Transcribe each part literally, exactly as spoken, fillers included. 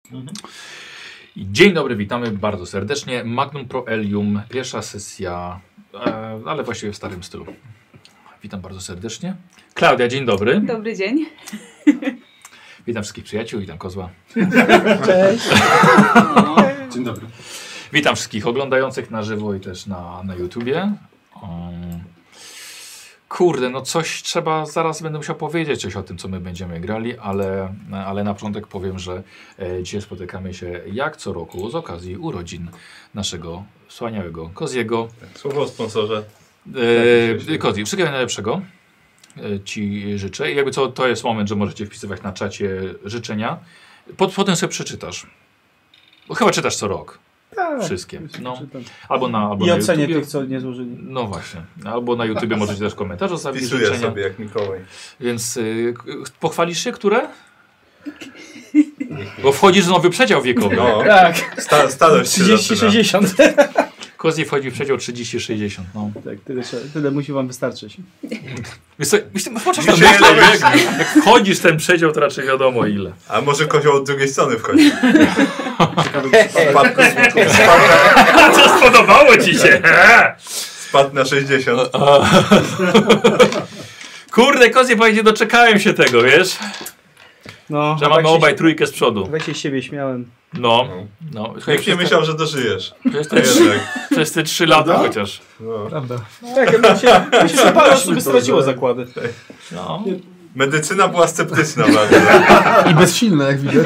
Mhm. Dzień dobry, witamy bardzo serdecznie. Magnum Pro Elium, pierwsza sesja, e, ale właściwie w starym stylu. Witam bardzo serdecznie. Klaudia, dzień dobry. Dobry dzień. Witam wszystkich przyjaciół, witam Kozła. Cześć. Dzień dobry. Witam wszystkich oglądających na żywo i też na, na YouTubie. Um, kurde, no coś trzeba, zaraz będę musiał powiedzieć coś o tym, co my będziemy grali, ale, ale na początek powiem, że e, dzisiaj spotykamy się jak co roku z okazji urodzin naszego wspaniałego Koziego. Słowo o sponsorze. E, Kozi, wszystkiego najlepszego e, Ci życzę. I jakby co, to jest moment, że możecie wpisywać na czacie życzenia. Pot, potem sobie przeczytasz. Bo chyba czytasz co rok. Tak, wszystkie. No. Albo na, albo I na ocenię YouTubie. tych, co nie złożyli. No właśnie. Albo na YouTubie możecie też komentarz zostawić Wpisuję życzenia. sobie jak Mikołaj. Więc y, pochwalisz się, które? Bo wchodzisz w nowy przedział wiekowy. No, Tak, sta starość się trzydzieści zaczyna. sześćdziesiąt. Kozi wchodzi w przedział trzydzieści sześćdziesiąt. No. Tak, tyle, trzeba- tyle musi wam wystarczyć. Wiesz co, myślę, chociaż Mi tam się myślę, nie jak, jak wchodzisz w ten przedział, to raczej wiadomo ile. A może kozioł od drugiej strony wchodzi? Spadł, spadł, A co spodobało ci się? spadł na sześćdziesiąt. Kurde, Kozie, bo nie doczekałem się tego, wiesz? No, Że a mamy tak się- obaj trójkę z przodu. Tak się z siebie śmiałem. No, no. Słuchaj, Nikt nie przez te- myślał, że dożyjesz. Przez A te, trzy, jednak. przez te trzy lata chociaż. No. Prawda. Tak, ja się, myślę, że parę osób by straciło zakłady. No. Medycyna była sceptyczna bardzo. I bezsilne, jak widać.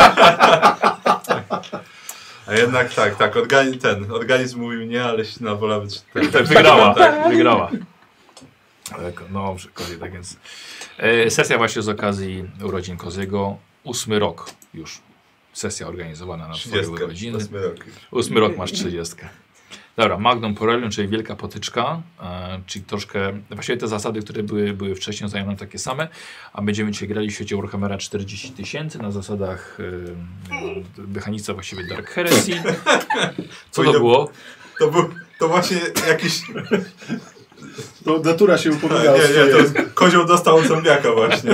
A jednak tak, tak, organi ten organizm mówił nie, ale ślina wola wytrzyma. Tak, wygrała, Tak. wygrała. Tak, no, Kozie, tak więc. E, sesja właśnie z okazji urodzin Koziego. Ósmy rok już. Sesja organizowana na twoje trzydziestka, urodziny. ósmy rok. Ósmy rok masz trzydziestkę. Dobra, Magnum Pro Elium, czyli wielka potyczka, e, czyli troszkę, właściwie te zasady, które były, były wcześniej, zajmą nam takie same, a będziemy dzisiaj grali w świecie Warhammera czterdzieści tysięcy na zasadach e, mechanice właściwie Dark Heresy. Co to Powinno- było? To był, to właśnie jakiś... To natura się Nie, upominała o nie, swoje. to jest, kozioł dostał od zombiaka właśnie.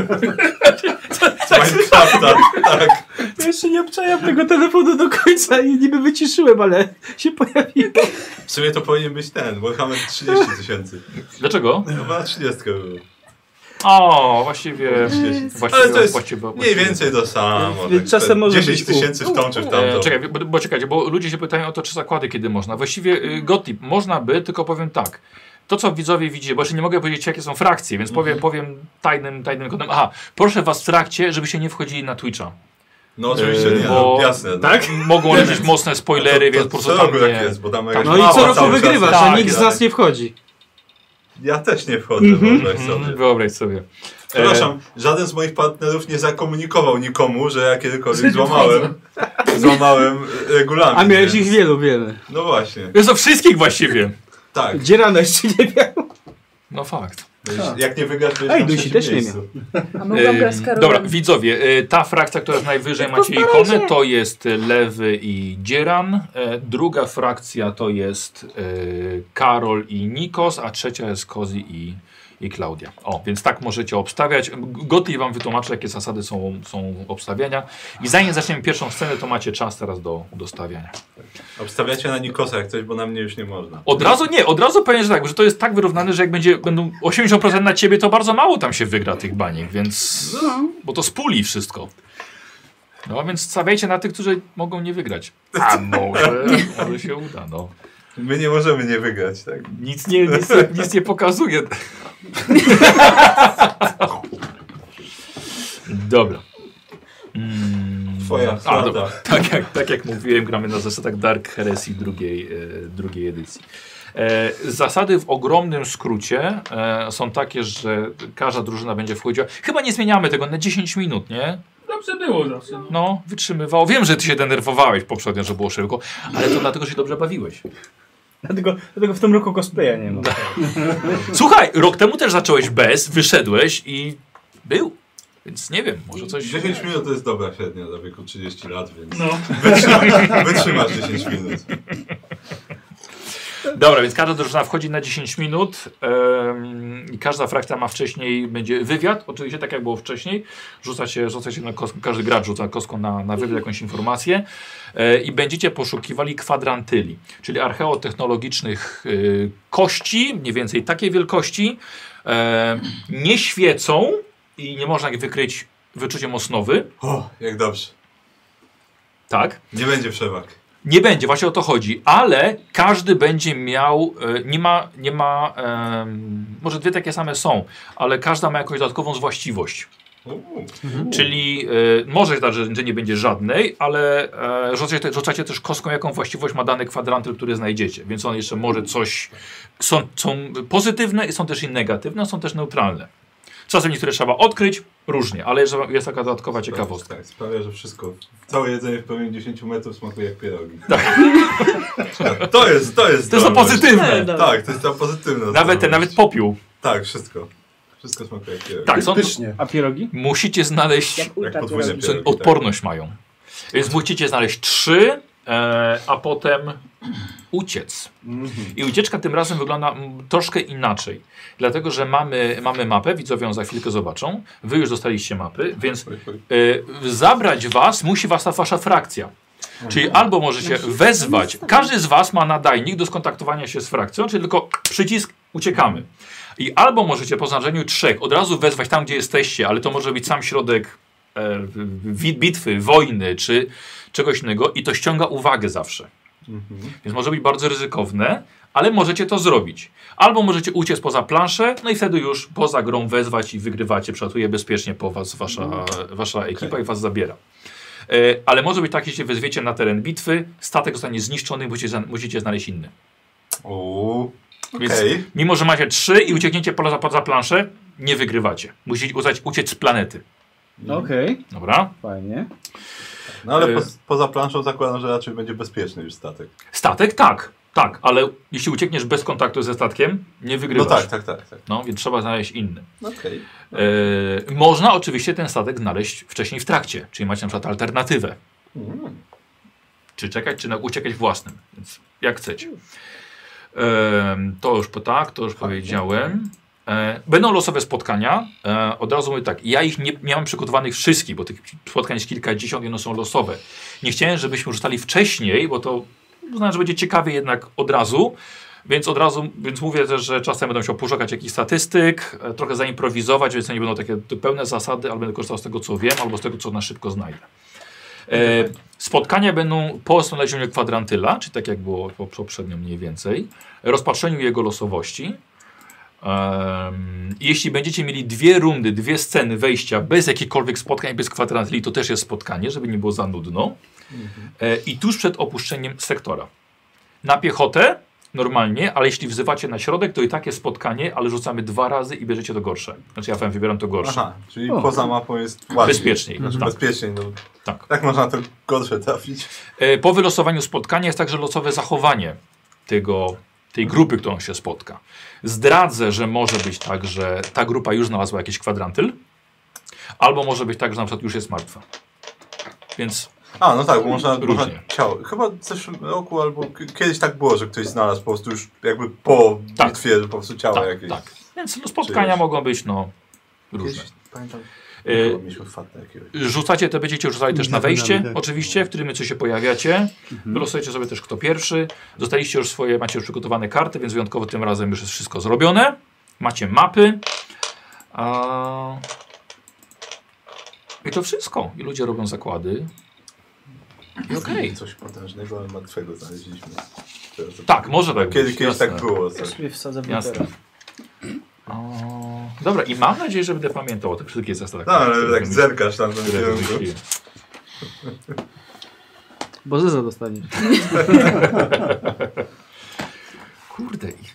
Z Minecrafta, tak. Ja jeszcze nie obczajam tego telefonu do końca i niby wyciszyłem, ale się pojawiło. W sumie to powinien być ten, Warhammer trzydzieści tysięcy. Dlaczego? Chyba trzydziestkę było. O, właściwie, właściwie, Ale to jest właściwie, mniej właściwie. więcej to samo. Więc czasem może dziesięć być tysięcy w tą czy w tamtą. E, czekaj, bo, bo czekajcie, bo ludzie się pytają o to, czy zakłady kiedy można. Właściwie y, Gottlieb, można by, tylko powiem tak. To, co widzowie widzicie, bo jeszcze nie mogę powiedzieć, jakie są frakcje, więc powiem, powiem tajnym, tajnym kodem. Aha, proszę was w trakcie, żebyście nie wchodzili na Twitcha. No oczywiście nie, bo- no, jasne. Tak? Mogą lecieć mocne spoilery, to, to, więc po prostu co tam roku nie... tak jest, bo tam Tak, jakaś No i mała co roku cały czas wygrywasz, jest. a tak, nikt z tak. nas nie wchodzi. Ja też nie wchodzę, Mhm. wyobraź sobie. Wyobraź sobie. Przepraszam, żaden z moich partnerów nie zakomunikował nikomu, że ja kiedykolwiek Że złamałem, złamałem regulamin. A miałeś więc- ich wielu, wiemy. No właśnie, Jest to wszystkich właściwie. tak. Dzierano jeszcze nie miał. No fakt. Jak nie wygrasz, to Ej, jest na Dusi trzecim też nie miejscu. A mogłam E, grać z Karolem. Dobra, widzowie, e, ta frakcja, która jest najwyżej, macie Postarajcie. ikony, to jest Lewy i Dzieran. E, druga frakcja to jest e, Karol i Nikos, a trzecia jest Kozi i, i Klaudia. O, więc tak możecie obstawiać. Gottlieb wam wytłumaczy, jakie zasady są, są obstawiania. I zanim zaczniemy pierwszą scenę, to macie czas teraz do, do stawiania. Obstawiacie na Nikosa jak coś, bo na mnie już nie można. Od razu nie, od razu powiem, że tak, że to jest tak wyrównane, że jak będzie, będą osiemdziesiąt procent na ciebie, to bardzo mało tam się wygra tych baniek, więc... Bo to z puli wszystko. No więc stawiajcie na tych, którzy mogą nie wygrać. A może, może się uda, no. My nie możemy nie wygrać, tak? Nic nie, nic, nie- nic nie pokazuje. Dobra. Mm, Twoja a, strata. dobra. Tak, jak, tak jak mówiłem, gramy na zasadach Dark Heresy drugiej, e, drugiej edycji. E, zasady w ogromnym skrócie e, są takie, że każda drużyna będzie wchodziła. Chyba nie zmieniamy tego na dziesięć minut, nie? Dobrze było zawsze. No. No, wytrzymywało. Wiem, że ty się denerwowałeś poprzednio, że było szybko, ale to dlatego, że się dobrze bawiłeś. Dlatego, dlatego w tym roku cosplaya nie ma. Słuchaj, rok temu też zacząłeś bez, wyszedłeś i był. Więc nie wiem, może coś... dziesięć minut to jest dobra średnia dla wieku trzydzieści lat, więc No. wytrzymasz, wytrzymasz dziesięć minut. Dobra, więc każda drużyna wchodzi na dziesięć minut. Um, I każda frakcja ma wcześniej, będzie wywiad, oczywiście tak jak było wcześniej. Rzuca się, rzuca się na kostkę, każdy gracz rzuca kostką na, na wywiad, jakąś informację. E, I będziecie poszukiwali kwadrantyli, czyli archeotechnologicznych e, kości, mniej więcej takiej wielkości. E, nie świecą i nie można ich wykryć wyczuciem osnowy. O, jak dobrze. Tak. Nie będzie przewag. Nie będzie, właśnie o to chodzi, ale każdy będzie miał, e, nie ma, nie ma e, może dwie takie same są, ale każda ma jakąś dodatkową właściwość. Uuu. Czyli e, może się zdarzyć, że nie będzie żadnej, ale e, rzucacie, rzucacie też kostką, jaką właściwość ma dany kwadrantyl, który znajdziecie, więc on jeszcze może coś, są, są pozytywne i są też i negatywne, są też neutralne. Czasem niektóre trzeba odkryć, różnie, ale jest, jest taka dodatkowa ciekawostka. Tak, sprawia, że wszystko, całe jedzenie w promieniu dziesięć metrów smakuje jak pierogi. Tak. To jest, to jest To jest to zdolność. pozytywne. Tak, to jest ta pozytywna Nawet, zdolność. nawet popiół. Tak, wszystko. Wszystko smakuje jak pierogi. Tak, są, Pysznie. A pierogi? musicie znaleźć, Jak ultra podwójne pierogi. pierogi. są- odporność mają. Więc musicie znaleźć trzy, e, a potem uciec. Mhm. I ucieczka tym razem wygląda mm, troszkę inaczej. Dlatego, że mamy, mamy mapę, widzowie ją za chwilkę zobaczą. Wy już dostaliście mapy, więc Oj, oj. e, zabrać was musi was ta wasza frakcja. Czyli albo możecie wezwać, każdy z was ma nadajnik do skontaktowania się z frakcją, czyli tylko przycisk, uciekamy. I albo możecie po znaczeniu trzech od razu wezwać tam, gdzie jesteście, ale to może być sam środek e, wi- bitwy, wojny czy czegoś innego i to ściąga uwagę zawsze. Mhm. Więc może być bardzo ryzykowne, ale możecie to zrobić. Albo możecie uciec poza planszę, no i wtedy już poza grą wezwać i wygrywacie, przelatuje bezpiecznie po was wasza, wasza ekipa Okay. i was zabiera. E, ale może być tak, jeśli wezwiecie na teren bitwy, statek zostanie zniszczony, musicie, za- musicie znaleźć inny. Uuu, Więc okej. mimo, że macie trzy i uciekniecie poza, poza planszę, nie wygrywacie. Musicie uznać, uciec z planety. Okej, Dobra? fajnie. No ale Y- po, poza planszą zakładam, że raczej będzie bezpieczny już statek. Statek tak, tak, ale jeśli uciekniesz bez kontaktu ze statkiem, nie No wygrywasz. tak, tak, tak. tak. No, więc trzeba znaleźć inny. Okej. E, można oczywiście ten statek znaleźć wcześniej w trakcie, czyli macie na przykład alternatywę. Mm. Czy czekać, czy na, uciekać własnym. Więc jak chcecie. E, to już po tak, to już powiedziałem. E, będą losowe spotkania. E, od razu mówię tak, ja ich nie, nie mam przygotowanych wszystkich, bo tych spotkań jest kilkadziesiąt i one są losowe. Nie chciałem, żebyśmy rzucali wcześniej, bo to uznałem, że będzie ciekawie jednak od razu. Więc od razu, więc mówię też, że czasem będę musiał poszukać jakichś statystyk, e, trochę zaimprowizować, więc to nie będą takie pełne zasady, ale będę korzystał z tego, co wiem, albo z tego, co na szybko znajdę. E, spotkania będą po znalezieniu kwadrantyla, czyli tak jak było poprzednio mniej więcej, rozpatrzeniu jego losowości. Um, jeśli będziecie mieli dwie rundy, dwie sceny wejścia bez jakichkolwiek spotkań, bez kwadrantyli, to też jest spotkanie, żeby nie było za nudno. E, I tuż przed opuszczeniem sektora. Na piechotę normalnie, ale jeśli wzywacie na środek, to i tak jest spotkanie, ale rzucamy dwa razy i bierzecie to gorsze. Znaczy ja wam wybieram to gorsze. Aha, czyli O. poza mapą jest łatwiej. Bezpieczniej. Znaczy Tak. bezpieczniej, no. Tak. Tak można to gorsze trafić. E, po wylosowaniu spotkania jest także losowe zachowanie tego, tej grupy, którą się spotka. Zdradzę, że może być tak, że ta grupa już znalazła jakiś kwadrantyl, albo może być tak, że na przykład już jest martwa. Więc A, no tak, bo można, Różnie. można ciało. Chyba w zeszłym roku albo k- kiedyś tak było, że ktoś znalazł po prostu już jakby po Tak. bitwie, że po prostu ciało tak, jakieś. tak. Więc no, spotkania Czyjeś. mogą być no różne. Kiedyś, pamiętam, E, chyba mieliśmy fatę jakiegoś. Rzucacie, to będziecie rzucali też na Za wejście, nami, tak. oczywiście, w którym coś się pojawiacie. Wylosujecie sobie też kto pierwszy. Dostaliście już swoje, macie już przygotowane karty, więc wyjątkowo tym razem już jest wszystko zrobione. Macie mapy. A... I to wszystko. I ludzie robią zakłady. I okej. Coś potężnego, ale martwego znaleźliśmy. Teraz to- Tak, może tak Kiedyś, być. kiedyś jasne. tak było. Ja Coś. sobie wsadzę w Jasne. literę. O... Dobra, i mam nadzieję, że będę pamiętał o tych wszystkich zasadach. No, ale które tak wymyśl- zerkasz tam ten które kierunku. wymyśliłem. Bo zeza dostaniesz. Kurde. i-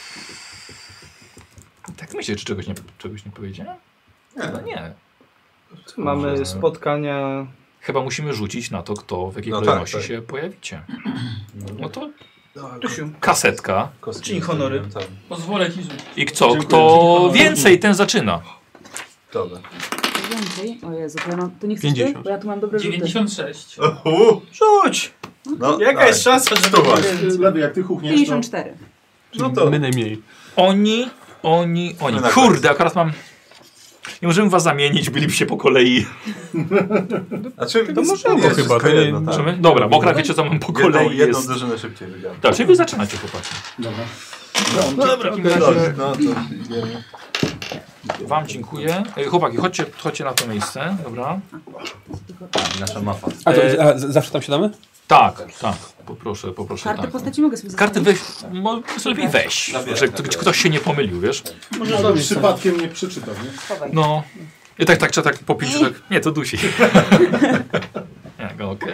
Tak myślę, czy czegoś nie, czegoś nie powiedziałem? No nie. Mamy Może- spotkania... Chyba musimy rzucić na to, kto w jakiej No tak, kolejności tak. się pojawicie. No to Tusiu. kasetka. Kostki Czyń honory. tam. Pozwolę ci rzucić. I kto, Dziękuję. kto więcej, ten zaczyna. Dobra. Więcej? O Jezu, to ja mam... To nie chcesz pięćdziesiąt. ty? Bo ja tu mam dobre rzuty. dziewięćdziesiąt sześć. Uhu. Rzuć! No, Jaka daj. jest szansa, że Stuwa. będzie? Lewy, jak ty huchniesz, to... pięćdziesiąt cztery. No to My najmniej. Oni Oni, oni. Na Kurde, akurat mam... Nie możemy was zamienić, bylibyście po kolei. Znaczy, To możemy jest chyba, wszystko to nie- jedno, tak. Możemy? Dobra, bo akurat wiecie co mam po kolei Jedną, jedną jest... drużynę szybciej wygramy. Tak, czyli wy zaczynacie, chłopaki. Dobra. No dobra, w takim Dobrze, razie no to idziemy. wam dziękuję. E, Chłopaki, chodźcie, chodźcie na to miejsce, dobra? Nasza mapa. A, to, E, a z- zawsze tam siadamy? Tak, tak. Poproszę, poproszę Kartę tak. postaci mogę sobie Karty zostawić? weź, mo- lepiej weź, Zabieraj, że zabieraj. ktoś się nie pomylił, wiesz? Może no, przypadkiem nie przeczytał, nie? Chowaj. No. I tak, tak, trzeba tak popić, że tak... Nie, to dusi. Jak, okej.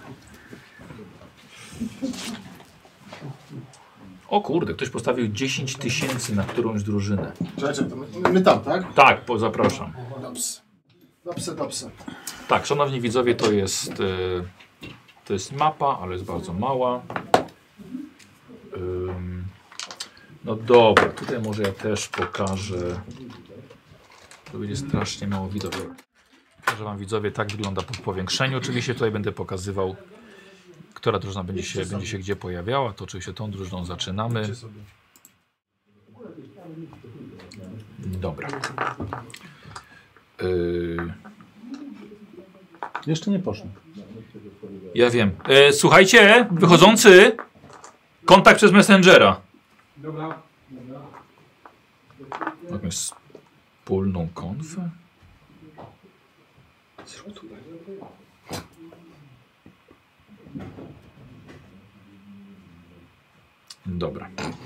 O kurde, ktoś postawił dziesięć tysięcy na którąś drużynę. Czekajcie, to my, my tam, tak? Tak, po, zapraszam. Dobrze. Dobrze, dobrze. Tak, szanowni widzowie, to jest, e, to jest mapa, ale jest bardzo mała. Ym, no dobra, tutaj może ja też pokażę. To będzie strasznie mało widok. Pokażę wam widzowie, tak wygląda po powiększeniu. Oczywiście tutaj będę pokazywał, która drużyna będzie się, będzie się gdzie pojawiała. To oczywiście tą drużyną zaczynamy. Dobra. Yy, Jeszcze nie poszło. Ja wiem. E, słuchajcie, wychodzący, kontakt przez Messengera. Dobra. Jakąś wspólną konfę? Zrób tutaj. Dobra.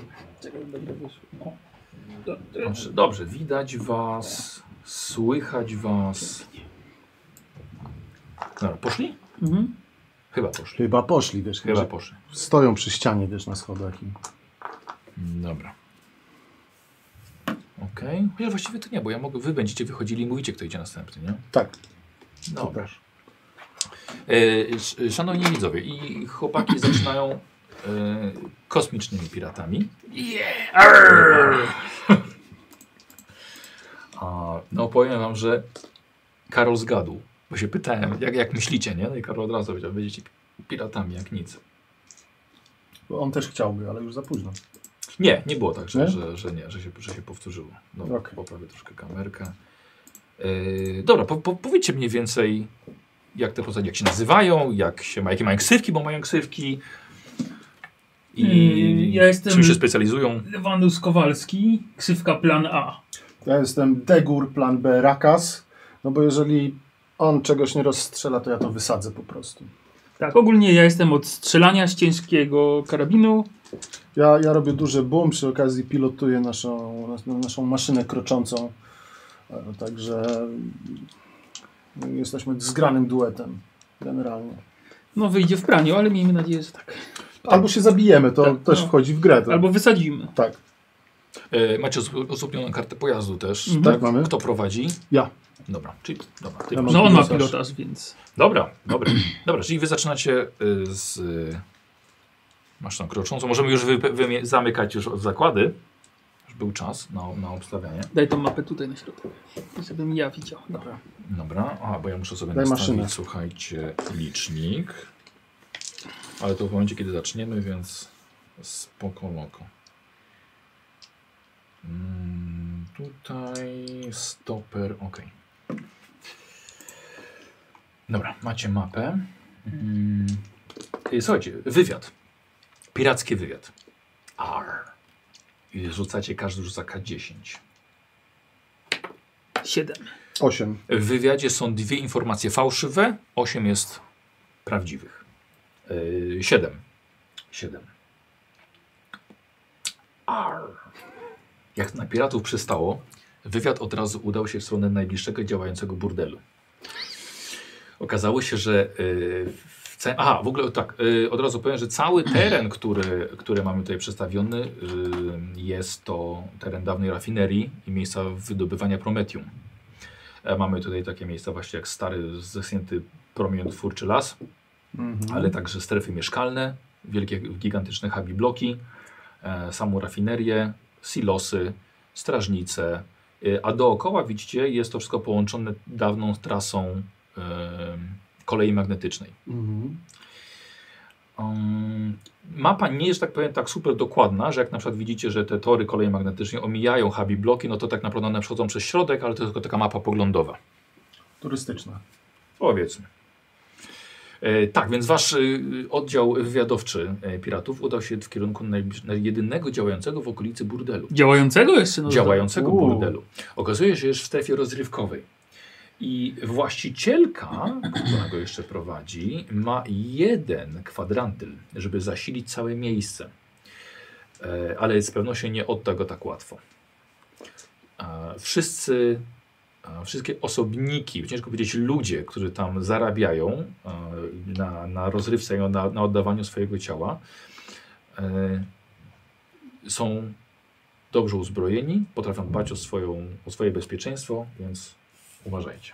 Dobrze, dobrze, widać was, słychać was. Dobra, poszli? Mhm. Chyba poszli. Chyba poszli, wiesz, Chyba chyba poszli. stoją przy ścianie, wiesz, na schodach. I... Dobra. Okej. Okay. Chociaż właściwie to nie, bo ja mogę, wy będziecie wychodzili i mówicie, kto idzie następny, nie? Tak. Dobra. E, sz- szanowni widzowie, i chłopaki zaczynają e, kosmicznymi piratami. Yeah! A, no powiem wam, że Karol zgadł, bo się pytałem, jak, jak myślicie, nie? No i Karol od razu powiedział, będziecie piratami jak nic. Bo on też chciałby, ale już za późno. Nie, nie było tak, że Nie? nie, że, że, nie, że, się, że się powtórzyło. Dobra, Okej. poprawię troszkę kamerkę. Yy, dobra, po, po, powiedzcie mniej więcej, jak te postacie, jak się nazywają, jak się ma, jakie mają ksywki, bo mają ksywki. I Mm, ja jestem- czym się specjalizują. Lewanus Kowalski, ksywka plan A. Ja jestem Degur, plan B, Rakas. No bo jeżeli on czegoś nie rozstrzela, to ja to wysadzę po prostu. Tak, ogólnie ja jestem od strzelania z ciężkiego karabinu. Ja, ja robię duży boom, przy okazji pilotuję naszą, nas- naszą maszynę kroczącą. E, Także mm, jesteśmy zgranym duetem generalnie. No wyjdzie w praniu, ale miejmy nadzieję, że tak. Albo się zabijemy, to Tak, też no. wchodzi w grę. To, Albo wysadzimy. Tak, Yy, macie osu- osobnioną kartę pojazdu też. Mhm. tak mamy. Kto prowadzi? Ja. Dobra, czyli dobra. Ty Ja mam No on ma pilotaż. pilotaż, więc... Dobra, dobra. Dobra, czyli wy zaczynacie y, z y, maszyną kroczącą. Możemy już wy, wy, zamykać już od zakłady. Już był czas na, na obstawianie. Daj tą mapę tutaj na środek, żebym ja widział. Dobra. Dobra, aha, bo ja muszę sobie Daj nastawić, maszynę. słuchajcie, licznik. Ale to w momencie, kiedy zaczniemy, więc spoko loko. Mm, tutaj stoper, ok. Dobra, macie mapę. Mm, y, słuchajcie, wywiad. Piracki wywiad. R. I rzucacie, każdy rzuca K dziesięć. Siedem. Osiem. W wywiadzie są dwie informacje fałszywe, osiem jest prawdziwych. Yy, siedem. Siedem. Arr. Jak na piratów przystało, wywiad od razu udał się w stronę najbliższego działającego burdelu. Okazało się, że yy, w ca- Aha, w ogóle tak, yy, od razu powiem, że cały teren, który, który mamy tutaj przedstawiony, yy, jest to teren dawnej rafinerii i miejsca wydobywania prometium. E, Mamy tutaj takie miejsca właśnie jak stary, zeschnięty promieniotwórczy las, Mhm. ale także strefy mieszkalne, wielkie, gigantyczne hubi bloki, e, samą rafinerię, silosy, strażnice, e, a dookoła widzicie jest to wszystko połączone dawną trasą e, kolei magnetycznej. Mhm. Um, mapa nie jest, tak powiem, tak super dokładna, że jak na przykład widzicie, że te tory kolei magnetycznej omijają Habi bloki, no to tak naprawdę one przechodzą przez środek, ale to jest tylko taka mapa poglądowa. Turystyczna. Powiedzmy. E, tak, więc wasz y, oddział wywiadowczy e, piratów udał się w kierunku najbliż- na jedynego działającego w okolicy burdelu. Działającego jeszcze? No, Działającego Uuu. burdelu. Okazuje się, że jest w strefie rozrywkowej. I właścicielka, która go jeszcze prowadzi, ma jeden kwadrantyl, żeby zasilić całe miejsce. E, ale z pewnością nie odda go tak łatwo. E, wszyscy, e, wszystkie osobniki, ciężko powiedzieć ludzie, którzy tam zarabiają e, na, na rozrywce i na, na oddawaniu swojego ciała, e, są dobrze uzbrojeni, potrafią dbać o, swoją, o swoje bezpieczeństwo, więc uważajcie.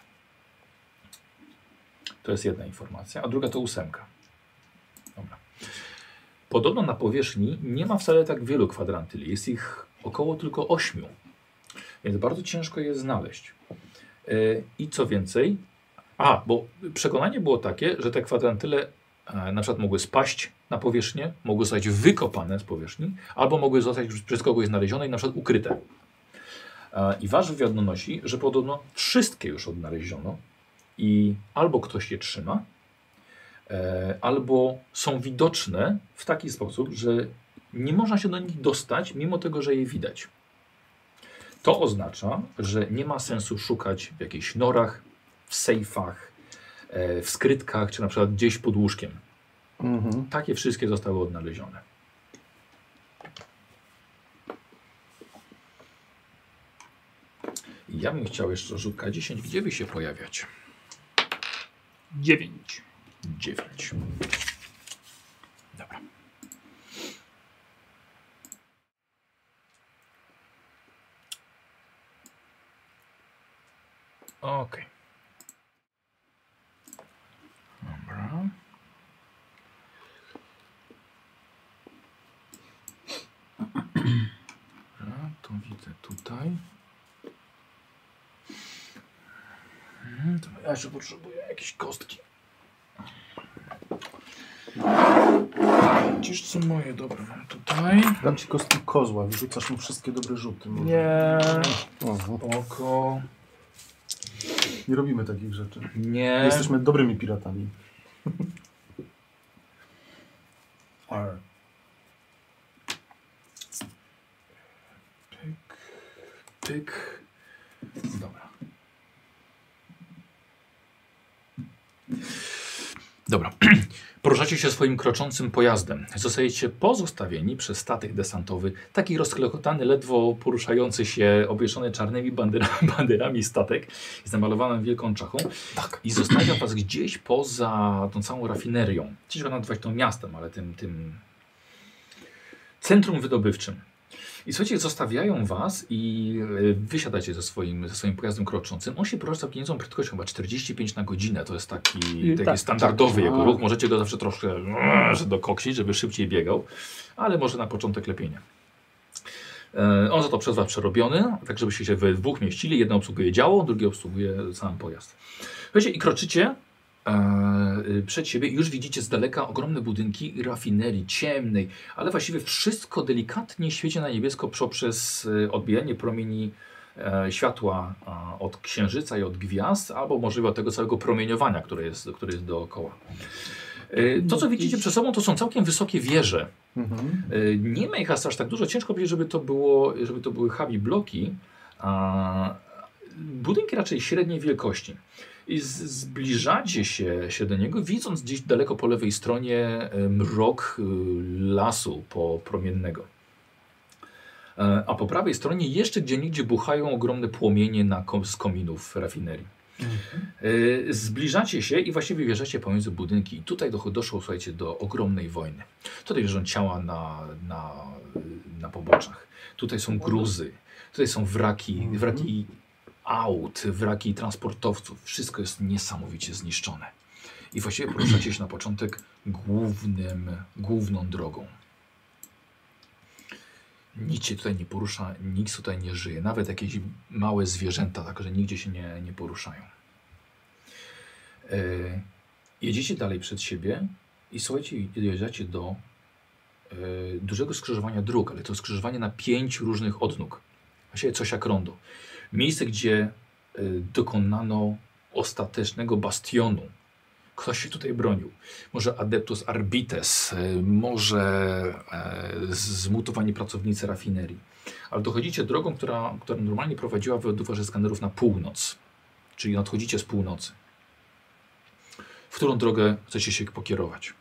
To jest jedna informacja, a druga to ósemka. Dobra. Podobno na powierzchni nie ma wcale tak wielu kwadrantyli, jest ich około tylko ośmiu, więc bardzo ciężko je znaleźć. Yy, I co więcej, a, bo przekonanie było takie, że te kwadrantyle e, na przykład mogły spaść na powierzchnię, mogły zostać wykopane z powierzchni, albo mogły zostać przez kogoś znalezione i na przykład ukryte. I wasz wywiad donosi, że podobno wszystkie już odnaleziono i albo ktoś je trzyma, e, albo są widoczne w taki sposób, że nie można się do nich dostać, mimo tego, że je widać. To oznacza, że nie ma sensu szukać w jakichś norach, w sejfach, e, w skrytkach, czy na przykład gdzieś pod łóżkiem. Mhm. Takie wszystkie zostały odnalezione. Ja bym chciał jeszcze rzut K dziesięć. Gdzie wy się pojawiać? Dziewięć. dziewięć. Dobra. Okej. Dobra. Dobra, to widzę tutaj. Mhm, to ja jeszcze potrzebuję jakieś kostki. Gdzież są moje? Dobra, mam tutaj. Dam ci kostki kozła, wyrzucasz mu wszystkie dobre rzuty. może. Nie. Mhm. Oko. Nie robimy takich rzeczy. Nie. Jesteśmy dobrymi piratami. Ale. Pyk. Pyk. Dobra. Dobra. Poruszacie się swoim kroczącym pojazdem. Zostajecie pozostawieni przez statek desantowy, taki rozklekotany, ledwo poruszający się, obwieszony czarnymi banderami, banderami statek, jest namalowany wielką czachą. Tak. I zostawia was gdzieś poza tą całą rafinerią. Ciężko nazwać to miastem, ale tym, tym centrum wydobywczym. I słuchajcie, zostawiają was i y, wysiadacie ze swoim, ze swoim pojazdem kroczącym. On się porusza z całkiem niezłą prędkością, chyba czterdzieści pięć na godzinę. To jest taki, I taki tak, standardowy tak. jego ruch. Możecie go zawsze troszkę że dokoksić, żeby szybciej biegał, ale może na początek lepiej nie. E, on za to przez was przerobiony, tak żebyście się we dwóch mieścili. Jeden obsługuje działo, drugi obsługuje sam pojazd. Słuchajcie, i kroczycie e, przed siebie i już widzicie z daleka ogromne budynki rafinerii, ciemnej, ale właściwie wszystko delikatnie świeci na niebiesko poprzez e, odbijanie promieni e, światła e, od księżyca i od gwiazd, albo możliwe od tego całego promieniowania, które jest, które jest dookoła. E, to, co widzicie przed sobą, to są całkiem wysokie wieże. Mhm. E, nie ma ich aż tak dużo, ciężko powiedzieć, żeby to, było, żeby to były hubi bloki. A, budynki raczej średniej wielkości. I z, zbliżacie się, się do niego, widząc gdzieś daleko po lewej stronie e, mrok e, lasu popromiennego. E, a po prawej stronie jeszcze gdzieniegdzie buchają ogromne płomienie na kom, z kominów rafinerii. Mhm. E, zbliżacie się i właściwie wjeżdżacie pomiędzy budynki. I tutaj do, doszło, słuchajcie, do ogromnej wojny. Tutaj leżą ciała na, na, na poboczach. Tutaj są gruzy. Tutaj są wraki, wraki aut, wraki transportowców. Wszystko jest niesamowicie zniszczone. I właściwie poruszacie się na początek głównym, główną drogą. Nic się tutaj nie porusza, nikt tutaj nie żyje. Nawet jakieś małe zwierzęta, także nigdzie się nie, nie poruszają. E, jedziecie dalej przed siebie i słuchajcie, dojeżdżacie do y, dużego skrzyżowania dróg, ale to skrzyżowanie na pięć różnych odnóg. Właściwie coś jak rondo. Miejsce, gdzie y, dokonano ostatecznego bastionu. Ktoś się tutaj bronił. Może Adeptus Arbites, y, może y, zmutowani pracownicy rafinerii. Ale dochodzicie drogą, która, która normalnie prowadziła według waszych skanerów na północ. Czyli nadchodzicie z północy. W którą drogę chcecie się pokierować?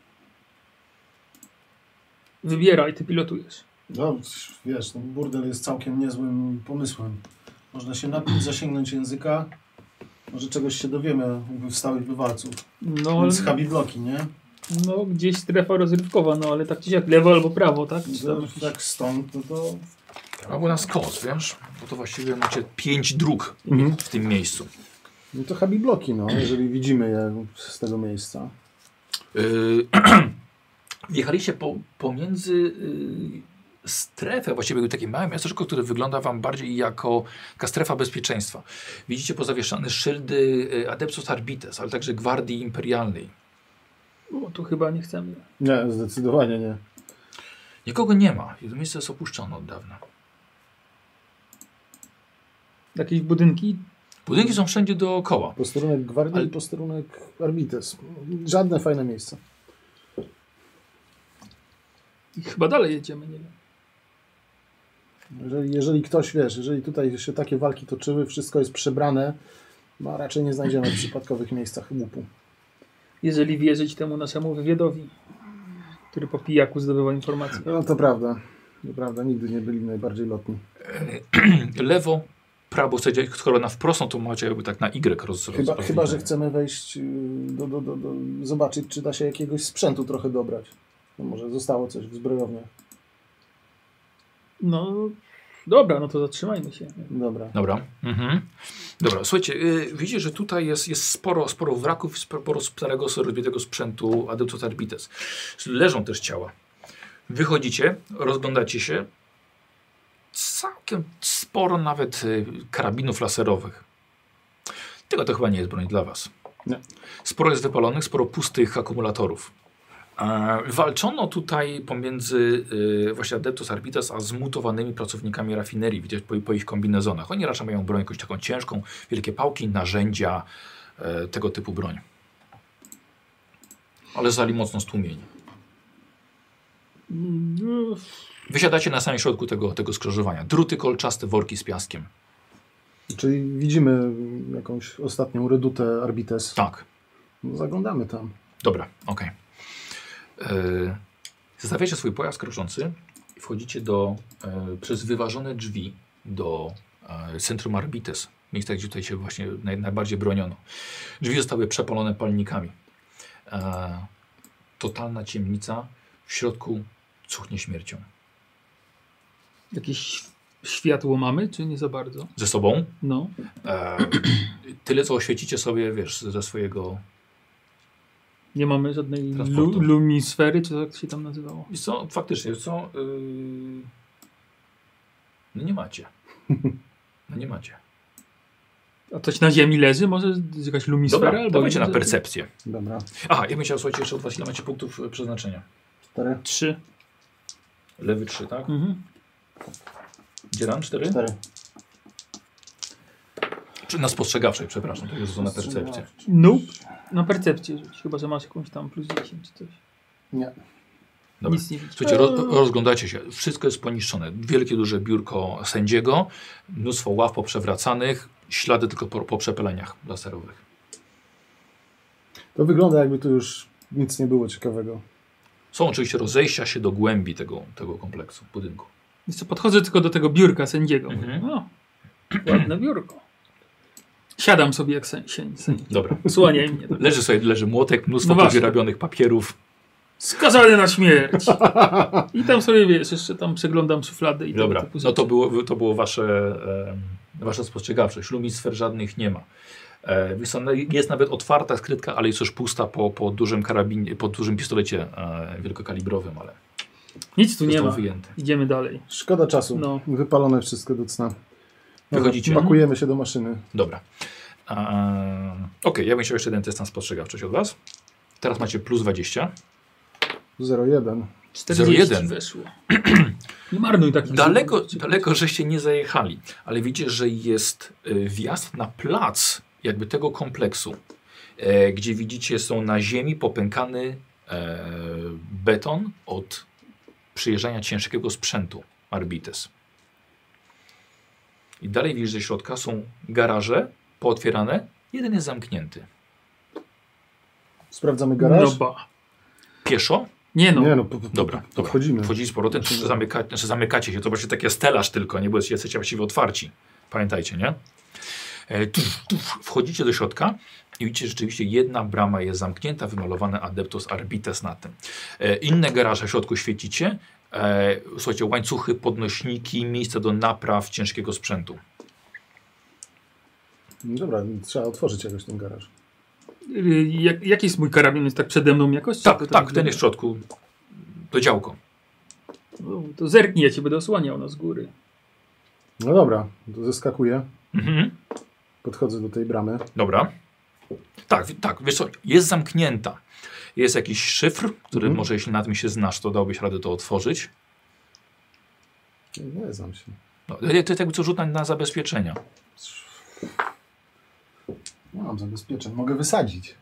Wybieraj, ty pilotujesz. No, wiesz, ten burdel jest całkiem niezłym pomysłem. Można się napić, zasięgnąć języka. Może czegoś się dowiemy u stałych bywalców. No, Więc habibloki, nie? no gdzieś strefa rozrywkowa, no ale tak czy siak lewo albo prawo, tak? Czy No, tam jakiś- tak stąd, no to... Albo na skos, wiesz? Bo to właściwie macie pięć dróg Mhm. w tym miejscu. No to habibloki, no, jeżeli widzimy je z tego miejsca. Yy, Wjechaliście po, pomiędzy yy, strefę, właściwie takie małe miasteczko, które wygląda wam bardziej jako taka strefa bezpieczeństwa. Widzicie pozawieszane szyldy yy, Adeptus Arbites, ale także Gwardii Imperialnej. O, tu chyba nie chcemy. Nie, zdecydowanie nie. Nikogo nie ma. To miejsce jest opuszczone od dawna. Jakieś budynki? Budynki są wszędzie dookoła. Posterunek Gwardii Ale- i posterunek Arbites. Żadne fajne miejsca. I chyba dalej jedziemy, nie wiem. Jeżeli, jeżeli ktoś, wiesz, jeżeli tutaj się takie walki toczyły, wszystko jest przebrane, no raczej nie znajdziemy w przypadkowych miejscach łupu. Jeżeli wierzyć temu naszemu wywiadowi, który po pijaku zdobywa informacje. No to prawda. To prawda, nigdy nie byli najbardziej lotni. Lewo, prawo, chcecie, skoro na wprost, no to macie jakby tak na Y roz, Chyba, roz, chyba że chcemy wejść, y, do, do, do, do, zobaczyć, czy da się jakiegoś sprzętu trochę dobrać. No może zostało coś w zbrojowniach. No, dobra, no to zatrzymajmy się. Dobra. Dobra. Mhm. Dobra, słuchajcie, yy, widzicie, że tutaj jest, jest sporo, sporo wraków, sporo starego, rozbitego sprzętu Adeptus Arbites. Leżą też ciała. Wychodzicie, rozglądacie się. Całkiem sporo nawet y, karabinów laserowych. Tego to chyba nie jest broń dla was. Nie. Sporo jest wypalonych, sporo pustych akumulatorów. E, walczono tutaj pomiędzy y, właśnie Adeptus Arbites a zmutowanymi pracownikami rafinerii. Widać po, po ich kombinezonach. Oni raczej mają broń jakąś taką ciężką, wielkie pałki, narzędzia, e, tego typu broń. Ale zostali mocno stłumieni. No, Wysiadacie na samym środku tego, tego skrzyżowania. Druty kolczaste, worki z piaskiem. Czyli widzimy jakąś ostatnią redutę Arbites. Tak. No, zaglądamy tam. Dobra, okej. Okay. Zostawiacie swój pojazd kroczący i wchodzicie do, e, przez wyważone drzwi do e, centrum Arbites. Miejsca, gdzie tutaj się właśnie naj, najbardziej broniono. Drzwi zostały przepalone palnikami. E, totalna ciemnica. W środku cuchnie śmiercią. jakieś światło mamy, czy nie za bardzo? Ze sobą. No. E, tyle, co oświecicie sobie, wiesz, ze swojego... Nie mamy żadnej lu Transportu. lumisfery, czy jak to się tam nazywało? Wiesz co, faktycznie, wiesz co? Yy... No nie macie. No nie macie. A coś na ziemi leży? Może jakaś lumisfera? Dobra, albo dawajcie na że- percepcję. Dobra. Aha, ja bym chciał, słuchajcie, jeszcze od was, ile macie punktów e, przeznaczenia? Cztery. Trzy. Lewy trzy, tak? Mhm. Dzieran cztery? Cztery. Czy na spostrzegawczej, przepraszam, to jest to na percepcję. Nope. Na percepcję rzuć, chyba że masz jakąś tam plus dziesięć czy coś. Nie. Dobra. Nic nie widzisz. Słuchajcie, ro, rozglądacie się. Wszystko jest poniszczone. Wielkie, duże biurko sędziego, mnóstwo ław poprzewracanych, ślady tylko po, po przepaleniach laserowych. To wygląda, jakby tu już nic nie było ciekawego. Są oczywiście rozejścia się do głębi tego, tego kompleksu, budynku. Wiesz co, podchodzę tylko do tego biurka sędziego. Mhm. No, ładne biurko. Siadam sobie jak sędzia. Sędzi, sędzi. Dobra. Słaniaj mnie. Tak. Leży sobie, leży młotek, mnóstwo No właśnie. powyrabionych papierów. Skazany na śmierć. I tam sobie, wiesz, jeszcze tam przeglądam szufladę i Dobra, tego typu no to rzeczy. było, to było wasze, e, wasza spostrzegawczość. Lumisfer żadnych nie ma. E, wiesz co, no, jest nawet otwarta skrytka, ale jest już pusta po, po dużym karabinie, po dużym pistolecie e, wielkokalibrowym, ale Nic tu nie został ma. wyjęty. Idziemy dalej. Szkoda czasu. No. Wypalone wszystko do cna. Dobra, Wychodzicie? Pakujemy się do maszyny. Dobra. E, Okej, ja bym chciał jeszcze jeden test na spostrzegawczość od was. Teraz macie plus dwadzieścia. zero jeden. zero jeden. Weszło. Nie marnuj takich. Daleko, daleko żeście nie zajechali, ale widzicie, że jest y, wjazd na plac jakby tego kompleksu, e, gdzie widzicie są na ziemi popękany e, beton od przyjeżdżania ciężkiego sprzętu Arbites. I dalej widzisz, że ze środka są garaże pootwierane, jeden jest zamknięty. Sprawdzamy garaż? No ba. Pieszo? Nie no. Nie no, po, po, Dobra, po, podchodzimy. Wchodzicie z powrotem, czy zamyka, znaczy zamykacie się, to właśnie taki stelaż tylko, nie, bo jesteście właściwie otwarci. Pamiętajcie, nie? E, tuf, tuf, wchodzicie do środka i widzicie, że rzeczywiście jedna brama jest zamknięta, wymalowane Adeptus Arbites na tym. E, inne garaże w środku świecicie. E, słuchajcie, łańcuchy, podnośniki, miejsce do napraw ciężkiego sprzętu. No dobra, trzeba otworzyć jakoś ten garaż. Y, Jak, jaki jest mój karabin? Jest tak przede mną jakoś? Tak, Czy to tak, ten jest w środku. To działko. No, to zerknij, ja cię będę osłaniał no z góry. No dobra, to zeskakuję. Mhm. Podchodzę do tej bramy. Dobra. Tak, tak, wiesz co, jest zamknięta. Jest jakiś szyfr, który Mhm. może jeśli na tym się znasz, to dałbyś radę to otworzyć. Nie znam się. No, to jest jakby co rzut na, na zabezpieczenia. Nie mam zabezpieczeń. Mogę wysadzić.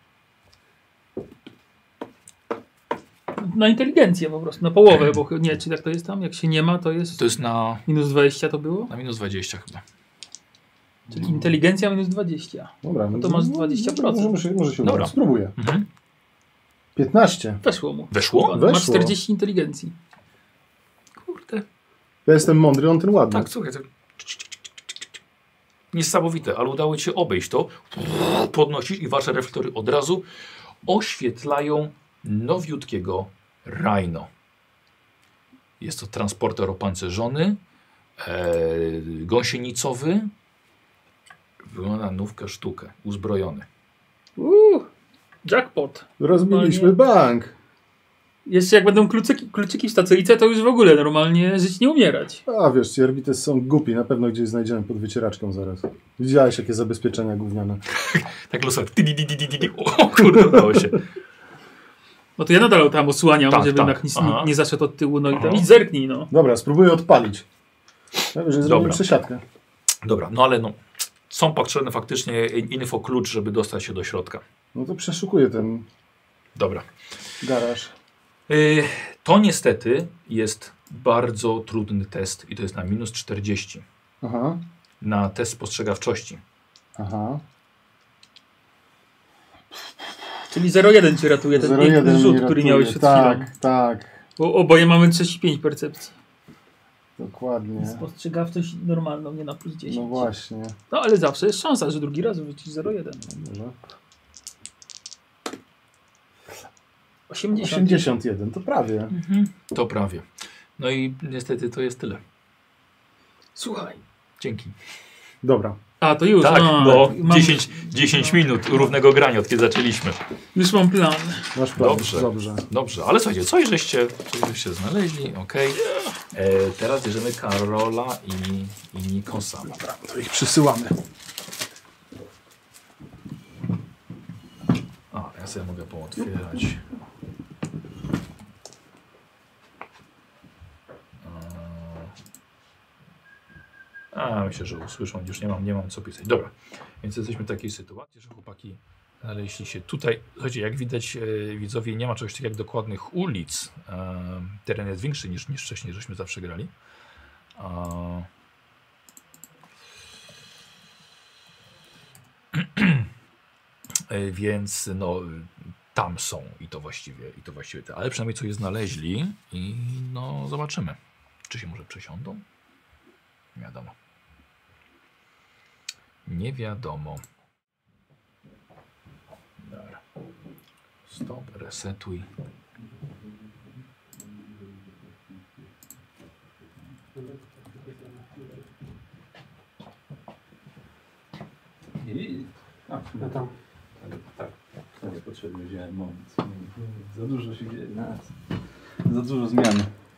Na inteligencję po prostu, na połowę, bo nie, czy tak to jest tam? Jak się nie ma, to jest To jest na, minus dwadzieścia to było? na minus dwadzieścia chyba. Czyli inteligencja minus dwadzieścia. Dobra, No to masz dwadzieścia procent. Może się, może się Dobra. uda. Spróbuję. Mhm. piętnaście. Weszło mu. Weszło? Ma Weszło. czterdzieści inteligencji. Kurde. Ja jestem mądry, on ten ładny. Tak, słuchaj. To... Niesamowite, ale udało ci się obejść to. Podnosisz i wasze reflektory od razu oświetlają nowiutkiego Rhino. Jest to transporter opancerzony, e, gąsienicowy. Wygląda na nówkę sztukę, uzbrojony. Uuu, jackpot. Rozbiliśmy No nie. bank. Jeszcze jak będą kluczyki, kluczyki w stacyjce, to już w ogóle normalnie żyć nie umierać. A wiesz, ci Arbites są głupi. Na pewno gdzieś znajdziemy pod wycieraczką zaraz. Widziałeś jakie zabezpieczenia gówniane. Tak losowo. O kurde, udało się. No to ja nadal tam osłaniam, Tak, żeby tak. tak. nic Aha. nie, nie zaszedł od tyłu, no i Aha. tam idź zerknij, no. Dobra, spróbuję odpalić. Ja wiem, że zrobię Dobra. przesiadkę. Dobra, no ale no, są potrzebne faktycznie info klucz, żeby dostać się do środka. No to przeszukuję ten Dobra. garaż. Yy, to niestety jest bardzo trudny test i to jest na minus czterdzieści. Aha, Na test spostrzegawczości. aha. Czyli zero jeden ci ratuje ten zero piękny jeden rzut, mi który ratuje. miałeś przed chwilą. Tak, tak. Bo oboje mamy trzydzieści pięć percepcji. Dokładnie. Spostrzegawczość normalną, nie na plus dziesięć. No właśnie. No ale zawsze jest szansa, że drugi raz wrócisz zero jeden. Może. osiemdziesiąt. osiemdziesiąt jeden, to prawie. To prawie. No i niestety to jest tyle. Słuchaj. Dzięki. Dobra. A, to już. Tak, a, bo mam, dziesięć, dziesięć minut równego grania, od kiedy zaczęliśmy. Już mam plan. Masz plan. Dobrze. Dobrze. Dobrze, ale słuchajcie, coś żeście, coś żeście znaleźli, okej. E, Teraz bierzemy Karola i, i Nikosa. Dobra, to ich przysyłamy. A, ja sobie mogę pootwierać. A, myślę, że usłyszą, już nie mam, nie mam co pisać. Dobra, więc jesteśmy w takiej sytuacji, że chłopaki znaleźli się tutaj. Słuchajcie, jak widać, e, widzowie, nie ma czegoś takiego jak dokładnych ulic. E, teren jest większy niż, niż wcześniej, żeśmy zawsze grali. E, e, więc no, tam są i to właściwie, i to właściwie te, ale przynajmniej coś znaleźli i no zobaczymy, czy się może przesiądą. Nie wiadomo. Nie wiadomo. Dobra. Stop, resetuj. I... A, no tam. Tak, tak. Niepotrzebnie wziąłem moment. Za dużo się dzieje nas. Za dużo zmian.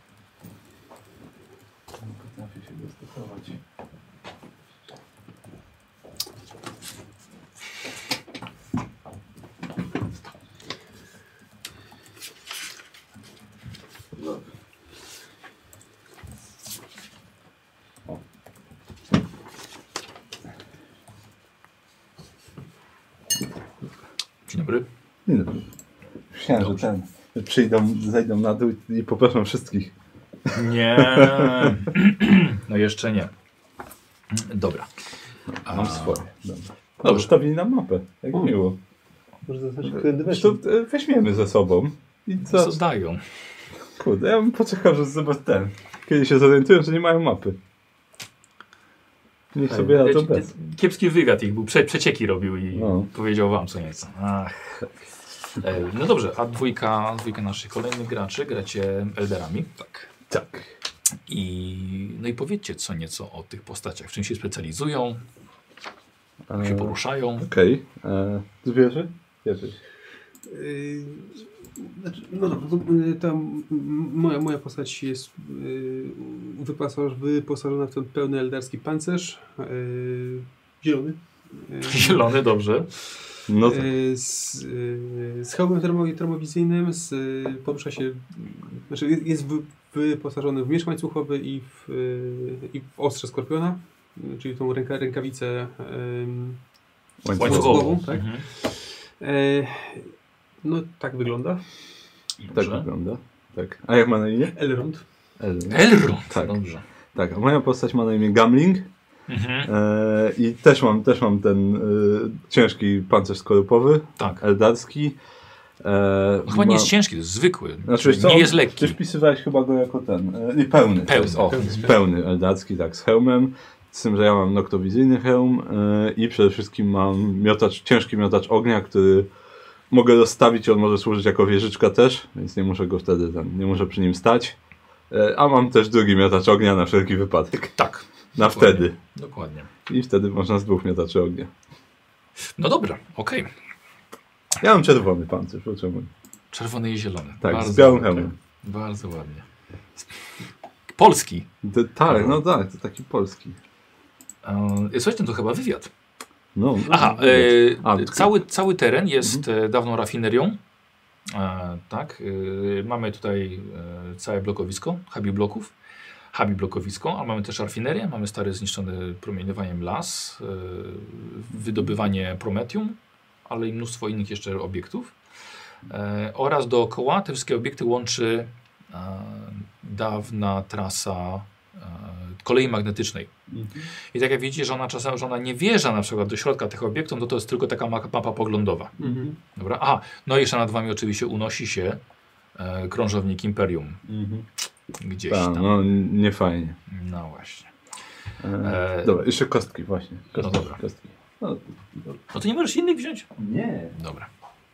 Nie potrafię się dostosować. Dobra. Nie no. Myślałem, że ten, że przyjdą, zejdą na dół i poproszą wszystkich. Nie. No jeszcze nie. Dobra. A, mam swoje. Dobra. Dobrze. Dobrze. Zostawili nam mapę. Jak O. miło. Może zostać To e, weźmiemy ze sobą. I co? Co dają? Kurde, ja bym poczekał, że zobacz ten. Kiedy się zorientują, że nie mają mapy. Niech sobie na to bez. Kiepski wywiad ich był, prze, przecieki robił i No. powiedział wam co nieco. Ach. E, no dobrze, a dwójka, dwójka naszych kolejnych graczy gracie Elderami. Tak. Tak. I, no i powiedzcie co nieco o tych postaciach. W czym się specjalizują, jak się E, poruszają. Okej. Okay. Zwierzę? Zwierzę. Yy, znaczy, no dobra, to, yy, ta m- moja, moja postać jest yy, wyposaż- wyposażona w ten pełny eldarski pancerz, yy, zielony. Yy, Zielony, dobrze. No tak. yy, z, yy, z hełmem termo- termowizyjnym, z, yy, porusza się, znaczy jest- jest wy, wyposażony w miecz łańcuchowy i w, yy, i w ostrze skorpiona, yy, czyli tą ręka, rękawicę yy, Łańcuchową. tak? Mhm. Yy, no tak wygląda. Tak Dobrze. wygląda. Tak. A jak ma na imię? Elrond. Elrond. Elrond, Tak. dobrze. Tak, a moja postać ma na imię Gamling. Mhm. E, I też mam, też mam ten e, ciężki pancerz skorupowy, Tak. eldarski. E, Chyba nie ma- jest ciężki, to jest zwykły. Znaczy, wiesz co, nie on- jest lekki. Ty wpisywałeś chyba go jako ten, e, nie, pełny. Pełny. Jest, o, Pełny. pełny, pełny eldarski, tak, z hełmem. Z tym, że ja mam noktowizyjny hełm e, i przede wszystkim mam miotacz, ciężki miotacz ognia, który mogę rozstawić i on może służyć jako wieżyczka też, więc nie muszę go wtedy, ten, nie muszę przy nim stać. E, a mam też drugi miotacz ognia na wszelki wypadek. Tak. Na Dokładnie. wtedy. Dokładnie. I wtedy można z dwóch miotaczy ognia. No dobra, okej. Ja mam czerwony pancerz, czemu? Czerwony i zielony. Tak, Bardzo z białym ładnie. hełmem. Bardzo ładnie. Polski. To, tak, no tak, to taki polski. E, słuchajcie, to chyba wywiad. No, no, Aha, no, e, A, tylko- cały, cały teren jest e, dawną rafinerią. E, tak, e, mamy tutaj e, całe blokowisko, hubi bloków, hubi blokowisko, a mamy też rafinerię, mamy stary zniszczony promieniowaniem las, e, wydobywanie prometium, ale i mnóstwo innych jeszcze obiektów. E, oraz dookoła te wszystkie obiekty łączy e, dawna trasa e, kolei magnetycznej. I tak jak widzicie, że ona czasem, że ona nie wjeżdża na przykład do środka tych obiektów, no to jest tylko taka mapa, mapa poglądowa. Mhm. Dobra? Aha, no i jeszcze nad wami oczywiście unosi się e, krążownik Imperium. Mhm. Gdzieś Ta, tam. no nie fajnie. No właśnie. E, E, dobra, jeszcze kostki właśnie. Kostki, no dobra. Kostki. No, No to nie możesz innych wziąć? nie. Dobra.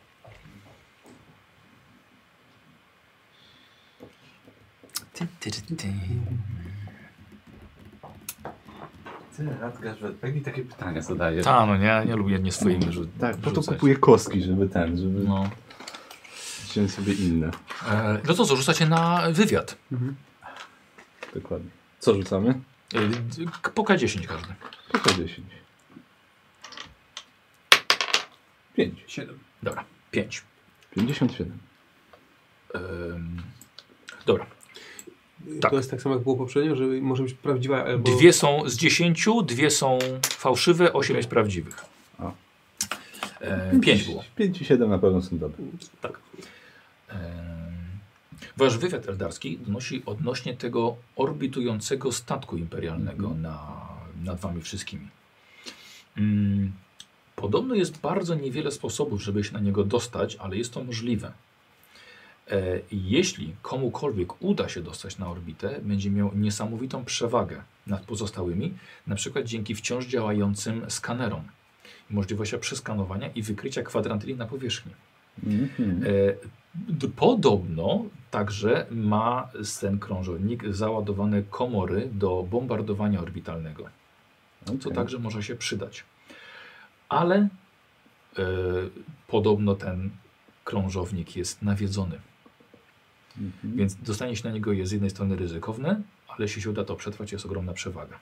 Ty, ty, ty, ty. Ty, Radgasz, tak mi takie pytania zadajesz. Ta, no nie, nie lubię nie swoimi rzut. Tak, po to rzucać. kupuję kostki, żeby ten, żeby No. wziąć sobie inne. E, no to co, rzucacie na wywiad. Dokładnie. Co rzucamy? E, d- po K dziesięć każdy. Tylko dziesięć. pięć. siedem. Dobra, pięć. pięćdziesiąt siedem. Ym, dobra. Tak. To jest tak samo jak było poprzednio, że może być prawdziwa albo... Dwie są z dziesięciu, dwie są fałszywe, osiem jest prawdziwych. A. E, pięć było. pięć i siedem na pewno są dobre. Tak. E, wasz wywiad eldarski donosi odnośnie tego orbitującego statku imperialnego na, nad wami wszystkimi. Mm, podobno jest bardzo niewiele sposobów, żeby się na niego dostać, ale jest to możliwe. E, jeśli komukolwiek uda się dostać na orbitę, będzie miał niesamowitą przewagę nad pozostałymi, na przykład dzięki wciąż działającym skanerom, możliwością przeskanowania i wykrycia kwadrantyli na powierzchni. Mhm. E, d- podobno także ma ten krążownik załadowane komory do bombardowania orbitalnego, co Okej. także może się przydać. Ale e, podobno ten krążownik jest nawiedzony. Mhm. Więc dostanie się na niego jest z jednej strony ryzykowne, ale jeśli się uda to przetrwać, jest ogromna przewaga.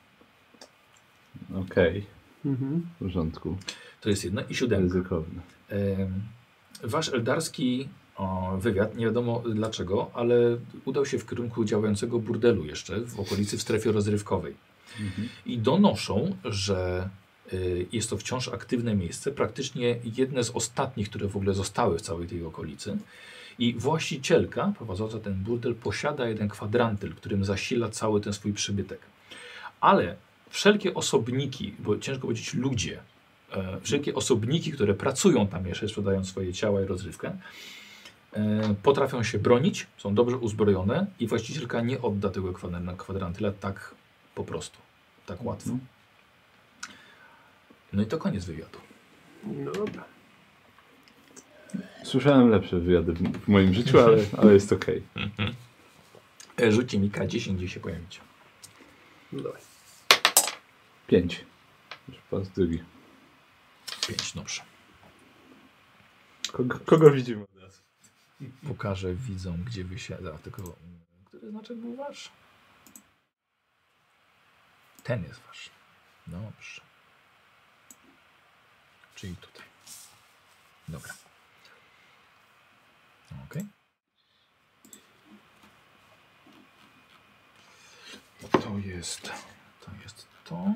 Okej, Mhm. w porządku. To jest jedno. I siódemka. Ryzykowne. Em, Wasz eldarski o, wywiad, nie wiadomo dlaczego, ale udał się w kierunku działającego burdelu jeszcze w okolicy w strefie rozrywkowej. Mhm. I donoszą, że Y, Jest to wciąż aktywne miejsce, praktycznie jedne z ostatnich, które w ogóle zostały w całej tej okolicy. I właścicielka prowadząca ten burdel posiada jeden kwadrantyl, którym zasila cały ten swój przybytek. Ale wszelkie osobniki, bo ciężko powiedzieć ludzie, e, wszelkie osobniki, które pracują tam jeszcze, sprzedają swoje ciała i rozrywkę, e, potrafią się bronić, są dobrze uzbrojone i właścicielka nie odda tego kwadr- kwadrantyla tak po prostu, tak łatwo. No i to koniec wywiadu. No dobra. Słyszałem lepsze wywiady w, w moim życiu, ale, ale jest okej. E, Rzućcie mi K dziesięć, gdzie się pojawicie. No dawaj. Pięć. Już po raz drugi. pięć, dobrze. Kogo, kogo widzimy od razu? Pokażę widzom, gdzie wysiada. Tylko, który znaczek był wasz? Ten jest wasz. Dobrze. Czyli tutaj. Dobra. Ok. To jest. To jest to.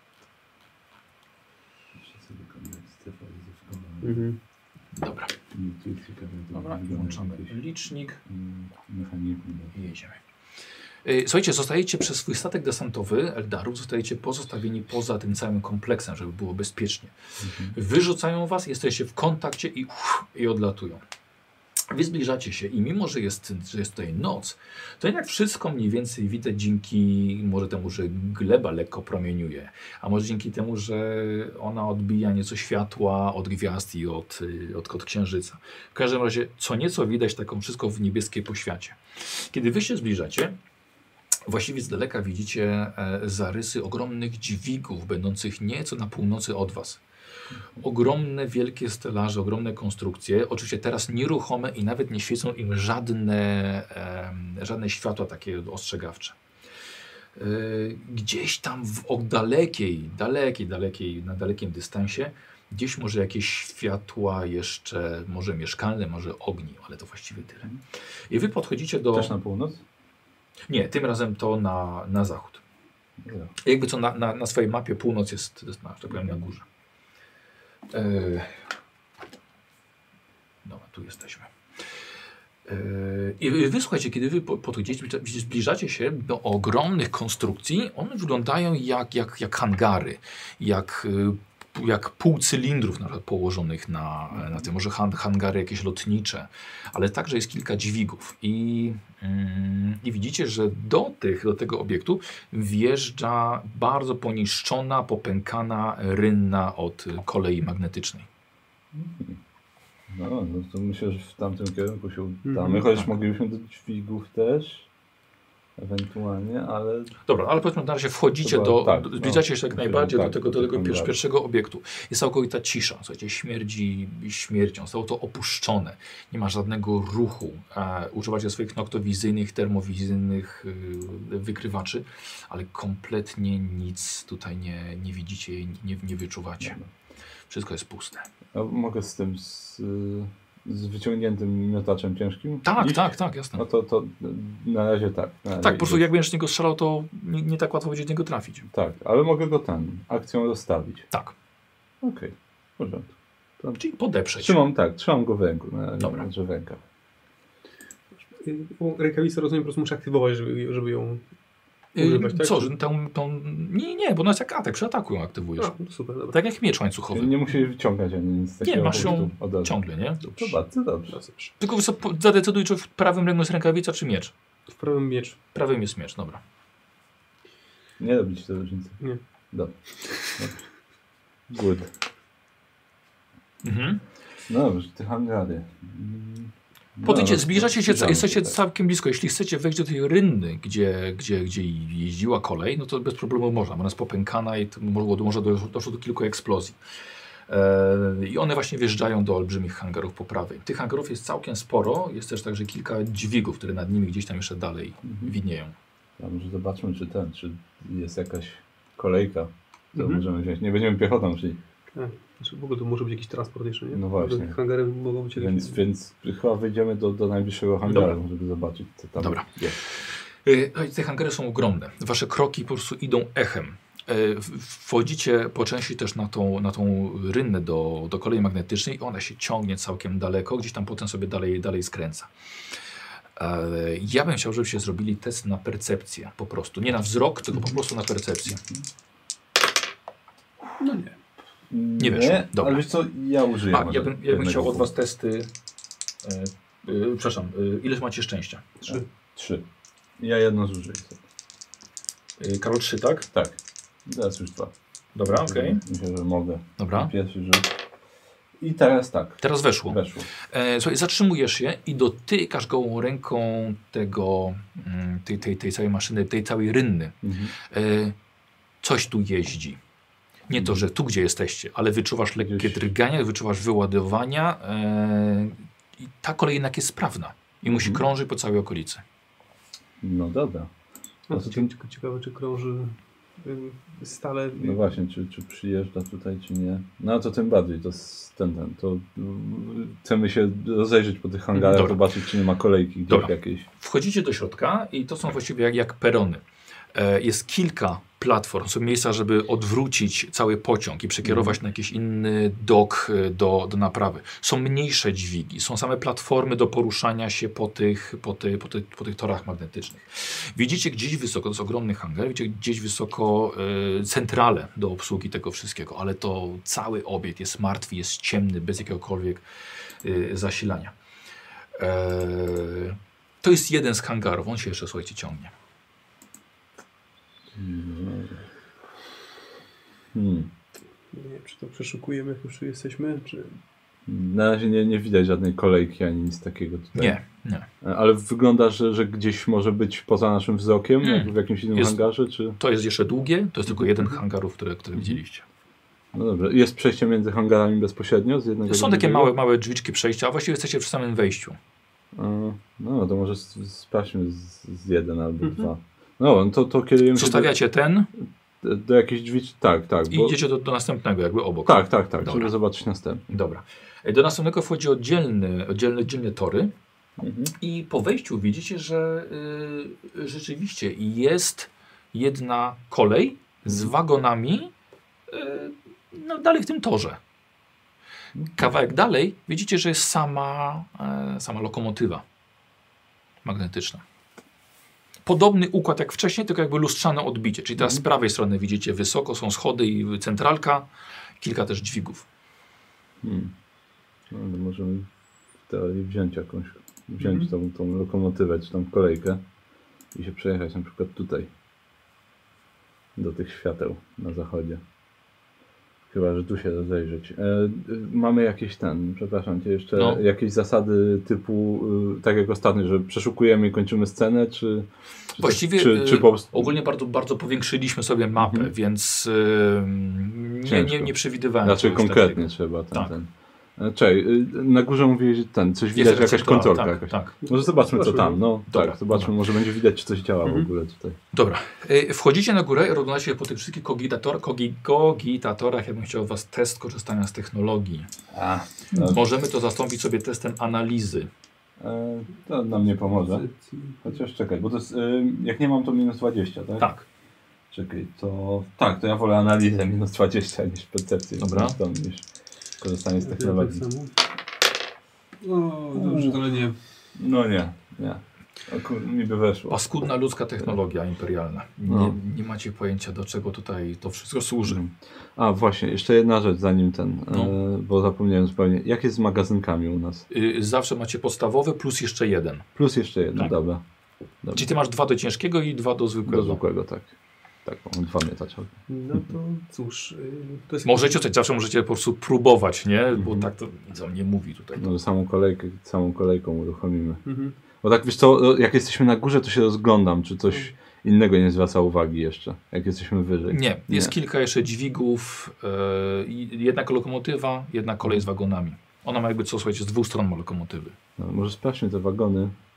Mhm. Dobra. Dobra, włączamy licznik Mechaniku. i jedziemy. Yy, Słuchajcie, zostajecie przez swój statek desantowy Eldarów, zostajecie pozostawieni poza tym całym kompleksem, żeby było bezpiecznie. Wyrzucają was, jesteście w kontakcie i, uff, i odlatują. Wy zbliżacie się i mimo, że jest, że jest tutaj noc, to jednak wszystko mniej więcej widać dzięki może temu, że gleba lekko promieniuje, a może dzięki temu, że ona odbija nieco światła od gwiazd i od, od, od księżyca. W każdym razie co nieco widać taką wszystko w niebieskiej poświacie. Kiedy wy się zbliżacie, właściwie z daleka widzicie e, zarysy ogromnych dźwigów będących nieco na północy od was. Ogromne, wielkie stelaże, ogromne konstrukcje, oczywiście teraz nieruchome i nawet nie świecą im żadne, e, żadne światła takie ostrzegawcze. E, gdzieś tam w o dalekiej, dalekiej, dalekiej, na dalekim dystansie, gdzieś może jakieś światła jeszcze, może mieszkalne, może ogni, ale to właściwie tyle. I wy podchodzicie do... Też na północ? Nie, tym razem to na, na zachód. Ja. Jakby co na, na, na swojej mapie północ jest, jest na, tak powiem, na górze. Yy... Dobra, tu jesteśmy. Yy... I wy słuchajcie, kiedy wy podchodzicie, zbliżacie się do ogromnych konstrukcji, one wyglądają jak, jak, jak hangary, jak, jak pół cylindrów na przykład położonych na, na tym, może han, hangary jakieś lotnicze, ale także jest kilka dźwigów. I, yy, i widzicie, że do, tych, do tego obiektu wjeżdża bardzo poniszczona, popękana rynna od kolei magnetycznej. No, no to myślę, że w tamtym kierunku się udamy, Mhm, chociaż tak. moglibyśmy do dźwigów też, ewentualnie, ale... Dobra, ale powiedzmy na razie wchodzicie Chyba do, tak, do no. zbliżacie się jak Myślę, najbardziej tak, do tego, do do tego tych pier- hangarów. pierwszego obiektu. Jest całkowita cisza, słuchajcie, śmierdzi śmiercią, zostało to opuszczone, nie ma żadnego ruchu. E, używacie swoich noktowizyjnych, termowizyjnych y, wykrywaczy, ale kompletnie nic tutaj nie, nie widzicie i nie, nie wyczuwacie. Wszystko jest puste. A mogę z tym, z, z wyciągniętym miotaczem ciężkim? Tak, iść? tak, tak, jasne. No to, to na razie tak. Na razie Tak, po prostu idę. jak będziesz z niego strzelał, to nie, nie tak łatwo będzie z niego trafić. Tak, ale mogę go ten, akcją rozstawić. Tak, Okej, w porządku. To czyli podeprzeć. trzymam, tak, trzymam go w ręku, na, Dobra. na w rękach. Y, bo Rękawicę rozumiem, po prostu muszę aktywować, żeby, żeby ją Yy, używać, tak? Co, że tą, tą... Nie, nie, bo ona jest jak atak, przy ataku ją aktywujesz. A, no super, dobra. Tak jak miecz łańcuchowy. Nie musi wyciągać ani nic takiego. Nie, masz po ją prostu od razu. ciągle, nie? To bardzo dobrze. Dobrze. Tylko wiesz co, po- zadecyduj, czy w prawym ręku jest rękawica, czy miecz. W prawym miecz. Prawym jest miecz, dobra. Nie robić tej różnicy. Nie. Dobrze. Dobrze. Good. Mhm. No dobrze, te hangary. Mm, Podejście, no, zbliżacie się, zbliżamy jesteście tak. całkiem blisko. Jeśli chcecie wejść do tej rynny, gdzie, gdzie, gdzie jeździła kolej, no to bez problemu można. Ona jest popękana i to mogło, może do, doszło do kilku eksplozji. E, I one właśnie wjeżdżają do olbrzymich hangarów po prawej. Tych hangarów jest całkiem sporo. Jest też także kilka dźwigów, które nad nimi gdzieś tam jeszcze dalej Mhm. widnieją. A może zobaczmy, czy ten, czy jest jakaś kolejka, którą Mhm. możemy wziąć. Nie będziemy piechotą szli, A, znaczy w ogóle to może być jakiś transport jeszcze, nie? No właśnie. Do hangary mogą być jakieś... więc, więc chyba wyjdziemy do, do najbliższego hangaru, żeby zobaczyć, co tam Dobra. jest. E, Te hangary są ogromne. Wasze kroki po prostu idą echem. w- Wchodzicie po części też na tą, na tą rynnę do, do kolei magnetycznej i ona się ciągnie całkiem daleko, gdzieś tam potem sobie dalej, dalej skręca. E, Ja bym chciał, żebyście zrobili test na percepcję po prostu. Nie na wzrok, tylko po prostu na percepcję. No nie. Nie weszło. Dobra. Ale wiesz co, ja użyję. A, może ja bym, ja bym jednego chciał od punktu. was testy. E, e, przepraszam, e, ileż macie szczęścia? Trzy. Trzy. Ja jedno zużyję. E, Karol trzy, tak? Tak. Teraz już dwa. Dobra, okej. Myślę, że mogę. Dobra. Pierwszy rzut. I teraz tak. Teraz weszło. Weszło. E, słuchaj, zatrzymujesz się i dotykasz gołą ręką tego, mm, tej, tej, tej całej maszyny, tej całej rynny. Mhm. E, coś tu jeździ. Nie to, że tu gdzie jesteście, ale wyczuwasz lekkie Gdzieś. drgania, wyczuwasz wyładowania e, i ta kolej jednak jest sprawna i musi Mhm. krążyć po całej okolicy. No dobra. No No to to ciekawe, ciekawe, czy krąży y, stale. No właśnie, czy, czy przyjeżdża tutaj, czy nie. No to tym bardziej, to jest ten, ten, to mm, chcemy się rozejrzeć po tych hangarach, Dobra. zobaczyć, czy nie ma kolejki gdzieś Dobra. jakiejś. Wchodzicie do środka i to są właściwie jak, jak perony. E, jest kilka platform, są miejsca, żeby odwrócić cały pociąg i przekierować na jakiś inny dok e, do, do naprawy. Są mniejsze dźwigi, są same platformy do poruszania się po tych, po, ty, po, ty, po tych torach magnetycznych. Widzicie gdzieś wysoko, to jest ogromny hangar, widzicie gdzieś wysoko e, centralę do obsługi tego wszystkiego, ale to cały obiekt jest martwy, jest ciemny, bez jakiegokolwiek e, zasilania. E, to jest jeden z hangarów, on się jeszcze, słuchajcie, ciągnie. Hmm. Nie wiem, czy to przeszukujemy, jak już tu jesteśmy, czy... Na razie nie, nie widać żadnej kolejki ani nic takiego tutaj. Nie, nie. Ale wygląda, że, że gdzieś może być poza naszym wzrokiem, Mm. jak w jakimś innym Jest- hangarze, czy... To jest jeszcze długie, to jest tylko jeden hangarów, które, które widzieliście. No dobrze. Jest przejście między hangarami bezpośrednio z jednego Są do takie drugiego? małe, małe drzwiczki przejścia, a właściwie jesteście przy samym wejściu. A, no to może s- sprawdźmy z, z jeden albo Mhm. dwa. No, no to, to kierujemy się Zostawiacie ten do, do jakiejś drzwi, tak, tak. i bo- idziecie do, do następnego, jakby obok. Tak, tak, tak, Dobra. żeby zobaczyć następny. Dobra. Do następnego wchodzi oddzielny, oddzielne, oddzielne tory Mhm. i po wejściu widzicie, że y, rzeczywiście jest jedna kolej z wagonami y, no, dalej w tym torze. Kawałek dalej widzicie, że jest sama, e, sama lokomotywa magnetyczna. Podobny układ jak wcześniej, tylko jakby lustrzane odbicie. Czyli teraz z prawej strony widzicie wysoko, są schody i centralka, kilka też dźwigów. Hmm. No, to możemy w teorii wziąć jakąś, wziąć tą, tą lokomotywę czy tą kolejkę i się przejechać na przykład tutaj do tych świateł na zachodzie. Chyba, że tu się rozejrzeć. E, y, mamy jakieś ten, przepraszam cię, jeszcze No. jakieś zasady typu, y, tak jak ostatnio, że przeszukujemy i kończymy scenę, czy, czy, Właściwie czy, czy y, po prostu... ogólnie bardzo, bardzo powiększyliśmy sobie mapę, Mhm. więc y, nie, Ciężko. nie, nie przewidywałem. Raczej czegoś konkretnie takiego. trzeba ten, Tak. ten. E, Czekaj, y, na górze mówiłeś, że ten, coś widać, Jest jakaś receptora, konsolka tak, jakaś. tak. Może zobaczmy co Zobaczmy. tam, no Dobra, tak, zobaczmy, dobra. może będzie widać, czy coś działa Mhm. w ogóle tutaj. Dobra. Y, Wchodzicie na górę i rozglądacie się po tych wszystkich kogitator, kogi, kogitatorach. Ja bym chciał od was test korzystania z technologii. A, no, Możemy to zastąpić sobie testem analizy. e, to nam nie pomoże. Chociaż czekaj, bo to jest, y, jak nie mam to minus dwadzieścia, tak? Tak. Czekaj, to tak, to ja wolę analizę minus dwadzieścia niż percepcję. Dobra. Niż, tam, niż korzystanie z Tak technologii. samo. O, dobrze, ale nie. No nie, nie. O kur, mi by weszło. Paskudna ludzka technologia imperialna. Nie, No. nie macie pojęcia, do czego tutaj to wszystko służy. A właśnie, jeszcze jedna rzecz zanim ten, No. e, bo zapomniałem zupełnie. Jak jest z magazynkami u nas? Y, zawsze macie podstawowe plus jeszcze jeden. Plus jeszcze jedno, Tak. dobra. dobra. Czyli ty masz dwa do ciężkiego i dwa do zwykłego. Do zwykłego, tak. Tak, mam dwa miotaczowe. No to cóż, y, to jest... Możecie, coś, zawsze możecie po prostu próbować, nie? Bo Mhm. tak to nic wam nie mówi tutaj. No, samą kolejkę, całą kolejką uruchomimy. Mhm. Bo tak, wiesz co, jak jesteśmy na górze, to się rozglądam, czy coś innego nie zwraca uwagi jeszcze, jak jesteśmy wyżej. Nie, jest Nie. kilka jeszcze dźwigów, yy, jedna lokomotywa, jedna kolej z wagonami. Ona ma jakby co, słuchajcie, z dwóch stron ma lokomotywy. No, może sprawdźmy te wagony,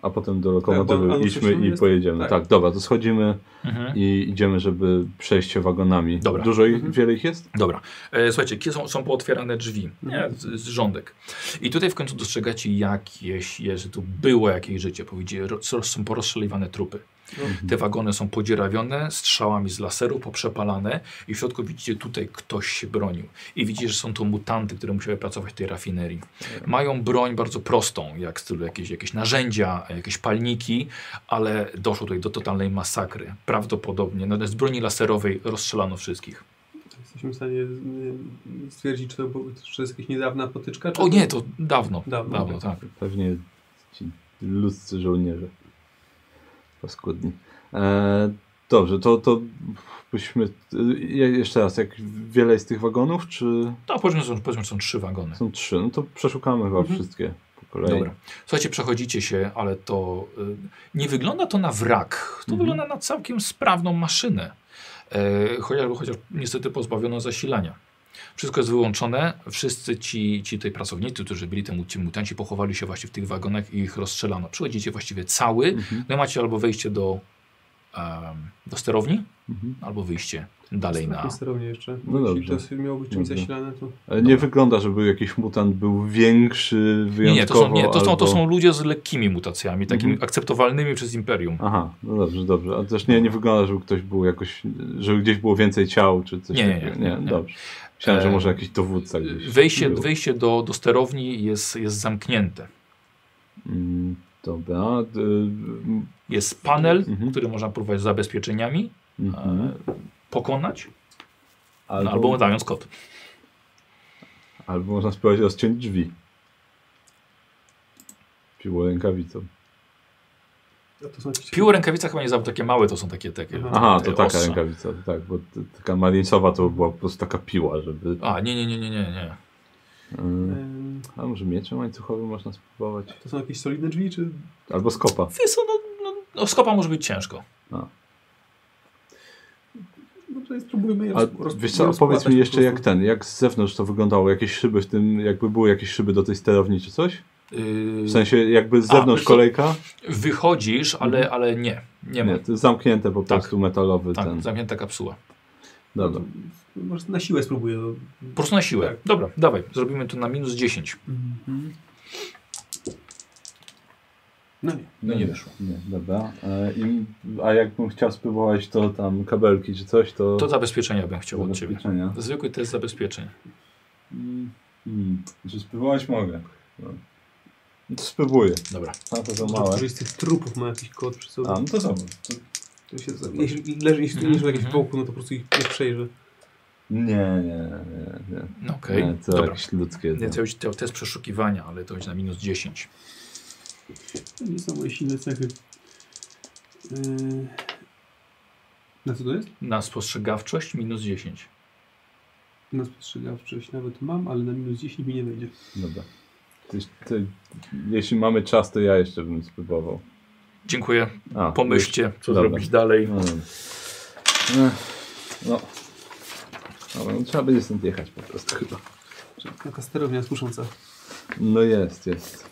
a potem do lokomotywy bo- a idźmy i jest? pojedziemy. Tak. Tak. Dobra, to schodzimy Mhm. i idziemy, żeby przejść się wagonami. Dobra. Dużo ich, Mhm. wiele ich jest? Dobra. E, słuchajcie, kiedy są, są pootwierane drzwi, nie, z, z rządek. I tutaj w końcu dostrzegacie jakieś, je, że tu było jakieś życie. Powiedzie, ro, są porozstrzeliwane trupy. Te wagony są podzierawione strzałami z laseru, poprzepalane i w środku widzicie, tutaj ktoś się bronił. I widzicie, że są to mutanty, które musiały pracować w tej rafinerii. Mają broń bardzo prostą, jak w stylu jakieś, jakieś narzędzia, jakieś palniki, ale doszło tutaj do totalnej masakry. Prawdopodobnie no, z broni laserowej rozstrzelano wszystkich. Jesteśmy w stanie y, stwierdzić, czy to, było- czy to jest jakaś niedawna potyczka? Czy O nie, to dawno. Dawno, Dawno, okej. tak. Pewnie ci ludzcy żołnierze. Paskudni. E, dobrze, to, to byśmy... Je, jeszcze raz, jak wiele jest tych wagonów, czy No, powiedzmy, że są, powiedzmy, że są trzy wagony. są trzy? No to przeszukamy chyba Mhm. wszystkie po kolei. Dobra. Słuchajcie, przechodzicie się, ale to y, nie wygląda to na wrak. To Mhm. wygląda na całkiem sprawną maszynę. E, chociaż, chociaż niestety pozbawiono zasilania. Wszystko jest wyłączone. Wszyscy ci, ci tutaj pracownicy, którzy byli temu, ci mutanci, pochowali się właśnie w tych wagonach i ich rozstrzelano. Przychodzicie właściwie cały. Mhm. No i macie albo wejście do, em, do sterowni, Mhm. albo wyjście dalej na... Na sterownię jeszcze. No Jeśli dobrze. to miało być czymś Dobrze. zasilane, to... Ale nie wygląda, żeby jakiś mutant był większy, Nie, wyjątkowo, nie, to są, nie to, są, to albo... są ludzie z lekkimi mutacjami, takimi Mhm. akceptowalnymi przez Imperium. Aha, no dobrze, dobrze. A też nie, nie wygląda, żeby ktoś był jakoś, żeby gdzieś było więcej ciał, czy coś Nie, nie, takiego. nie, nie, nie. Dobrze. Myślałem, że E, może jakiś dowódca gdzieś Wejście, był. wejście do, do sterowni jest, jest zamknięte. Mm, dobra. y, Jest panel, Mhm. który można próbować z zabezpieczeniami mhm. e, pokonać, Albo, no, albo dając kod. albo można spróbować rozciąć drzwi. Piło rękawicą. A to są jakieś... Piło rękawica chyba nie za takie małe, to są takie takie. Aha. Aha, to e, taka ostrza. rękawica, tak, bo t- taka marinesowa to była po prostu taka piła, żeby... A, nie, nie, nie, nie, nie, nie. y, Em, a może mieczem łańcuchowym można spróbować? To są jakieś solidne drzwi, czy... Albo skopa. Wiesz co, no, no, no, skopa może być ciężko. No to spróbujmy je A roz, roz, wiesz je co, rozpłatać powiedz mi po jeszcze prostu. jak ten, jak z zewnątrz to wyglądało, jakieś szyby w tym, jakby były jakieś szyby do tej sterowni czy coś? Yy, W sensie jakby z A, zewnątrz wiesz co? kolejka? wychodzisz, ale, ale nie. Nie ma. Nie, to jest zamknięte po Tak. prostu metalowy Tak, ten. zamknięta kapsuła. Dobra. Może na siłę spróbuję. No. Po prostu na siłę. Tak. Dobra, dawaj. Zrobimy to na minus dziesięć. Mhm. No nie. No nie wyszło. Nie, dobra. E, i, a jakbym chciał spróbować to tam kabelki czy coś, to... To zabezpieczenia bym chciał od ciebie. zabezpieczenia. Zwykły test zabezpieczeń. Mm, mm, Czy spróbować mogę? No. No to spróbuję. Dobra. A to za Może małe. któryś z tych trupów ma jakiś kod przy sobie. A, no to dobra. To... To się, jeśli leży, jeśli Mhm, leży jakieś mhm. boku, no to po prostu ich nie przejrzę. Nie, nie, nie. nie. No okej. Nie, to Dobra. jakieś ludzkie. Nie, To... to już to test przeszukiwania, ale to będzie na minus dziesięć. To nie są moje silne cechy. Yy... Na co to jest? Na spostrzegawczość minus dziesięć. Na spostrzegawczość nawet mam, ale na minus dziesięć mi nie wejdzie. Dobra. To, to, jeśli mamy czas, to ja jeszcze bym spróbował. Dziękuję. A, Pomyślcie, co Dobra. zrobić dalej. No, no. Dobra, no trzeba będzie stąd jechać po prostu chyba. Taka sterownia słysząca. No jest, jest.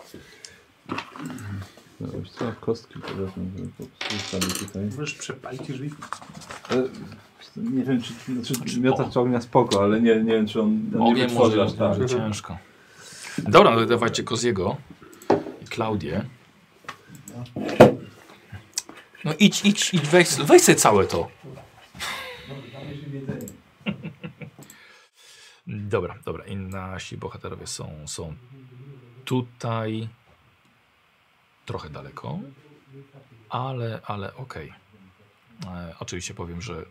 No, już trzeba kostki powiedzmy, żeby po prostu ustawić tutaj. Możesz przepalić drzwi? Ale, nie wiem, czy, czy miotacz ognia spoko, ale nie, nie wiem, czy on, on nie Ogniem wytworzy może aż tak. być ciężko. Dobra, no dawajcie Koziego i Klaudię. No idź, idź, idź, weź, weź sobie całe to. Dobra, dobra. I nasi bohaterowie są, są tutaj trochę daleko, ale, ale okej. E, oczywiście powiem, że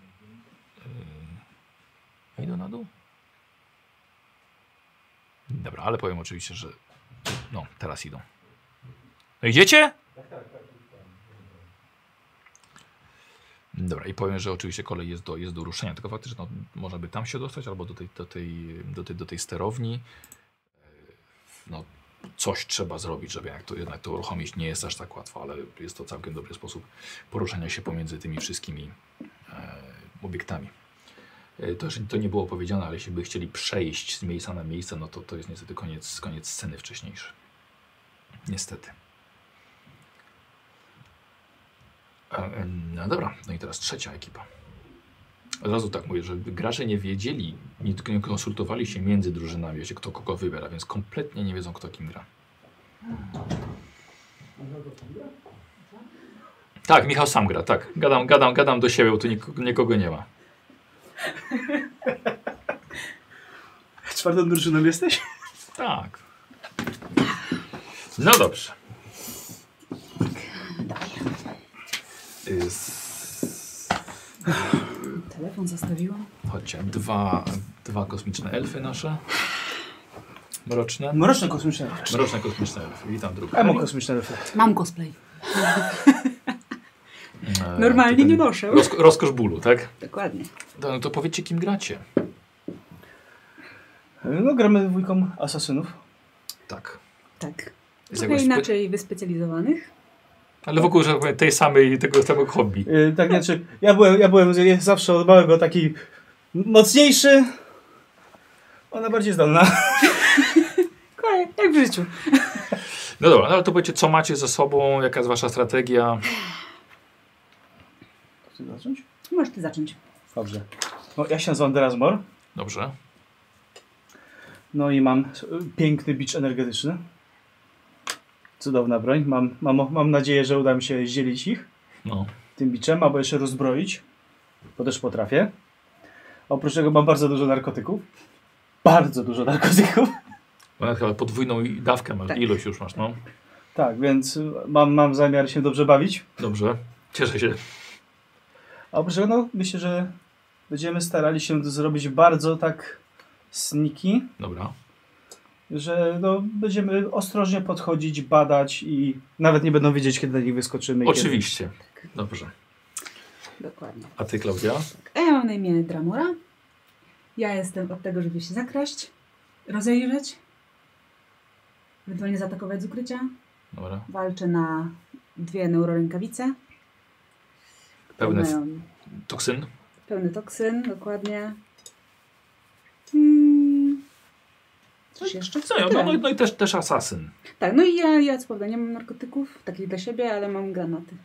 yy, idą na dół. Dobra, ale powiem oczywiście, że no, teraz idą. No idziecie? Dobra, i powiem, że oczywiście kolej jest do, jest do ruszenia, tylko faktycznie no, można by tam się dostać, albo do tej, do tej, do tej, do tej sterowni. No, coś trzeba zrobić, żeby jak to, jednak to uruchomić. Nie jest aż tak łatwo, ale jest to całkiem dobry sposób poruszania się pomiędzy tymi wszystkimi e, obiektami. E, to, że to nie było powiedziane, ale jeśli by chcieli przejść z miejsca na miejsce, no to to jest niestety koniec, koniec sceny wcześniejszy. Niestety. E, no dobra, no i teraz trzecia ekipa. Od razu tak mówię, że gracze nie wiedzieli, nie, nie konsultowali się między drużynami, wiecie, kto kogo wybiera, więc kompletnie nie wiedzą, kto kim gra. Tak, Michał sam gra, tak. Gadam, gadam, gadam do siebie, bo tu nikogo, nikogo nie ma. Czwartą drużyną jesteś? Tak. No dobrze. Jest... Telefon zostawiłam. Chodźcie, dwa, dwa kosmiczne elfy nasze. Mroczne. Mroczne kosmiczne. Mroczne kosmiczne elfy. Witam drugi. Ja mam kosmiczne elfy. Mam cosplay. E, Normalnie ten nie noszę. Rozko rozkosz bólu, tak? Dokładnie. No, no to powiedzcie, kim gracie. No gramy dwójką asasynów. Tak. Tak. Jest Trochę jakoś spe- inaczej wyspecjalizowanych. Ale wokół, że tak powiem, tej samej, tego samego hobby. Yy, tak, znaczy, ja byłem, ja byłem zawsze od małego taki mocniejszy. Ona bardziej zdolna. Kolej, jak w życiu. No dobra, no ale to powiedzcie, co macie ze sobą, jaka jest wasza strategia. Chcesz zacząć? Możesz ty zacząć. Dobrze. No, ja się nazywam Derasmor. Dobrze. No i mam piękny bicz energetyczny. Cudowna broń. Mam, mam, mam nadzieję, że uda mi się zdzielić ich No. tym biczem, albo jeszcze rozbroić, bo też potrafię. Oprócz tego mam bardzo dużo narkotyków. Bardzo dużo narkotyków. Bo chyba podwójną i- dawkę masz, Tak. ilość już masz, no. Tak, więc mam, mam zamiar się dobrze bawić. Dobrze. Cieszę się. A oprócz tego, no, myślę, że będziemy starali się to zrobić bardzo tak sneaky, Dobra. że no, będziemy ostrożnie podchodzić, badać i nawet nie będą wiedzieć, kiedy na nich wyskoczymy. i Oczywiście. Dobrze. Dokładnie. A ty, Klaudia? A ja mam na imię Dramora. Ja jestem od tego, żeby się zakraść, rozejrzeć, ewentualnie zaatakować z ukrycia. Dobra. Walczę na dwie neurorękawice. Pełny f- Mają toksyn? pełny toksyn, dokładnie. Hmm. Coś jeszcze? Co, no, Tyle. no, no i też, też asasyn. Tak, no i ja, ja co prawda nie mam narkotyków, takich dla siebie, ale mam granaty.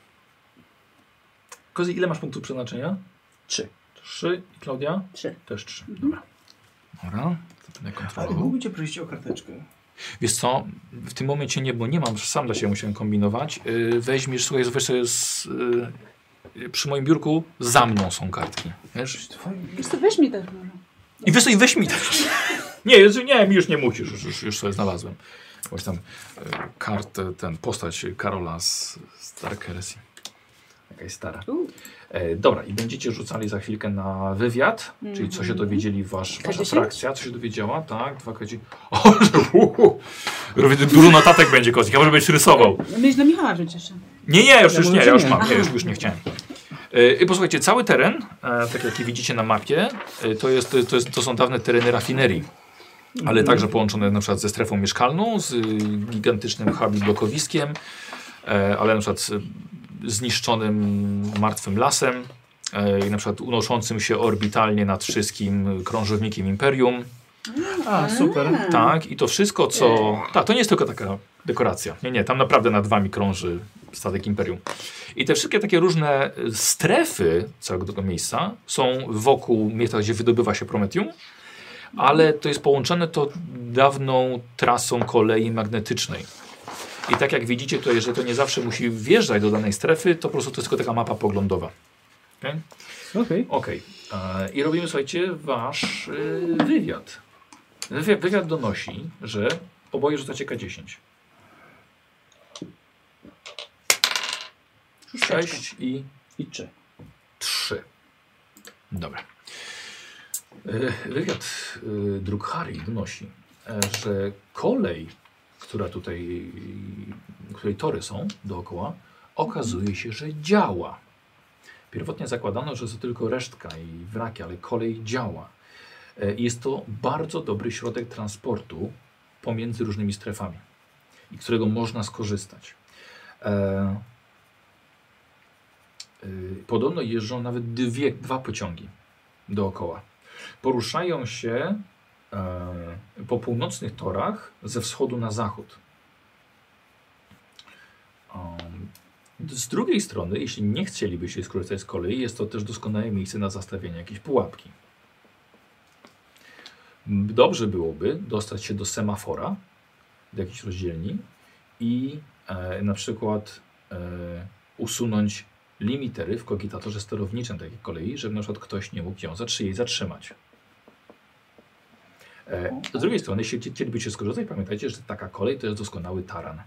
Kozy, ile masz punktów przeznaczenia? Trzy. Trzy. I Klaudia? Trzy. Też trzy. Mhm. Dobra. Dobra. To będę Ale kontrolował. mógłby prosić o karteczkę. Wiesz co, w tym momencie nie, bo nie mam, sam dla siebie musiałem kombinować. Yy, weźmiesz, słuchaj, weź sobie z, yy, przy moim biurku za mną są kartki. Wiesz? Wiesz co, weź mi też może. I weź, i weź mi też. Nie, Jezu, nie, mi już nie musisz, już, już, już sobie znalazłem. Jakąś tam yy, kartę, ten postać Karola z, z Dark Heresy. Jakaś stara. U. E, dobra, i będziecie rzucali za chwilkę na wywiad, Mhm. czyli co się dowiedzieli wasz, wasza K dziesięć? frakcja, co się dowiedziała, tak, dwa K dziesięć. O, że uhu, dużo notatek będzie, Kozik, ja może będziesz rysował. Mieć dla Michała żyć jeszcze. Nie, nie, już, Ja już może nie, ja już nie. mam, nie, już, już nie chciałem. E, I posłuchajcie, cały teren, e, tak jak widzicie na mapie, e, to, jest, to, jest, to są dawne tereny rafinerii, ale także połączone na przykład ze strefą mieszkalną, z y, gigantycznym hubi blokowiskiem, e, ale na przykład z, zniszczonym martwym lasem e, i na przykład unoszącym się orbitalnie nad wszystkim krążownikiem Imperium. A, super. A. Tak, i to wszystko, co... Tak, to nie jest tylko taka dekoracja. Nie, nie, tam naprawdę nad wami krąży statek Imperium. I te wszystkie takie różne strefy całego tego miejsca są wokół miejsca, gdzie wydobywa się Prometium, ale to jest połączone to dawną trasą kolei magnetycznej. I tak jak widzicie, to jeżeli to nie zawsze musi wjeżdżać do danej strefy, to po prostu to jest tylko taka mapa poglądowa. Okay? Okej. Okej. E, I robimy, słuchajcie, wasz y, wywiad. wywiad. Wywiad donosi, że oboje rzucacie K dziesięć. sześć i I trzy. trzy. Dobra. E, Wywiad y, Drukhari donosi, e, że kolej, która tutaj, której tory są dookoła, okazuje się, że działa. Pierwotnie zakładano, że to tylko resztka i wraki, ale kolej działa. E, Jest to bardzo dobry środek transportu pomiędzy różnymi strefami i którego można skorzystać. E, y, Podobno jeżdżą nawet dwie, dwa pociągi dookoła. Poruszają się e, po północnych torach ze wschodu na zachód. Um, Z drugiej strony, jeśli nie chcielibyście skorzystać z kolei, jest to też doskonałe miejsce na zastawienie jakiejś pułapki. Dobrze byłoby dostać się do semafora, do jakiejś rozdzielni i e, na przykład e, usunąć limitery w kogitatorze sterowniczym takiej kolei, żeby na przykład ktoś nie mógł ją zatrzy jej zatrzymać. E, z drugiej strony, jeśli chcielibyście skorzystać, pamiętajcie, że taka kolej to jest doskonały taran.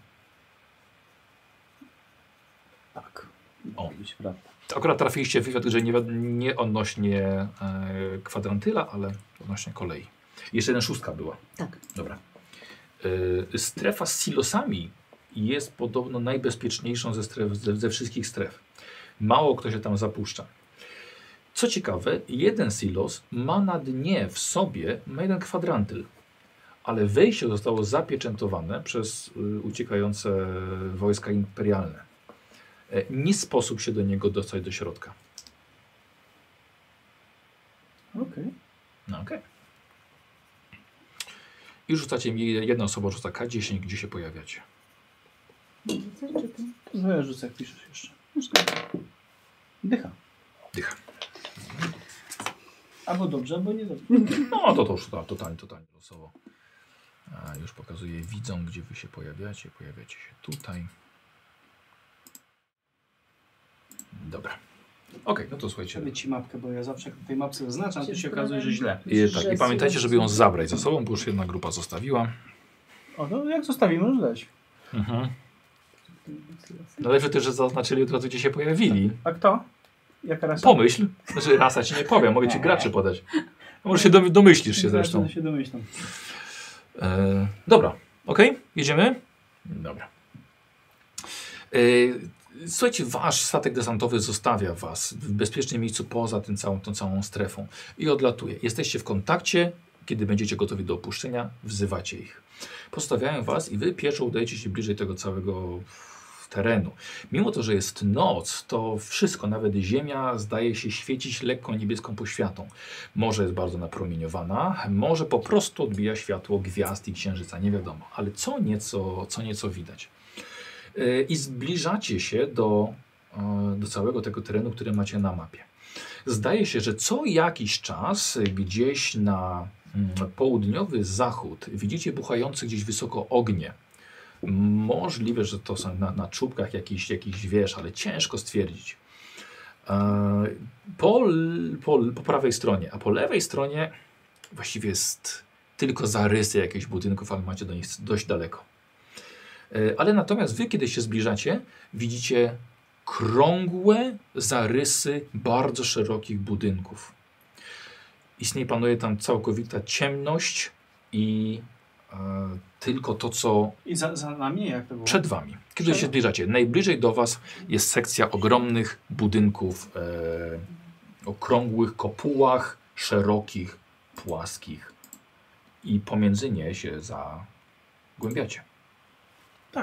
Tak. O. Może być prawda. Akurat trafiliście w wywiad, że nie, nie odnośnie e, kwadrantyla, ale odnośnie kolei. Jeszcze jedna szóstka była. Tak. Dobra. E, strefa z silosami jest podobno najbezpieczniejszą ze, stref, ze, ze wszystkich stref. Mało kto się tam zapuszcza. Co ciekawe, jeden silos ma na dnie w sobie ma jeden kwadrantyl, ale wejście zostało zapieczętowane przez y, uciekające wojska imperialne. E, nie sposób się do niego dostać do środka. Okej. Okay. No okej. Okay. I rzucacie mi, jedna osoba rzuca K dziesięć, gdzie się pojawiacie. Rzucę, czy ty? No ja rzucę, jak piszesz jeszcze. Dycha. Dycha. Albo dobrze, albo nie dobrze. No to to już to, totalnie, totalnie losowo. A, już pokazuję widzom, gdzie wy się pojawiacie. Pojawiacie się tutaj. Dobra. Okej, okay, no to słuchajcie. Zrobię ci mapkę, bo ja zawsze jak tej mapce zaznaczam, to się okazuje, że źle. I, tak, i pamiętajcie, żeby ją zabrać ze sobą, bo już jedna grupa zostawiła. O, no jak zostawimy, już leć. Mhm. No lepsze też, że zaznaczyli od razu, gdzie się pojawili. A kto? Jaka rasa? Pomyśl. Znaczy rasa ci nie powiem, mogę ci graczy podać. No, może się dom domyślisz się zresztą. się domyślam. E, dobra, okej, okay? Jedziemy? Dobra. E, słuchajcie, wasz statek desantowy zostawia was w bezpiecznym miejscu poza tym całą, tą całą strefą i odlatuje. Jesteście w kontakcie, kiedy będziecie gotowi do opuszczenia, wzywacie ich. Postawiają was i wy pieszo udajecie się bliżej tego całego terenu. Mimo to, że jest noc, to wszystko, nawet ziemia, zdaje się świecić lekką niebieską poświatą. Może jest bardzo napromieniowana, może po prostu odbija światło gwiazd i księżyca, nie wiadomo, ale co nieco, co nieco widać. Yy, I zbliżacie się do, yy, do całego tego terenu, który macie na mapie. Zdaje się, że co jakiś czas gdzieś na yy, południowy zachód widzicie buchające gdzieś wysoko ognie. Możliwe, że to są na, na czubkach jakiś, jakiś wież, ale ciężko stwierdzić. E, po, po, po prawej stronie, a po lewej stronie właściwie jest tylko zarysy jakichś budynków, ale macie do nich dość daleko. E, ale natomiast wy, kiedy się zbliżacie, widzicie krągłe zarysy bardzo szerokich budynków. Istnieje, panuje tam całkowita ciemność i e, tylko to, co I za, za nami jak to było? przed wami. Kiedy się zbliżacie, najbliżej do was jest sekcja ogromnych budynków e, o krągłych kopułach, szerokich, płaskich. I pomiędzy nie się zagłębiacie. Tak.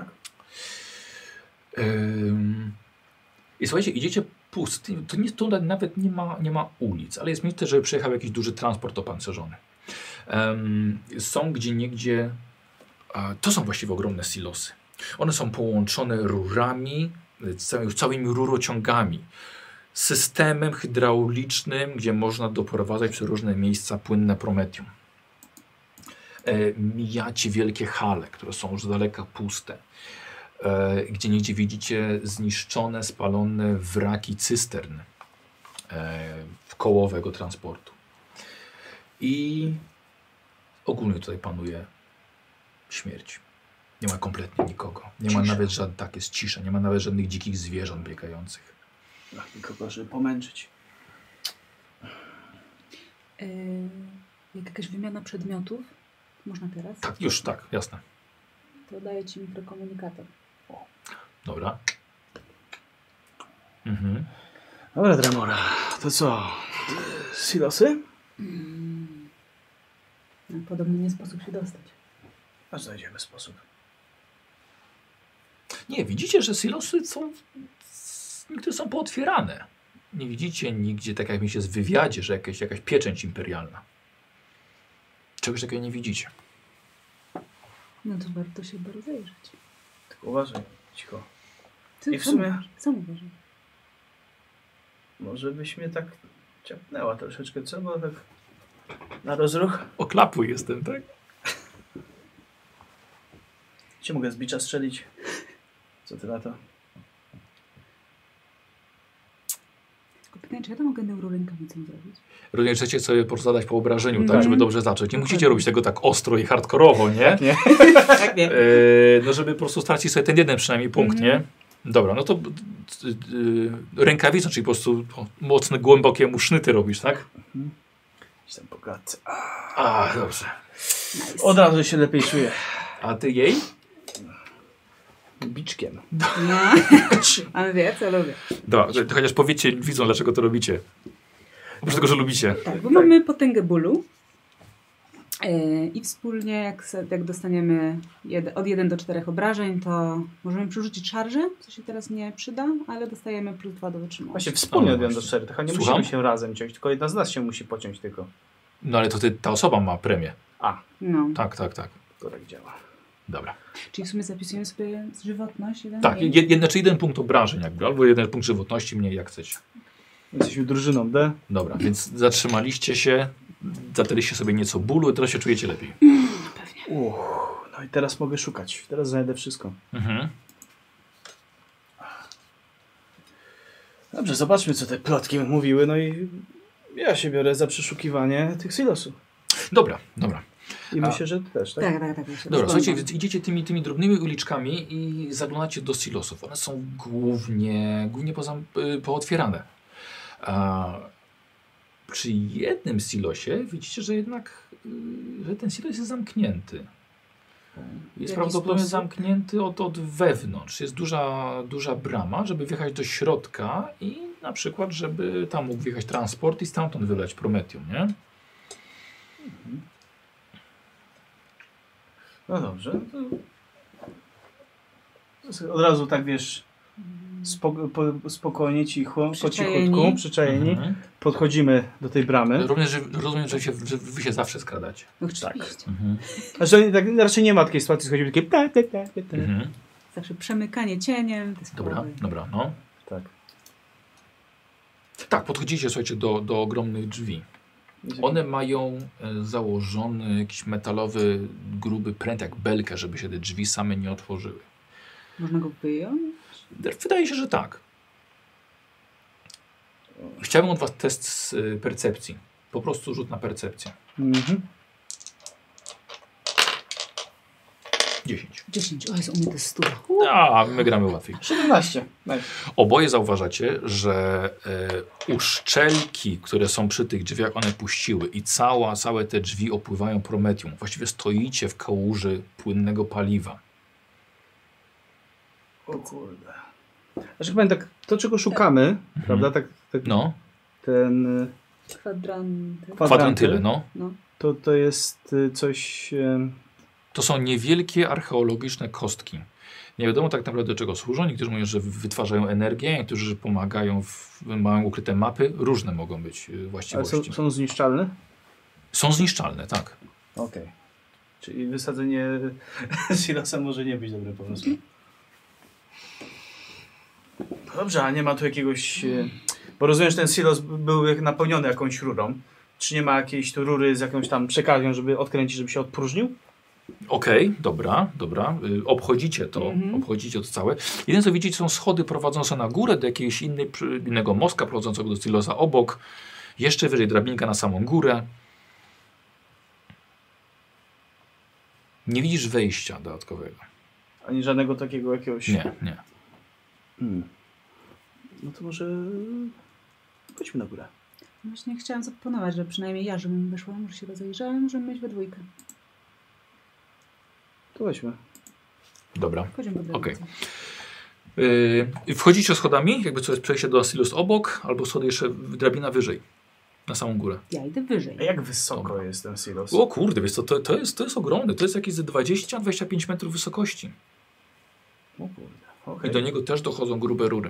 Ym, I słuchajcie, idziecie pusty. To nie, tu nawet nie ma, nie ma ulic, ale jest miejsce, żeby przejechał jakiś duży transport opancerzony. Ym, są gdzie niegdzie. A, to są właściwie ogromne silosy. One są połączone rurami, cały, całymi rurociągami, systemem hydraulicznym, gdzie można doprowadzać przy różne miejsca płynne prometium. E, mijacie wielkie hale, które są już z daleka puste. E, gdzie niegdzie widzicie zniszczone, spalone wraki cystern e, kołowego transportu. I ogólnie tutaj panuje śmierć. Nie ma kompletnie nikogo. Nie ma Cisza. nawet żadnych, tak jest cisza, nie ma nawet żadnych dzikich zwierząt biegających. Ach, nikogo, żeby pomęczyć. Yy, jak jakaś wymiana przedmiotów, można teraz? Tak, już tak, jasne. To daję ci mikrokomunikator. Dobra. Mhm. Dobra, Dramora, to co? Silosy? Mm. No, podobnie nie sposób się dostać. A znajdziemy sposób. Nie, widzicie, że silosy są, niektóre są pootwierane. Nie widzicie nigdzie, tak jak mi się z wywiadzie, że jakaś, jakaś pieczęć imperialna. Czegoś takiego nie widzicie. No to warto się rozejrzeć. Tylko uważaj, cicho. Co, I w co sumie- mówisz? Co mówisz? Może byś mnie tak ciapnęła troszeczkę, co? Bo tak na rozruch. Oklapuj jestem, tak? Cię mogę z bicza strzelić. Co ty na to? Tylko pytanie, czy ja to mogę neurorękawicą zrobić? Również chcecie sobie po prostu zadać po obrażeniu, tak, Tak. żeby dobrze zacząć. Nie musicie robić tego tak ostro i hardkorowo, nie? Nie. Tak, nie. E, no żeby po prostu stracić sobie ten jeden przynajmniej punkt, nie? Dobra, no to y, y, rękawicą, czyli po prostu o, mocne, głębokie mu sznyty robisz, tak? Jestem po klatce. A, dobrze. Nice. Od razu się lepiej czuję. A ty jej? Biczkiem. No. Ale wie, co lubię. Dobra, to chociaż powiedzcie widzą, dlaczego to robicie. Oprócz tego, że lubicie. Tak, bo mamy potęgę bólu. Yy, I wspólnie, jak, se- jak dostaniemy jed, od jeden do czterech obrażeń, to możemy przerzucić szarżę, co się teraz nie przyda, ale dostajemy plus dwa do wytrzymałości. Właśnie wspólnie O, od jeden do właśnie. czterech. Chyba nie Słucham? musimy się razem ciąć, tylko jedna z nas się musi pociąć tylko. No ale to ty, ta osoba ma premię. A, No, Tak, tak, tak. to tak działa. Dobra. czyli w sumie zapisujemy sobie żywotność. Jeden Tak, dzień. jed, znaczy jeden punkt obrażeń jakby, albo jeden punkt żywotności, mniej jak chcecie. Jesteśmy drużyną D. Dobra, więc zatrzymaliście się, zadaliście sobie nieco bólu i teraz się czujecie lepiej. Uff, no i teraz mogę szukać. Teraz znajdę wszystko. Mhm. Dobrze, zobaczmy, co te plotki mówiły. No i ja się biorę za przeszukiwanie tych silosów. Dobra, dobra. I A- myślę, że ty też, tak? Tak, tak, tak. ja się Dobra, rozglądam. słuchajcie, więc idziecie tymi, tymi drobnymi uliczkami i zaglądacie do silosów. One są głównie, głównie pozam, y, pootwierane. A przy jednym silosie widzicie, że jednak y, że ten silos jest zamknięty. Jest jaki prawdopodobnie sposób? zamknięty od, od wewnątrz. Jest duża, duża brama, żeby wjechać do środka i na przykład, żeby tam mógł wjechać transport i stamtąd wylać Prometium, nie? No dobrze. No to... Od razu tak, wiesz, spoko po, spokojnie, cicho, po Przyczajeni. cichutku, przyczajeni. Mhm. Podchodzimy do tej bramy. Również, że, rozumiem, że, się, że wy się zawsze skradacie. No, oczywiście. Mhm. Znaczy, tak, raczej nie ma takiej sytuacji, schodzimy takie... Ta, ta, ta, ta, ta. Mhm. Zawsze przemykanie cieniem. Te Dobra, sprawy. dobra, no. Tak. Tak, podchodzicie, słuchajcie, do, do ogromnych drzwi. One mają e, założony jakiś metalowy, gruby pręt, jak belkę, żeby się te drzwi same nie otworzyły. Można go wyjąć? Wydaje się, że tak. Chciałbym od was test z y, percepcji. Po prostu rzut na percepcję. Mhm. dziesięć. dziesięć. O Jezu, u mnie to jest sto. A, my gramy łatwiej. siedemnaście. Nice. Oboje zauważacie, że e, uszczelki, które są przy tych drzwiach, one puściły i cała, całe te drzwi opływają prometium. Właściwie stoicie w kałuży płynnego paliwa. O kurde. Znaczy powiem tak, to czego szukamy, prawda, tak, tak No, ten y, Kwadranty. kwadranty, kwadrantyle, no. No. to, to jest y, coś... y, To są niewielkie archeologiczne kostki. Nie wiadomo tak naprawdę do czego służą. Niektórzy mówią, że wytwarzają energię, niektórzy że pomagają, w, mają ukryte mapy. Różne mogą być y, Ale właściwości. są, są zniszczalne? Są zniszczalne, tak. Okej. Czyli wysadzenie silosa może nie być dobrym pomysłem. Dobrze, a nie ma tu jakiegoś... y, Bo rozumiem, że ten silos był jak napełniony jakąś rurą. Czy nie ma jakiejś tu rury z jakąś tam przekazją, żeby odkręcić, żeby się odpróżnił? Okej, dobra, dobra. Y, obchodzicie to, Mhm. obchodzicie to całe. Jedyne co widzicie są schody prowadzące na górę do jakiegoś innej, przy- innego mostka prowadzącego do silosa obok. Jeszcze wyżej drabinka na samą górę. Nie widzisz wejścia dodatkowego. Ani żadnego takiego jakiegoś... Nie, nie. Hmm. No to może... Chodźmy na górę. Właśnie chciałam zaproponować, że przynajmniej ja, żebym wyszła, może się rozejrzałem, możemy iść we dwójkę. To chodźmy. Dobra. Chodzimy po drodze. Okej. Yy, wchodzicie schodami, jakby co jest przejście do silos obok, albo schody jeszcze drabina wyżej. Na samą górę. Ja idę wyżej. A jak wysoko Dobra. jest ten silos? O kurde, wiesz co, to, to, jest, to jest ogromne. To jest jakieś ze dwadzieścia do dwudziestu pięciu metrów wysokości. O kurde. Okej. I do niego też dochodzą grube rury.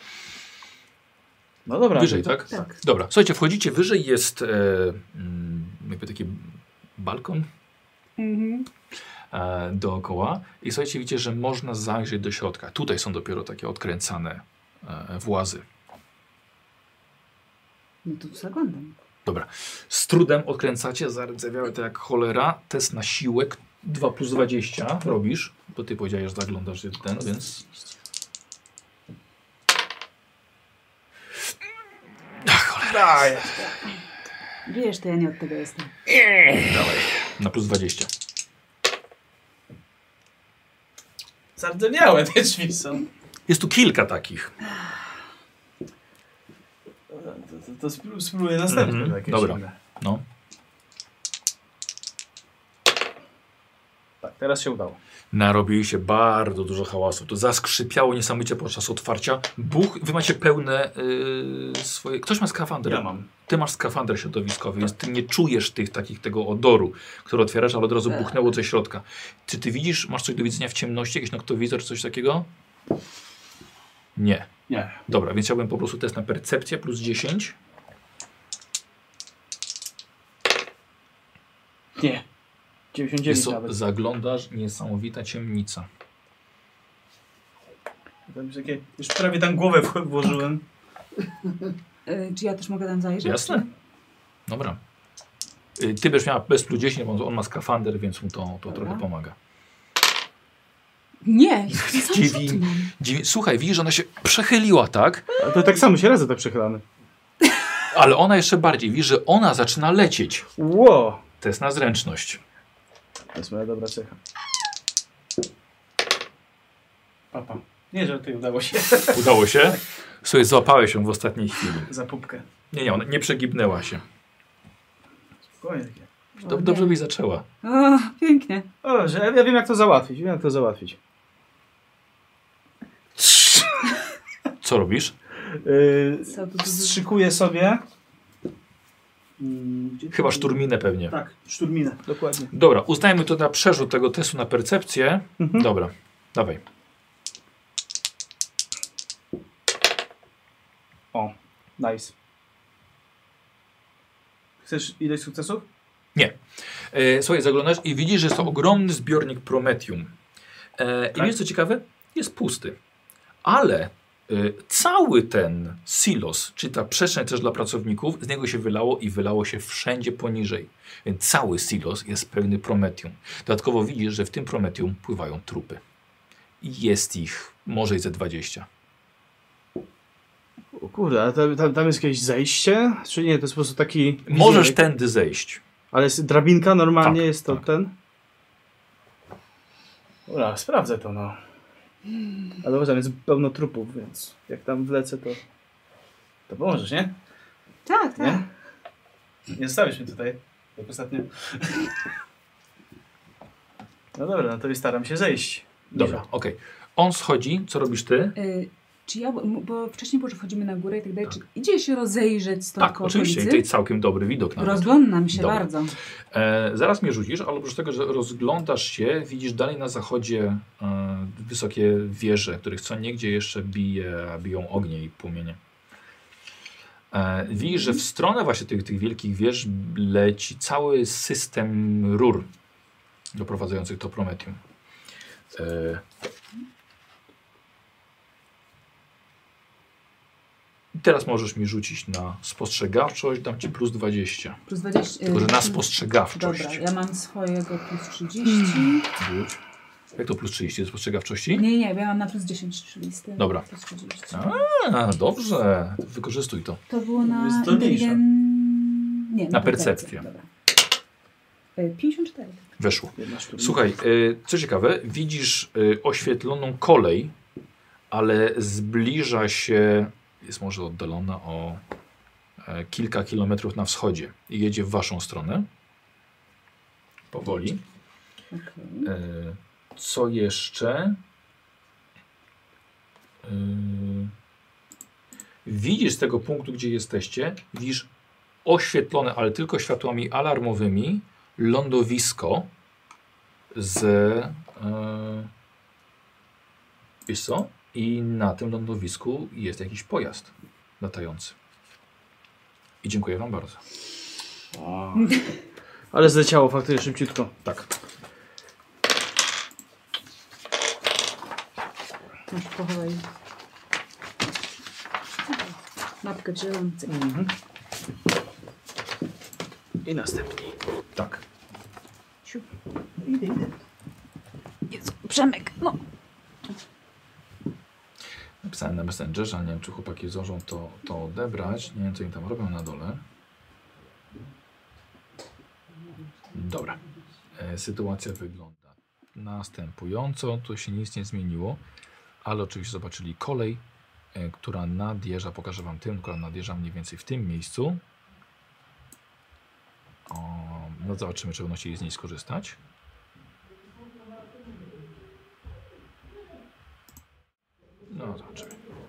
No dobra. Wyżej, tak? Tak. Dobra, słuchajcie, wchodzicie wyżej, jest e, mm, jakby taki balkon. Mhm. e, dookoła. I słuchajcie, widzicie, że można zajrzeć do środka. Tutaj są dopiero takie odkręcane e, włazy. No to zaglądam. Dobra. Z trudem odkręcacie, zardzewiałe to jak cholera. Test na siłę dwa plus dwadzieścia robisz. Bo ty powiedziałeś, że zaglądasz ten, więc... Ach, cholera. Wiesz, to ja nie od tego jestem. Dawaj. Na plus dwadzieścia. Zardzewiałe te drzwi są. Jest tu kilka takich. To, to, to spró- spróbuję następne Mhm, takie dobra. silne. No. Tak, teraz się udało. Narobili się bardzo dużo hałasu. To zaskrzypiało niesamowicie podczas otwarcia. Buch, wy macie pełne yy, swoje... Ktoś ma skafander. Ja mam. Ty masz skafander środowiskowy, więc ty nie czujesz tych takich tego odoru, który otwierasz, ale od razu buchnęło ze środka. Czy ty widzisz, masz coś do widzenia w ciemności, jakiś noktowizor czy coś takiego? Nie. Nie. Dobra, więc chciałbym po prostu test na percepcję plus dziesięć. Nie. dziewięćdziesiąt dziewięć Jest to, nawet. zaglądasz, niesamowita ciemnica. Tam jest takie, już prawie tam głowę w- włożyłem. Y, czy ja też mogę tam zajrzeć? Jasne. Dobra. Y, Ty będziesz miała bez plus dziesięć, bo on ma skafander, więc mu to, to Dobra. trochę pomaga. Nie, za Dziwi- rzut mam. Dziwi- Słuchaj, widzisz, że ona się przechyliła, tak? A to tak samo się razem tak przechylamy. Ale ona jeszcze bardziej. Widzisz, że ona zaczyna lecieć. Ło! Test na zręczność. To jest moja dobra cecha. Papa. Nie, że ty udało się. Udało się? Słuchaj, złapałeś ją w ostatniej chwili. Za pupkę. Nie, nie, ona nie przegibnęła się. Spokojnie takie. Dob- Dobrze byś zaczęła. O, pięknie. O, że ja wiem jak to załatwić. Wiem jak to załatwić. Co robisz? Yy, Co tu- wstrzykuję sobie. Mm, gdzie to Chyba jest? szturminę pewnie. Tak, szturminę, dokładnie. Dobra, uznajmy to na przerzut tego testu na percepcję. Mhm. Dobra, dawaj. O, nice. Chcesz ileś sukcesów? E, słuchaj, zaglądasz i widzisz, że jest to ogromny zbiornik prometium. E, I Tak. wiesz co ciekawe? Jest pusty. Ale e, cały ten silos, czyli ta przestrzeń też dla pracowników, z niego się wylało i wylało się wszędzie poniżej. Więc cały silos jest pełny prometium. Dodatkowo widzisz, że w tym prometium pływają trupy. I jest ich może i ze dwadzieścia. O kurde, ale tam, tam, tam jest jakieś zejście? Czy nie, to jest po prostu taki... Możesz wizerunek. tędy zejść. Ale jest drabinka normalnie, Tak, jest to tak. ten? Dobra, sprawdzę to no. Ale tam jest pełno trupów, więc jak tam wlecę to... To pomożesz, nie? Tak, tak. Nie? Nie zostawisz mnie tutaj, jak ostatnio. No dobra, no to i staram się zejść. Dobra, okej. On schodzi, co robisz ty? Y, czy ja, bo wcześniej było, że wchodzimy na górę i tak dalej, czy idzie się rozejrzeć stąd Tak, koło oczywiście. I okolicy? to jest całkiem dobry widok nawet. Rozglądam się Dobra. bardzo. E, zaraz mnie rzucisz, ale oprócz tego, że rozglądasz się, widzisz dalej na zachodzie e, wysokie wieże, których co niegdzie jeszcze bije, biją ognie i płomienie. E, widzisz, że w stronę właśnie tych, tych wielkich wież leci cały system rur doprowadzających do prometium. E, I teraz możesz mi rzucić na spostrzegawczość, dam ci plus dwadzieścia. Plus dwadzieścia. Tylko, że na y, spostrzegawczość. Dobra, ja mam swojego plus trzydzieści. Rzuć. Jak to plus trzydzieści do spostrzegawczości? Nie, nie, ja mam na plus dziesięć, czyli z tym Dobra. plus trzydzieści. A, dobrze. Wykorzystuj to. To było na Jest zdolniejsza. inteligen- Nie, Na percepcję. Dobra. Y, pięćdziesiąt cztery. Weszło. Jedna sztuka. Słuchaj, y, co ciekawe, widzisz y, oświetloną kolej, ale zbliża się, jest może oddalona o e, kilka kilometrów na wschodzie i jedzie w waszą stronę. Powoli. Okay. E, co jeszcze? E, widzisz z tego punktu, gdzie jesteście, widzisz oświetlone, ale tylko światłami alarmowymi, lądowisko z... E, wiesz co? I na tym lądowisku jest jakiś pojazd latający. I dziękuję wam bardzo. Ale zleciało faktycznie szybciutko. Tak. Masz pochowaj. Mapkę wzięłam. Cyk. Mhm. I następni. Tak. Siu. Idę, idę. Jezu, Przemek, no. Napisałem na Messengerze, ale nie wiem, czy chłopaki zdążą to, to odebrać. Nie wiem, co im tam robią na dole. Dobra. E, sytuacja wygląda następująco. Tu się nic nie zmieniło, ale oczywiście zobaczyli kolej, e, która nadjeżdża. Pokażę wam tym, która nadjeżdża mniej więcej w tym miejscu. O, no zobaczymy, czy będą chcieli z niej skorzystać. No zobaczymy.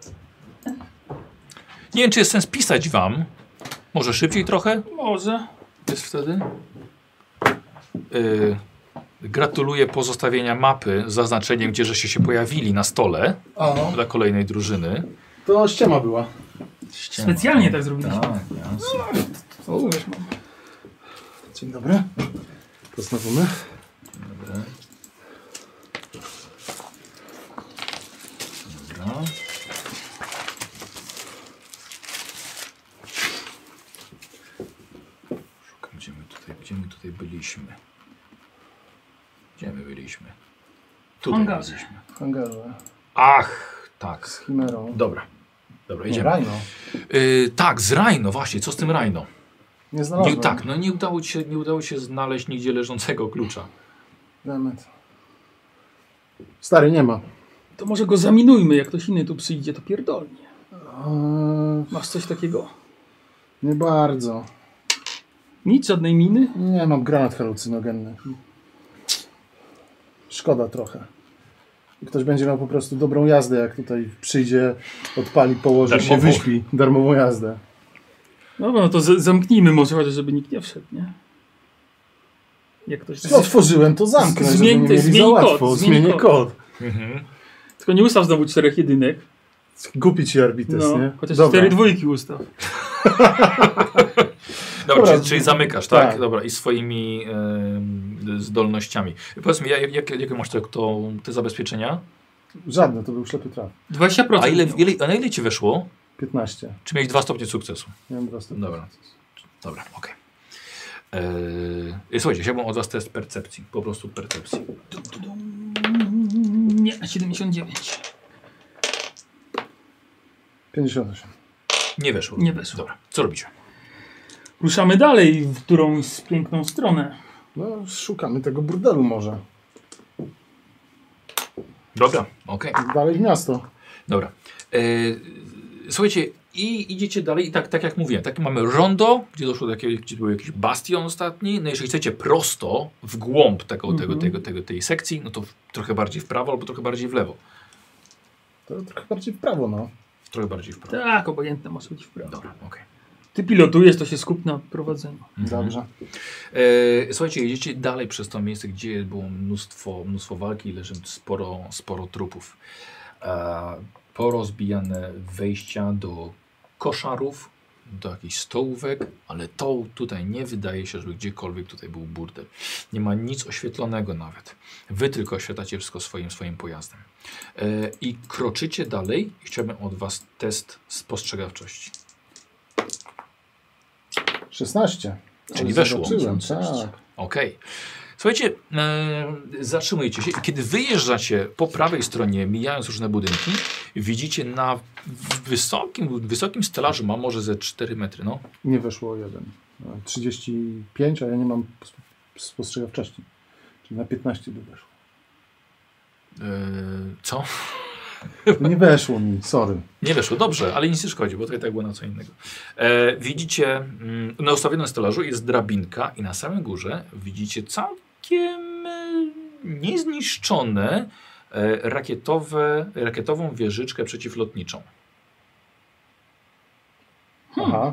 Nie wiem, czy jest sens pisać wam. Może szybciej trochę? Może. Jest wtedy? Yy, gratuluję pozostawienia mapy z zaznaczeniem, gdzie żeście się pojawili na stole A, dla kolejnej drużyny. to ściema była. Ściema. Specjalnie tak zrobiliśmy. Tak, jasne. Co umiesz, mam. Dzień dobry. To znowu my. Dobra. Dobra. Szukam, gdzie my tutaj, gdzie my tutaj byliśmy. Gdzie my byliśmy? Tutaj Hangarze. byliśmy. W hangarze. Ach, tak. Z chimerą. Dobra. Dobra, Nie, idziemy. Rajno. Yy, tak, z Rajno, właśnie. Co z tym Rajno? Nie Nie, znalazłem. tak, no nie udało ci się, nie udało ci się znaleźć nigdzie leżącego klucza. Demet. Stary, nie ma. To może go zaminujmy, jak ktoś inny tu przyjdzie, to pierdolnie. Eee, Masz coś takiego? nie bardzo. Nic, żadnej miny? Nie, mam granat halucynogenny. Szkoda trochę. Ktoś będzie miał po prostu dobrą jazdę, jak tutaj przyjdzie, odpali, położy się, Darmową. wyśpi. Darmową jazdę. Dobra, no to z- zamknijmy może, chociaż żeby nikt nie wszedł, nie? Jak ktoś... No, otworzyłem, to zamknę, Zmień- żeby nie mieli zmień za kod, łatwo. zmień Zmienię kod. kod. Tylko nie ustaw znowu czterech jedynek. Głupi ci Arbites, No, nie? chociaż Dobra. cztery dwójki ustaw. Dobra, Dobra, czyli, czyli zamykasz, tak? tak. Dobra, i swoimi em, zdolnościami. Powiedz mi, jak, jak, jakie masz te, to, te zabezpieczenia? Żadne, to był ślepy traf. dwadzieścia procent. A ile, miał. ile, a na ile ci weszło? piętnaście. Czy miałeś dwa stopnie sukcesu? Miałem dwa stopnie. Dobra. Dobra, okej. Eee, słuchajcie, chciałbym od was test percepcji. Po prostu percepcji. Dum, dum, dum. Nie, siedemdziesiąt dziewięć. pięćdziesiąt osiem. Nie weszło. Nie weszło. Dobra, co robicie? Ruszamy dalej w którąś piękną stronę. No, szukamy tego burdelu może. Dobra, okej. Dalej w miasto. Dobra. E, słuchajcie, i idziecie dalej i tak, tak jak mówiłem, tak mamy rondo, gdzie doszło do jakiego, gdzie był jakiś bastion ostatni. No jeżeli chcecie prosto w głąb tego, tego, Mhm. tego, tego, tej sekcji, no to w, trochę bardziej w prawo albo trochę bardziej w lewo. To trochę bardziej w prawo, no. Trochę bardziej w prawo. Tak, obojętne może być w prawo. Dobra, okej. Ty pilotujesz, to się skup na prowadzeniu. Dobrze. E, słuchajcie, jedziecie dalej przez to miejsce, gdzie było mnóstwo, mnóstwo walki i leży sporo, sporo trupów. E, porozbijane wejścia do koszarów, do jakichś stołówek, ale to tutaj nie wydaje się, żeby gdziekolwiek tutaj był burdel. Nie ma nic oświetlonego nawet. Wy tylko oświetlacie wszystko swoim, swoim pojazdem. E, I kroczycie dalej i chciałbym od was test spostrzegawczości. szesnaście. Czyli Ale weszło. zobaczyłem, tak. Okej. Słuchajcie, e, zatrzymujecie się i kiedy wyjeżdżacie po prawej stronie, mijając różne budynki, widzicie na wysokim, wysokim stelażu, ma może ze cztery metry, no. Nie weszło o jeden. trzydzieści pięć, a ja nie mam sp- spostrzegawczości. Czyli na piętnaście by weszło. E, co? No nie weszło mi, sorry. Nie weszło, dobrze, ale nic nie szkodzi, bo to i tak było na co innego. E, widzicie, mm, na ustawionym stelażu jest drabinka i na samej górze widzicie całkiem e, niezniszczone e, rakietowe, rakietową wieżyczkę przeciwlotniczą. Aha.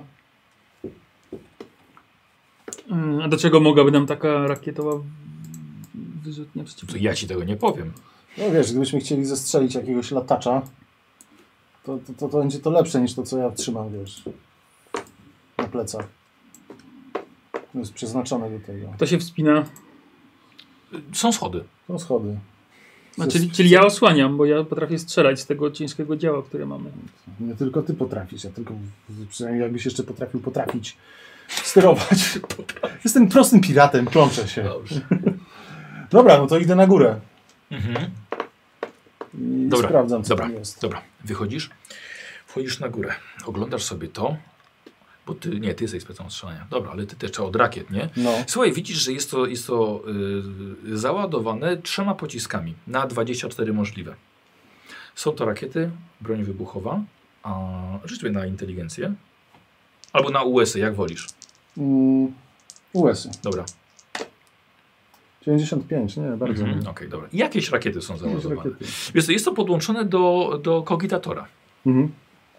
Mm, A do czego mogłaby nam taka rakietowa wyrzutnia przeciw... To ja ci tego nie powiem. No wiesz, gdybyśmy chcieli zestrzelić jakiegoś latacza, to, to, to, to będzie to lepsze niż to, co ja trzymam, wiesz, na plecach. To jest przeznaczone do tego. Kto się wspina? Są schody. Są schody. A, czyli, czyli ja osłaniam, bo ja potrafię strzelać z tego ciężkiego działa, które mamy. Nie tylko ty potrafisz, ja tylko przynajmniej jakbyś jeszcze potrafił potrafić sterować. Jestem prostym piratem, plączę się. Dobrze. Dobra, no to idę na górę. Mhm. I Dobra, sprawdzam, co dobra, tam jest. dobra. Wychodzisz, wchodzisz na górę, oglądasz sobie to, bo ty, nie, ty jesteś specjalną strzelania. Dobra, ale ty też trzeba od rakiet, nie? No. Słuchaj, widzisz, że jest to, jest to yy, załadowane trzema pociskami na dwadzieścia cztery możliwe. Są to rakiety, broń wybuchowa, a rzuć sobie na inteligencję. Albo na U S Y, jak wolisz. Mm, U S Y. Dobra. dziewięćdziesiąt pięć, nie, bardzo. Mhm, nie. Okej, okay, dobra. I jakieś rakiety są Jakieś załadowane. rakiety. Jest to, jest to podłączone do, do kogitatora. Mhm.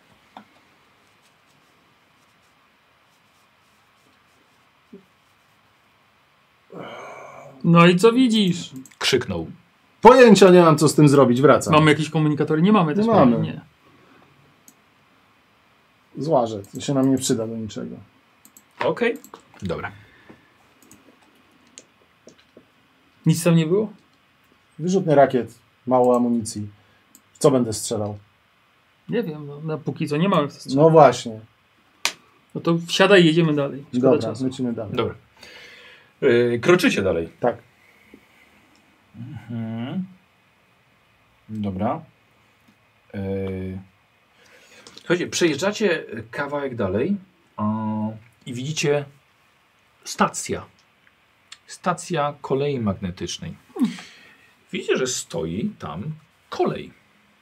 No i co widzisz? Krzyknął. Pojęcia nie mam, co z tym zrobić, wracam. Mamy jakieś komunikatory? Nie mamy też. Nie mamy. Nie. Zła rzecz, to się nam nie przyda do niczego. Okej, okay. Dobra. Nic tam nie było? Wyrzutny rakiet, mało amunicji. W co będę strzelał? Nie wiem, no, na póki co nie mamy w to No właśnie. No to wsiadaj i jedziemy dalej. Szkoda Dobra, czasu. lecimy dalej. Dobra. Yy, kroczycie dalej. Tak. Mhm. Dobra. Yy. Słuchajcie, przejeżdżacie kawałek dalej yy, i widzicie stacja. Stacja kolei magnetycznej. Widzicie, że stoi tam kolej.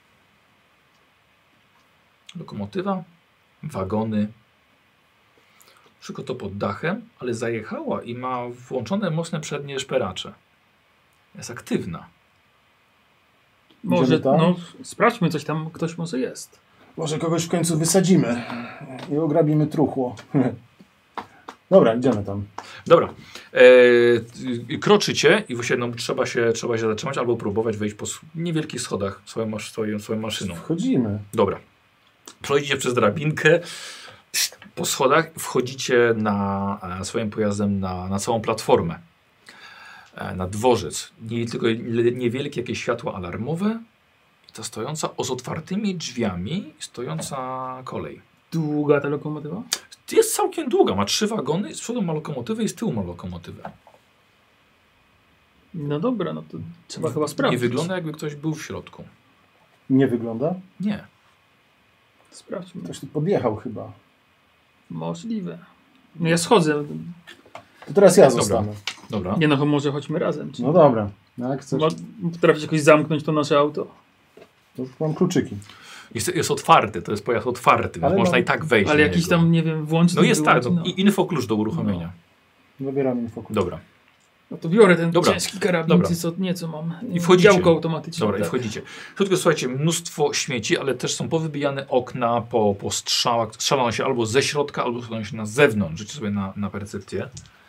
Lokomotywa, wagony. Wszystko to pod dachem, ale zajechała i ma włączone mocne przednie szperacze. Jest aktywna. Może, Idziemy tam? no, sprawdźmy, coś tam, ktoś może jest. Może kogoś w końcu wysadzimy i ograbimy truchło. Dobra, idziemy tam. Dobra. E, kroczycie i właśnie no, trzeba, się, trzeba się zatrzymać albo próbować wejść po niewielkich schodach swoją, masz, swoją, swoją maszyną. Wchodzimy. Dobra. Przechodzicie przez drabinkę po schodach, wchodzicie na e, swoim pojazdem na, na całą platformę. E, na dworzec. Nie, tylko niewielkie jakieś światła alarmowe. I ta stojąca z otwartymi drzwiami stojąca kolej. Długa ta lokomotywa? Jest całkiem długa. Ma trzy wagony. Z przodu ma lokomotywę i z tyłu ma lokomotywę. No dobra, no to trzeba chyba sprawdzić. Nie wygląda, jakby ktoś był w środku. Nie wygląda? Nie. Sprawdźmy. Ktoś tu podjechał chyba. Możliwe. No ja schodzę. To teraz ja Dobra. zostanę. Dobra. Nie no, może chodźmy razem. Czy... No dobra. No jak chcesz, Ma- Potrafisz jakoś zamknąć to nasze auto? to mam kluczyki. Jest, jest otwarty. To jest pojazd otwarty. Ale Więc można no- i tak wejść. Ale do jakiś niego. tam, nie wiem, włącznik. No jest tak. wyłącznik, No. I infoklucz do uruchomienia. Zabieram infoklucz. Dobra. No to biorę ten Dobra. ciężki karabin, Dobra. ty co, nie co mam. I wchodzicie. Działko automatyczne. Dobra, tak. i wchodzicie. W środku, słuchajcie, mnóstwo śmieci, ale też są powybijane okna, po, po strzałach. Strzelano się albo ze środka, albo strzelano się na zewnątrz. Rzućcie sobie na, na percepcję.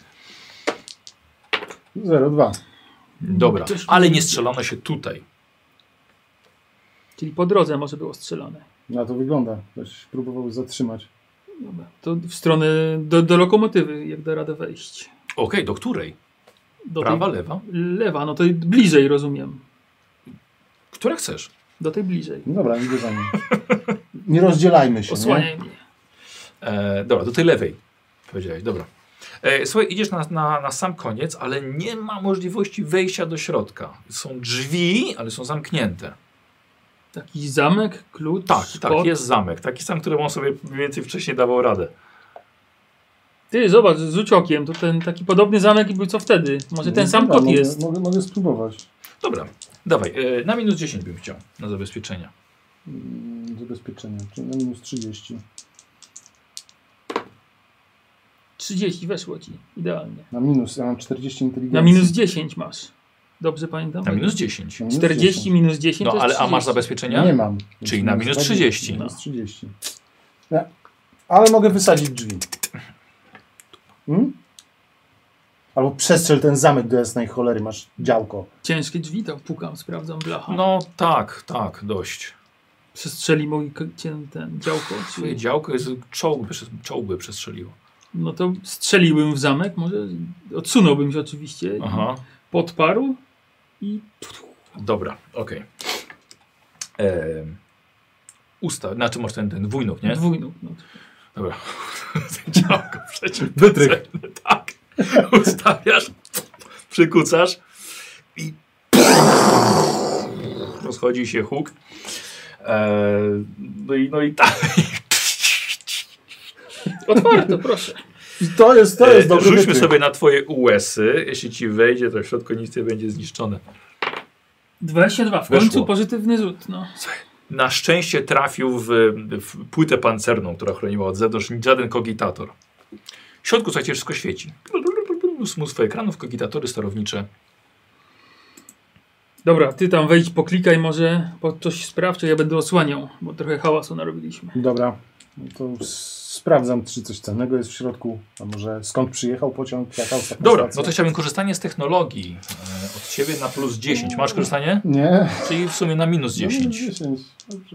zero dwa. Dobra, Coś- ale nie strzelano się tutaj. Czyli po drodze może było strzelane. Na to wygląda. Ktoś próbował zatrzymać. Dobra. To w stronę do, do lokomotywy, jak da radę wejść. Okej, do której? Do Prawa, tej, lewa? Lewa, no to bliżej rozumiem. Która chcesz? Do tej bliżej. No dobra, idę za nim. Nie rozdzielajmy się, nie? Osłaniaj mnie. E, dobra, do tej lewej. Powiedziałeś, dobra. E, słuchaj, idziesz na, na, na sam koniec, ale nie ma możliwości wejścia do środka. Są drzwi, ale są zamknięte. Taki zamek, klucz, Tak, tak, kod. jest zamek. Taki sam, który on sobie mniej więcej wcześniej dawał radę. Ty, zobacz, rzuć okiem, to ten taki podobny zamek i był co wtedy. Może ten No sam dobra, kod mogę, jest. Mogę, mogę spróbować. Dobra, dawaj. E, na minus dziesięć bym chciał, na zabezpieczenia. Mm, Zabezpieczenia, czyli na minus trzydzieści. trzydzieści weszło ci, idealnie. Na minus, ja mam czterdzieści inteligencji. Na minus dziesięć masz. Dobrze pamiętam? Na minus dziesięć. Na minus czterdzieści dziesięć. minus dziesięć No, to jest ale a masz trzydzieści. zabezpieczenia? Nie mam. Czyli na minus trzydzieści. Minus trzydzieści. Nie. Ale mogę wysadzić drzwi. Hmm? Albo przestrzel ten zamek do jasnej cholery, masz działko. Ciężkie drzwi, tam pukam, sprawdzam blacha. No tak, tak, dość. Przestrzeli mój k- ten, ten działko. Twoje Czy... działko jest czołg, by- czołg by przestrzeliło. No to strzeliłbym w zamek, może odsunąłbym się oczywiście. Aha. Podparł i Dobra, okej. Okay. Usta, znaczy masz ten, ten dwójnóg, nie? Dwójnóg. No. Dobra. Działko przeciw. Wytrych. Tak. Ustawiasz, przykucasz i rozchodzi się huk. Eee, no i no i tak. Otwarte, proszę. I to jest, to jest Eee, dobry Rzućmy wytrych. sobie na twoje U S y. Jeśli ci wejdzie, to w środku nic nie będzie zniszczone. dwadzieścia dwa. W Weszło. końcu pozytywny rzut. No. Na szczęście trafił w, w płytę pancerną, która chroniła od zewnątrz, żaden kogitator. W środku, słuchajcie, wszystko świeci. Mnóstwo ekranów, kogitatory sterownicze. Dobra, ty tam wejdź, poklikaj może, po coś sprawdź, ja będę osłaniał, bo trochę hałasu narobiliśmy. Dobra, no to s- sprawdzam, czy coś cennego jest w środku, a może skąd przyjechał pociąg, jaka ostatnia Dobra, stacja? no to chciałbym korzystanie z technologii e, od ciebie na plus dziesięć. Masz korzystanie? Nie. Czyli w sumie na minus dziesięć. No, dziesięć. Dobrze.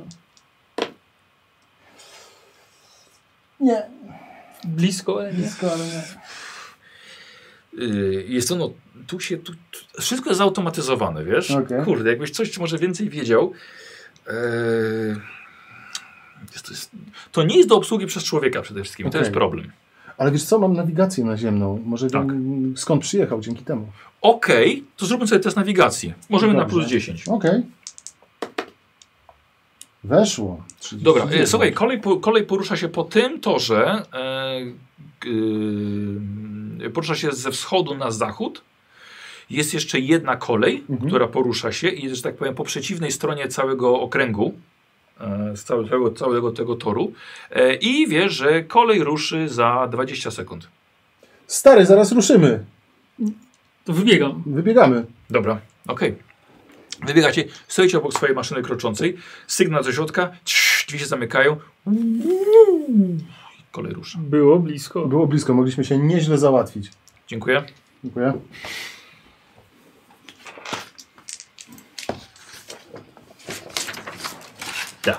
Nie. Blisko, ale nie. Blisko, ale nie. Y, Jest to, no, tu się, tu, tu, wszystko jest zautomatyzowane, wiesz? Okej. Kurde, jakbyś coś może więcej wiedział. E, jest, to, jest, to nie jest do obsługi przez człowieka przede wszystkim, to Okej. jest problem. Ale wiesz co, mam nawigację naziemną. Może Tak. wiem, skąd przyjechał dzięki temu. Okej, to zróbmy sobie test nawigacji. Możemy na Dobrze. plus dziesięć. Okej. Weszło. trzydzieści Dobra, e, dziewięć. słuchaj, kolej, po- kolej porusza się po tym torze, e, e, porusza się ze wschodu na zachód. Jest jeszcze jedna kolej, Mhm. która porusza się i jest, że tak powiem, po przeciwnej stronie całego okręgu, e, z całego, całego tego toru. E, I wiesz, że kolej ruszy za dwadzieścia sekund. Stary, zaraz ruszymy. To wybiegam. Wybiegamy. Dobra, okej. Wybiegacie, stoicie obok swojej maszyny kroczącej, sygnał do środka, trz, drzwi się zamykają. Kolej rusza. Było blisko. Było blisko, mogliśmy się nieźle załatwić. Dziękuję. Dziękuję. Tak.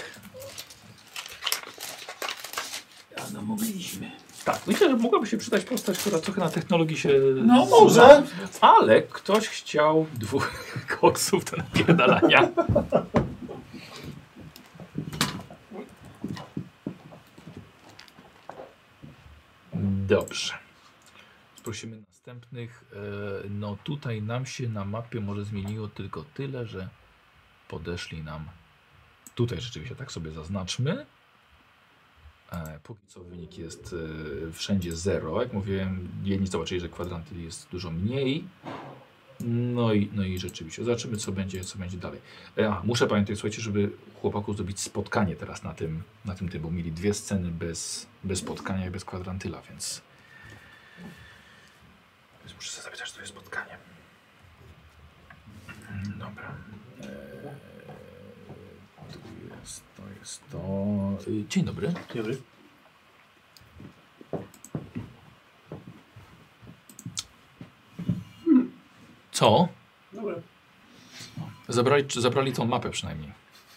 Ja, no mogliśmy. Tak, myślę, że mogłaby się przydać postać, która trochę na technologii się... No, zna. może. Ale ktoś chciał dwóch koksów do napierdalania. Dobrze. Prosimy następnych. E, No tutaj nam się na mapie może zmieniło tylko tyle, że podeszli nam... Tutaj rzeczywiście tak sobie zaznaczmy. E, póki co wynik jest e, wszędzie zero. Jak mówiłem, jedni zobaczyli, że kwadranty jest dużo mniej. No i, no i rzeczywiście. Zobaczymy, co będzie, co będzie dalej. E, a, muszę pamiętać, słuchajcie, żeby chłopaków zrobić spotkanie teraz na tym, na tym tym, bo mieli dwie sceny bez, bez spotkania i bez kwadrantyla, więc... więc muszę sobie zapytać, czy to jest spotkanie. Dobra. E, tu jest, to jest to... Y, Dzień dobry. Dzień dobry. Co? Dobra. Zabrali, zabrali tą mapę przynajmniej.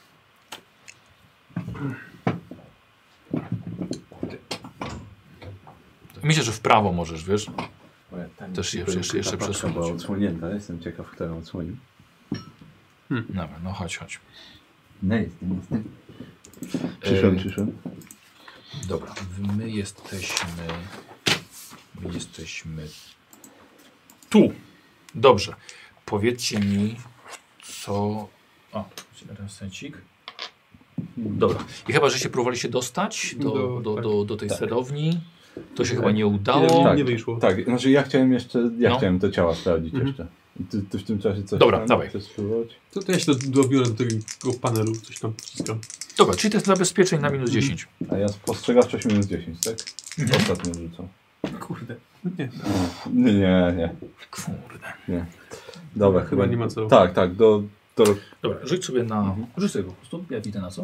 Myślę, że w prawo możesz, wiesz? Też jeszcze- jeszcze- jeszcze Ta paczka przesunąć. była odsłonięta, jestem ciekaw, kto ją odsłonił. Dobra, no chodź, chodź. Nie, jestem, jestem. Przyszłem, E, przyszłem. Dobra, my jesteśmy... My jesteśmy... Tu! Dobrze. Powiedzcie mi, co... O, ten sencik. Dobra. I chyba, że się próbowaliście dostać do, do, Do- do, do, tej tak. sterowni. To się Tak. chyba nie Nie, udało. nie, nie wyszło. Tak, znaczy ja chciałem jeszcze, ja No. chciałem te ciała sprawdzić Mhm. jeszcze. I ty, ty w tym czasie coś Dobra, tam dawaj. chcesz spróbować? To, to ja się do- dobiorę do tego panelu, coś tam wciskam. Dobra, czyli test zabezpieczeń na minus dziesięć. A ja spostrzegawczość minus dziesięć, tak? Mhm. Ostatnio rzucam. Kurde. No nie, Nie, nie, nie. Kurde. Dobra, chyba chyba nie ma co. Tak, tak, do... do... Dobra, rzuć sobie na... Mhm. Rzuć sobie po prostu. Ja widzę na co.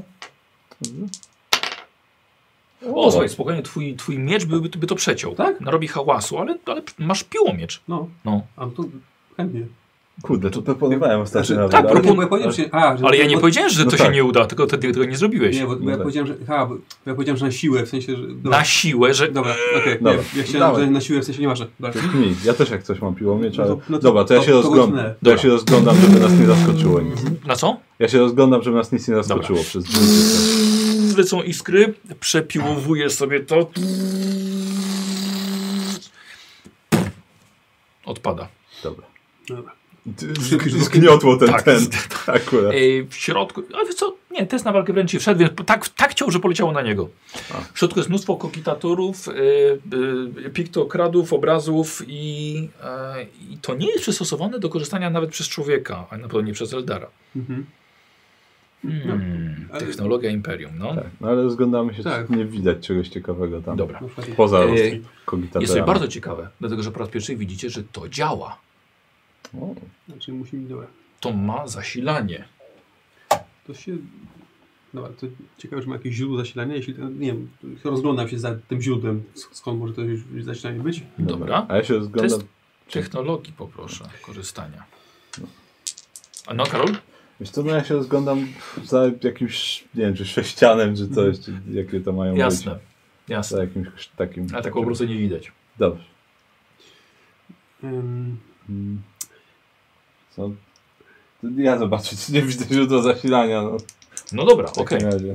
O, O, słuchaj, spokojnie, twój, twój miecz by, by to przeciął. Tak? Narobi hałasu, ale, ale masz piłomiecz. No, No. a to chętnie. Kurde, to proponowałem ostatnio nawet. tak, ale- propon- bo ja powiedziałem, że, a, że Ale ja nie bo- powiedziałem, że no to tak. się nie uda, tylko ty tego nie zrobiłeś. Nie, bo, bo ja No powiedziałem, że, aha, bo, bo ja powiedziałem, że na siłę, w sensie, że... Dobra, Na siłę, że... dobra okej, Dobra. nie, ja chciałem, Dawaj. że na siłę, w sensie nie masz. Dobra. Mi. Ja też jak coś mam piłomiecz, ale... No to- no to- Dobra, to ja to- się to rozglądam. utnę. To ja się rozglądam, żeby nas nie zaskoczyło nic. Na co? Ja się rozglądam, żeby nas nic nie zaskoczyło przez dżungli. Lecą iskry, przepiłowujesz sobie to. też. Odpada. Dobra. Dobra. Ty- Zgniotło ten, Tak. ten. Akurat. Ej, w środku, ale wiesz co, nie, test na walkę wręcz nie wszedł, więc tak, tak ciął, że poleciało na niego. A. W środku jest mnóstwo kokitatorów, y, y, piktokradów, obrazów i, y, i to nie jest przystosowane do korzystania nawet przez człowieka, a na pewno nie przez Eldara. Mhm. Hmm, ale- technologia Imperium, no. Tak, no ale rozglądamy się, Tak. nie widać czegoś ciekawego tam. Dobra. Na przykład- Poza E, e, Jest kogitatorami. sobie bardzo ciekawe, dlatego że po raz pierwszy widzicie, że to działa. O, Znaczy musimy, dobra. To ma zasilanie. To się... Dobra, to ciekawe, że ma jakieś źródło zasilania, jeśli, nie wiem, rozglądam się za tym źródłem, skąd może to już zasilanie być. Dobra. A ja się rozglądam... Test technologii poproszę, korzystania. A no, Karol? Wiesz co, no ja się rozglądam za jakimś, nie wiem, czy sześcianem, czy coś, czy jakie to mają Jasne, być. jasne. Za jakimś takim... Ale taką po prostu nie widać. Dobrze. Um, Hmm. Co? To ja zobaczę, czy nie widzę źródła zasilania, no. No dobra, W okej. takim razie.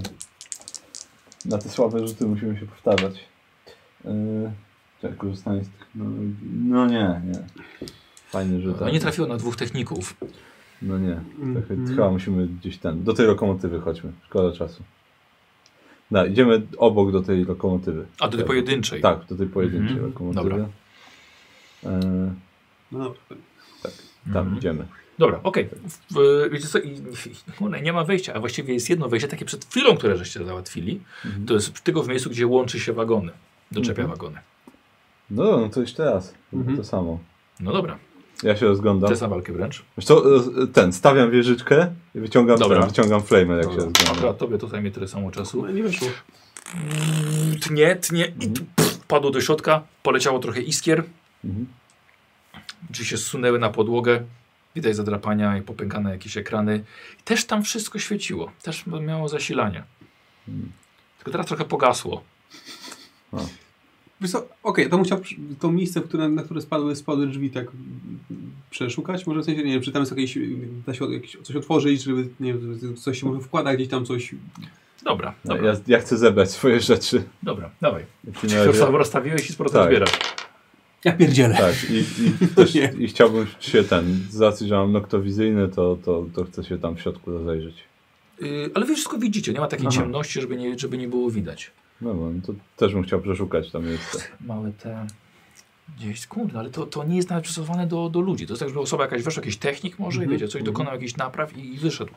Na te słabe rzuty musimy się powtarzać. Yy, czy korzystanie z technologii? No nie, nie. Fajny rzut. No ale- nie trafiło na dwóch techników. No nie. Trochę, Mhm. chyba musimy gdzieś ten. Do tej lokomotywy chodźmy. Szkoda czasu. No, idziemy obok do tej lokomotywy. A do tej pojedynczej. Tak, do tej pojedynczej Mhm. lokomotywy. Dobra. Yy, no dobra. tam Mhm. idziemy. Dobra, okej. W- Wiecie co, i, i, nie ma wejścia, a właściwie jest jedno wejście, takie przed chwilą, które żeście załatwili. Mhm. To jest tylko w miejscu, gdzie łączy się wagony. Doczepia Mhm. wagony. No, no to jeszcze raz. Mhm. To samo. No dobra. Ja się rozglądam. Test na walkę wręcz. Wiesz co, e, ten, stawiam wieżyczkę i wyciągam, Dobra. ten, wyciągam flamer, jak Dobra. się rozglądam. Akurat tobie to zajmie tyle samo czasu. No, nie weszło. Mm, Tnie, tnie i tu, pff, padło do środka. Poleciało trochę iskier. Mhm. Drzwi się zsunęły na podłogę. Widać zadrapania i popękane jakieś ekrany. Też tam wszystko świeciło. Też miało zasilanie. Mhm. Tylko teraz trochę pogasło. Wiesz co, okej, to bym chciał przy- to miejsce, w które, na które spadły, spadły drzwi, tak mm, przeszukać. Może w sensie, nie wiem, czy tam jest jakieś, da się od- jakieś, coś otworzyć, żeby, nie wiem, żeby coś się może wkłada gdzieś tam coś. Dobra, No, dobra, ja, ja chcę zebrać swoje rzeczy. dobra, dawaj. W takim Już razie, sobie rozstawiłeś i z powrotem Tak. zbierasz. Ja pierdzielę. tak, i, i, też, Nie. i chciałbym się ten, z racji, że mam noktowizyjny, to, to, to chcę się tam w środku rozejrzeć. Yy, ale wy wszystko widzicie, nie ma takiej Aha. ciemności, żeby nie, żeby nie było widać. No, no to też bym chciał przeszukać tam miejsce. Małe te... Gdzieś, kurde, ale to, to nie jest nawet przystosowane do, do ludzi. To jest tak, że osoba jakaś weszła, jakiś technik może, Mhm. i wiecie, coś dokonał jakichś napraw i, i wyszedł.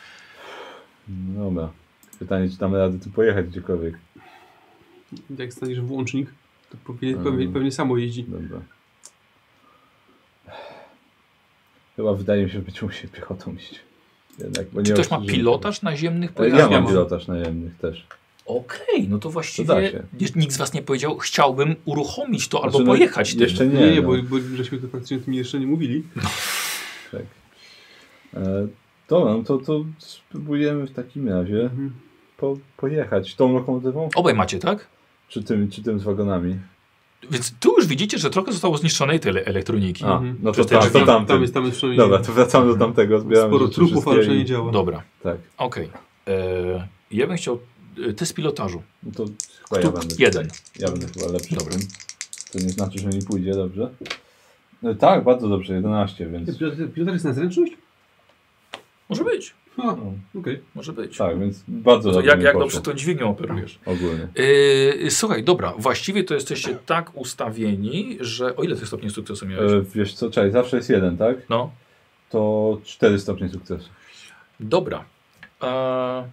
No dobra. Pytanie, czy damy radę tu pojechać gdziekolwiek. Jak staniesz włącznik, to pewnie, Mm. pewnie, pewnie samo jeździ. Dobra. Chyba wydaje mi się, że będziemy musieli piechotą iść. Jednak, bo Czy nie ktoś ma obsłużymy pilotaż naziemnych tego. pojazdów? Ja mam Ja mam. pilotaż najemnych też. Okej, no to To da właściwie się. nie- nikt z was nie powiedział, chciałbym uruchomić to albo Znaczy, no, pojechać tym. jeszcze nie. Nie, nie, no. bo, bo żeśmy to praktycznie tym jeszcze nie mówili. Tak. E, dobra, no to, to spróbujemy w takim razie Mhm. po, pojechać tą lokomotywą, Obaj macie, tak? czy tym, czy tym z wagonami. Więc tu już widzicie, że trochę zostało zniszczonej tej ele- elektroniki. A, Mhm. no to Przez te tam, drzwi. to tamtym. Tam jest, tam jest przynajmniej Dobra, to wracamy do tamtego, zbieramy sporo rzeczy trupów, ale wszystkie przynajmniej i- działa. Dobra, Tak, okej. Eee, Ja bym chciał e, test pilotażu. no to chyba ja będę. Jeden. Ja będę chyba lepszy Dobra. w tym. To nie znaczy, że mi pójdzie dobrze. No, tak, bardzo dobrze, jedenaście, więc... Pilot- Pilotaż jest na zręczność? Może być, A, No, okej. może być. tak, więc bardzo No to dobrze jak mi jak poszło. dobrze tą dźwignią operujesz? Ogólnie. Yy, słuchaj, dobra, właściwie to jesteście tak ustawieni, że... O ile tych stopni sukcesu miałeś? E, wiesz co, czekaj, zawsze jest jeden, tak? No, To cztery stopnie sukcesu. dobra. Eee,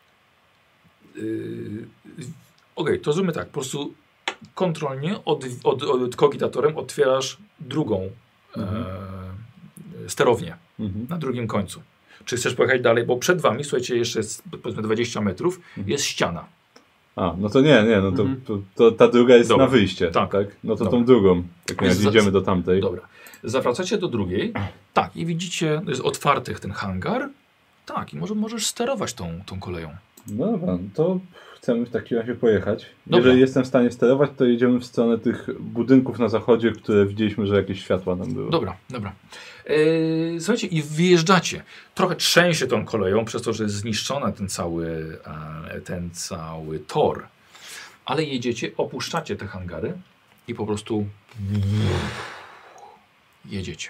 yy, Okej, to zróbmy tak, po prostu kontrolnie od, od, od kogitatorem otwierasz drugą Mhm. e, sterownię Mhm. na drugim końcu. Czy chcesz pojechać dalej? Bo przed wami, słuchajcie, jeszcze jest powiedzmy dwadzieścia metrów, Mhm. jest ściana. A, no to nie, nie, no to, Mhm. to, to ta druga jest Dobra. na wyjście, Tak. tak? No to Dobra. tą drugą, tak jak Za- idziemy do tamtej. Dobra. Zawracacie do drugiej. Tak, i widzicie, jest otwarty ten hangar. Tak, i może, możesz sterować tą, tą koleją. No dobra, no to chcemy w takim razie pojechać. Dobra. Jeżeli jestem w stanie sterować, to jedziemy w stronę tych budynków na zachodzie, które widzieliśmy, że jakieś światła tam były. Dobra, dobra. Yy, słuchajcie, i wyjeżdżacie. Trochę trzęsie tą koleją, przez to, że jest zniszczony ten cały, e, ten cały tor. Ale jedziecie, opuszczacie te hangary i po prostu jedziecie.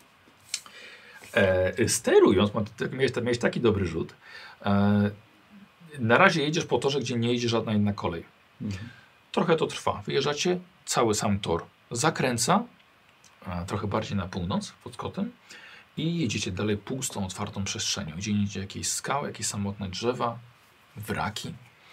E, sterując, ma- tak- miałeś, miałeś taki dobry rzut. E, na razie jedziesz po torze, gdzie nie jedzie żadna inna kolej. Mhm. Trochę to trwa. Wyjeżdżacie, cały sam tor zakręca, a, trochę bardziej na północ, pod Kotem i jedziecie dalej pustą, otwartą przestrzenią. Gdzie idzie jakieś skały, jakieś samotne drzewa, wraki.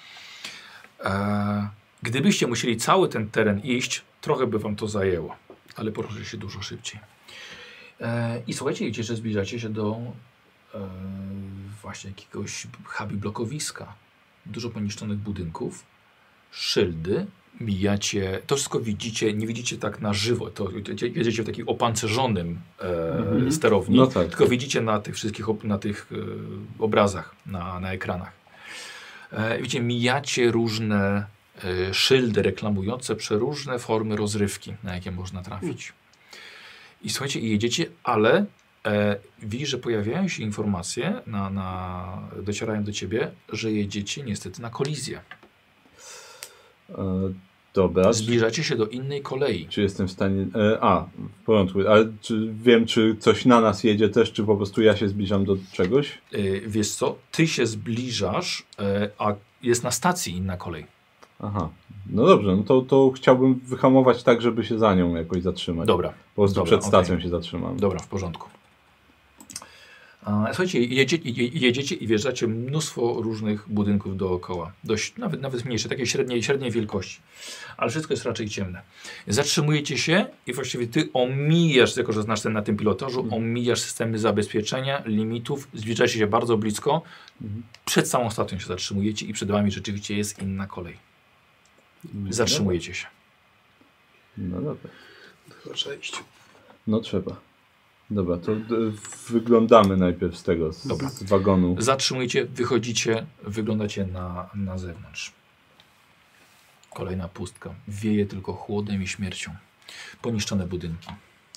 E, gdybyście musieli cały ten teren iść, trochę by wam to zajęło, ale poruszy się dużo szybciej. E, I słuchajcie, idziecie, zbliżacie się do e, właśnie jakiegoś hubi blokowiska. Dużo poniszczonych budynków, szyldy, mijacie, to wszystko widzicie, nie widzicie tak na żywo, to jedziecie w takim opancerzonym e, Mhm. sterowni, No tak. tylko widzicie na tych wszystkich ob, na tych e, obrazach, na, na ekranach. E, widzicie, mijacie różne e, szyldy reklamujące przeróżne formy rozrywki, na jakie można trafić. I słuchajcie, i jedziecie, ale e, widzisz, że pojawiają się informacje, na, na, docierają do ciebie, że jedziecie niestety na kolizję. E, dobra. Zbliżacie się do innej kolei. Czy jestem w stanie... E, a, w porządku. Ale czy wiem, czy coś na nas jedzie też, czy po prostu ja się zbliżam do czegoś? Yy, wiesz co, ty się zbliżasz, yy, a jest na stacji inna kolej. Aha. No dobrze, no to, to chciałbym wyhamować tak, żeby się za nią jakoś zatrzymać. Dobra. Po prostu Dobra, przed stacją okej. się zatrzymam. Dobra, w porządku. A, słuchajcie, jedzie, je- jedziecie i wjeżdżacie mnóstwo różnych budynków dookoła. Dość, nawet, nawet mniejsze, takiej średniej, średniej wielkości. Ale wszystko jest raczej ciemne. Zatrzymujecie się i właściwie ty omijasz, jako że znasz ten na tym pilotażu, omijasz systemy zabezpieczenia, limitów, zbliżacie się bardzo blisko. Mhm. Przed samą stacją się zatrzymujecie i przed wami rzeczywiście jest inna kolej. Zatrzymujecie się. No dobra. Chyba trzeba iść. No trzeba. Dobra, to d- wyglądamy najpierw z tego, z, Dobra. z wagonu. Zatrzymujecie, wychodzicie, wyglądacie na, na zewnątrz. Kolejna pustka. Wieje tylko chłodem i śmiercią. Poniszczone budynki.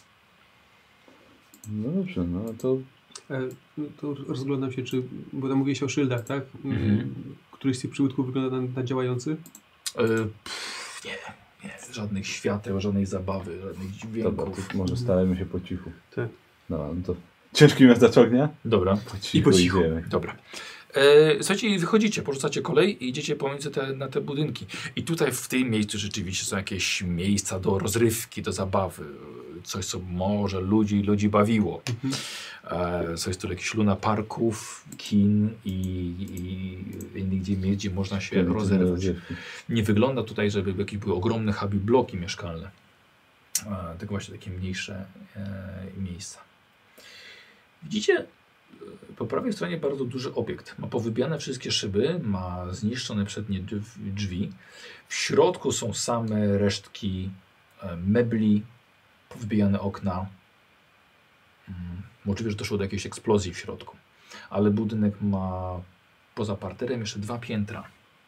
No dobrze, no to E, no to rozglądam się, czy... Bo tam mówiłeś o szyldach, tak? Mhm. Któryś z tych przyłódków wygląda na, na działający? Yy, pff, nie, nie. Żadnych świateł, żadnej zabawy, żadnych dobra, dźwięków. to może starajmy się po cichu. Tak. No, no to ciężki miotacz ognia? Dobra. Po cichu I po cichu. idziemy. Dobra. E, słuchajcie, i wychodzicie, porzucacie kolej i idziecie pomiędzy te, na te budynki. I tutaj w tym miejscu rzeczywiście są jakieś miejsca do rozrywki, do zabawy. Coś, co może ludzi, ludzi bawiło. E, coś tu jakichś luna parków, kin i, i innych gdzie, miejsc, gdzie można się Prymitywne rozerwać. rozrywki. Nie wygląda tutaj, żeby jakieś były ogromne hubi bloki mieszkalne. E, tylko właśnie takie mniejsze e, miejsca. Widzicie e, po prawej stronie bardzo duży obiekt. Ma powybijane wszystkie szyby, ma zniszczone przednie drw- drzwi. W środku są same resztki e, mebli, powybijane okna. Mm, możliwe, że doszło do jakiejś eksplozji w środku. Ale budynek ma poza parterem jeszcze dwa piętra.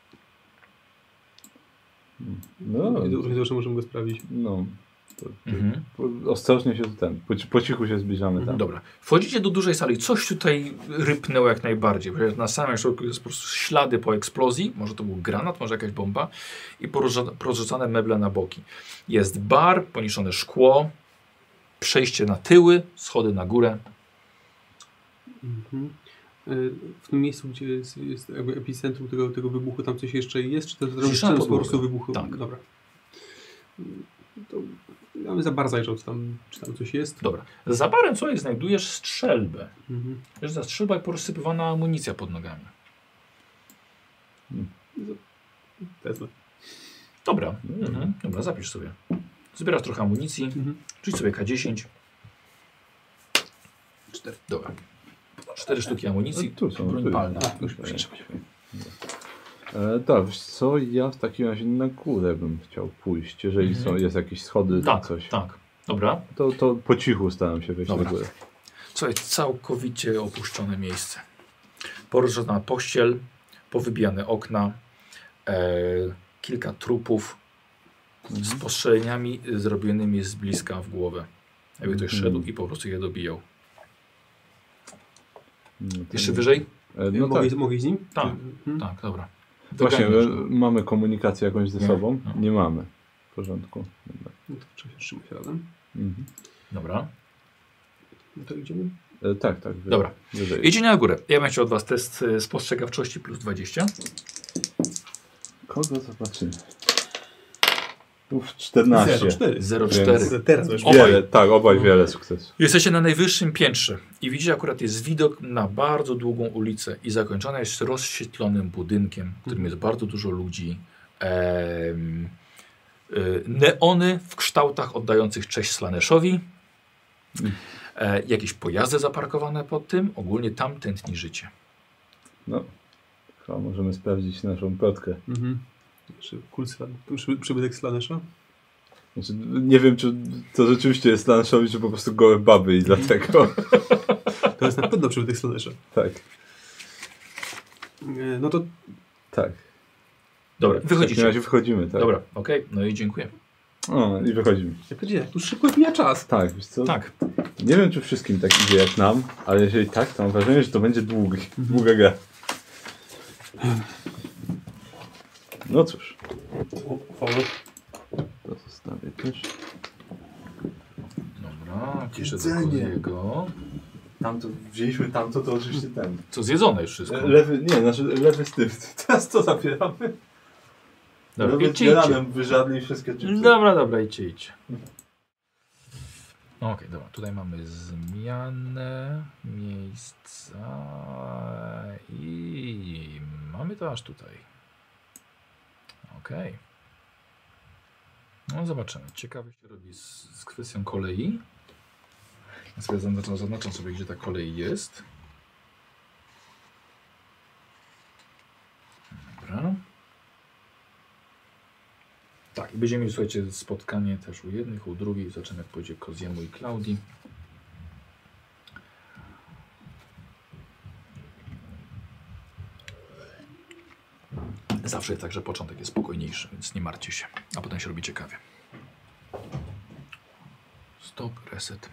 No, Równie dobrze możemy go sprawdzić. no. To, to, Mhm. po- ostrożnie się ten, po, po cichu się zbliżamy tam. Dobra. Wchodzicie do dużej sali. Coś tutaj rypnęło jak najbardziej. Ponieważ na samym środku jest po prostu ślady po eksplozji. Może to był granat, może jakaś bomba. I porozrzuca- porozrzucane meble na boki. Jest bar, poniszczone szkło, przejście na tyły, schody na górę. Mhm. E, W tym miejscu, gdzie jest, jest jakby epicentrum tego, tego wybuchu, tam coś jeszcze jest? Czy to Zniszczona jest po podłoga. prostu wybuchu? Tak. Dobra. To ja bym za bardzo zajrzał, czy tam, czy tam coś jest. Dobra. Za barem słuchaj, znajdujesz strzelbę. Mhm. Wiesz, za strzelba i porozsypywana amunicja pod nogami. Wezmę. Dobra. Mhm. Dobra, zapisz sobie. Zbierasz trochę amunicji. Mhm. Rzuć sobie K dziesięć. Cztery. Dobra. Cztery sztuki amunicji. No, tu są, broń tu. palna. A, Już już przepraszam. E, tak, wiesz co, ja w takim razie na górę bym chciał pójść, jeżeli Mhm. są, jest jakieś schody Tak, czy coś. tak. Dobra. To, to po cichu staram się wejść Dobra. na górę. Słuchaj, całkowicie opuszczone miejsce. Porzucona pościel, powybijane okna, e, kilka trupów z postrzeleniami zrobionymi z bliska w głowę. Jakby ktoś Mhm. szedł i po prostu je dobijał. No, to Jeszcze nie- wyżej? E, no mogę, tak. mogę iść z nim? Tak. Hmm? Tak, dobra. Właśnie, Doganiasz e, go. mamy komunikację jakąś ze Nie. sobą? No. Nie mamy. W porządku. Dobra. No to trzeba się trzymać razem. Mhm. Dobra. No to idziemy. E, tak, tak. Wy, Dobra. Wyżej. Idzie na górę. Ja bym chciał od Was test e, spostrzegawczości plus dwadzieścia. Kogo zobaczymy? Uf, czternaście. zero cztery. zero Więc- cztery. Teraz już Obaj. Wiele, tak, obaj wiele sukcesów. Jesteście na najwyższym piętrze i widzicie, akurat jest widok na bardzo długą ulicę i zakończona jest rozświetlonym budynkiem, w którym jest bardzo dużo ludzi. Em, y, neony w kształtach oddających cześć Slaneszowi. E, jakieś pojazdy zaparkowane pod tym. Ogólnie tam tętni życie. No, chyba możemy sprawdzić naszą plotkę. Mhm. Czy kult slan, przy, przybytek Slanesza? Znaczy, nie wiem, czy to rzeczywiście jest Lanszowi, czy po prostu gołe baby i dlatego. To jest na pewno przybytek Slanesza. Tak, E, No to tak. Dobra, W takim wychodzicie. razie wychodzimy, tak. Dobra, okej, no i dziękuję. O, i wychodzimy. jak gdzie? Tu szybko mija czas. Tak, wiesz co? Tak, Nie wiem, czy wszystkim tak idzie jak nam, ale jeżeli tak, to mam wrażenie, że to będzie długi, długa gra. No cóż, to zostawię też. dobra, piszę do Jedzenie. Koziego. Tamto, wzięliśmy tamto, to oczywiście ten. Co zjedzone już wszystko. Lewy, nie, znaczy lewy styw. Teraz to zabieramy. Dobra, Lewy idźcie, idźcie. ranem wyżarli wszystkie chipsy. Dobra, dobra, idźcie, idźcie. No okej, dobra, tutaj mamy zmianę miejsca i mamy to aż tutaj. Okej. No zobaczymy. Ciekawe się robi z, z kwestią kolei. Ja sobie zaznaczam, zaznaczam sobie, gdzie ta kolej jest. Dobra. Tak, i będziemy mieli, słuchajcie, spotkanie też u jednych, u drugich. Zobaczymy, jak pójdzie Koziemu i Klaudii. Zawsze jest tak, że początek jest spokojniejszy, więc nie martwcie się, a potem się robi ciekawie. Stop, reset.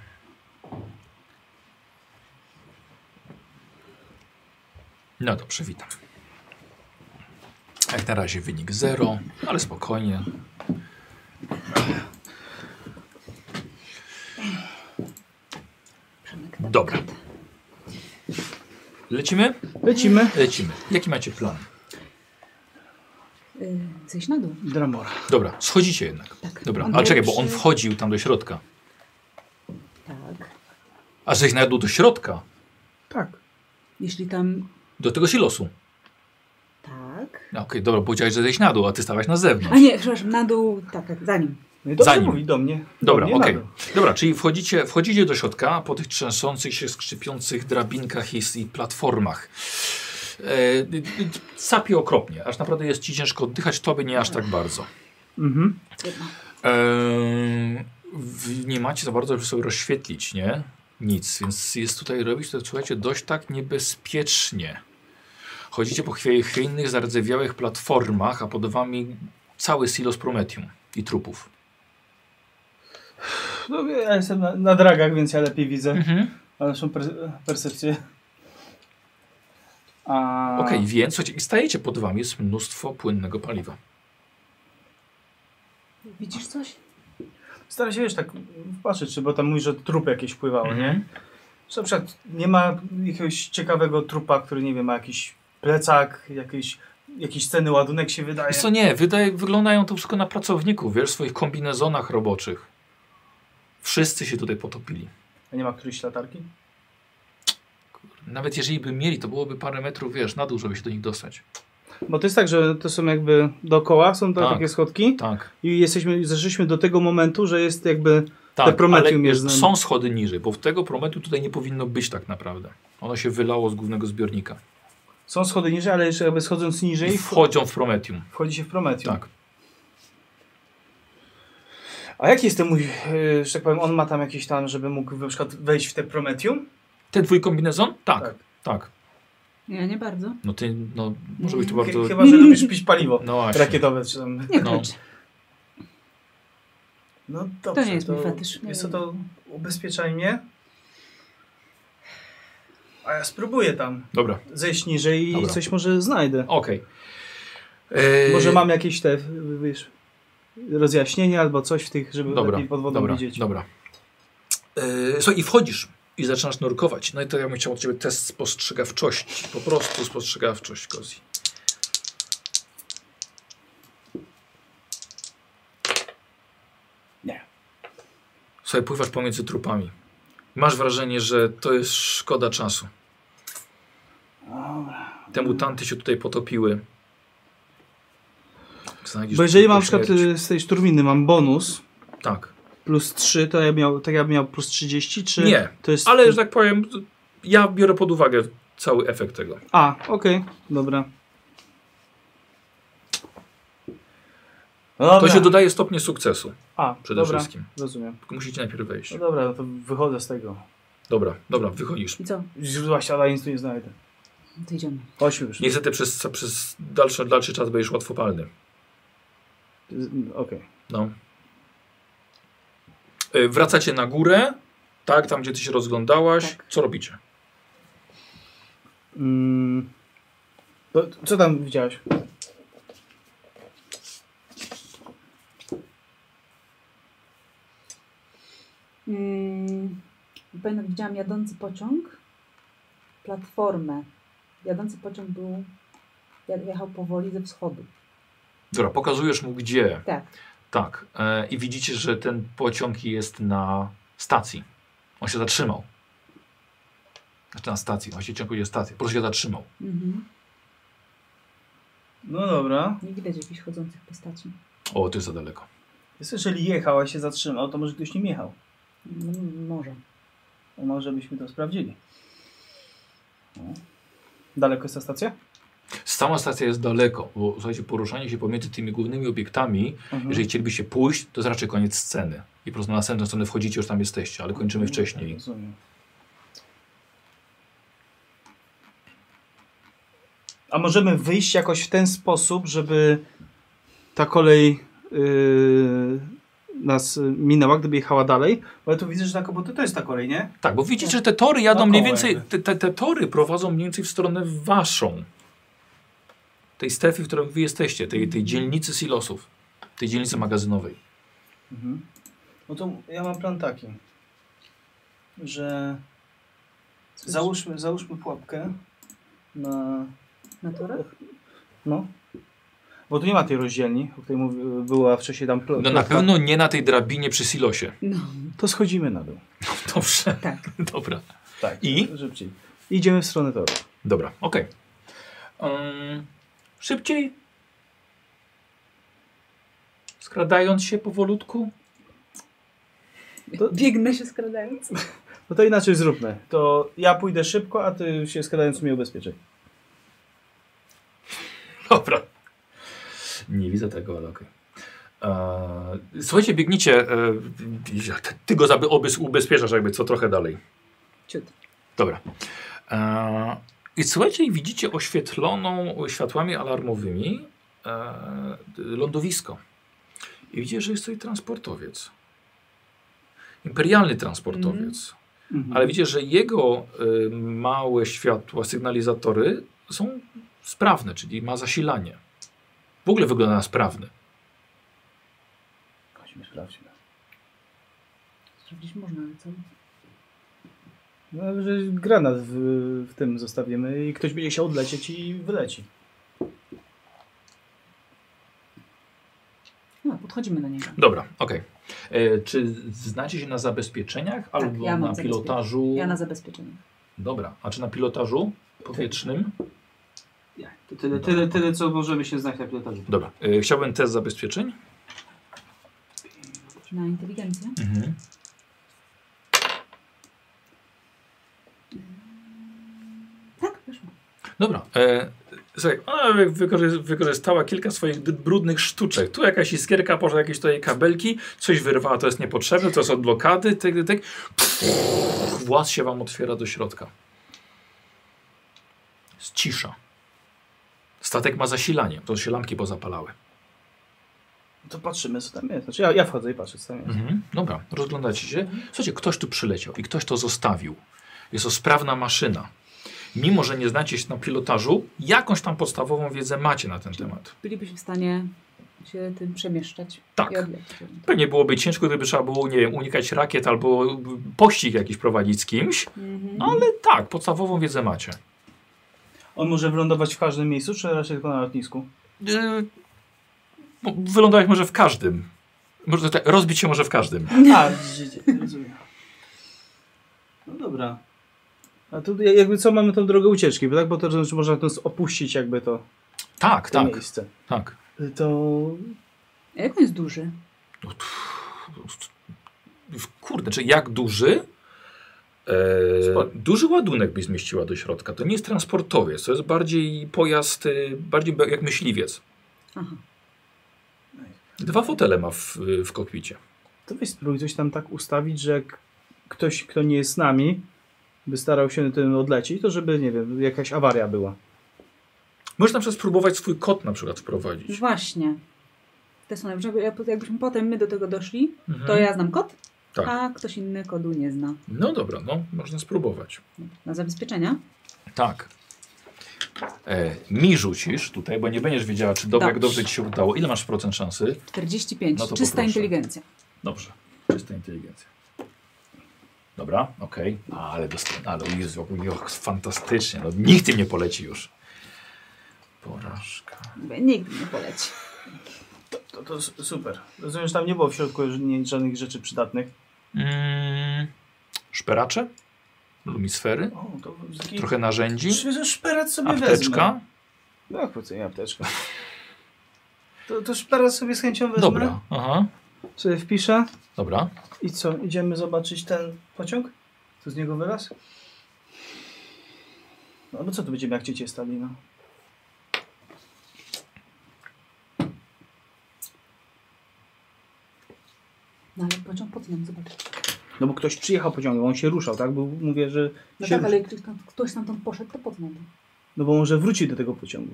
No dobrze, witam. Jak na razie wynik zero, ale spokojnie. Dobra. Lecimy? Lecimy. Lecimy. Jaki macie plan? Y, zejść na dół. Dramora. Dobra, schodzicie jednak. Tak. Dobra, On ale czekaj, bo pierwszy- on wchodził tam do środka. Tak. A żeś na dół do środka? Tak. Jeśli tam... Do tego silosu. Tak. No, Okej, dobra, powiedziałeś, że zejść na dół, a ty stałaś na A zewnątrz. nie, przepraszam, na dół, tak, tak, za nim. No i dobrze Za nim. mówi do mnie. Dobra, do mnie okej. na dół. Dobra, czyli wchodzicie, wchodzicie do środka, a po tych trzęsących się, skrzypiących drabinkach i, i platformach. E, y, y, sapie okropnie, aż naprawdę jest ci ciężko oddychać, tobie nie aż tak bardzo. Mhm. Jedno. Eee, w- nie macie za bardzo, żeby sobie rozświetlić, nie? Nic, więc jest tutaj robić to, słuchajcie, dość tak niebezpiecznie. Chodzicie po chwie- chwiejnych, zardzewiałych platformach, a pod wami cały silos Prometium i trupów. No, ja jestem na, na dragach, więc ja lepiej widzę Mhm. naszą per, percepcję. A... Okej, więc słuchajcie, i stajecie pod wami, jest mnóstwo płynnego paliwa. Widzisz coś? Staram się, wiesz, tak patrzeć, czy bo tam mówisz, że trupy jakieś pływały, Mhm. nie? Że na przykład nie ma jakiegoś ciekawego trupa, który, nie wiem, ma jakiś plecak, jakieś, jakieś cenny ładunek się wydaje. Wiesz co, nie, wydaje, wyglądają to wszystko na pracowników, wiesz, w swoich kombinezonach roboczych. Wszyscy się tutaj potopili. A nie ma którejś latarki? Nawet jeżeli by mieli, to byłoby parę metrów, wiesz, na dół, żeby się do nich dostać. Bo to jest tak, że to są jakby dookoła, są to Tak. takie schodki Tak. i jesteśmy, zeszliśmy do tego momentu, że jest jakby Tak, te Prometium ale jest z- są schody niżej, bo w tego Prometium tutaj nie powinno być tak naprawdę. Ono się wylało z głównego zbiornika. Są schody niżej, ale jeszcze jakby schodząc niżej Wchodzą w Prometium. wchodzi się w Prometium. Tak. A jaki jest ten mój, yy, że tak powiem, on ma tam jakieś tam, żeby mógł na przykład wejść w te Prometium? Ten twój kombinezon? Tak, Tak. tak. Ja nie bardzo. No ty, no może być to Ch- bardzo... Chyba, że lubisz pić paliwo No właśnie. rakietowe czy tam. Nie No. chodź. No dobrze. To nie jest mój fetysz. Wiesz co, to ubezpieczaj mnie. A ja spróbuję tam Dobra, zejść niżej i Dobra. coś może znajdę. okej. Eee, Może mam jakieś te, wiesz, rozjaśnienia albo coś w tych, żeby Dobra, lepiej pod wodą dobra, widzieć. dobra. Eee, słuchaj, i wchodzisz i zaczynasz nurkować. No i to ja bym chciał od ciebie test spostrzegawczości. Po prostu spostrzegawczość, Kozi. Nie. Słuchaj, pływasz pomiędzy trupami. Masz wrażenie, że to jest szkoda czasu. Te mutanty się tutaj potopiły. Znajdziesz Bo jeżeli mam na tylko przykład śmierć. y, z tej szturminy mam bonus Tak. plus trzy, to ja miał, tak ja bym miał plus trzydzieści, czy Nie, to jest... ale że tak powiem, ja biorę pod uwagę cały efekt tego. A, okej, dobra. To Dobra. się dodaje stopnie sukcesu A, przede dobra, wszystkim. rozumiem. Tylko musicie najpierw wejść. No dobra, no to wychodzę z tego. Dobra, dobra, wychodzisz. I co? Źródła siada nic tu nie znajdę. To idziemy. Chodźmy już. Niestety przez, przez dalszy, dalszy czas będziesz łatwopalny. Okej. No. Y, Wracacie na górę, tak, tam gdzie ty się rozglądałaś. Tak. Co robicie? Mm. To, co tam widziałeś? Mm, pamiętam, widziałam jadący pociąg, platformę. Jadący pociąg był, jak jechał powoli ze wschodu. Dobra, pokazujesz mu gdzie. Tak. Tak. E, I widzicie, że ten pociąg jest na stacji. On się zatrzymał. Znaczy na stacji, on się ciągle stacji. Po prostu się zatrzymał. Mhm. No dobra. Nie widać jakichś chodzących postaci. O, to jest za daleko. Jest, jeżeli jechał, a się zatrzymał, to może ktoś nim jechał. No, może. No może byśmy to sprawdzili. No. Daleko jest ta stacja? Sama stacja jest daleko, bo słuchajcie, poruszanie się pomiędzy tymi głównymi obiektami, Mhm. jeżeli chcielibyście pójść, to jest raczej koniec sceny. I po prostu na następną stronę wchodzicie, już tam jesteście, ale kończymy wcześniej. Rozumiem. A możemy wyjść jakoś w ten sposób, żeby ta kolej yy, nas minęła, gdyby jechała dalej? Bo ja tu widzę, że tak, bo to, to jest ta kolej, nie? Tak, bo widzicie, że te tory jadą mniej Dookoła więcej, jakby. te, te, te tory prowadzą mniej więcej w stronę waszą. Tej strefy, w której wy jesteście, tej, tej dzielnicy silosów, tej dzielnicy magazynowej. Mhm. No to ja mam plan taki, że załóżmy, załóżmy pułapkę na... Na torach? No. Bo tu nie ma tej rozdzielni, o której mówi, była wcześniej tam... pl- No na plotka. pewno nie na tej drabinie przy silosie. No, To schodzimy na dół. Dobrze, tak. dobra. Tak. I? Szybciej. Idziemy w stronę toru. Dobra, okej. Um, szybciej. Skradając się powolutku. To- Biegnę się skradając. No to inaczej zróbmy. To ja pójdę szybko, a ty się składając mnie ubezpieczaj. Dobra. Nie widzę tego, ale okej. Eee, Słuchajcie, biegnicie. E, ty go zaby obys ubezpieczasz jakby co trochę dalej. Ciut. Dobra. Eee, I słuchajcie, i widzicie oświetloną światłami alarmowymi e, lądowisko. I widzicie, że jest tutaj transportowiec. Imperialny transportowiec. Mhm. Ale widzicie, że jego y, małe światła, sygnalizatory są sprawne, czyli ma zasilanie. W ogóle wygląda na sprawny. Chodźmy, sprawdźmy. Sprawdzić można, ale co? No, że granat w, w tym zostawimy i ktoś będzie chciał odlecieć i wyleci. No, podchodzimy do niego. Dobra, okej. E, Czy znacie się na zabezpieczeniach albo ja mam na pilotażu? Ja na zabezpieczeniu. Dobra, a czy na pilotażu powietrznym? Nie, to tyle, tyle, tyle, co możemy się znać na pilotażu. Dobra, e, chciałbym test zabezpieczeń. Na inteligencję? Mhm. Tak, weszło. Dobra. E, słuchaj, ona wy- wykorzy- wykorzystała kilka swoich d- brudnych sztuczek. Tu jakaś iskierka, poszła jakieś tutaj kabelki, coś wyrwała, to jest niepotrzebne, to jest od blokady, tyk, tyk, tyk. Pff, właz się wam otwiera do środka. Jest cisza. Statek ma zasilanie, to się lampki pozapalały. To patrzymy, co tam jest. Znaczy ja, ja wchodzę i patrzę, co tam jest. Mhm. Dobra, rozglądacie się. Słuchajcie, ktoś tu przyleciał i ktoś to zostawił. Jest to sprawna maszyna. Mimo, że nie znacie się na pilotażu, jakąś tam podstawową wiedzę macie na ten temat. Bylibyśmy w stanie się tym przemieszczać. Tak. I odlecieć. Pewnie byłoby ciężko, gdyby trzeba było, nie wiem, unikać rakiet albo pościg jakiś prowadzić z kimś, Mhm. no ale tak, podstawową wiedzę macie. On może wylądować w każdym miejscu, czy raczej tylko na lotnisku? Yy, no, wylądować może w każdym. Może tak, rozbić się może w każdym. A, widzicie, rozumiem. No dobra. A tu jakby co, mamy tą drogę ucieczki, tak? Bo to znaczy można to opuścić jakby to, Tak, to tak, miejsce. tak. To... A jak on jest duży? Kurde, czy jak duży? Sporo. E, duży ładunek by zmieściła do środka. To nie jest transportowiec, to jest bardziej pojazd, y, bardziej be- jak myśliwiec. Aha. Dwa fotele ma w, w kokpicie. To weź spróbuj coś tam tak ustawić, że jak ktoś, kto nie jest z nami, by starał się tym odlecieć, to żeby, nie wiem, jakaś awaria była. Możesz na przykład spróbować swój kod na przykład wprowadzić. Właśnie. Te są, żeby jakbyśmy potem my do tego doszli, Mhm. to ja znam kod, Tak. a ktoś inny kodu nie zna. No dobra, no można spróbować. Na zabezpieczenia? Tak. E, mi rzucisz tutaj, bo nie będziesz wiedziała, czy do, jak Dobrze. dobrze ci się udało. Ile masz procent szansy? czterdzieści pięć. No to Czysta poproszę. inteligencja. Dobrze. Czysta inteligencja. Dobra, okej. Okay. Ale dostałem, ale Jezu, och, fantastycznie. No, nikt tym nie poleci już. Porażka. Nigdy nie poleci. To, to, to s- super. Rozumiem, że tam nie było w środku nie- żadnych rzeczy przydatnych. Mm, szperacze? Lumisfery? O, to taki... Trochę narzędzi? Sz- Szperat sobie Apteczka? wezmę. No, po co nie apteczka? To, to szperat sobie z chęcią wezmę. Dobra, aha. Sobie wpiszę. Dobra. I co, idziemy zobaczyć ten pociąg? Co z niego wyraz? No, no co tu będziemy jak ciecie stali, no? No ale pociąg po co nam zobaczyć? No bo ktoś przyjechał pociągiem, on się ruszał, tak? Bo mówię, że No się tak, ruszy. ale jak ktoś tam, ktoś tam, tam poszedł, to po co nam to? No bo może wróci do tego pociągu.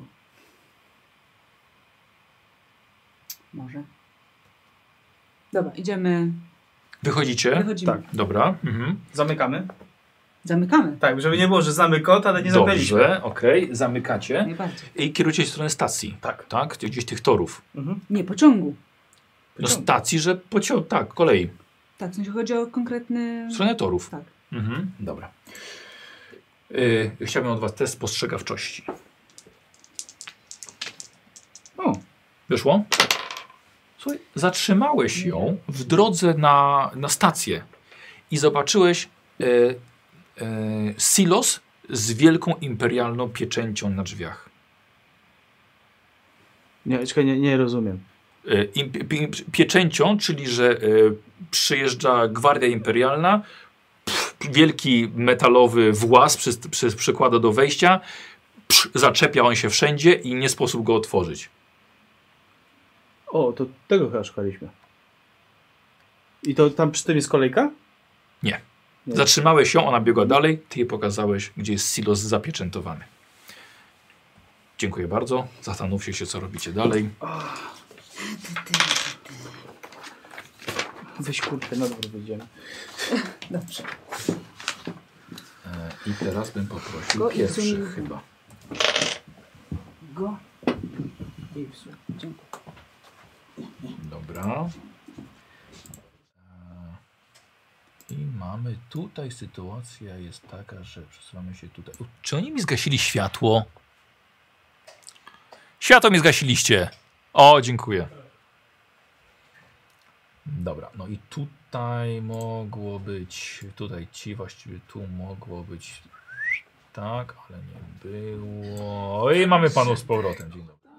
Może. Dobra, idziemy. Wychodzicie? Wychodzimy. Tak. Dobra. Mhm. Zamykamy? Zamykamy. Tak, żeby nie było, że znamy kod, ale nie zamknęliśmy. Dobrze, okej. Zamykacie. Najbardziej. I kierujecie się w stronę stacji. Tak. Tak? Gdzieś tych torów. Mhm. Nie, pociągu. No Pociągu. stacji, że pociąg, tak, kolei. Tak, w sensie chodzi o konkretny... W stronę torów. Tak. Mhm. Dobra. Yy, chciałbym od was test spostrzegawczości. O, Wyszło? Słuchaj, zatrzymałeś ją w drodze na, na stację i zobaczyłeś e, e, silos z wielką imperialną pieczęcią na drzwiach. nie, czekaj, nie, nie rozumiem. E, im, pi, pieczęcią, czyli że e, przyjeżdża gwardia imperialna, pff, wielki metalowy właz przy, przy, przykłada do wejścia, psz, zaczepia on się wszędzie i nie sposób go otworzyć. O, to tego chyba szukaliśmy. I to tam przy tym jest kolejka? Nie. Nie. Zatrzymałeś ją, ona biegła dalej, ty jej pokazałeś, gdzie jest silos zapieczętowany. Dziękuję bardzo. Zastanówcie się, co robicie dalej. Weź kurczę, na dobro wyjdziemy. Dobrze. E, I teraz bym poprosił Go i pierwszy sumienny. chyba. Go. I wsu. Dziękuję. Dobra. E, I mamy tutaj, sytuacja jest taka, że przesuwamy się tutaj. U, czy oni mi zgasili światło? Światło mi zgasiliście. O, dziękuję. Dobra, no i tutaj mogło być, tutaj ci właściwie tu mogło być tak, ale nie było. I mamy panów z powrotem. Dzień dobry.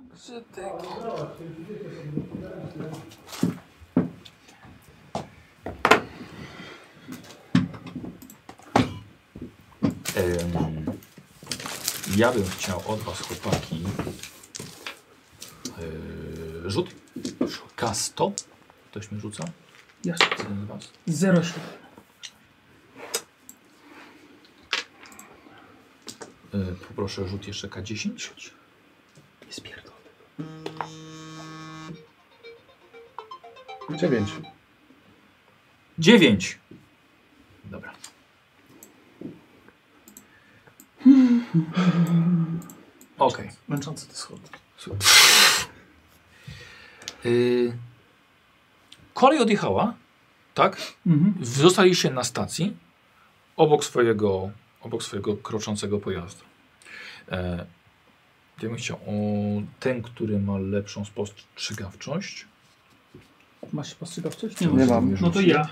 Em, Ja bym chciał od was, chłopaki, yy, rzut. K sto. Ktoś mi rzuca? Ja Jeden z was. zero siedem. Yy, poproszę rzut jeszcze K dziesięć. Nie spierdolę. Dziewięć. dziewięć. Dobra. Okej. Okay. Męczące te schody. Yy, kolej odjechała, tak? Mhm. Zostaliście na stacji obok swojego, obok swojego kroczącego pojazdu. E, ja bym chciał o ten, który ma lepszą spostrzegawczość. Masz spostrzegawczość? Nie masz. mam. No to ja.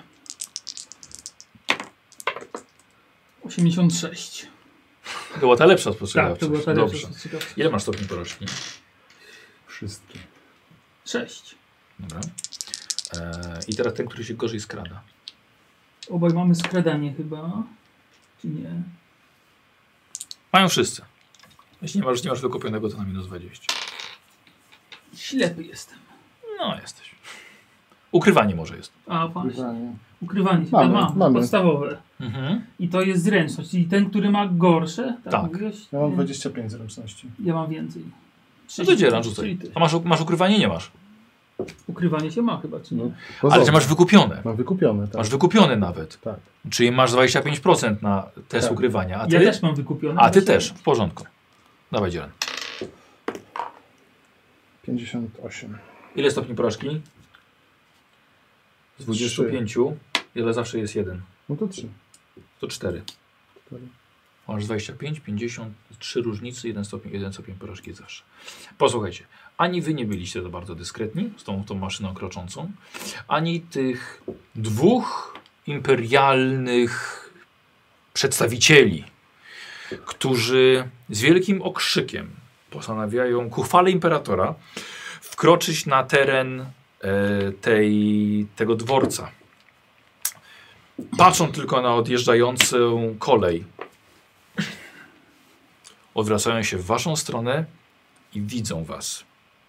osiemdziesiąt sześć. To była ta lepsza Tak, spostrzegawczość. to była ta lepsza Dobrze. spostrzegawczość. Ile masz stopni porażki? Wszystkie. sześć. Dobra. E, I teraz ten, który się gorzej skrada. Obaj mamy skradanie chyba. Czy nie? Mają wszyscy. Jeśli nie masz, nie masz wykupionego, to na minus dwadzieścia. Ślepy jestem. No, jesteś. Ukrywanie może jest. A właśnie. Ukrywanie. Ukrywanie się Mamy, mam, mamy. podstawowe. Mhm. I to jest zręczność. Czyli ten, który ma gorsze. Tak. Tak. Mówiłeś? Ja mam dwadzieścia pięć zręczności. Ja mam więcej. No to dzielan Czyli rzucaj. ty. A masz, masz ukrywanie? Nie masz. Ukrywanie się ma chyba, czy nie? No, Ale pozornie. że masz wykupione. Mam wykupione, tak. Masz wykupione nawet. Tak. Czyli masz dwadzieścia pięć procent na test Tak. ukrywania. A ty, Ja też mam wykupione. a ty właśnie. też. W porządku. Dawaj, dzielan. pięćdziesiąt osiem. Ile stopni porażki? Z dwudziestu pięciu. Ile zawsze jest jeden? No to trzy. To cztery. Cztery. Masz dwadzieścia pięć, pięćdziesiąt, trzy różnicy, jeden stopień, jeden stopień porażki zawsze. Posłuchajcie, ani wy nie byliście za bardzo dyskretni z tą, tą maszyną kroczącą, ani tych dwóch imperialnych przedstawicieli, którzy z wielkim okrzykiem postanawiają ku chwale imperatora wkroczyć na teren e, tej, tego dworca. Patrzą tylko na odjeżdżającą kolej. Odwracają się w waszą stronę i widzą was.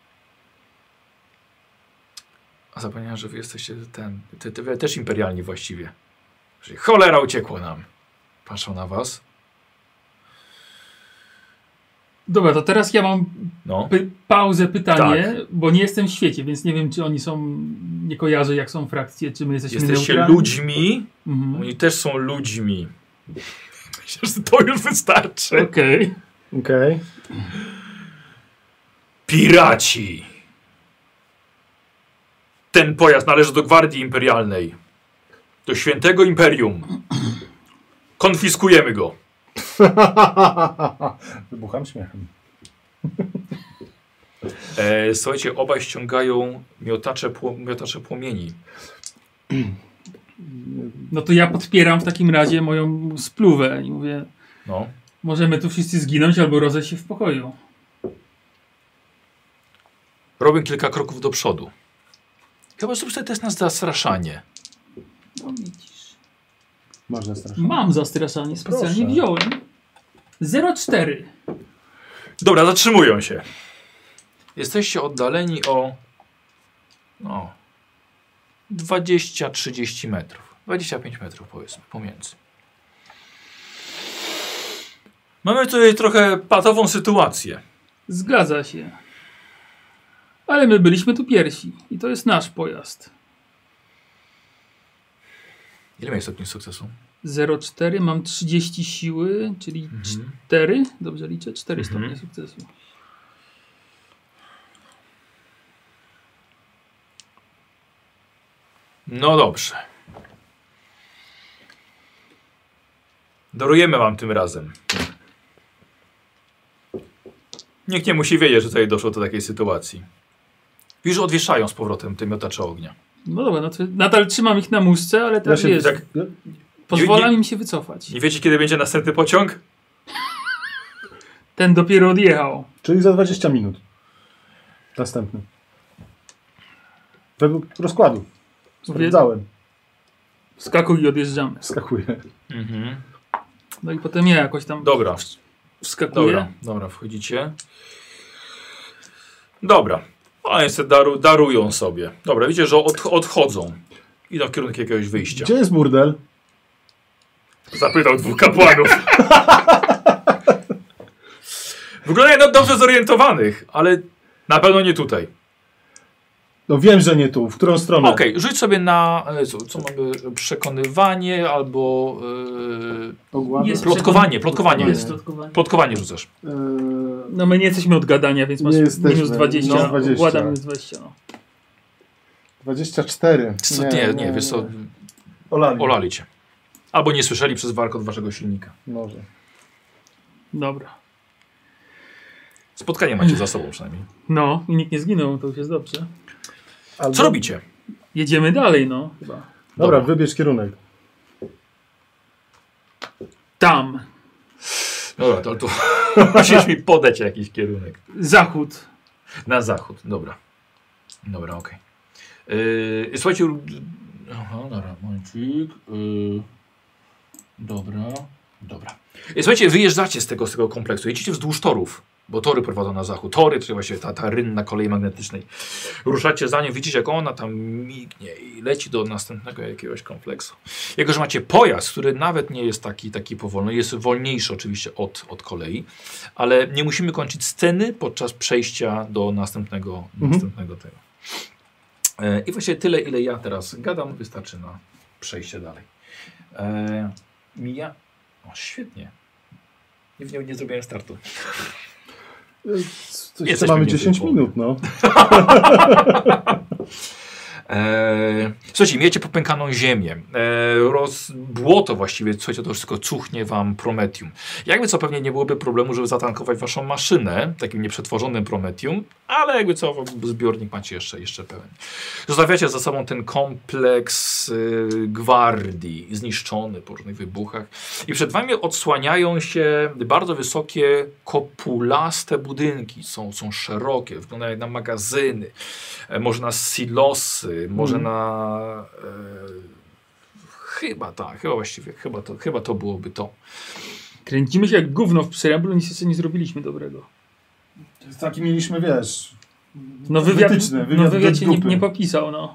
A zapomniałem, że wy jesteście ten, ty, ty, wy też imperialni właściwie. Że cholera uciekło nam. Patrzą na was. Dobra, to teraz ja mam No. py pauzę, pytanie, Tak. bo nie jestem w świecie, więc nie wiem, czy oni są, nie kojarzę jak są frakcje, czy my jesteśmy Jesteście neutralni. ludźmi. Mhm. Oni też są ludźmi. Myślę, że to już wystarczy. Okej. Okej. Piraci! Ten pojazd należy do Gwardii Imperialnej. Do Świętego Imperium. Konfiskujemy go. Wybucham śmiechem. E, słuchajcie, obaj ściągają miotacze, pło, miotacze płomieni. No to ja podpieram w takim razie moją spluwę i mówię, No. możemy tu wszyscy zginąć albo rozejść się w pokoju. Robię kilka kroków do przodu. Chyba, że to jest na zastraszanie. No widzisz. Można strasznie. Mam zastraszanie, specjalnie Proszę. wziąłem. zero cztery. Dobra, zatrzymują się. Jesteście oddaleni o no, dwadzieścia trzydzieści metrów. dwadzieścia pięć metrów powiedzmy, pomiędzy. Mamy tutaj trochę patową sytuację. Zgadza się. Ale my byliśmy tu pierwsi i to jest nasz pojazd. Ile miałeś stopni sukcesu? zero cztery, mam trzydzieści siły, czyli Mhm. cztery. Dobrze liczę? cztery Mhm. stopnie sukcesu. No dobrze. Darujemy wam tym razem. Nikt nie musi wiedzieć, że tutaj doszło do takiej sytuacji. Już odwieszają z powrotem te miotacze ognia. No dobra, no to nadal trzymam ich na muszce, ale tak Ja się wiesz, tak- Ja, pozwalam nie- im się wycofać. Nie wiecie, kiedy będzie następny pociąg? Ten dopiero odjechał. czyli za dwadzieścia minut. Następny. Według rozkładu. Sprawdzałem. Skakuj i odjeżdżamy. Skakuję. Mhm. No i potem ja jakoś tam Dobra. Wskakuje. Dobra, dobra, wchodzicie. Dobra. Oni sobie daru, darują sobie. Dobra, widzicie, że od, odchodzą. Idą w kierunku jakiegoś wyjścia. Gdzie jest burdel? Zapytał dwóch kapłanów. Wyglądają na dobrze zorientowanych, ale na pewno nie tutaj. No wiem, że nie tu. W którą stronę? Okej, okay, rzuć sobie na e, co, co mamy, przekonywanie albo Ogłady? Jest plotkowanie, plotkowanie Jest jest. plotkowanie. Plotkowanie rzucasz. Eee, No my nie jesteśmy od gadania, więc masz Nie jesteśmy. minus dwadzieścia. No, dwadzieścia. Ogłada minus dwadzieścia. No. dwadzieścia cztery. Co, nie, nie, wiesz co, Olali. olali cię. Albo nie słyszeli przez warkot waszego silnika. Może. Dobra. Spotkanie macie za sobą przynajmniej. No, i nikt nie zginął, to już jest dobrze. Albo... Co robicie? Jedziemy dalej, no chyba. Dobra, Dobra. wybierz kierunek. Tam. Dobra, to, to musisz mi podać jakiś kierunek. Zachód. Na zachód, dobra. Dobra, okej. Okay. Yy, słuchajcie, aha, dobra, momencik. Yy, dobra, dobra. Yy, słuchajcie, wyjeżdżacie z tego, z tego kompleksu, jedziecie wzdłuż torów, bo tory prowadzą na zachód. Tory, czyli właściwie ta, ta rynna kolei magnetycznej. Ruszacie za nią, widzicie jak ona tam mignie i leci do następnego jakiegoś kompleksu. Jako że macie pojazd, który nawet nie jest taki, taki powolny, jest wolniejszy oczywiście od, od kolei, ale nie musimy kończyć sceny podczas przejścia do następnego, Mhm. następnego tego. E, I właściwie tyle, ile ja teraz gadam, wystarczy na przejście dalej. E, mija... O, świetnie. Nie, nie, nie zrobiłem startu. Coś, Jesteśmy mamy między dziesięć połową. minut, no. Eee, słuchajcie, miejcie popękaną ziemię. Eee, roz, błoto właściwie, słuchajcie, to już tylko cuchnie wam prometium. Jakby co, pewnie nie byłoby problemu, żeby zatankować waszą maszynę takim nieprzetworzonym prometium, ale jakby co, zbiornik macie jeszcze, jeszcze pełen. Zostawiacie za sobą ten kompleks y, gwardii, zniszczony po różnych wybuchach i przed wami odsłaniają się bardzo wysokie, kopulaste budynki. Są, są szerokie, wyglądają jak na magazyny, e, może na silosy, może Mhm. na... E, chyba tak, chyba właściwie, chyba to, chyba to byłoby to. Kręcimy się jak gówno w preambulu, nic jeszcze nie zrobiliśmy dobrego. Taki mieliśmy, wiesz... No wywiad, wytyczne, no, wywiad wywiad do się nie, dupy. nie popisał, no.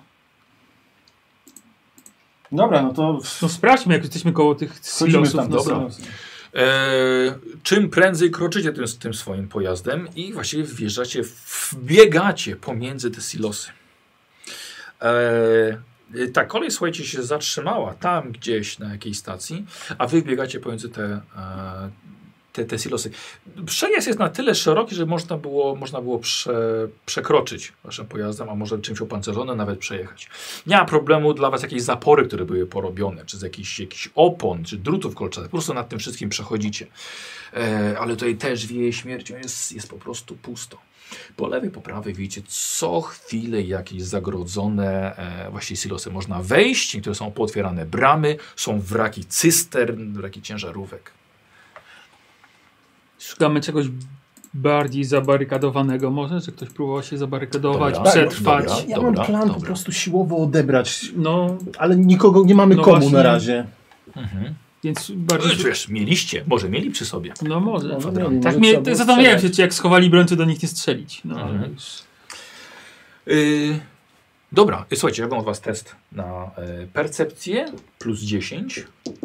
Dobra, no to No sprawdźmy, jak jesteśmy koło tych wchodzimy silosów. tam. No, do dobra. silosu. E, czym prędzej kroczycie tym, tym swoim pojazdem i właściwie wjeżdżacie, wbiegacie pomiędzy te silosy. E, ta kolej, słuchajcie, się zatrzymała tam gdzieś na jakiejś stacji, a wy wbiegacie pomiędzy te, e, te, te silosy. Przejazd jest na tyle szeroki, że można było, można było prze, przekroczyć waszym pojazdem, a może czymś opancerzonym nawet przejechać. Nie ma problemu dla was jakieś zapory, które były porobione, czy z jakichś, jakichś opon, czy drutów kolczatych. Po prostu nad tym wszystkim przechodzicie. E, ale tutaj też wieje śmiercią, jest, jest po prostu pusto. Po lewej, po prawej widzicie co chwilę jakieś zagrodzone e, właśnie silosy. Można wejść, niektóre są pootwierane bramy, są wraki cystern, wraki ciężarówek. Szukamy czegoś bardziej zabarykadowanego może, że ktoś próbował się zabarykadować, Dobra, przetrwać. dobra. Ja mam plan po dobra. prostu siłowo odebrać, No, ale nikogo nie mamy No komu właśnie. na razie. Mhm. więc No, bardziej... wiesz, mieliście, może mieli przy sobie. No może. Może Fadrant. mieli, Tak może mnie, trzeba tak było zastanawiałem się, strzelać. czy jak schowali broń, to do nich nie strzelić. No, ale Mhm. już... Yy, dobra, y, słuchajcie, ja mam od was test na y, percepcję plus dziesięć.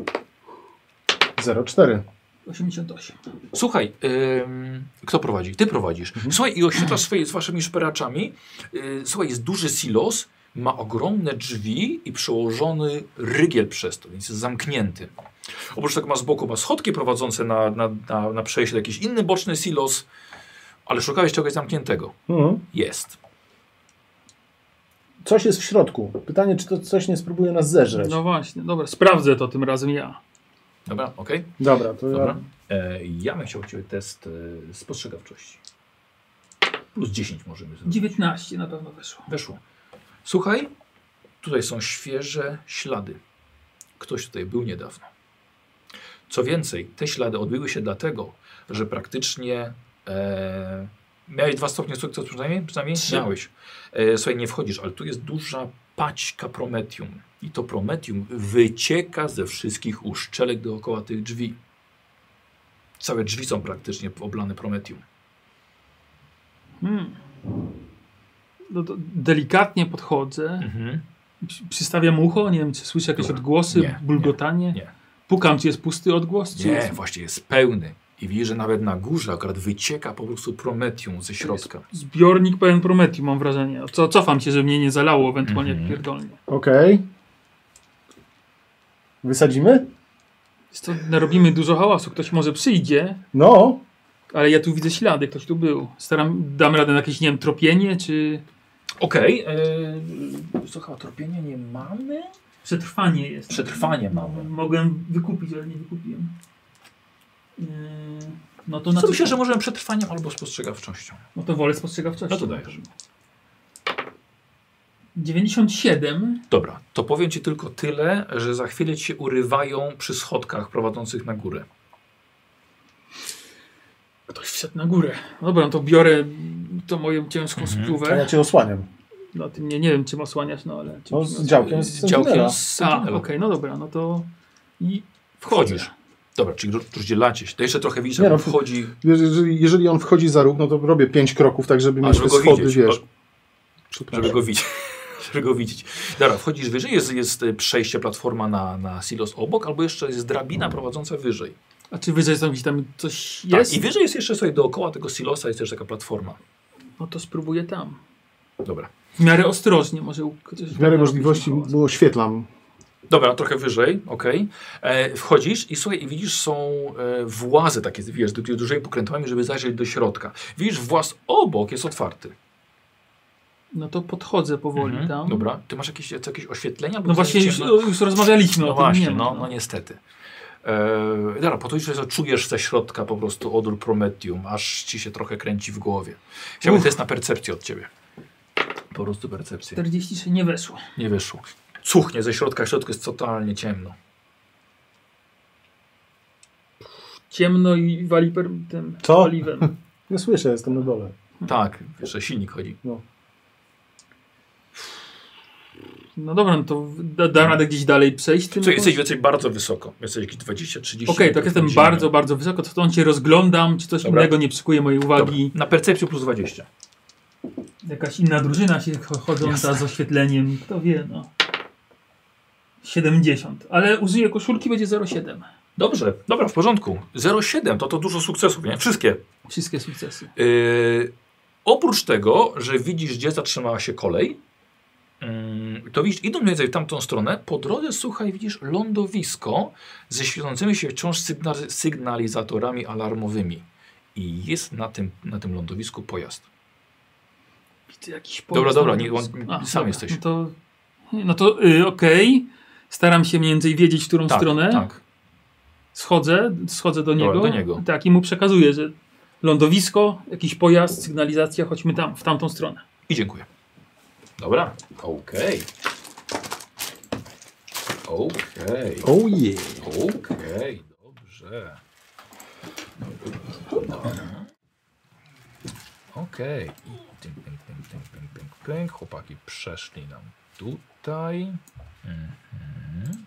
zero cztery. osiemdziesiąt osiem. Słuchaj, ym, kto prowadzi? Ty prowadzisz. Słuchaj, i oświetlasz swoje, z waszymi szperaczami. Yy, słuchaj, jest duży silos, ma ogromne drzwi i przełożony rygiel przez to, więc jest zamknięty. Oprócz tego ma z boku ma schodki prowadzące na, na, na, na przejście do jakiś inny boczny silos, ale szukałeś czegoś zamkniętego. Mhm. Jest. Coś jest w środku. Pytanie, czy to coś nie spróbuje nas zeżreć. No właśnie, dobra, sprawdzę to tym razem ja. Dobra, okej. Dobra, to Dobra. ja... E, ja bym chciał od ciebie test e, spostrzegawczości. Plus dziesięć możemy zrobić. dziewiętnaście na pewno weszło. Weszło. Słuchaj, tutaj są świeże ślady. Ktoś tutaj był niedawno. Co więcej, te ślady odbyły się dlatego, że praktycznie e, miałeś dwa stopnie sukcesu przynajmniej? przynajmniej? Trzy. Miałeś. E, słuchaj, nie wchodzisz, ale tu jest duża paćka prometium. I to prometium wycieka ze wszystkich uszczelek dookoła tych drzwi. Całe drzwi są praktycznie oblane prometium. Hmm. No to delikatnie podchodzę, Mhm. przy- przystawiam ucho, nie wiem, czy słyszę jakieś Dobra. odgłosy, Nie, bulgotanie. nie. Pukam, czy jest pusty odgłos? Czy Nie, jest... właśnie jest pełny. I widzisz, że nawet na górze akurat wycieka po prostu prometium ze środka. Zbiornik pełen prometium, mam wrażenie. Co, cofam się, żeby mnie nie zalało ewentualnie Mhm. jak pierdolnie. Okej. Wysadzimy? Jest to, narobimy dużo hałasu, ktoś może przyjdzie, No. ale ja tu widzę ślady, ktoś tu był. Staram, dam radę na jakieś, nie wiem, tropienie, czy Okej. Okay. Słuchaj, tropienia nie mamy? przetrwanie jest. Przetrwanie mamy. Mogłem wykupić, ale nie wykupiłem. Yy, no to na Co co myślę, że możemy przetrwaniem albo spostrzegawczością. No to wolę spostrzegawczości. No to dajesz. dziewięćdziesiąt siedem. Dobra, to powiem ci tylko tyle, że za chwilę ci się urywają przy schodkach prowadzących na górę. Ktoś wszedł na górę. Dobra, no to biorę tą moją ciężką Mhm. A spluwę. ja cię osłaniam. No ty mnie nie wiem, czym osłaniasz, no ale... No, czymś z mnie działkiem Z z działkiem Sentinela. z A, okej, Sentinela. no dobra, no to... I Wchodzisz. wchodzę. Dobra, czyli już gdzie lacieć. To jeszcze trochę widzisz, Nie jak no, on wchodzi. Jeżeli, jeżeli on wchodzi za róg, no to robię pięć kroków, tak żeby A, mieć żeby te go schody, widzieć. wiesz. O, Przepraszam. żeby go widzieć. Żeby go widzieć. Dobra, wchodzisz wyżej, jest, jest przejście, platforma na, na silos obok, albo jeszcze jest drabina prowadząca wyżej. A czy wyżej tam gdzieś tam coś Tak, jest? i wyżej jest jeszcze sobie dookoła tego silosa jest też taka platforma. No to spróbuję tam. Dobra. W miarę ostrożnie, może... u- chociaż W miarę możliwości mu oświetlam. Dobra, trochę wyżej, okej. E, Wchodzisz i słuchaj, i widzisz, są e, włazy takie, wiesz, z du- dużymi pokrętłami, żeby zajrzeć do środka. Widzisz, właz obok jest otwarty. No to podchodzę powoli Mhm, tam. Dobra. Ty masz jakieś, jakieś oświetlenia? Bo No to właśnie już, ciemno. już rozmawialiśmy No o tym. właśnie, nie ma, no, no niestety. E, dobra, po to już czujesz ze środka po prostu odór prometium, aż ci się trochę kręci w głowie. Chciałbym Uff. test na percepcję od ciebie. Po prostu percepcję. czterdzieści trzy nie weszło. Nie wyszło. Cuchnie ze środka, w środku jest totalnie ciemno. Ciemno i wali per, tym Co? paliwem. Nie słyszę, jestem na dole. Tak, wiesz, że silnik chodzi. No dobra, no to da, dam radę gdzieś dalej przejść. Tym Co, jakąś- jesteś, jesteś bardzo wysoko. Jesteś jakieś dwadzieścia trzydzieści Okej, tak jestem bardzo, bardzo wysoko, to on się rozglądam, czy coś Dobra. innego nie przykuje mojej uwagi. Na percepcję plus dwadzieścia. Jakaś inna drużyna się cho- chodząca z oświetleniem, kto wie, no. siedemdziesiąt, ale użyję koszulki, będzie zero przecinek siedem. Dobrze, dobra, w porządku. zero przecinek siedem to to dużo sukcesów, nie? Wszystkie. Wszystkie sukcesy. Yy, oprócz tego, że widzisz, gdzie zatrzymała się kolej, yy, to widzisz, idąc mniej więcej w tamtą stronę, po drodze, słuchaj, widzisz lądowisko ze świecącymi się wciąż sygna sygnalizatorami alarmowymi. I jest na tym, na tym lądowisku pojazd. Widzę jakiś Dobra, pojazd dobra, na nie, lotnisku. on- A, sam dobra, jesteś. No to, no to y, okej. Staram się mniej więcej wiedzieć, w którą Tak, stronę. tak. Schodzę, schodzę do niego. do niego. Tak, i mu przekazuję, że lądowisko, jakiś pojazd, sygnalizacja, chodźmy tam, w tamtą stronę. I dziękuję. Dobra. Okej. Okej. Oh yeah. Okej, dobrze. Okej. I Pynk, pynk, pynk, pynk, pynk, pynk, pynk. Chłopaki przeszli nam tutaj. Mhm.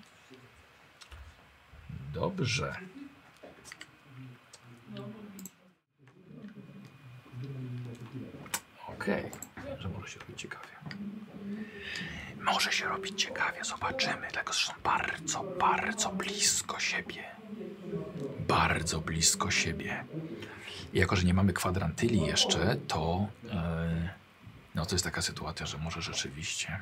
Dobrze. Okej. Że może się robić ciekawie. Może się robić ciekawie, zobaczymy. Dlatego są bardzo, bardzo blisko siebie. Bardzo blisko siebie. I jako, że nie mamy kwadrantyli jeszcze, to e, no to jest taka sytuacja, że może rzeczywiście.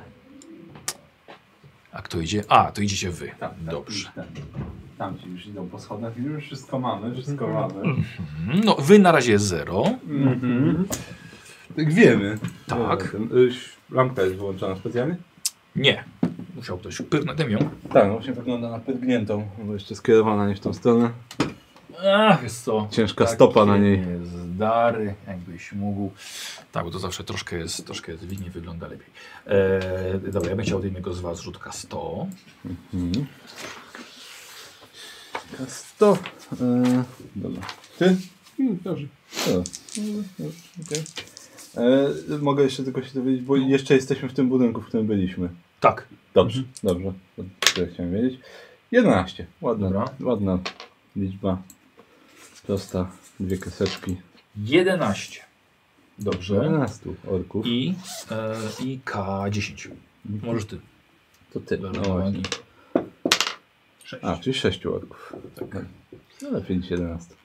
A kto idzie? A, to idziecie wy. Tak, tak, Dobrze. Tam, tam ci już idą po schodach i już wszystko mamy, wszystko mamy. Mhm. No, wy na razie zero. Mhm. Tak wiemy. Tak. Ten, y, lampka jest wyłączona specjalnie? Nie. Musiał ktoś pyrnąć ją. Tak, no właśnie wygląda na pękniętą, bo jeszcze skierowana nie w tą stronę. Ach, jest co? Ciężka stopa na niej. Jest dary, jakbyś mógł. Tak, bo to zawsze troszkę jest, troszkę jest widniej, wygląda lepiej. E, dobra, ja bym chciał od jednego z was rzut K sto. Mhm. sto. E, dobra. Ty? Hmm, dobrze. O, okay. e, mogę jeszcze tylko się dowiedzieć, bo jeszcze jesteśmy w tym budynku, w którym byliśmy. Tak. Dobrze, dobrze. To tyle chciałem wiedzieć. jedenaście. Ładna, Dobra. ładna liczba. Prosta, dwie kreseczki. jedenaście. Dobrze. jedenastu orków. I, e, i K dziesięć. Możesz ty. To ty. Dla No równowagi. właśnie. sześć. A, czyli sześciu orków. Tak. No lepiej niż jedenastu.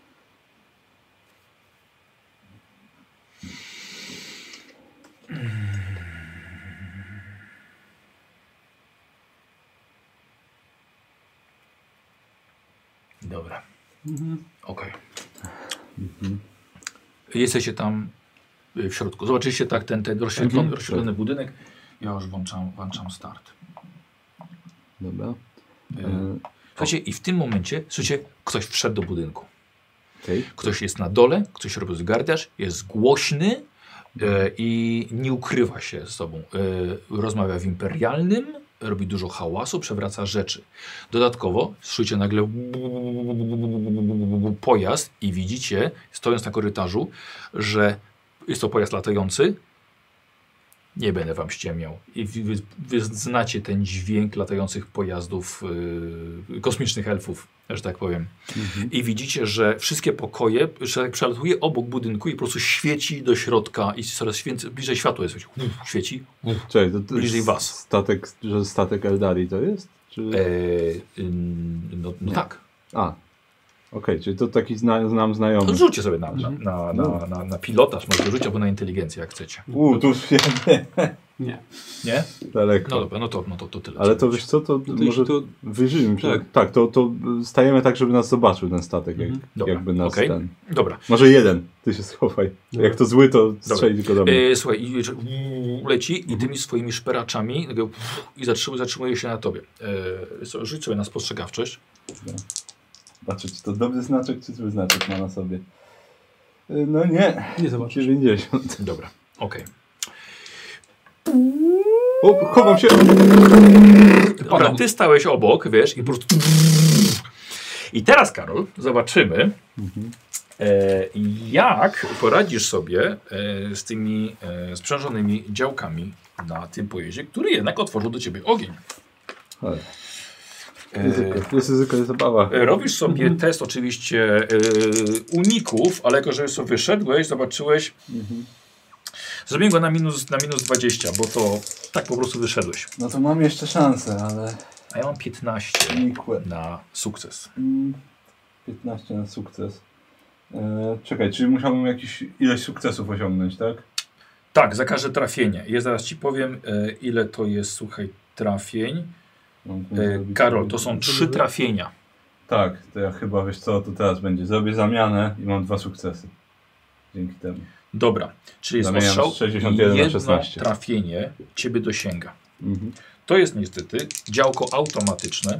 Dobra. Mhm. Okej. Mhm. Jesteście tam y, w środku. Zobaczyliście tak ten, ten rozświetlony, Mhm. rozświetlony budynek. Ja już włączam, włączam start. Dobra. Y, E, Słuchajcie, i w tym momencie, słuchajcie, ktoś wszedł do budynku. Okej. Ktoś jest na dole, ktoś robi zgardiaż, jest głośny e, i nie ukrywa się z sobą. E, rozmawia w imperialnym, robi dużo hałasu, przewraca rzeczy. Dodatkowo słyszycie nagle pojazd i widzicie, stojąc na korytarzu, że jest to pojazd latający. Nie będę wam ściemniał. I wy, wy, wy znacie ten dźwięk latających pojazdów yy, kosmicznych elfów, że tak powiem. Mhm. I widzicie, że wszystkie pokoje, że tak przelatuje obok budynku i po prostu świeci do środka i coraz więcej, bliżej światła jest. Uf, świeci. Uf. Czekaj, to, to Bliżej jest was. Statek, że statek Eldari to jest? Czy... E, no no Nie. tak. A. Okej, czyli to taki zna, znam znajomy. To rzućcie sobie na, na, na, na, na, na pilotaż, może rzucić albo na inteligencję, jak chcecie. U, tu już nie, Nie. Nie? daleko. No dobra, no to, no to, to tyle. Ale to wiesz co, to, to może jeśli to- wyjrzyjmy. Tak. Tak, tak to, to stajemy tak, żeby nas zobaczył ten statek, jak, Mhm. Dobra, jakby nas okej. ten... Dobra. Może jeden, ty się schowaj. Dobra. Jak to zły, to strzeli tylko do mnie. E, słuchaj, i, że- leci i tymi swoimi szperaczami takiego i zatrzymuje, zatrzymuje się na tobie. E, so, rzuć sobie na spostrzegawczość. Patrzę, czy to dobry znaczek, czy zły znaczek ma na sobie. Y, No nie, Nie zobaczysz. dziewięćdziesiąt. Dobra, okej. O, chowam się! Dobra, ty stałeś obok, wiesz, i po prostu... I teraz, Karol, zobaczymy, Mhm. e, jak poradzisz sobie e, z tymi e, sprzężonymi działkami na tym pojeździe, który jednak otworzył do ciebie ogień. Ale E, ryzyko, jest ryzyko, jest zabawa. e, robisz sobie test oczywiście e, uników, ale jako, że sobie wyszedłeś, zobaczyłeś, Mhm. zrobiłem go na minus, na minus dwadzieścia, bo to tak po prostu wyszedłeś. No to mam jeszcze szansę, ale A ja mam piętnaście nikłe. na sukces. Mm, piętnaście na sukces. E, czekaj, czyli musiałbym jakiś ileś sukcesów osiągnąć, tak? Tak, za każde trafienie. Ja zaraz ci powiem, e, ile to jest, słuchaj, trafień. Mam tu E, zrobić Karol, sobie- to są trzy trafienia. Tak, to ja chyba, wiesz co, to teraz będzie. Zrobię zamianę i mam dwa sukcesy. Dzięki temu. Dobra, czyli jest Zamieniam ostrzał z sześćdziesiąt jeden na jedno szesnaście. trafienie ciebie dosięga. Mhm. To jest niestety działko automatyczne,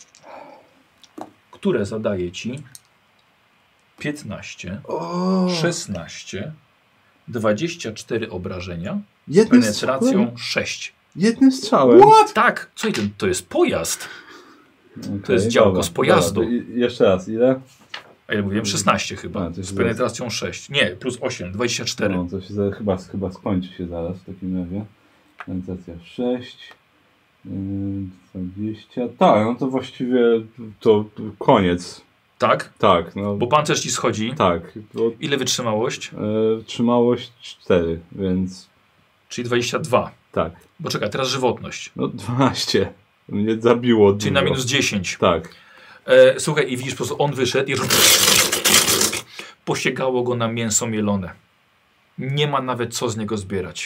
które zadaje ci piętnaście, O, szesnaście, dwadzieścia cztery obrażenia z jednym penetracją strzałem? sześć. Jednym strzałem. Tak, słuchaj, to, to jest pojazd. Okay, jest działko z pojazdu. Dobra, i- jeszcze raz, ile? A ja mówiłem szesnaście chyba, A, to jest z penetracją sześć. Nie, plus osiem, dwadzieścia cztery. No, to się za, chyba, chyba skończy się zaraz w takim razie. Penetracja sześć. Yy, dwadzieścia. Tak, no to właściwie to koniec. Tak? Tak, no. Bo pancerz ci schodzi. Tak. Bo, Ile wytrzymałość? e, trzymałość cztery, więc Czyli dwadzieścia dwa. tak. Bo czekaj, teraz żywotność. No dwanaście. Mnie zabiło Czyli na dużo. minus dziesięć. Tak. E, słuchaj, i widzisz, po prostu on wyszedł i posiegało go na mięso mielone. Nie ma nawet co z niego zbierać.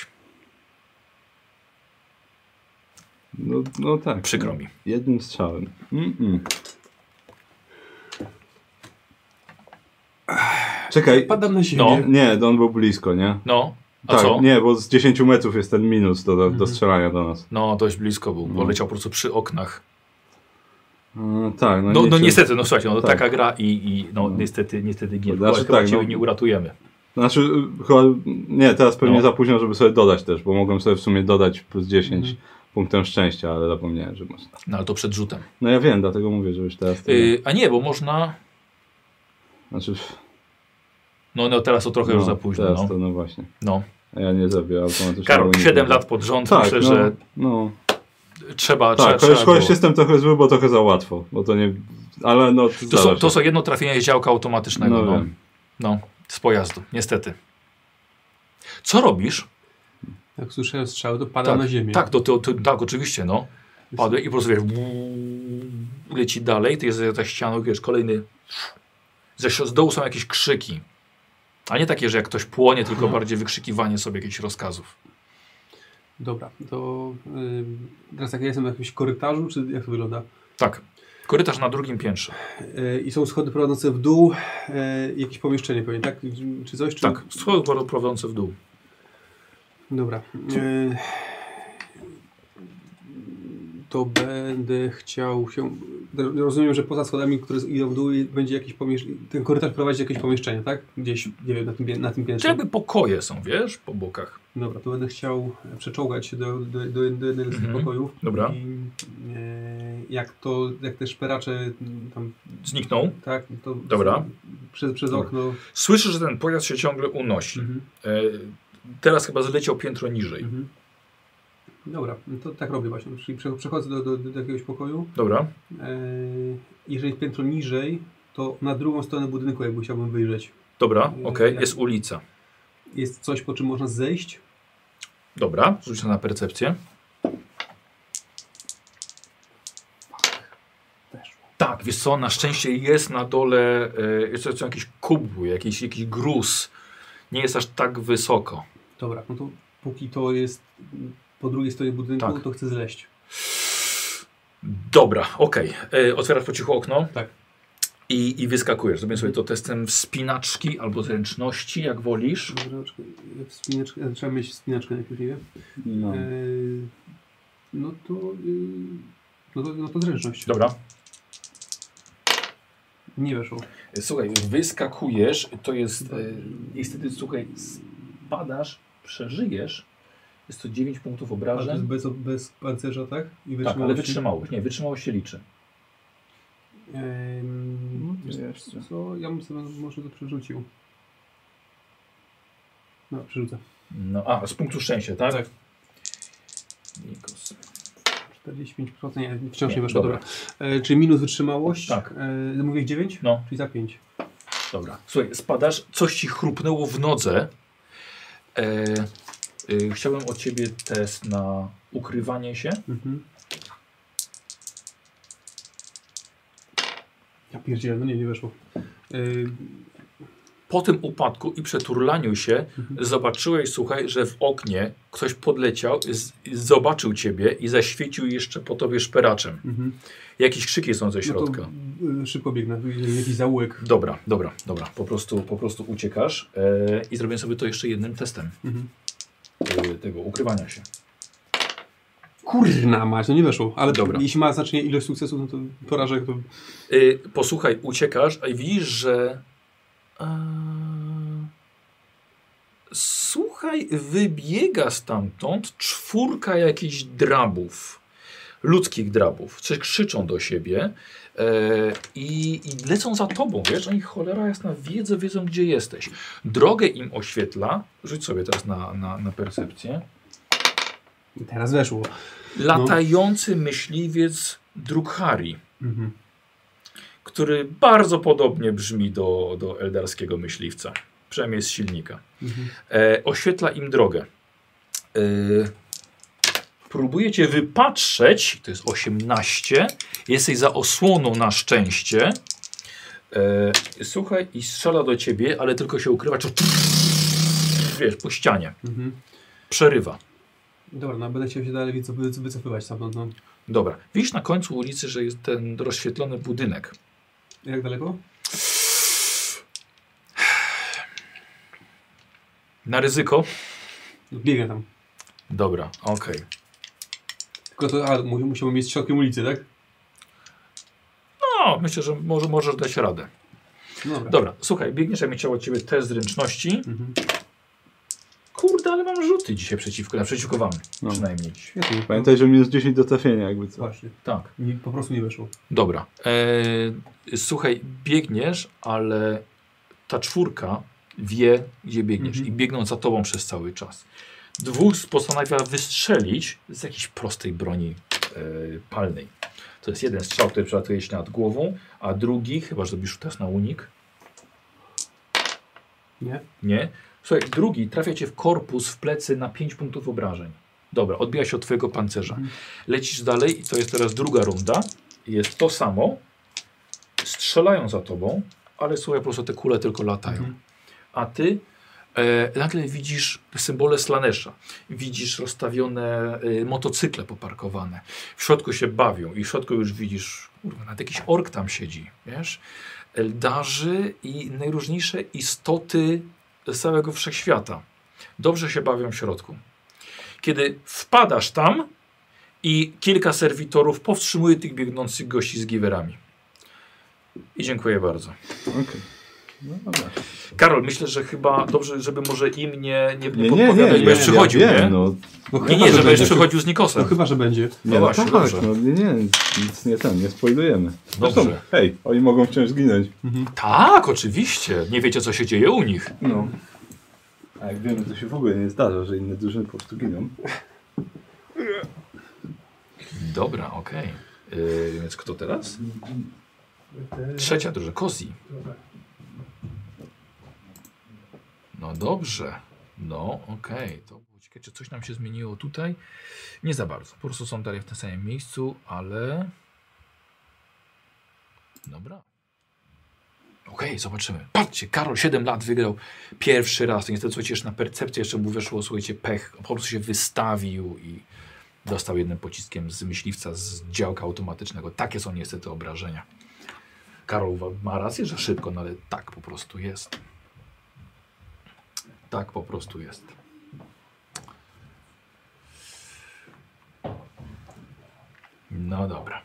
No, no tak. Przykro no. mi. Jednym strzałem. Mm -mm. Czekaj. Padam na ziemię. No. Nie, on był blisko, nie? No, a tak, co? nie, bo z dziesięciu metrów jest ten minus do, do, do Mhm. strzelania do nas. No, dość blisko był, bo No. leciał po prostu przy oknach. No, tak, no, No, nie no czy- niestety, no słuchajcie, no Tak. taka gra i, i no, No. niestety, niestety nie, Znaczy, chyba tak, ciebie no. nie uratujemy. Znaczy, y, chyba, nie, teraz pewnie No. za późno, żeby sobie dodać też, bo mogłem sobie w sumie dodać plus dziesięć Mhm. punktem szczęścia, ale zapomniałem, że można. No ale to przed rzutem. No ja wiem, dlatego mówię, że już teraz... To, Yy, a nie, bo można... znaczy, No, no teraz to trochę no, już za późno. Teraz No. to, no właśnie. No. A ja nie zrobię automatycznie. Karol, siedem lat pod rząd, Tak, myślę, no, że no. trzeba... Tak, trzeba, chociaż, trzeba chociaż było. jestem trochę zły, bo trochę za łatwo. Bo to nie... Ale no... To są, to są jedno trafienie z działka automatycznego. No No, wiem. no, z pojazdu, niestety. Co robisz? Jak słyszałem strzały, to padam tak, na ziemię. Tak, to, to, to, tak, oczywiście, no. Padły i po prostu wiesz, leci dalej, to jest za ścianą, wiesz, kolejny... Ze z dołu są jakieś krzyki. A nie takie, że jak ktoś płonie, tylko bardziej wykrzykiwanie sobie jakichś rozkazów. Dobra, to yy, teraz jak ja jestem w jakimś korytarzu, czy jak to wygląda? Tak. Korytarz na drugim piętrze. Yy, I są schody prowadzące w dół, yy, jakieś pomieszczenie pewnie, tak? Czy coś? Czy... Tak, schody prowadzące w dół. Dobra. Yy, to będę chciał się... Rozumiem, że poza schodami, które idą w dół, będzie jakieś pomieszczenie... Ten korytarz prowadzi jakieś pomieszczenie, tak? Gdzieś, nie wiem, na tym, na tym piętrze. Jakby pokoje są, wiesz, po bokach. Dobra, to będę chciał przeczołgać się do, do, do, do jednego z tych Mhm. pokojów. Dobra. I e, jak to, jak te szperacze tam... Znikną. Tak, to... Dobra. Przez, przez okno... Słyszysz, że ten pojazd się ciągle unosi. Mhm. E, teraz chyba zleciał piętro niżej. Mhm. Dobra, no to tak robię właśnie. Czyli prze- przechodzę do, do, do jakiegoś pokoju. Dobra. E, jeżeli piętro niżej, to na drugą stronę budynku jakby chciałbym wyjrzeć. Dobra, okej, Jak- jest ulica. Jest coś, po czym można zejść. Dobra, rzuć na percepcję. Tak, wiesz co, na szczęście jest na dole, e, jest są jakieś kubły, jakiś, jakiś gruz. Nie jest aż tak wysoko. Dobra, no to póki to jest po drugiej stronie budynku, Tak. to chcę zleść. Dobra, okej. E, Otwierasz po cichu okno. Tak. I, i wyskakujesz. Zrobię sobie to testem wspinaczki albo zręczności, jak wolisz. Dobra, czekaj, wspinaczkę, e, trzeba mieć wspinaczkę najpierw, nie? No. E, no to... E, no to, no to zręczność. Dobra. Nie weszło. Słuchaj, wyskakujesz, to jest, e, niestety, słuchaj, spadasz, przeżyjesz, jest to dziewięć punktów Ale to jest obrażeń. bez, bez pancerza, tak? I Tak, ale wytrzymałość, nie, wytrzymałość się liczy. Ehm, No, wiesz jeszcze. co, ja bym sobie może to przerzucił. No, przerzucę. No, a, z punktu szczęścia, tak? Tak. Nikos. czterdzieści pięć procent, nie, wciąż nie, Nie, weszło, dobra. dobra. E, czyli minus wytrzymałość. Tak. E, mówię dziewięć? No. Czyli za pięć. Dobra. Słuchaj, spadasz, coś ci chrupnęło w nodze. E, e, chciałbym od ciebie test na ukrywanie się. Mhm. Ja pierdzielę, no nie, nie weszło. E, Po tym upadku i przeturlaniu się Mhm. zobaczyłeś, słuchaj, że w oknie ktoś podleciał, z, zobaczył ciebie i zaświecił jeszcze po tobie szperaczem. mhm. Jakieś krzyki są ze No środka. to, e, szybko biegnę, tu jest jakiś zaułek. Dobra, dobra, dobra. Po prostu, po prostu uciekasz e, i zrobię sobie to jeszcze jednym testem Mhm. e, tego ukrywania się. Kurna mać, no nie weszło. Ale Dobra. jeśli ma znaczenie ilość sukcesów, no to porażek to... Y, posłuchaj, uciekasz, a widzisz, że... E, słuchaj, wybiega stamtąd czwórka jakichś drabów. Ludzkich drabów. Coś krzyczą do siebie e, i, i lecą za tobą. Wiesz, oni cholera jasna wiedzą, wiedzą gdzie jesteś. Drogę im oświetla. Rzuć sobie teraz na, na, na percepcję. Teraz weszło. Latający myśliwiec Drukhari, Mhm. który bardzo podobnie brzmi do, do eldarskiego myśliwca, przynajmniej z silnika. Mhm. E, oświetla im drogę. E, próbuje cię wypatrzeć, to jest osiemnaście, jesteś za osłoną na szczęście. E, słuchaj, i strzela do ciebie, ale tylko się ukrywa, czy wiesz, po ścianie. Mhm. Przerywa. Dobra, no będę chciał się dalej wycof- wycofywać stamtąd. No. Dobra, widzisz na końcu ulicy, że jest ten rozświetlony budynek. Jak daleko? Na ryzyko? No, biegę tam. Dobra, okej. Tylko to, a, mu- musiałbym mieć środkiem ulicy, tak? No, myślę, że może, możesz dać radę. No dobra. Dobra, słuchaj, biegniesz, jak mi chciał od ciebie test zręczności. Mhm. Kurde, ale mam rzuty dzisiaj przeciwko, przeciwko wam No. przynajmniej. Świetnie. Pamiętaj, że minus dziesięć do trafienia jakby co. Właśnie. Tak, Mi po prostu nie weszło. dobra. Eee, słuchaj, biegniesz, ale ta czwórka wie, gdzie biegniesz Mhm. i biegną za tobą przez cały czas. Dwóch postanawia wystrzelić z jakiejś prostej broni yy, palnej. To jest jeden strzał, który przelatuje się nad głową, a drugi, chyba że robisz test na unik. Nie. Nie. Słuchaj, drugi trafia cię w korpus, w plecy na pięć punktów obrażeń. Dobra, odbija się od twojego pancerza. Mhm. Lecisz dalej i to jest teraz druga runda. Jest to samo. Strzelają za tobą, ale słuchaj, po prostu te kule tylko latają. Mhm. A ty e, nagle widzisz symbole Slanesha. Widzisz rozstawione e, motocykle poparkowane. W środku się bawią i w środku już widzisz, kurwa, nawet jakiś ork tam siedzi, wiesz? Eldarzy i najróżniejsze istoty z całego wszechświata. Dobrze się bawią w środku. Kiedy wpadasz tam i kilka serwitorów powstrzymuje tych biegnących gości z giwerami. I dziękuję bardzo. Okej. Okay. No dobra. Karol, myślę, że chyba dobrze, żeby może im nie, nie, nie, nie podpowiadać, nie, bo już przychodził, ja nie? wiem, no. No nie, nie, żebyś przychodził z Nikosem. No chyba, że będzie. Nie, no, no właśnie, tak, dobrze. no, nie, nie, nic nie ten, nie spoilujemy. Zresztą, Dobrze. hej, oni mogą wciąż zginąć. Mhm. Tak, oczywiście. Nie wiecie, co się dzieje u nich. No. A jak wiemy, to się w ogóle nie zdarza, że inne drużyny po prostu giną. Dobra, okej. Okay. Yy, więc kto teraz? Trzecia drużyna, Kozi. No dobrze. No okej. Okay. To ciekawe, czy coś nam się zmieniło tutaj? Nie za bardzo. Po prostu są dalej w tym samym miejscu, ale... Dobra. Okej, okay, zobaczymy. Patrzcie, Karol siedem lat wygrał pierwszy raz. To niestety, słuchajcie, jeszcze na percepcję jeszcze mu weszło, słuchajcie, pech. Po prostu się wystawił i dostał jednym pociskiem z myśliwca z działka automatycznego. Takie są niestety obrażenia. Karol ma rację, że szybko, no ale tak po prostu jest. Tak po prostu jest. No dobra.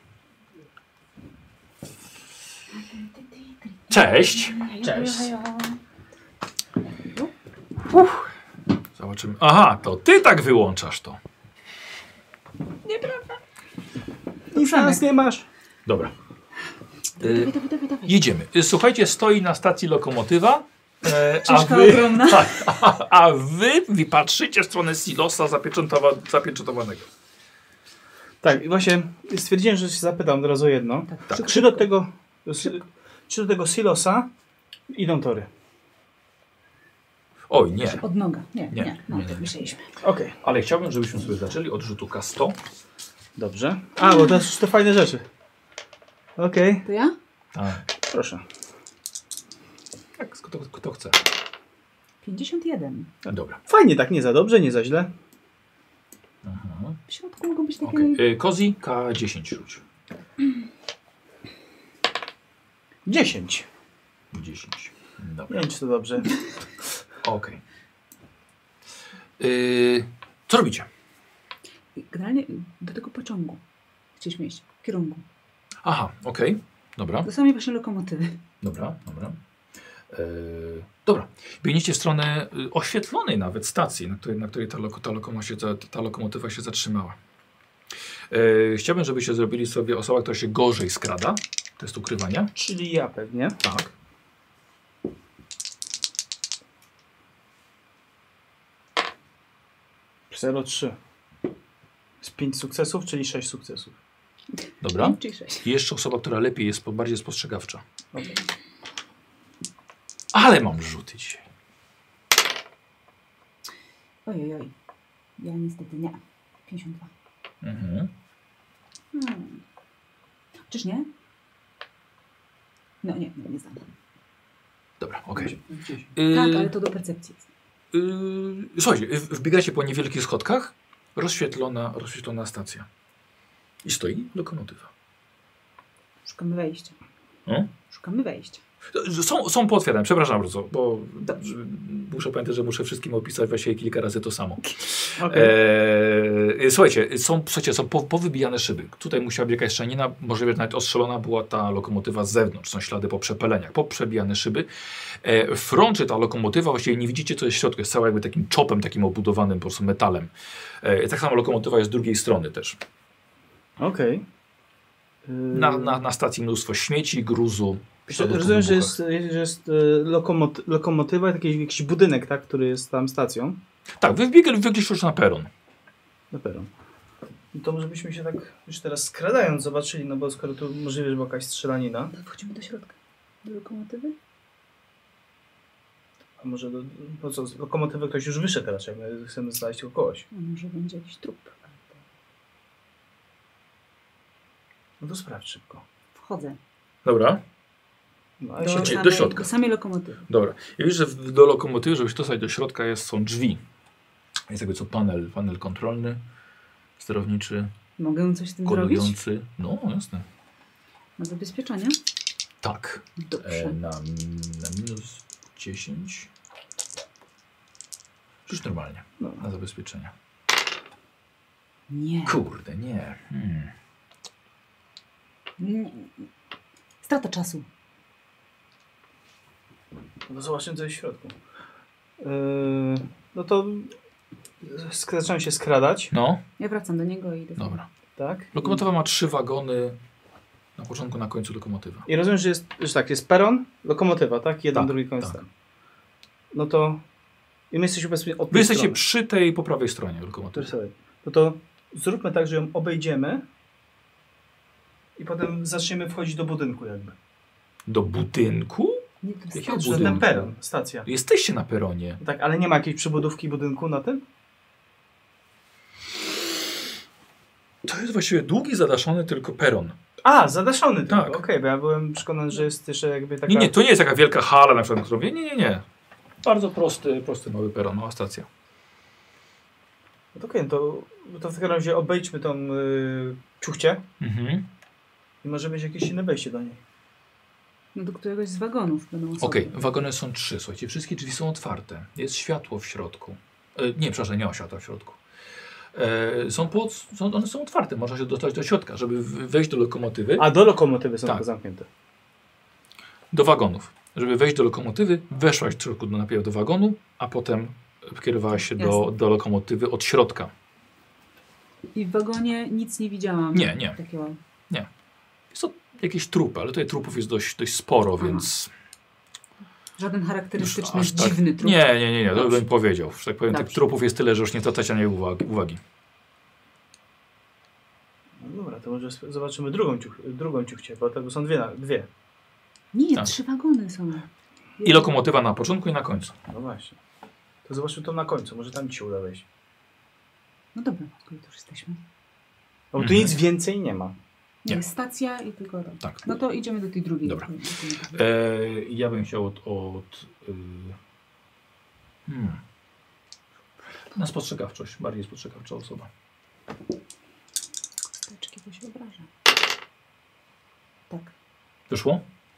Cześć. Cześć. Uff. Zobaczymy. Aha, to ty tak wyłączasz to. Nieprawda. Nic na nas nie masz. Dobra. Dawaj, dawaj, dawaj, dawaj. Jedziemy. Słuchajcie, stoi na stacji lokomotywa. E, a, Ciężka, wy, ogromna. tak, a, a wy, wy patrzycie w stronę silosa zapieczętowa, zapieczętowanego. Tak, i właśnie stwierdziłem, że się zapytam od razu o jedno. Tak. Czy, czy, do tego, czy do tego silosa idą tory? Oj, nie. Od noga. Nie, Nie, nie. No, nie, to nie. myśleliśmy. Okej, okay, Ale chciałbym, żebyśmy sobie zaczęli od rzutu K sto. dobrze. A, bo to są te fajne rzeczy. Okej, okay, To ja? Tak. proszę. Tak, kto, kto chce. pięćdziesiąt jeden. No, dobra. Fajnie, tak, nie za dobrze, nie za źle. Aha. W środku mogą być takie... Okay. Kozi K dziesięć rzuć. dziesięć. dziesięć. Nie Dobra. wiem, czy to dobrze. Okej. Okay. Yy, co robicie? Generalnie do tego pociągu chcieliśmy iść. W kierunku. Aha, okej. Okay. Dobra. Do samej właśnie lokomotywy. Dobra, dobra. Yy, dobra. Biegniecie w stronę y, oświetlonej nawet stacji, na której, na której ta, loko, ta, lokomo się, ta, ta lokomotywa się zatrzymała. Yy, chciałbym, żebyście zrobili sobie osoba, która się gorzej skrada. Test ukrywania. Czyli ja pewnie. Tak. zero trzy. Z pięć sukcesów, czyli sześć sukcesów. Dobra. pięć czy sześć. I jeszcze osoba, która lepiej jest, bardziej spostrzegawcza. Okay. Ale mam rzuty dzisiaj. Ojej, oj. Ja niestety nie. pięćdziesiąt dwa. Mhm. Hmm. Czyż nie? No nie, nie, nie znam. Dobra, okej. Okay. Tak, ale to do percepcji jest. Yy, słuchajcie, wbiegacie po niewielkich schodkach, rozświetlona, rozświetlona stacja. I stoi lokomotywa. Szukamy wejścia. Hmm? Szukamy wejścia. Są, są pootwierane, przepraszam bardzo, bo że, muszę pamiętać, że muszę wszystkim opisać właśnie kilka razy to samo. Okay. Eee, słuchajcie, są, słuchajcie, są po, powybijane szyby. Tutaj musiała być jakaś szczanina, możliwe, że nawet ostrzelona była ta lokomotywa z zewnątrz. Są ślady po przepeleniach, poprzebijane szyby. E, frączy ta lokomotywa, właściwie nie widzicie, co jest w środku. Jest cała jakby takim czopem, takim obudowanym po prostu metalem. E, tak samo lokomotywa jest z drugiej strony też. Okej. Okay. Na, na, na stacji mnóstwo śmieci, gruzu. Rozumiem, że jest, że jest lokomoty lokomotywa, taki jakiś budynek, tak, który jest tam stacją. Tak, wy wbiegliście już na peron. Na peron. No to może byśmy się tak już teraz skradając zobaczyli, no bo skoro tu możliwe, że była jakaś strzelanina. To wchodzimy do środka. Do lokomotywy? A może do, no co, z lokomotywy ktoś już wyszedł raczej, my chcemy znaleźć tylko kogoś. A może będzie jakiś trup? No to sprawdź szybko. Wchodzę. Dobra, No, ale Do, się... Znaczy, samej, do środka. do samej lokomotywy. dobra. Ja wiesz, że w- do lokomotywy, żeby się dostać do środka, jest, są drzwi. Jest jakby co panel, panel kontrolny, sterowniczy, Mogę coś z tym zrobić? kodujący. No, jasne. Na zabezpieczenie? Tak. Dobrze. E, na, na minus dziesięć. Rzuć normalnie. No. Na zabezpieczenie. Nie. Kurde, nie. Hmm. nie. Strata czasu. No zobaczymy co jest w środku. Yy, no to sk- zacząłem się skradać, No, Ja wracam do niego i do dobra. tak? Lokomotywa ma trzy wagony. Na początku, na końcu lokomotywa. I rozumiem, że jest, że tak, jest peron, lokomotywa, tak? Jeden, Tak, drugi koniec tak. ten. No to... I my jesteśmy bezpiecznie od Wy tej jesteście strony. przy tej po prawej stronie lokomotywy. Sobie. No to zróbmy tak, że ją obejdziemy i potem zaczniemy wchodzić do budynku jakby. Do budynku? Nie, to Jakiego starczy. Że budynku? ten peron, stacja. Jesteście na peronie. Tak, ale nie ma jakiejś przybudówki budynku na tym? To jest właściwie długi, zadaszony tylko peron. A, zadaszony tylko, Tak. okej, bo ja byłem przekonany, że jest jeszcze jakby taka... Nie, nie, to nie jest jaka wielka hala na przykład, którą wie. Nie, nie, nie. Bardzo prosty, prosty mały peron, mała stacja. No to okej, to, to w takim razie obejdźmy tą y, ciuchcię Mhm. i może być jakieś inne wejście do niej. No do któregoś z wagonów będą osoby. Okej, wagony są trzy, słuchajcie, wszystkie drzwi są otwarte. Jest światło w środku. E, nie, przepraszam, nie ma światła w środku. E, są, pod, są One są otwarte, można się dostać do środka, żeby w- wejść do lokomotywy. A, do lokomotywy są Tak. tylko zamknięte. Do wagonów. Żeby wejść do lokomotywy, weszłaś w środku do- najpierw do wagonu, a potem kierowałaś się do, Jasne. do lokomotywy od środka. I w wagonie nic nie widziałam. Nie, nie. Takiego. Jest to jakieś trupy, ale tutaj trupów jest dość, dość sporo, Aha. więc... Żaden charakterystyczny, aż tak- dziwny trup. Nie, nie, nie, nie, to Dobrze. bym powiedział. Że tak powiem, tych Dobrze. trupów jest tyle, że już nie zwracacie na nie uwagi. uwagi. No dobra, to może sp- zobaczymy drugą, ciuch, drugą ciuchcię, bo tego są dwie. Na, dwie. Nie, Tak. trzy wagony są. I lokomotywa na początku i na końcu. No właśnie. To zobaczmy to na końcu, może tam ci się uda wejść. No dobra, skoro tu już jesteśmy. No bo tu Mhm. nic więcej nie ma. Nie, Nie. jest stacja i tylko tam. Tak. No to idziemy do tej drugiej. Dobra. lokomotywy. E, ja bym chciał od... od y, hmm. Na spostrzegawczość. Bardziej spostrzegawcza osoba. Teczki to się obraża. Tak. Wyszło?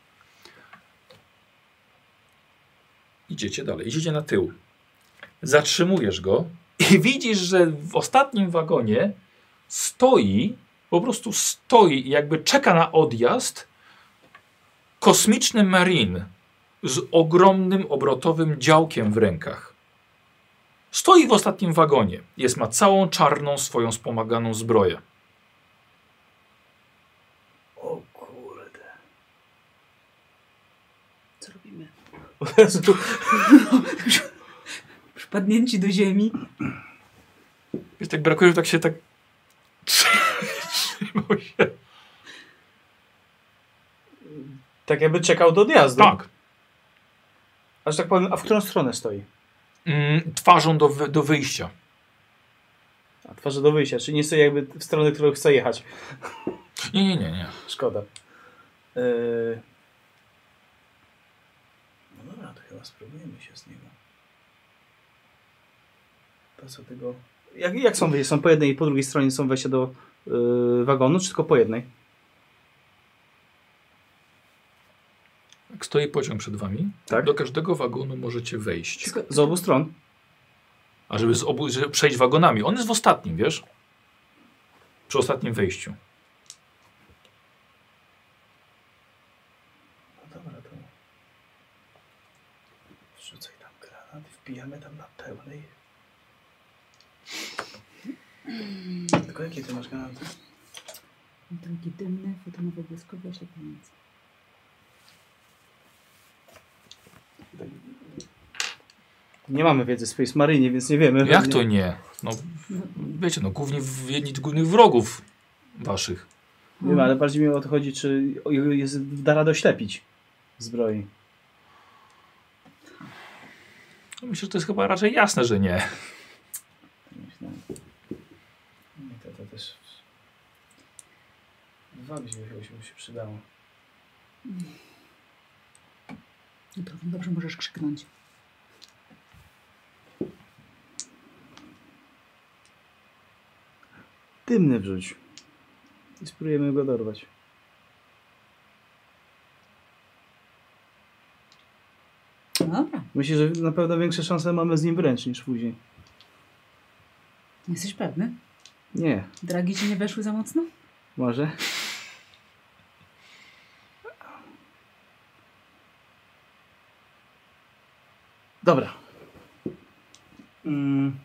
Idziecie dalej. Idziecie na tył. Zatrzymujesz go i widzisz, że w ostatnim wagonie stoi, po prostu stoi i jakby czeka na odjazd kosmiczny marine z ogromnym obrotowym działkiem w rękach. Stoi w ostatnim wagonie. Jest, ma całą czarną swoją wspomaganą zbroję. O kurde. Co robimy? Od razu tu... Przypadnięci do ziemi. Wiesz, tak brakuje, że tak się tak trzymał się. Tak jakby czekał do odjazdu. Tak. Aż tak powiem, a w którą stronę stoi? Mm, twarzą do, wy, do wyjścia. A twarzy do wyjścia, czyli nie stoi jakby w stronę, którą chce jechać. Nie, nie, nie, nie. Szkoda. Yy... No dobra, to chyba spróbujemy się z niego. Po co tego... Jak, jak są wyjścia? Są po jednej i po drugiej stronie są wejścia do yy, wagonu, czy tylko po jednej? Jak stoi pociąg przed wami, Tak. do każdego wagonu możecie wejść. Z obu stron? A żeby, z obu, żeby przejść wagonami. On jest w ostatnim, wiesz? Przy ostatnim wejściu. No dobra, to... Wrzucaj tam granat, wbijamy tam na pełnej. Tylko jakie ty masz granaty? Drogi dymne, fotonowe błyskowe, oślepiające. Nie mamy wiedzy w Space Marine, więc nie wiemy. Jak to nie? no wiecie, no głównie w- jedni z głównych wrogów waszych. Wiem, ale bardziej mi o to chodzi, czy jest da radę oślepić zbroi. Myślę, że to jest chyba raczej jasne, że nie. Myślałem. Nie, to, to też... Dwa by się, by się przydało. No to dobrze, możesz krzyknąć. Dymny wrzuć. I spróbujemy go dorwać. Dobra. Myślę, że na pewno większe szanse mamy z nim wręcz niż później. Jesteś pewny? Nie, Dragi ci nie weszły za mocno? może. Dobra. Mm,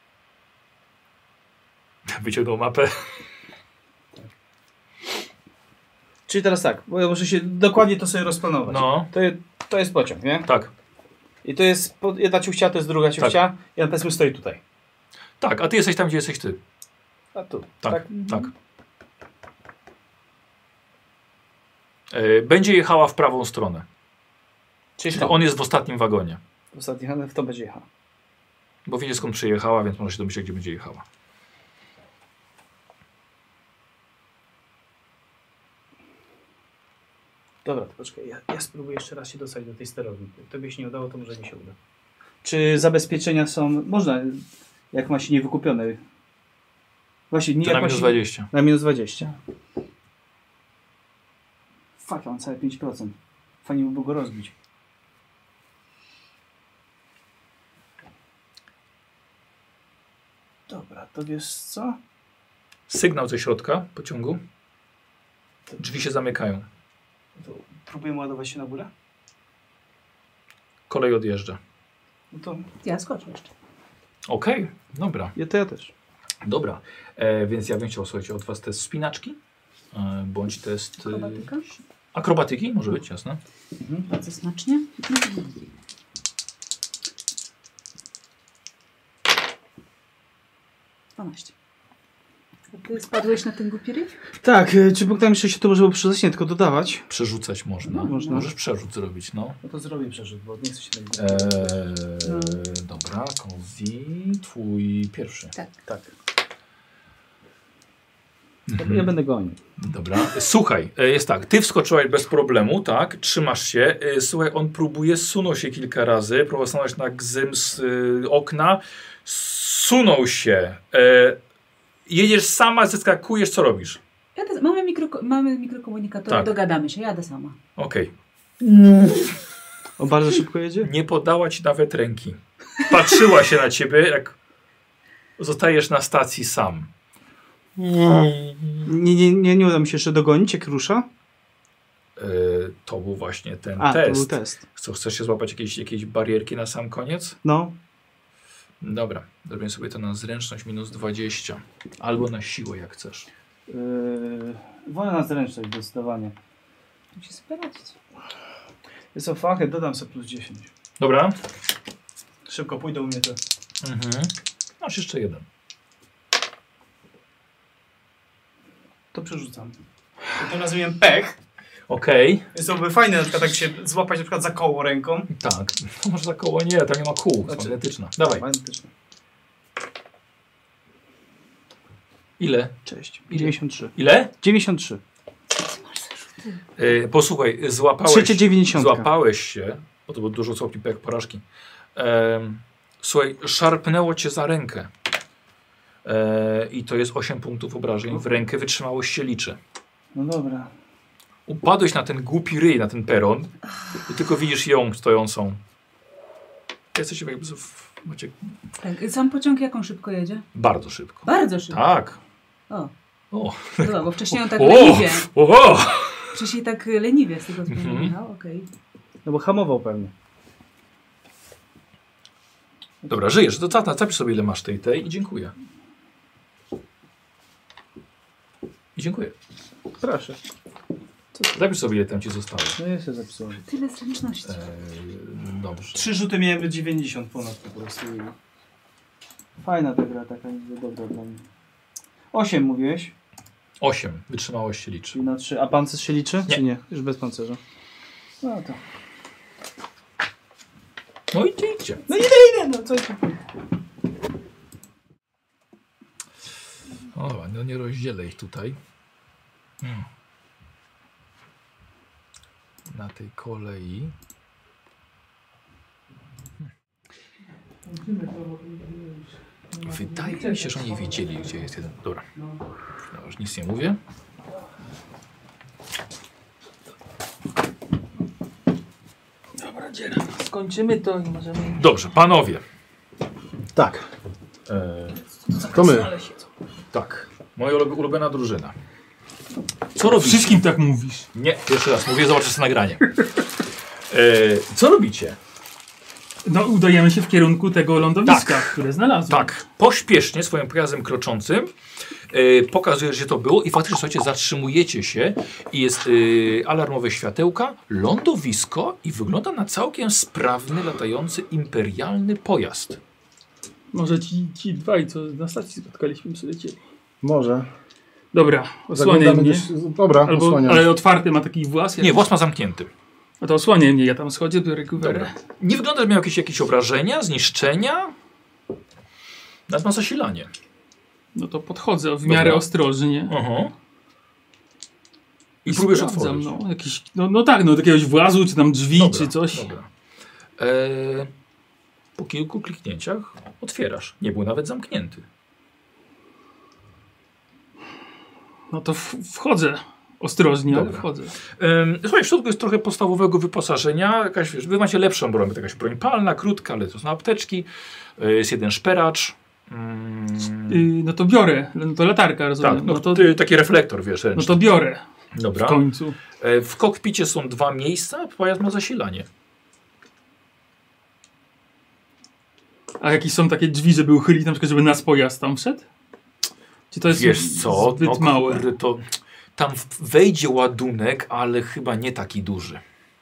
Wyciągnął mapę. czyli teraz tak, bo ja muszę się dokładnie to sobie rozplanować. No, To, je- to jest pociąg, nie? tak. I to jest po- jedna ciuchcia, to jest druga ciuchcia. I on powiedzmy stoi tutaj. Tak, a ty jesteś tam, gdzie jesteś ty. A tu. Tak, tak. E, będzie jechała w prawą stronę. Czyli Czyli to. on jest w ostatnim wagonie. W ostatnich w to będzie jechał. Bo wiecie skąd przyjechała, więc może się domyśleć, gdzie będzie jechała. Dobra, to poczekaj, ja, ja spróbuję jeszcze raz się dostać do tej sterowni. Jak tobie się nie udało, to może mi się uda. Czy zabezpieczenia są... Można, jak ma się niewykupione. Właśnie, nie To jak na ma minus się... dwadzieścia. Na minus dwadzieścia. Fuck, mam całe pięć procent. Fajnie by było go rozbić. Dobra, to wiesz co? Sygnał ze środka pociągu. Drzwi się zamykają. To próbujemy ładować się na górę? Kolej odjeżdża. No to... Ja skoczę jeszcze. Okej, dobra. Ja, to ja też. Dobra, e, więc ja bym chciał, słuchajcie, od was test spinaczki, e, bądź test... e, Akrobatyka? Akrobatyki, może być, jasne. Mhm. Bardzo smacznie. dwanaście. A ty spadłeś na ten głupi ryj? Tak, y, czy punktami jeszcze się to może było przerzucać, nie tylko dodawać? Przerzucać można. No, można. Możesz przerzut zrobić, no. No to zrobię przerzut, bo nie chcę się tak... Eee, No. Dobra, Kozi, twój pierwszy. Tak. Tak. Mhm. Ja będę gonił. Dobra, słuchaj, e, jest tak, ty wskoczyłeś bez problemu, tak, trzymasz się, e, słuchaj, on próbuje, sunął się kilka razy, próbował stanąć na gzym z e, okna, sunął się, e, jedziesz sama, zeskakujesz, co robisz? Jadę, mamy, mikro, mamy mikrokomunikator, Tak. dogadamy się, jadę sama. Okej, On bardzo szybko jedzie? nie podała ci nawet ręki, patrzyła się na ciebie, jak zostajesz na stacji sam. Nie, nie, nie, nie uda mi się jeszcze dogonić, jak rusza? E, to był właśnie ten A, test. to był test. Co, chcesz się złapać jakieś, jakieś barierki na sam koniec? No. Dobra, zrobię sobie to na zręczność minus dwadzieścia. Albo na siłę, jak chcesz. Yy, wolę na zręczność zdecydowanie. Musi sobie radzić. Jest o fachę, dodam sobie plus dziesięć. Dobra. Szybko pójdą u mnie te. Mhm. Masz jeszcze jeden. To przerzucam. To nazywam pech. Okej. Jest to by fajne na przykład tak się złapać na przykład za koło ręką. Tak. To może za koło nie, tam nie ma kół. Znaczy- Magnetyczna. Dawaj. Magnetycznie. Ile? Cześć. dziewięćdziesiąt trzy. Ile? dziewięćdziesiąt trzy. Yy, posłuchaj, złapałeś, Trzecia dziewięćdziesiątka. złapałeś się, bo to było dużo stopni jak porażki. Ehm, słuchaj, szarpnęło cię za rękę. Eee, I to jest osiem punktów obrażeń. W rękę wytrzymałość się liczy. No dobra. Upadłeś na ten głupi ryj, na ten peron i tylko widzisz ją stojącą. Jesteście jakby w, macie Tak. Sam pociąg jaką szybko jedzie? bardzo szybko. Bardzo szybko. Tak. O, O. dobra, bo wcześniej on tak O! leniwie. O! Wcześniej tak leniwie z tego co Mhm. pamiętam. No, okej. No bo hamował pewnie. Dobra, żyjesz. To za- zapisz sobie ile masz tej tej i dziękuję. I dziękuję. Proszę. Zapisz sobie ile tam ci zostało. No ja się zapisałem. Tyle zręczności. Eee, dobrze. Trzy rzuty miałem dziewięćdziesiąt ponad po prostu. Fajna ta gra, taka niby dobra dla mnie. osiem mówiłeś? osiem. Wytrzymałość się liczy. Czyli na trzy. A pancerz się liczy? Nie. Czy nie? Już bez pancerza. No to. No i ty idzie. No idę, idę, no co tu? O, no nie rozdzielę ich tutaj. Hmm. Na tej kolei. Wydaje mi się, że oni wiedzieli, gdzie jest jeden. Dobra. No, już nic nie mówię. Dobra, dzieram. Skończymy to i możemy... Dobrze, panowie. Tak, E, to my. tak. Moja ulu- ulubiona drużyna. Co robicie? Wszystkim tak mówisz. Nie, jeszcze raz mówię, zobaczę sobie nagranie. E, co robicie? No, udajemy się w kierunku tego lądowiska, Tak. które znalazłem. Tak, pośpiesznie swoim pojazdem kroczącym e, pokazujesz, gdzie to było i faktycznie, słuchajcie, zatrzymujecie się i jest e, alarmowe światełka, lądowisko i wygląda na całkiem sprawny, latający imperialny pojazd. Może ci, ci dwaj, co na stacji spotkaliśmy, przylecieli. Może. Dobra, osłaniaj Zaglądamy mnie. do... Dobra, Albo, osłaniam. ale otwarty ma taki włas. Nie, włas ma zamknięty. No to osłaniaj mnie, ja tam schodzę, biorę kuwerę. Dobra. Nie wygląda, że miał jakieś, jakieś obrażenia, zniszczenia. Nawet ma zasilanie. No to podchodzę w miarę Dobra. ostrożnie. Aha. I próbujesz sprawdzam, otworzyć. No, jakiś, no, no tak, no do jakiegoś włazu, czy tam drzwi, Dobra, czy coś. Dobra. E, po kilku kliknięciach otwierasz. Nie był nawet zamknięty. No to w, wchodzę ostrożnie, ale Dobra. wchodzę. Ym, Słuchaj, w środku jest trochę podstawowego wyposażenia. Jakaś, wiesz, wy macie lepszą broń, jakaś broń palna, krótka, ale to są apteczki. Y, Jest jeden szperacz. Ym, Yy, no to biorę, no to latarka, rozumiem. tak, no, no, to, ty, taki reflektor, wiesz, no ręczny. to biorę Dobra. w końcu. E, W kokpicie są dwa miejsca, pojazd ma zasilanie. A jakieś są takie drzwi, żeby uchylić, na przykład, żeby nas pojazd tam wszedł? Czy to jest Wiesz co, zbyt no, małe? kurde, to tam w- wejdzie ładunek, ale chyba nie taki duży.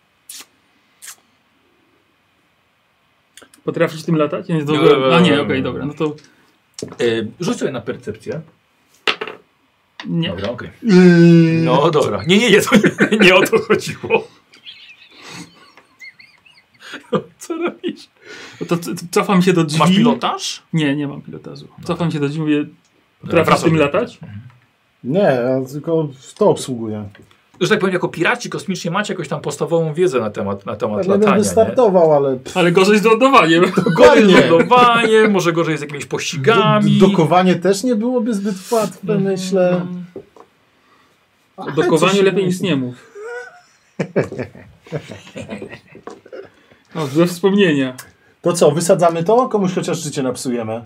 Potrafisz tym latać? Nie, Nie, dobra. A nie, nie, okej, nie. dobra, no to E, Rzuć sobie na percepcję. nie. Dobra, okej. Yy, No dobra. Nie, nie, nie, to nie, nie o to chodziło. Co robisz? No to c- cofam się do drzwi. Masz pilotaż? Nie, nie mam pilotażu. Cofam się do drzwi, mówię, Dobra, potrafisz wracam tym do- latać? Nie, ja tylko to obsługuję. Że tak powiem, jako piraci kosmiczni macie jakąś tam podstawową wiedzę na temat, na temat Pewnie bym latania, nie? wystartował, ale... Ale gorzej z lądowaniem. Gorzej z lądowaniem, może gorzej z jakimiś pościgami. Do, dokowanie też nie byłoby zbyt łatwe, myślę. O Ale dokowaniu coś- lepiej nic nie mów. O, złe wspomnienia. To co, wysadzamy to? Komuś chociaż życie napsujemy.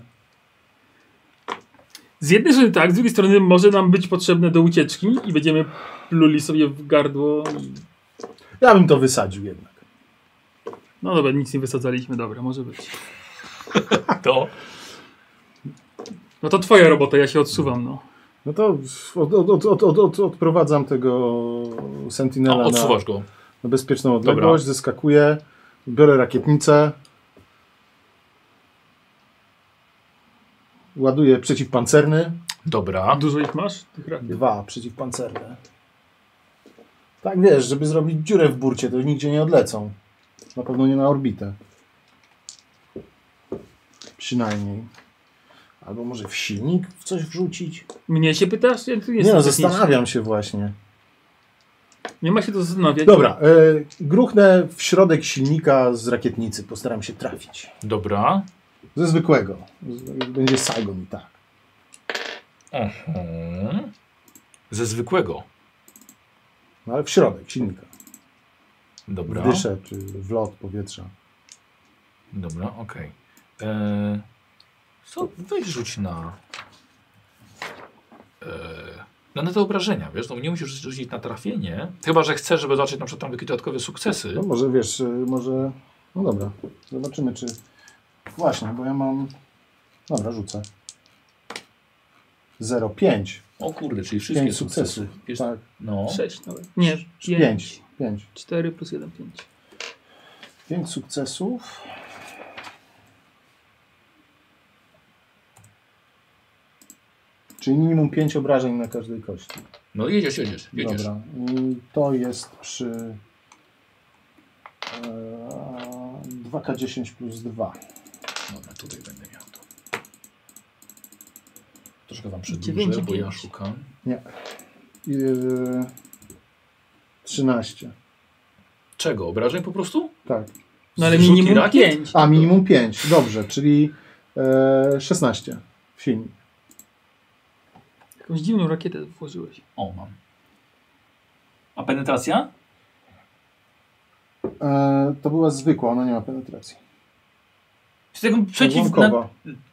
Z jednej strony tak, z drugiej strony może nam być potrzebne do ucieczki i będziemy pluli sobie w gardło. I... Ja bym to wysadził jednak. No dobra, nic nie wysadzaliśmy, dobra, może być. To No to twoja robota, ja się odsuwam, no. No to od, od, od, od, od, odprowadzam tego Sentinela no, na, odsuwasz go. na bezpieczną odległość, zeskakuję, biorę rakietnicę, ładuję przeciwpancerny, Dobra. Dużo ich masz? Tych rakiet? dwa przeciwpancerne. Tak wiesz, żeby zrobić dziurę w burcie, to nigdzie nie odlecą. Na pewno nie na orbitę. Przynajmniej. Albo może w silnik w coś wrzucić? Mnie się pytasz? Ja tu Nie jestem no, techniczny. zastanawiam się właśnie. Nie ma się to zastanawiać. Dobra, e, gruchnę w środek silnika z rakietnicy. Postaram się trafić. Dobra. Ze zwykłego. Z- Będzie Saigon i tak. Mhm. Ze zwykłego. No ale w środek silnika. Dobra. W dyszę czy w lot powietrza. Dobra, okej. Eee, Co? Weź rzuć na... Eee, no na te obrażenia, wiesz? No nie musisz rzucić na trafienie. Chyba, że chcesz, żeby zobaczyć na przykład tam jakieś dodatkowe sukcesy. No może wiesz, e, może... No dobra, zobaczymy czy... Właśnie, bo ja mam... Dobra, rzucę. zero pięć. O kurde, czyli wszystkie pięć sukcesów. Wiesz, Tak, No. Sześć nawet. Nie, pięć. pięć. pięć. Cztery plus jeden, pięć. pięć sukcesów. Czyli minimum pięć obrażeń na każdej kości. No jedziesz, jedziesz, jedziesz. Dobra. I to jest przy e, dwa K dziesięć plus dwa. Dobra, tutaj będę miał to. Troszkę wam przedłużę, dziewięć, bo ja dziewięć. szukam. Nie. I, e, trzynaście. Czego? Obrażeń po prostu? Tak. No ale Zrzuki minimum rakiet? pięć. A, minimum pięć. Dobrze, czyli e, szesnaście. Silnik. Jakąś dziwną rakietę włożyłeś. O, mam. A penetracja? E, to była zwykła, ona nie ma penetracji. Z tego przeciw... Na, Odłamkowa.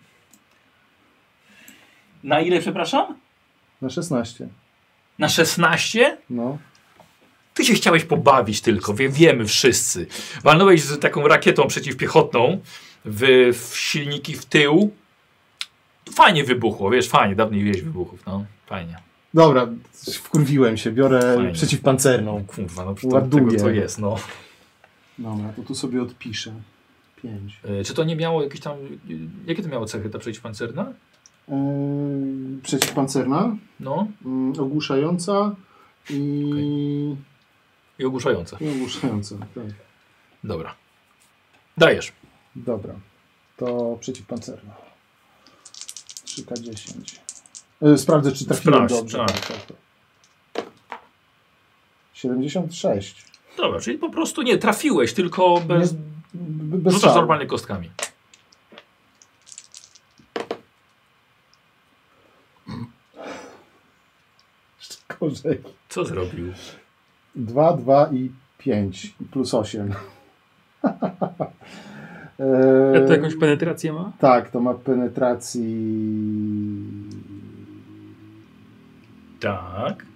na ile, przepraszam? Na szesnaście. Na szesnaście? No. Ty się chciałeś pobawić tylko, wie, wiemy wszyscy. Walnąłeś z taką rakietą przeciwpiechotną w, w silniki w tył. Fajnie wybuchło, wiesz, fajnie, dawno nie widziałeś wybuchów, no, fajnie. Dobra, wkurwiłem się, biorę Fajnie. przeciwpancerną. Kurwa, no to, Ładuję. tego co jest, no. Dobra, to tu sobie odpiszę. pięć. E, czy to nie miało jakieś tam, jakie to miało cechy ta przeciwpancerna? Yy, przeciwpancerna, No, yy, ogłuszająca i... i ogłuszająca. i ogłuszająca, tak. Dobra. Dajesz. Dobra, to przeciwpancerna. trzy K dziesięć. Yy, sprawdzę, czy trafiłem Sprawdź, dobrze. tak. Tak, tak. siedemdziesiąt sześć. Dobra, czyli po prostu nie, trafiłeś, tylko bez... Nie, b- bez Rzucasz szału. normalnie kostkami. Gorzej. Co zrobił? dwa, dwa i pięć plus osiem. A to jakąś penetrację ma? Tak, to ma penetracji... Tak.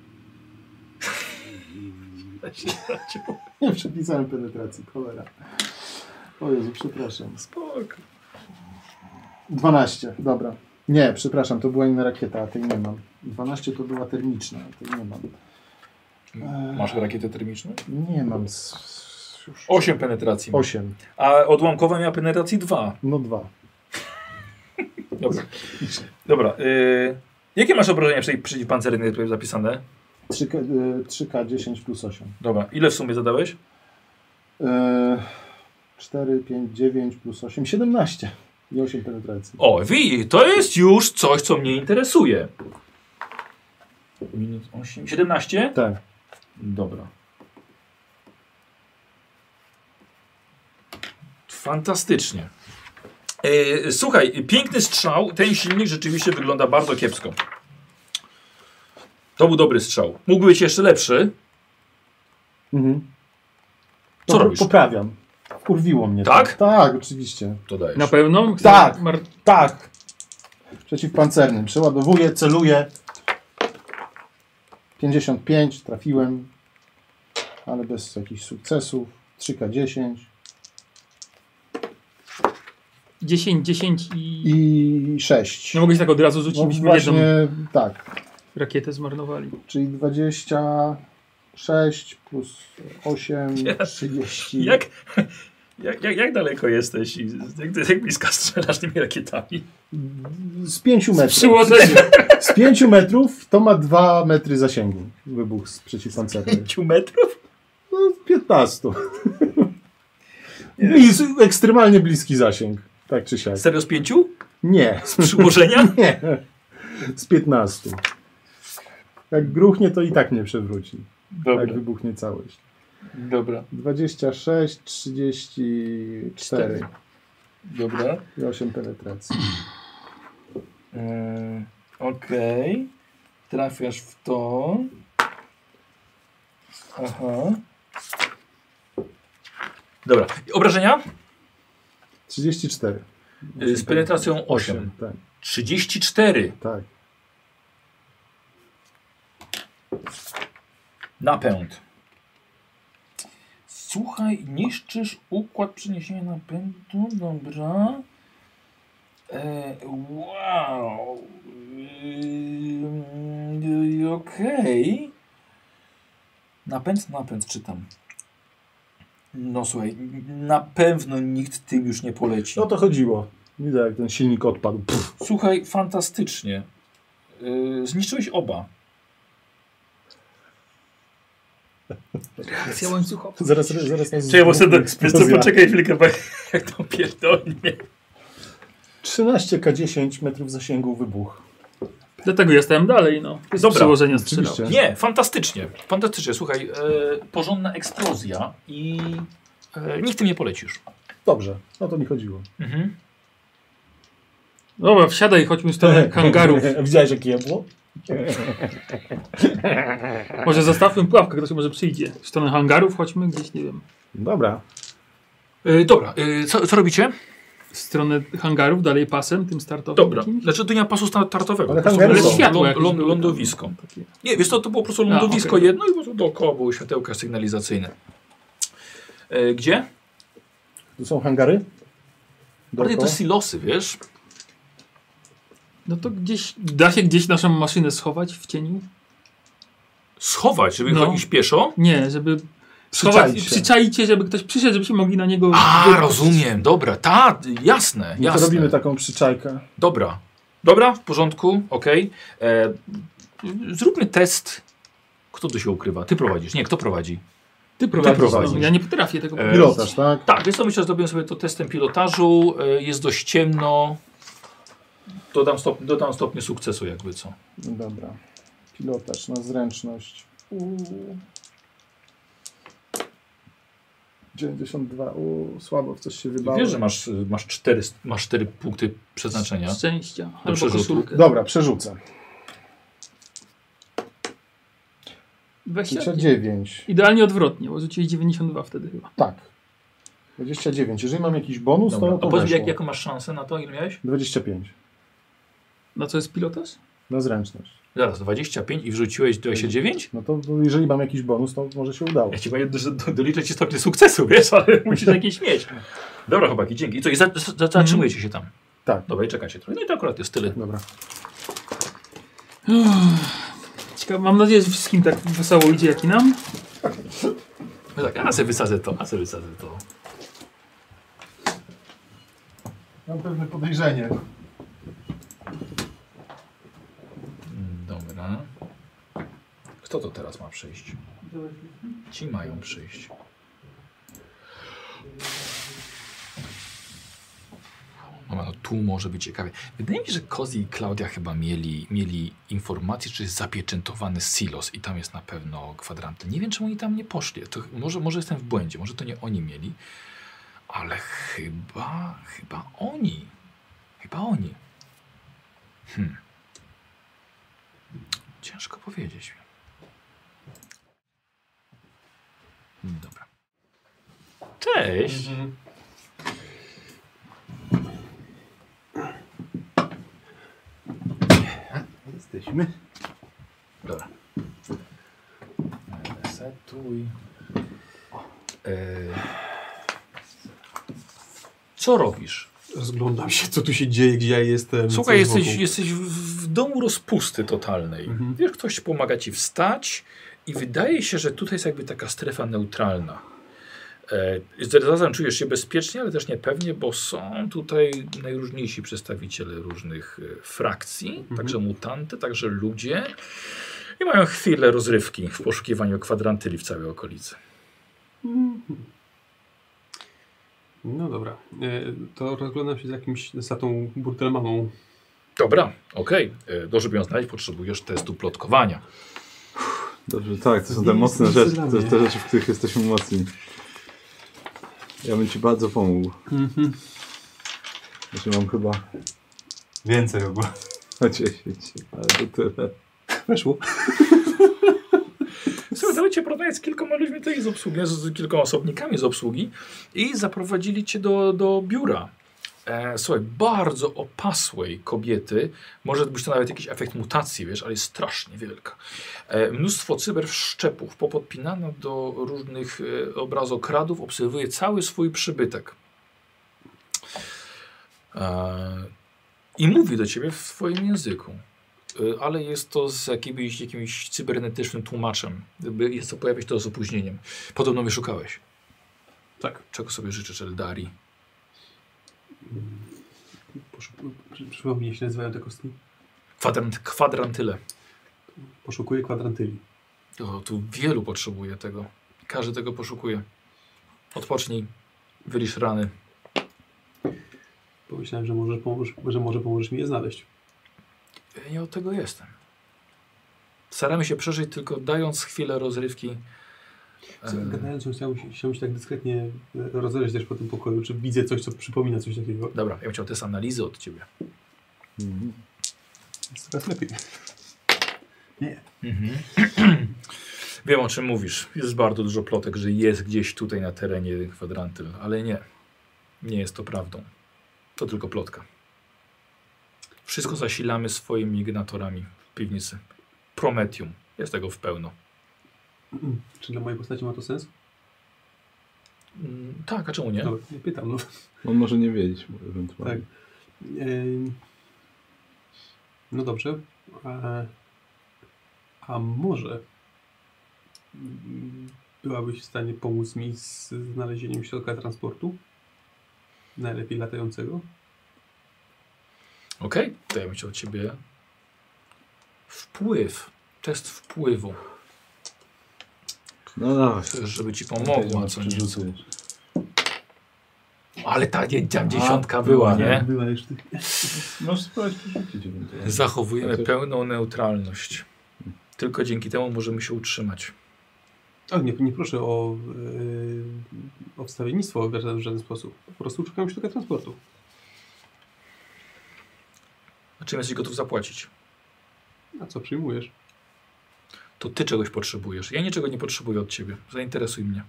Nie przepisałem penetracji, cholera. O Jezu, przepraszam. Spoko. dwanaście, dobra. Nie, przepraszam, to była inna rakieta, a tej nie mam. dwanaście to była termiczna, a tej nie mam. Masz rakietę termiczną? Nie mam. Z... Już... osiem penetracji. ma. osiem. A odłamkowa miała penetracji dwa. No dwa. Dobra. Dobra. Y... Jakie masz obrażenia przeciw- przeciwpancerne zapisane? trzy K dziesięć plus osiem. Dobra. Ile w sumie zadałeś? Eee, cztery, pięć, dziewięć plus osiem, siedemnaście. I osiem penetracji. O, wi, to jest już coś, co mnie interesuje. Minus osiem. siedemnaście? Tak. Dobra. Fantastycznie. E, słuchaj, piękny strzał. Ten silnik rzeczywiście wygląda bardzo kiepsko. To był dobry strzał. Mógł być jeszcze lepszy. Mhm. Co No, robisz? Poprawiam. Kurwiło mnie. Tak? To. Tak, oczywiście. To dajesz. Na pewno? Chcę Tak. Mar- Tak. Przeciwpancernym. Przeładowuję, celuję. pięćdziesiąt pięć, trafiłem. Ale bez jakichś sukcesów. trzy K dziesięć. dziesięć, dziesięć i... I sześć. No mogłeś tak od razu rzucić, No byśmy właśnie, jedną tak. rakietę zmarnowali. Czyli dwadzieścia sześć plus osiem, trzydzieści. Jak, jak, jak, jak daleko jesteś i jak, jak blisko strzelasz tymi rakietami? Z pięciu metrów. Przyłożenie. Z pięciu metrów to ma dwa metry zasięgu. Wybuch z przeciwpancernej. pięciu metrów? No, piętnastu. Blis, ekstremalnie bliski zasięg. Tak czy siak. Serio z pięciu? Nie. Z przyłożenia? Nie. Z piętnastu. Jak gruchnie, to i tak nie przewróci. Dobra. Jak wybuchnie całość. Dobra. dwadzieścia sześć, trzydzieści cztery. Dobra. I osiem penetracji. Yy, Okej. Okay. Trafiasz w to. Aha. Dobra. I obrażenia? trzydzieści cztery. Yy, Z penetracją osiem. Tak, trzydzieści cztery. tak. Napęd. Słuchaj, niszczysz układ przeniesienia napędu. Dobra. E, wow. Yy, Okej. Okay. Napęd, napęd czytam. No słuchaj, na pewno nikt tym już nie poleci. O to chodziło. Widzę, jak ten silnik odpadł. Pff. Słuchaj, fantastycznie. Yy, zniszczyłeś oba. Akcja łańcuchowa. Zaraz, zaraz nas Czekaj, bo sobie, eksplozja. poczekaj chwilkę, bo jak to pierdolnie. trzynaście K dziesięć metrów zasięgu wybuch. Dlatego ja stałem dalej, no. Z Dobra. przełożenia strzelał. Oczywiście. Nie, fantastycznie. Fantastycznie. Słuchaj, e, porządna eksplozja i e, nikt tym nie polecisz. Dobrze, o to mi chodziło. Mhm. Dobra, wsiadaj i chodźmy w stronę hangarów. Widziałeś jakie jebło? Może zostawmy pułapkę, ktoś może przyjdzie. W stronę hangarów chodźmy gdzieś, nie wiem. Dobra. E, dobra, e, co, co robicie? W stronę hangarów, dalej pasem, tym startowym. Dobra, jakimś? znaczy tu nie ma pasu startowego. Ale Po prostu hangary ląd- są. Światło ląd- jakieś ląd- były tam. lądowisko. Takie. Nie, wiesz co, to było po prostu A, lądowisko okej. jedno i po prostu dookoła były światełka sygnalizacyjne. E, gdzie? Tu są hangary? Bardziej to Dookoła? silosy, wiesz? No to gdzieś, da się gdzieś naszą maszynę schować w cieniu? Schować, żeby No. chodzić pieszo? Nie, żeby Przyczaić schować, się. przyczaić się, żeby ktoś przyszedł, żebyśmy mogli na niego... A, wypaść. rozumiem, dobra, ta, jasne, No to jasne. robimy taką przyczajkę. Dobra, dobra, w porządku, okej. E, Zróbmy test. Kto tu się ukrywa? Ty prowadzisz. Nie, kto prowadzi? Ty prowadzisz, prowadzisz. no, ja nie potrafię tego E, Pilotaż, tak? Tak, więc to myślę, że zrobiłem sobie to testem pilotażu. E, Jest dość ciemno. Dodam, stop, dodam stopnie sukcesu, jakby co. Dobra. Pilotaż na zręczność. Uuu. dziewięćdziesiąt dwa. Uuu, słabo w coś się wybało. Wiesz, że masz, masz, cztery, masz cztery punkty przeznaczenia. Szczęścia. Do Albo przerzutu. koszulkę. Dobra, przerzucę. dwadzieścia dwadzieścia dziewięć. Idealnie odwrotnie, bo rzuciłeś dziewięćdziesiąt dwa wtedy chyba. Tak. dwadzieścia dziewięć. Jeżeli mam jakiś bonus, Dobra. to, A to powiedz mi, weszło. jak, jaką masz szansę na to? Ile miałeś? dwadzieścia pięć. Na co jest pilotaż? Na zręczność. Zaraz, dwadzieścia pięć i wrzuciłeś dwadzieścia dziewięć? No to no, jeżeli mam jakiś bonus, to może się udało. Ja ci powiem, że do, doliczę ci stopnie sukcesu, wiesz, ale musisz jakieś mieć. Dobra, chłopaki, dzięki. I co, i za, za, zatrzymujecie się tam? Tak. Dobra, i czekacie trochę. No i to akurat jest tyle. Dobra. Ciekawe, mam nadzieję, że wszystkim tak wesoło idzie jak i nam. No tak, a sobie wysadzę to, a sobie wysadzę to. Mam pewne podejrzenie. Dobra. Kto to teraz ma przyjść? Ci mają przyjść. Dobra, no tu może być ciekawie. Wydaje mi się, że Kozi i Klaudia chyba mieli, mieli informację, że jest zapieczętowany silos i tam jest na pewno kwadranty. Nie wiem, czemu oni tam nie poszli. To może, może jestem w błędzie, może to nie oni mieli, ale chyba, chyba oni. Chyba oni. Hmm. Ciężko powiedzieć. Dobra. Cześć. Mhm. Jesteśmy. Dobra. Resetuj. E... Co robisz? Rozglądam się, co tu się dzieje, gdzie ja jestem. co Słuchaj, jest jesteś, wokół. jesteś w, w domu rozpusty totalnej. Mhm. Wiesz, ktoś pomaga ci wstać i wydaje się, że tutaj jest jakby taka strefa neutralna. E, zarazem czujesz się bezpiecznie, ale też niepewnie, bo są tutaj najróżniejsi przedstawiciele różnych e, frakcji, Mhm. także mutanty, także ludzie i mają chwilę rozrywki w poszukiwaniu kwadrantyli w całej okolicy. No dobra. E, to rozglądam się z jakimś, za tą burtelmaną. Dobra, okej. Okay. Do żeby ją znaleźć, potrzebujesz testu plotkowania. Dobrze, tak, to są Nie te jest mocne nic rzeczy, dla to mnie. te rzeczy, w których jesteśmy mocni. Ja bym ci bardzo pomógł. Mhm. Znaczy mam chyba Więcej ogólnie. na dziesięć, ale to tyle. Weszło. Słuchaj, nawet cię porozmawiać z kilkoma ludźmi tutaj z obsługi, z, z kilkoma osobnikami z obsługi i zaprowadzili cię do, do biura. E, słuchaj, bardzo opasłej kobiety, może być to nawet jakiś efekt mutacji, wiesz, ale jest strasznie wielka. E, mnóstwo cyberszczepów popodpinano do różnych e, obrazokradów, obserwuje cały swój przybytek. E, I mówi do ciebie w swoim języku. Y, ale jest to z jakimś, jakimś cybernetycznym tłumaczem. Jakby Jest to pojawia się to z opóźnieniem. Podobno mnie szukałeś. Tak. Czego sobie życzysz, Eldari? Proszę, przypomnij, jak się nazywają te kostki? Kwadrant, kwadrantyle. Poszukuję kwadrantyli. O, tu wielu potrzebuje tego. Każdy tego poszukuje. Odpocznij. Wylisz rany. Pomyślałem, że może, pomoż, że może pomożesz mi je znaleźć. Ja nie od tego jestem. Staramy się przeżyć tylko dając chwilę rozrywki. Co, gadając, chciałbym, chciałbym się tak dyskretnie rozejrzeć też po tym pokoju, czy widzę coś, co przypomina coś takiego. Dobra, ja bym chciał test analizy od ciebie. Mhm. Jest coraz lepiej. Nie. Mhm. Wiem, o czym mówisz. Jest bardzo dużo plotek, że jest gdzieś tutaj na terenie kwadrantyl, ale nie. Nie jest to prawdą. To tylko plotka. Wszystko zasilamy swoimi ignatorami w piwnicy. Prometium. Jest tego w pełno. Czy dla mojej postaci ma to sens? Mm, tak, a czemu nie? No, nie pytam. No. On może nie wiedzieć ewentualnie. Tak. Yy, no dobrze. A, a może byłabyś w stanie pomóc mi z znalezieniem środka transportu? Najlepiej latającego? Okej, okay. To ja bym chciał od ciebie wpływ. Test wpływu. No dawaj. Żeby ci pomogło. Co nieco. Przerzucujesz. Ale ta tam dziesiątka była, nie? Była już ty. Możesz spróbować przerzucić ewentualnie. Zachowujemy Chociaż- pełną neutralność. Tylko dzięki temu możemy się utrzymać. O, nie, nie proszę o, yy, o wstawiennictwo w żaden, w żaden sposób. Po prostu szukam środka transportu. A czym jesteś gotów zapłacić? A co przyjmujesz? To ty czegoś potrzebujesz. Ja niczego nie potrzebuję od ciebie. Zainteresuj mnie.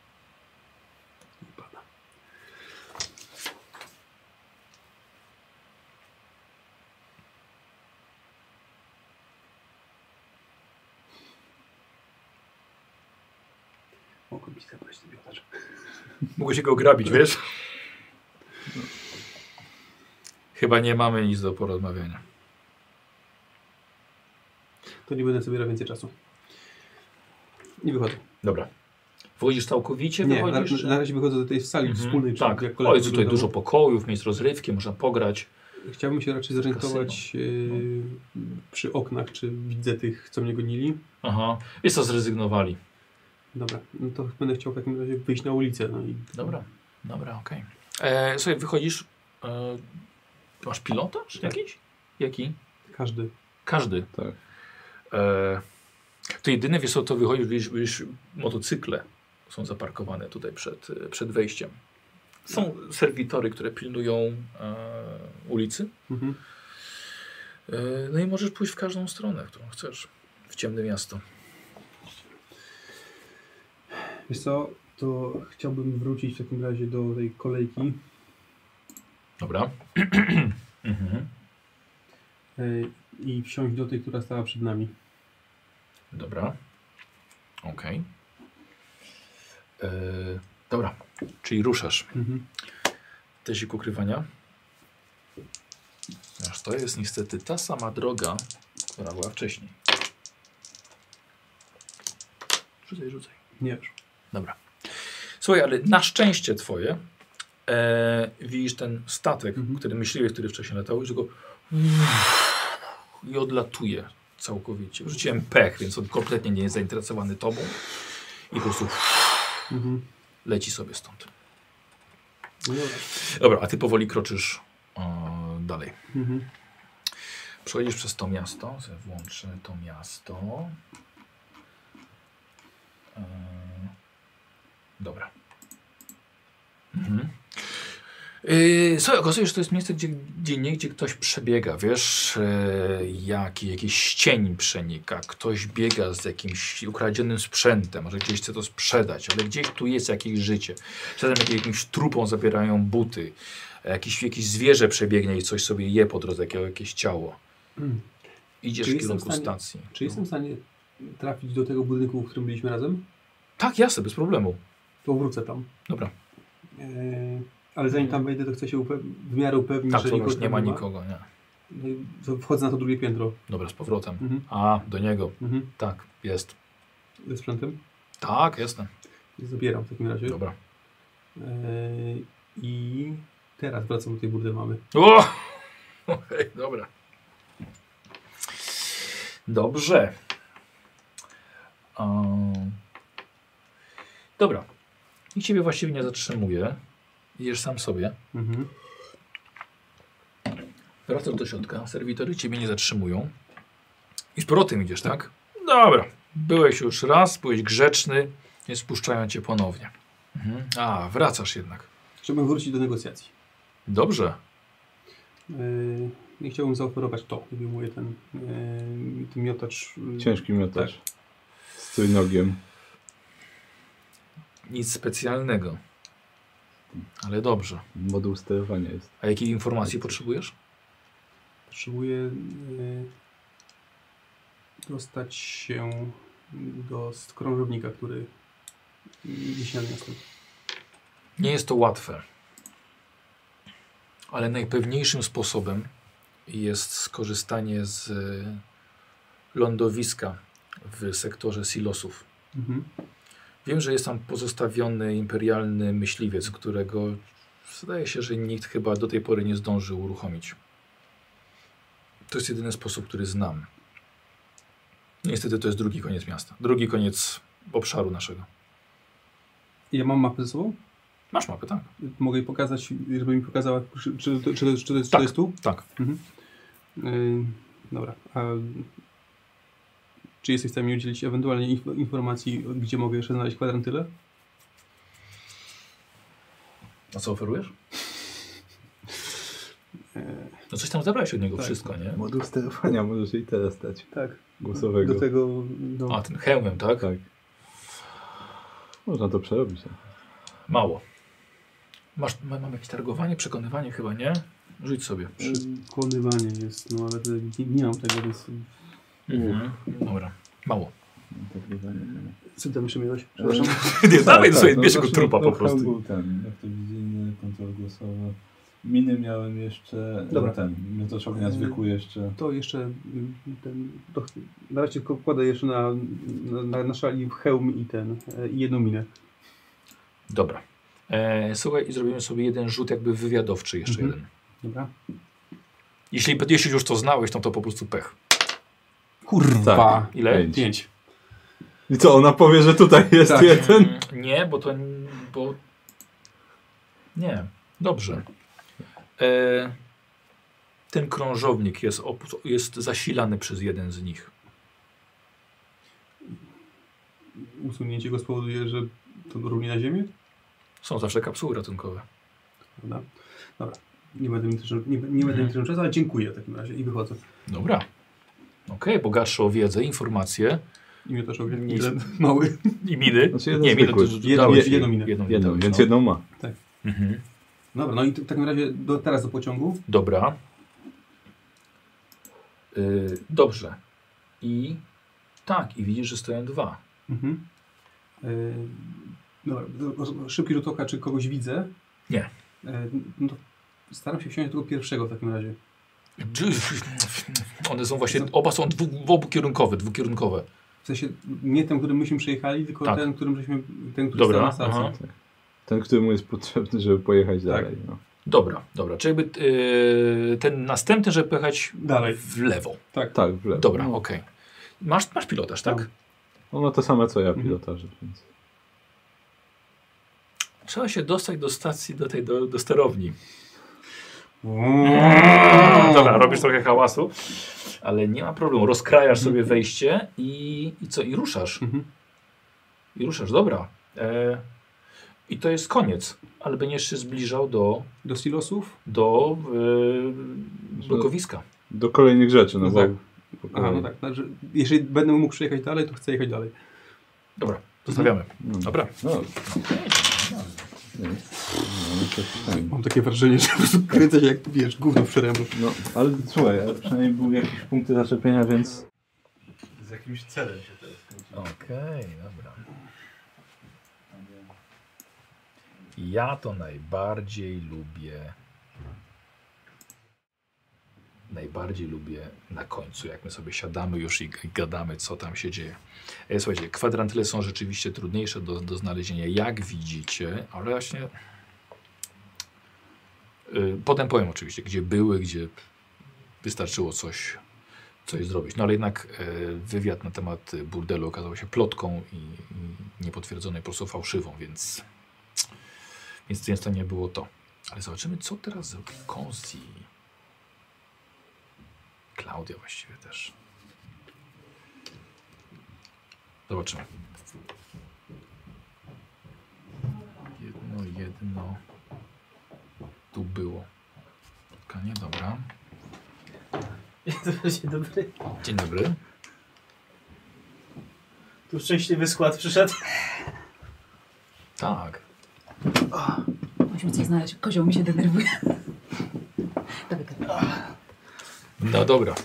Mogłem ci zabrać ten miotacz. Mogę się go grabić, wiesz? Chyba nie mamy nic do porozmawiania. To nie będę sobie brał więcej czasu. Nie wychodzę. Dobra. Wchodzisz całkowicie? Nie, na, wychodzisz? na razie wychodzę do tej sali Mhm. wspólnej. czy Tak. jak O, koledzy jest tutaj wyglądało. dużo pokojów, miejsc rozrywki, można pograć. Chciałbym się raczej zorientować yy, przy oknach, czy widzę tych, co mnie gonili. Aha. Jest to zrezygnowali. Dobra, no to będę chciał w takim razie wyjść na ulicę. No i... Dobra. Dobra, okej. Okay. Słuchaj, wychodzisz. E, masz pilotaż jakiś? Jaki? Każdy. Każdy. Tak. E, to jedyne, wiesz co, to wychodzisz, wiesz, wiesz, motocykle są zaparkowane tutaj przed, przed wejściem. Są serwitory, które pilnują e, ulicy. Mhm. E, no i możesz pójść w każdą stronę, którą chcesz. W ciemne miasto. Wiesz co, to chciałbym wrócić w takim razie do tej kolejki Dobra. mhm. yy, i wsiąść do tej, która stała przed nami. Dobra. Okej. Okay. Dobra. Czyli ruszasz. Mhm. Tesik ukrywania. Aż to jest niestety ta sama droga, która była wcześniej. Rzucaj, rzucaj. Nie już. Dobra. Słuchaj, ale na szczęście twoje e, widzisz ten statek, Mhm. który myśliwy, który wcześniej latał, i że go i odlatuje całkowicie. Rzuciłem pech, więc on kompletnie nie jest zainteresowany tobą i po prostu Mhm. leci sobie stąd. No dobra. Dobra, a ty powoli kroczysz e, dalej. Mhm. Przechodzisz przez to miasto. Sobie włączę to miasto. E, dobra. Mhm. Yy, słuchaj, okazuje się, że to jest miejsce, gdzie, gdzie niegdzie ktoś przebiega, wiesz, yy, jaki, jakiś cień przenika, ktoś biega z jakimś ukradzionym sprzętem, może gdzieś chce to sprzedać, ale gdzieś tu jest jakieś życie. Czasem jak, jakimś trupom zabierają buty, jakieś, jakieś zwierzę przebiegnie i coś sobie je po drodze, jakieś, jakieś ciało. Mhm. Idziesz Czy w jestem kierunku w stanie- stacji. Czy jestem w stanie trafić do tego budynku, w którym byliśmy razem? Tak, jasne, bez problemu. To wrócę tam. Dobra. Eee, ale zanim tam wejdę, to chcę się upe- w miarę upewnić, Tak, że to już nikogo nie ma tam nikogo, nie. No i to wchodzę na to drugie piętro. Dobra, z powrotem. Mhm. A, do niego. Mhm. Tak, jest. Ze sprzętem. Tak, jasne. Zabieram w takim razie. Dobra. Eee, I teraz wracam do tej burdy mamy. O! Okej, dobra. Dobrze. Um, dobra. Nikt ciebie właściwie nie zatrzymuje. Idziesz sam sobie. Mhm. Wracasz do środka. Serwitory ciebie nie zatrzymują. I z powrotem idziesz, tak? Dobra. Byłeś już raz, byłeś grzeczny, więc spuszczają cię ponownie. Mhm. A, wracasz jednak. Chciałbym wrócić do negocjacji. Dobrze. Yy, I chciałbym zaoferować to. Wyjmuję ten, yy, ten miotacz. Yy, Ciężki miotacz. Z trójnogiem. Nic specjalnego. Ale dobrze. Moduł sterowania jest. A jakiej informacji potrzebujesz? Potrzebuję yy, dostać się do krążownika, który wisi nad miastem. Nie jest to łatwe. Ale najpewniejszym sposobem jest skorzystanie z lądowiska w sektorze silosów. Mhm. Wiem, że jest tam pozostawiony imperialny myśliwiec, którego zdaje się, że nikt chyba do tej pory nie zdążył uruchomić. To jest jedyny sposób, który znam. Niestety to jest drugi koniec miasta. Drugi koniec obszaru naszego. Ja mam mapę ze sobą? Masz mapę, tak? Mogę jej pokazać, żeby mi pokazała, czy, czy, czy, czy, czy, to, jest, czy Tak. to jest tu? Tak. Mhm. Yy, dobra. A czy jesteś w stanie mi udzielić ewentualnie inf informacji, gdzie mogę jeszcze znaleźć kwadrantylę? A co oferujesz? Yy, No coś tam zabrałeś od niego Tak. wszystko, nie? Moduł sterowania możesz jej teraz dać. tak. Głosowego. Do tego... No, A, ten hełmem, tak? Tak. Można to przerobić. Mało. Masz, ma, mam jakieś targowanie, przekonywanie chyba, nie? Rzuć sobie. przekonywanie jest, no ale to nie, nie mam tego, więc... Mhm. Dobra. Mało. Co tam jeszcze miałeś? Przepraszam. Nie, dawaj do sobie, no, bierz znaczy, go trupa no, po prostu. Był ten, aktywizyjny, kontrol głosowy. Miny miałem jeszcze, Dobra. ten, miotacz ognia zwykły jeszcze. To jeszcze y, ten... To, na razie tylko kładę jeszcze na, na, na, na szali hełm i ten, y, i jedną minę. Dobra. E, słuchaj, i zrobimy sobie jeden rzut jakby wywiadowczy jeszcze Mhm. jeden. Dobra. Jeśli, jeśli już to znałeś, no to po prostu pech. Kurwa! Tak. Ile? Pięć. Pięć. I co, ona powie, że tutaj jest Tak. jeden? Mm, nie, bo to... Bo... Nie. Dobrze. E, ten krążownik jest, op- jest zasilany przez jeden z nich. Usunięcie go spowoduje, że to równie na ziemię? Są zawsze kapsuły ratunkowe. Prawda? Dobra. Nie będę mi trzymał, nie, nie będę mi trzymał czasu, ale dziękuję w takim razie i wychodzę. Dobra. Okej, bogatsze o wiedzę, informacje I mnie też ogólnie Nie- jeden mały. i miny. Znaczy jeden nie, miny to zwykły. już Jedną- dałeś jedną jej. minę. Jedną, Jedną, dałeś, więc no. jedną ma. Mhm. Dobra, no i w takim razie do, teraz do pociągu. Dobra. Yy, dobrze. I tak, i widzisz, że stoją dwa. Mhm. Yy, dobra, do- do- szybki rzut oka, czy kogoś widzę. Nie. Yy, no to staram się wsiąść do tego pierwszego w takim razie. One są właśnie, oba są dwu, obukierunkowe, dwukierunkowe. W sensie nie ten, którym myśmy przejechali, tylko Tak. ten, którym żeśmy, ten, który Dobra, stał na stacji. aha. Ten, który mu jest potrzebny, żeby pojechać Tak. dalej. No. Dobra, dobra. Czyli jakby yy, ten następny, żeby pojechać Dalej. w lewo. Tak. Tak, w lewo. Dobra, No. okej. Masz, masz pilotaż, tak? Tak. On ma to samo co ja, Mhm. pilotaże, więc... Trzeba się dostać do stacji, do tej, do, do sterowni. Dobra, robisz trochę hałasu, ale nie ma problemu. Rozkrajasz sobie wejście i, i co? I ruszasz. Mhm. I ruszasz, dobra. E, I to jest koniec. Ale będziesz się zbliżał do, Do silosów? do e, blokowiska. Do kolejnych rzeczy, no, No bo... tak. po Aha, kolei. no tak. Znaczy, jeżeli będę mógł przejechać dalej, to chcę jechać dalej. Dobra, zostawiamy. No. Dobra. No. Nie, no, to fajnie. Mam takie wrażenie, że po prostu kręcę się jak, wiesz, gówno w przerębu. No, ale słuchaj, ale przynajmniej były jakieś punkty zaczepienia, więc... Z jakimś celem się teraz kręcimy. Okej, dobra. Ja to najbardziej lubię. Najbardziej lubię na końcu, jak my sobie siadamy już i, i gadamy, co tam się dzieje. E, słuchajcie, kwadrantyle są rzeczywiście trudniejsze do, do znalezienia, jak widzicie, ale właśnie. Y, potem powiem oczywiście, gdzie były, gdzie wystarczyło coś coś zrobić. No ale jednak e, wywiad na temat burdelu okazał się plotką i, i niepotwierdzonej, po prostu fałszywą, więc, więc, więc to nie było to. Ale zobaczymy, co teraz zrobi Konzi. Klaudia właściwie też. Zobaczymy. Jedno, jedno. Tu było. Spotkanie, dobra. Dzień dobry. Dzień dobry. Tu szczęśliwy skład przyszedł. Tak. Musimy coś znaleźć. Kozioł mi się denerwuje. Dawaj, Dawaj. No dobra.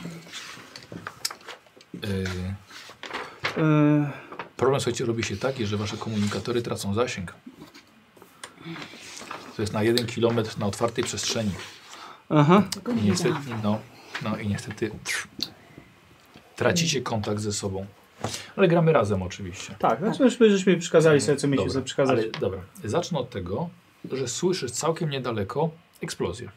Yy, Yy, problem, słuchajcie, robi się taki, że wasze komunikatory tracą zasięg. To jest na jeden kilometr na otwartej przestrzeni. aha. Tego I nie niestety, da. no, no i niestety tracicie kontakt ze sobą. Ale gramy razem oczywiście. Tak, znaczy już żeśmy przekazali sobie, co mieliśmy Dobra, sobie przekazać. ale dobra. Zacznę od tego, że słyszysz całkiem niedaleko eksplozję.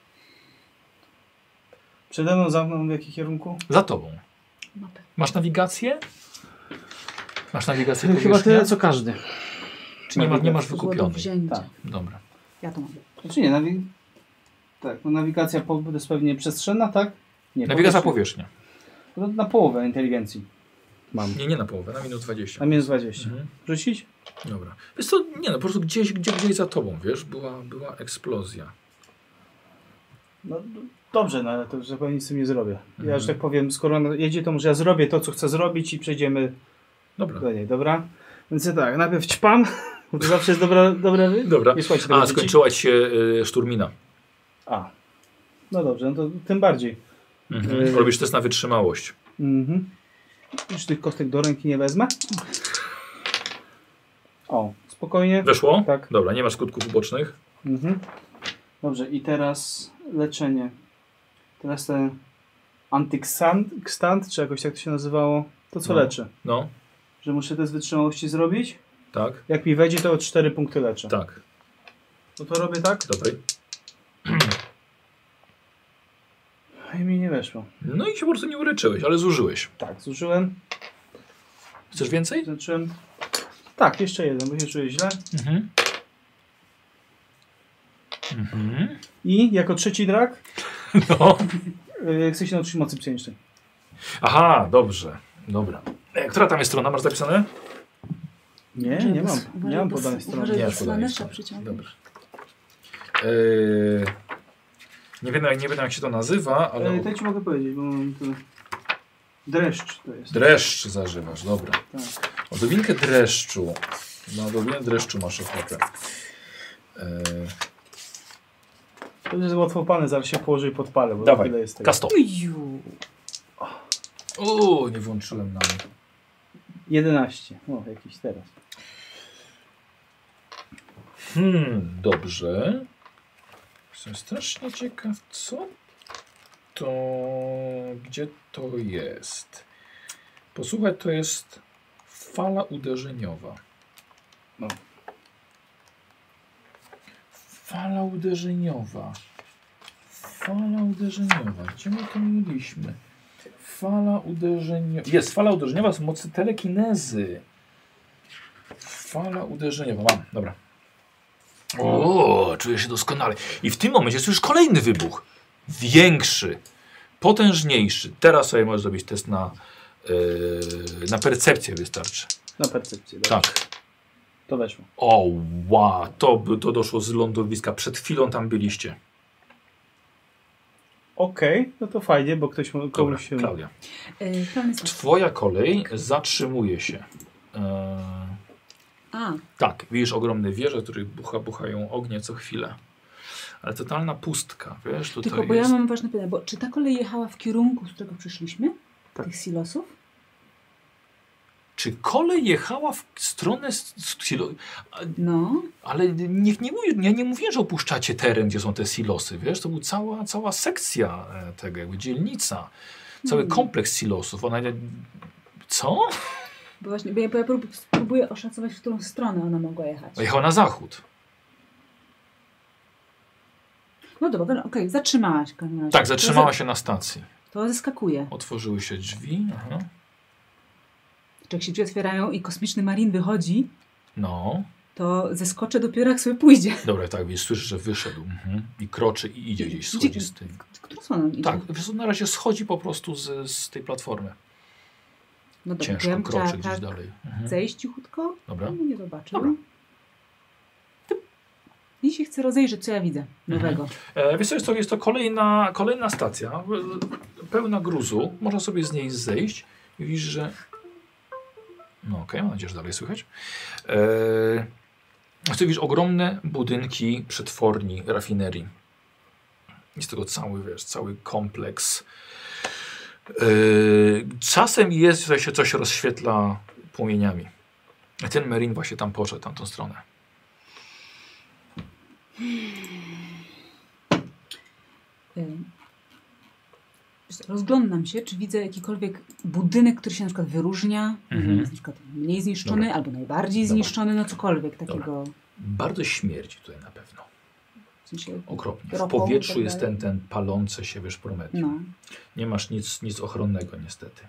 Przede mną, za mną, w jakim kierunku? Za tobą. Mapę. Masz nawigację? Masz nawigację Chyba powierzchnia? tyle, co każdy. Czy nie, ma, nie masz Zło do wykupionej? wzięcia. Tak. Dobra. Ja to mam. Znaczy nie, nawi... tak, no nawigacja po, to jest pewnie przestrzenna, tak? Nie, Nawigacja powierzchnia. powierzchnia. No, na połowę inteligencji mam. Nie, nie na połowę, na minus dwadzieścia. Na minus dwadzieścia. Mhm. Rzucić? Dobra. Wiesz co, nie no, po prostu gdzieś, gdzie, gdzieś za tobą, wiesz, była, była eksplozja. No d- dobrze, no ale to zupełnie nic z tym nie zrobię. Ja, Mhm. że tak powiem, skoro ona jedzie, to może ja zrobię to, co chcę zrobić i przejdziemy Dobra. do niej, dobra? Więc ja tak, najpierw ćpam, bo to zawsze jest dobra, dobre... Dobra. Nie słuchajcie tego A, dzieci. skończyła ci się y, szturmina. A, no dobrze, no to tym bardziej. Mhm. Y- Robisz test na wytrzymałość. Mhm. Już tych kostek do ręki nie wezmę. O, spokojnie. Weszło? Tak. Dobra, nie masz skutków ubocznych. Mhm. Dobrze, i teraz leczenie. Teraz ten antykstant, czy jakoś tak to się nazywało, to co No. leczy. No, Że muszę test wytrzymałości zrobić. tak, Jak mi wejdzie, to o cztery punkty leczę. tak. No to robię tak. Dobry. I mi nie weszło. No i się po prostu nie uleczyłeś, ale zużyłeś. Tak, zużyłem. Chcesz więcej? Zacząłem. Tak, jeszcze jeden, bo się czuję źle. Mhm. Mhm. I jako trzeci drak No. yy, chcę się nauczyć mocy psionicznej. Aha, dobrze. Dobra. E, która tam jest strona? Masz zapisane? Nie, Uważaj, nie bo- mam. uważaj, Nie mam bo- podanej strony. uważaj, Nie bo masz podanej slaneczka strony. przyciągnie. Dobrze. Eee, nie, wiem, nie wiem jak się to nazywa, ale Ale to ci mogę powiedzieć, bo mam tu... Dreszcz to jest. dreszcz zażywasz, dobra. Tak. Odrobinkę dreszczu. Na odrobinę dreszczu masz ochotę. Eee, To jest łatwopalne, zaraz się położę i podpalę, bo Dawaj, tyle jest tego. kasto. Uju. O, nie włączyłem na mnie. jedenaście. O, jakiś teraz. Hmm, dobrze. Jestem strasznie ciekaw, co to... Gdzie to jest? Posłuchaj, to jest fala uderzeniowa. No. Fala uderzeniowa. Fala uderzeniowa. Gdzie my to mieliśmy? Fala uderzeniowa. Jest, fala uderzeniowa z mocy telekinezy. Fala uderzeniowa. Mam, dobra. O, czuję się doskonale. I w tym momencie jest już kolejny wybuch. Większy, potężniejszy. Teraz sobie możesz zrobić test na, yy, na percepcję wystarczy. Na percepcję. Dobrze. Tak. To weszło. O, wow, to, by- to doszło z lądowiska. Przed chwilą tam byliście. Okej, no to fajnie, bo ktoś mu- Dobra, komuś się... Klaudia. Yy, plan jest... Twoja kolej zatrzymuje się. Eee, A, tak, widzisz ogromne wieże, w których bucha, buchają ognie co chwilę. Ale totalna pustka, wiesz, tutaj tylko bo jest... ja mam ważne pytanie, bo czy ta kolej jechała w kierunku, z którego przyszliśmy? Tak. Tych silosów? Czy kolej jechała w stronę... s- s- silo... A- No. Ale niech nie mówi, ja nie mówię, że opuszczacie teren, gdzie są te silosy, wiesz, to była cała, cała sekcja e, tego, jakby dzielnica, cały Hmm. kompleks silosów. Ona nie... Co? Bo właśnie, bo ja, bo ja prób, próbuję oszacować, w którą stronę ona mogła jechać. Jechała na zachód. No dobra, dobra, okej, zatrzymałaś w każdym razie. Tak, zatrzymała To się na stacji. to zeskakuje. Otworzyły się drzwi. Aha. Czy jak się drzwi otwierają i kosmiczny marin wychodzi, No. to zeskoczę dopiero jak sobie pójdzie. Dobra, tak, więc słyszysz, że wyszedł mhm. i kroczy i idzie gdzieś, schodzi Gdzie- z tym. Którą stroną idzie? Tak, wiesz co, na razie schodzi po prostu z, z tej platformy. No dobra, to ja Ciężko bym chciała kroczy gdzieś tak dalej. Mhm. zejść cichutko, Dobra. no nie zobaczył. Dobra. I się chcę rozejrzeć, co ja widzę nowego. E, wiesz co, jest to, jest to kolejna, kolejna stacja, e, pełna gruzu. Można sobie z niej zejść i widzisz, że... No okej, mam nadzieję, że dalej słychać. E, tu widzisz ogromne budynki przetworni, rafinerii. Jest tego cały, wiesz, cały kompleks. E, czasem jest, że się coś rozświetla płomieniami. Ten Merin właśnie tam poszedł, tamtą stronę. Ym, Rozglądam się, czy widzę jakikolwiek budynek, który się na przykład wyróżnia. Nie Mhm. wiem, jest na przykład mniej zniszczony Dobra. albo najbardziej Dobra. zniszczony, no cokolwiek takiego. Bardzo śmierdzi tutaj na pewno. W sensie, Okropnie. W ropą i powietrzu tak jest dalej. ten, ten palący się, wiesz, prometium. No. Nie masz nic, nic ochronnego niestety.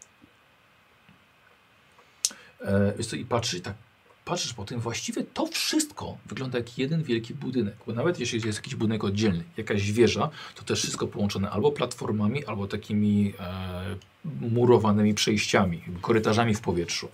E, wiesz co, i patrzysz, tak, patrzysz po tym, właściwie to wszystko wygląda jak jeden wielki budynek. Bo nawet jeśli jest jakiś budynek oddzielny, jakaś wieża, to też wszystko połączone albo platformami, albo takimi e, murowanymi przejściami, korytarzami w powietrzu.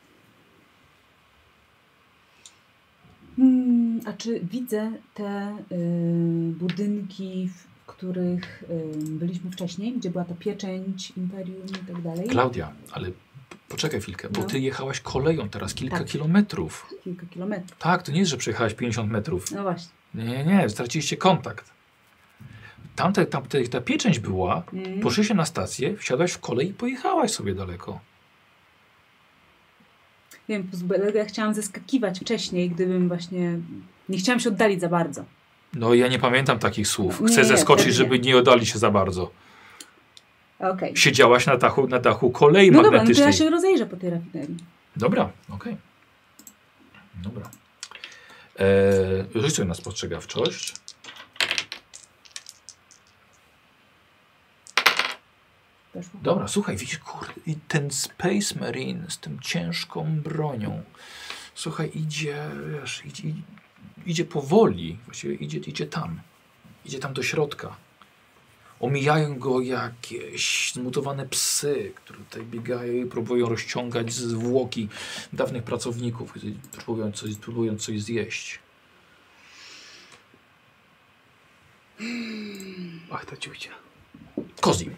Hmm, a czy widzę te y, budynki, w których y, byliśmy wcześniej, gdzie była ta pieczęć, imperium i tak dalej? Klaudia, ale poczekaj chwilkę, bo No. ty jechałaś koleją teraz kilka Tak. kilometrów. Kilka kilometrów. Tak, to nie jest, że przejechałaś pięćdziesiąt metrów. No właśnie. Nie, nie, nie, straciliście kontakt. Tamte, tamte, ta pieczęć była, Mm. poszliście na stację, wsiadłaś w kolej i pojechałaś sobie daleko. Nie wiem, dlatego ja chciałam zeskakiwać wcześniej, gdybym właśnie... Nie chciałam się oddalić za bardzo. No ja nie pamiętam takich słów. Nie, Chcę nie, zeskoczyć, wtedy żeby nie. nie oddali się za bardzo. Okej. Siedziałaś na dachu, na dachu kolei No dobra, no to magnetycznej. ja się rozejrzę po tej rafinerii. Dobra, okej. Dobra. Eee, rzuć sobie na spostrzegawczość. Weszło. Dobra, słuchaj, widzisz, kurde, i ten Space Marine z tym ciężką bronią, słuchaj, idzie, wiesz, idzie, idzie powoli, właściwie idzie, idzie tam, idzie tam do środka. Omijają go jakieś zmutowane psy, które tutaj biegają i próbują rozciągać zwłoki dawnych pracowników, próbują coś, próbują coś zjeść. Ach, ta ciuchcia. Kozi.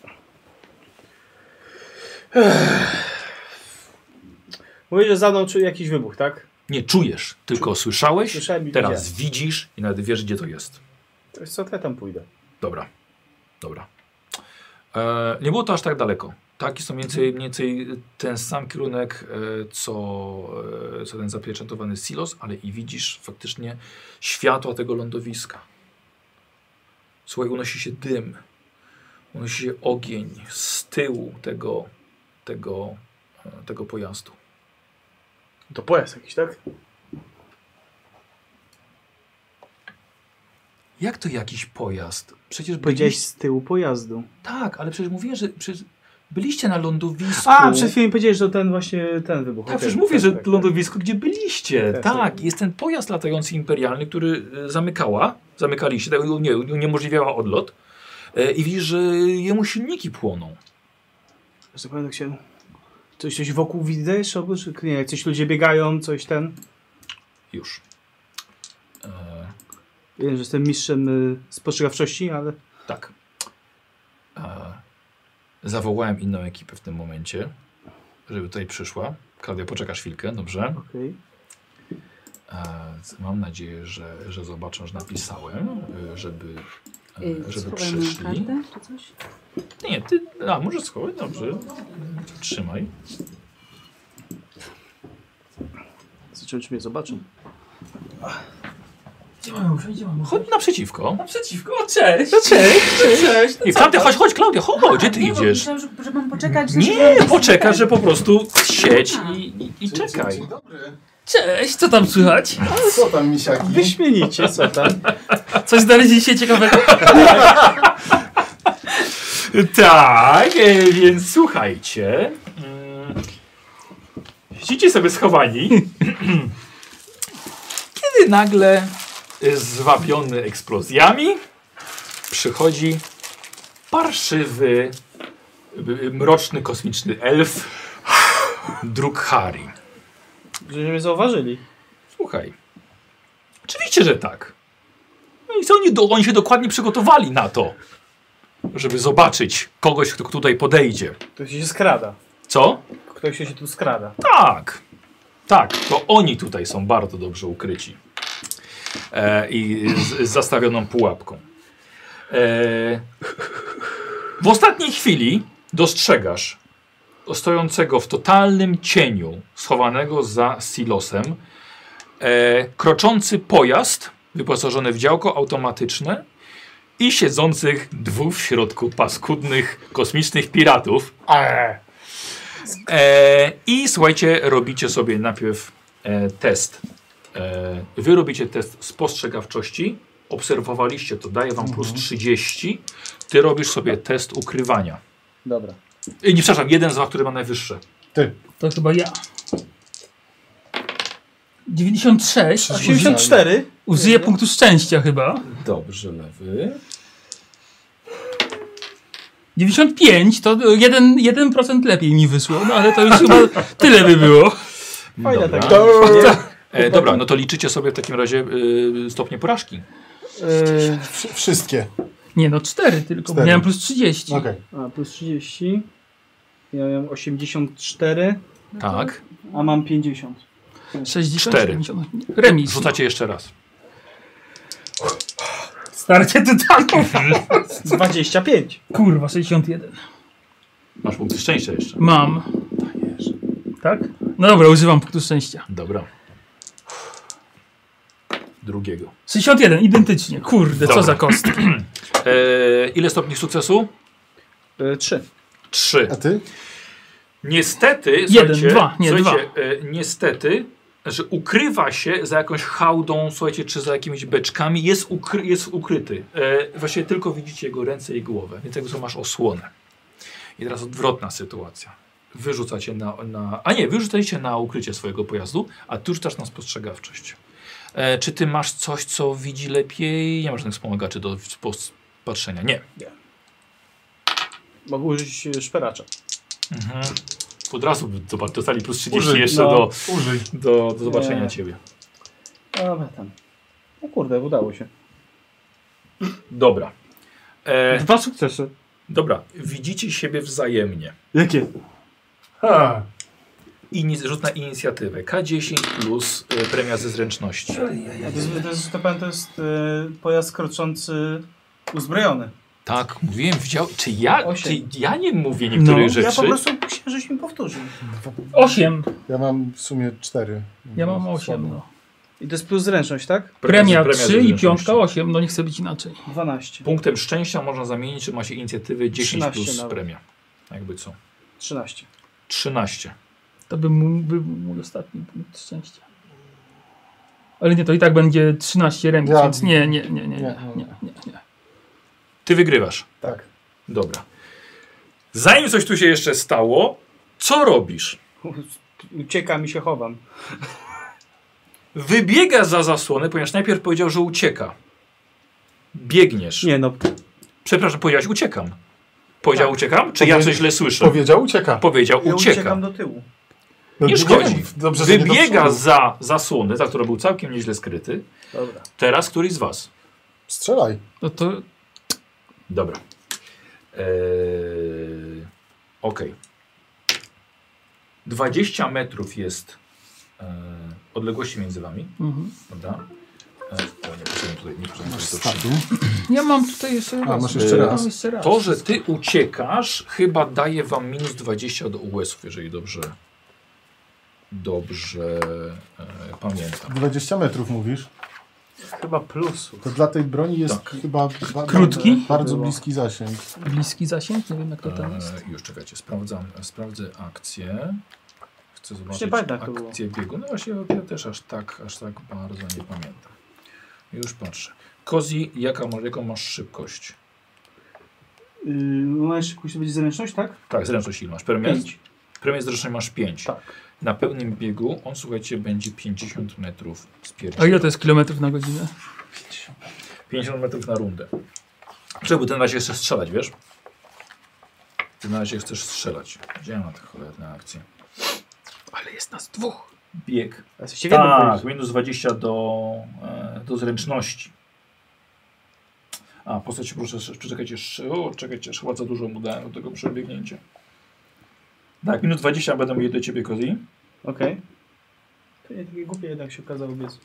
Mówię, że za mną czuję jakiś wybuch, tak? Nie czujesz, tylko słyszałeś, Słyszałem i teraz widziałem. widzisz i nawet wiesz, gdzie to jest. To jest co, to ja tam pójdę. Dobra, dobra. E, nie było to aż tak daleko. Tak, jest to mniej więcej, mniej więcej ten sam kierunek, e, co, e, co ten zapieczętowany silos, ale i widzisz faktycznie światła tego lądowiska. Słuchaj, unosi się dym, unosi się ogień z tyłu tego, tego, e, tego pojazdu. To pojazd jakiś, tak? Jak to jakiś pojazd? Przecież Powiedziałeś byliście... z tyłu pojazdu. Tak, ale przecież mówiłem, że przecież byliście na lądowisku. A, przed chwilą powiedziałeś, że ten właśnie, ten wybuch. Tak, Okej, przecież mówię, że tak, tak. lądowisko, gdzie byliście. Tak, Tak, tak. jest ten pojazd latający imperialny, który e, zamykała, zamykaliście, tak, nie, uniemożliwiała odlot. E, I widzisz, że jemu silniki płoną. Zupełnie tak się... Coś, coś wokół widzę jeszcze? Albo, czy nie, jak coś ludzie biegają, coś ten... Już. E, Wiem, że jestem mistrzem y, spostrzegawczości, ale... tak. E, zawołałem inną ekipę w tym momencie, żeby tutaj przyszła. Klaudia, poczekasz chwilkę, dobrze? Okej. E, mam nadzieję, że, że zobaczą, że napisałem, e, żeby, e, żeby Schowałem moją przyszli. kartę czy coś? Nie, ty. A, możesz schować, dobrze. Trzymaj. Zobaczymy, czy mnie zobaczą. Gdzie mam już? Gdzie mam? Chodź naprzeciwko. Naprzeciwko, o, cześć! No cześć, cześć. Cześć! I w tamte, chodź, chodź, Klaudia, chodź, gdzie ty nie, bo idziesz? Myślałam, że, że mam poczekać. że Nie, żeby- poczekaj, że po prostu siedź i, i, i Dzień- czekaj. Dzień dobry. Cześć, co tam słychać? Co tam, misiaki? Wyśmienicie, co tam? Coś znaleźliście ciekawego? Tak, e, więc słuchajcie. Mm, Siedzicie sobie schowani. Kiedy nagle e, zwabiony eksplozjami przychodzi parszywy, e, mroczny, kosmiczny elf Drukhari. Że mnie zauważyli. Słuchaj. Oczywiście, że tak. No i co oni, do, oni się dokładnie przygotowali na to, żeby zobaczyć kogoś, kto tutaj podejdzie. Ktoś się skrada. Co? Ktoś się tu skrada. Tak. Tak, to oni tutaj są bardzo dobrze ukryci. E, I z, z zastawioną pułapką. E, w ostatniej chwili dostrzegasz stojącego w totalnym cieniu, schowanego za silosem, e, kroczący pojazd wyposażony w działko automatyczne i siedzących dwóch w środku paskudnych kosmicznych piratów. E, I słuchajcie, robicie sobie najpierw e, test. E, wy robicie test spostrzegawczości. Obserwowaliście to, daje wam plus trzydzieści. Ty robisz sobie test ukrywania. Dobra. E, nie, przepraszam, jeden z was, który ma najwyższe. Ty. To chyba ja. dziewięćdziesiąt sześć. osiemdziesiąt cztery. Użyję punktu szczęścia chyba. Dobrze, lewy. dziewięćdziesiąt pięć to jeden, jeden procent lepiej mi wyszło, no ale to już chyba tyle by było. Fajne Dobra. tak. E, dobra, no to liczycie sobie w takim razie y, stopnie porażki. Yy, wszystkie. Nie no, cztery tylko, Cztery. bo miałem plus trzydzieści. Okej. A, plus trzydzieści. Ja miałem osiemdziesiąt cztery, Tak. a mam pięćdziesiąt. sześćdziesiąt, Cztery. siedemdziesiąt. Remis. Rzucacie jeszcze raz. Starcie tytanów. dwadzieścia pięć. Kurwa, sześćdziesiąt jeden. Masz punkty szczęścia jeszcze. Mam. Tak? No dobra, używam punktu szczęścia. Dobra. Drugiego. sześćdziesiąt jeden, identycznie. Kurde, Dobra. co za kostki. E, ile stopni sukcesu? E, trzy. Trzy. A ty? Niestety, Jeden, słuchajcie, dwa, nie, słuchajcie e, niestety, że ukrywa się za jakąś hałdą, słuchajcie, czy za jakimiś beczkami, jest, ukry, jest ukryty. E, właściwie tylko widzicie jego ręce i głowę, więc jakby co masz osłonę. I teraz odwrotna sytuacja. Wyrzucacie na, na... A nie, wyrzucaliście na ukrycie swojego pojazdu, a tu rzucasz na spostrzegawczość. E, czy ty masz coś, co widzi lepiej? Nie masz żadnych wspomagaczy do patrzenia. Nie. Mogę użyć e, szperacza. Mhm. Od razu zobacz, dostali plus trzydzieści Użyj, jeszcze no. do, Użyj. do, do zobaczenia Nie. ciebie. Dobra, tam. No kurde, udało się. Dobra. E, Dwa sukcesy. dobra, widzicie siebie wzajemnie. Jakie? Ha. Ini rzut na inicjatywę. K dziesięć plus e, premia ze zręczności. To jest, to jest, to powiem, to jest e, pojazd kroczący uzbrojony. Tak, mówiłem, widział. Czy ja, czy Osiem. ja nie mówię niektórych No, rzeczy? Ja po prostu musiałem, żeś mi powtórzył. osiem. Ja mam w sumie cztery. Ja mam osiem, no. I to jest plus zręczność, tak? Premia premia ze trzy i zręczności. piątka osiem, no nie chce być inaczej. dwanaście. Punktem szczęścia można zamienić, czy ma się inicjatywy dziesięć trzynaście plus nawet. premia. Jakby co? trzynaście. trzynaście. To by mój, by mój ostatni punkt szczęścia. Ale nie, to i tak będzie trzynaście remis, Ja- więc nie, nie, nie, nie, nie, Nie. nie, nie, nie. Ty wygrywasz. Tak. Dobra. Zanim coś tu się jeszcze stało, co robisz? Uciekam i się chowam. Wybiega za zasłonę, ponieważ najpierw powiedział, że ucieka. Biegniesz. Nie no, Przepraszam, powiedziałeś uciekam. Powiedział Tak. uciekam? Czy ja Powie- coś źle słyszę? Powiedział, ucieka. Powiedział ja ucieka. uciekam do tyłu. No, Nie wiem, szkodzi. Dobrze, że nie do Wybiega przodu. za zasłonę, za którą był całkiem nieźle skryty. Dobra. Teraz któryś z was. Strzelaj. No to Dobra. Eee, Okej. dwadzieścia metrów jest e, odległości między wami. mhm. Prawda? E, o, nie potrzebujemy tutaj, nie potrzebujemy Masz tutaj statu. Ja mam tutaj jeszcze A, raz. masz jeszcze Mam raz. jeszcze raz. To, że ty uciekasz, chyba daje wam minus dwadzieścia do U S ów, jeżeli dobrze dobrze e, pamiętam. dwadzieścia metrów mówisz. Chyba plusu. To dla tej broni jest Tak. chyba ba Krótki? bardzo bliski zasięg. Bliski zasięg? Nie wiem jak to tam jest. E, już czekajcie, sprawdzam, sprawdzę akcję. Chcę zobaczyć Nie pamiętam, jak to było. akcję biegu. No właśnie, ja też aż tak, aż tak bardzo nie pamiętam. Już patrzę. Kozi, jaka, ma- jaką masz szybkość? Yy, no jeszcze musi być zręczność, tak? Tak, zręczność ile masz? Premię? Pięć. Premię zręczności masz pięć. Tak. Na pełnym biegu on, słuchajcie, będzie pięćdziesiąt metrów z pierwszej. A ile to jest kilometrów na godzinę? pięćdziesiąt metrów na rundę. Żeby ten na razie jeszcze strzelać, wiesz? Ty na razie chcesz strzelać. Gdzie ma te cholerne akcje? Ale jest nas dwóch. Bieg. A jesteście w jednym Tak, pojeździe. minus dwadzieścia do, e, do zręczności. A, postać, proszę, przeczekajcie jeszcze. O, czekajcie, aż chyba za dużo mu dałem do tego przebiegnięcia. Tak, minus dwadzieścia będą mieli do ciebie, Kozi. Okej. Okay. To nie takie głupie jednak się okazało biec.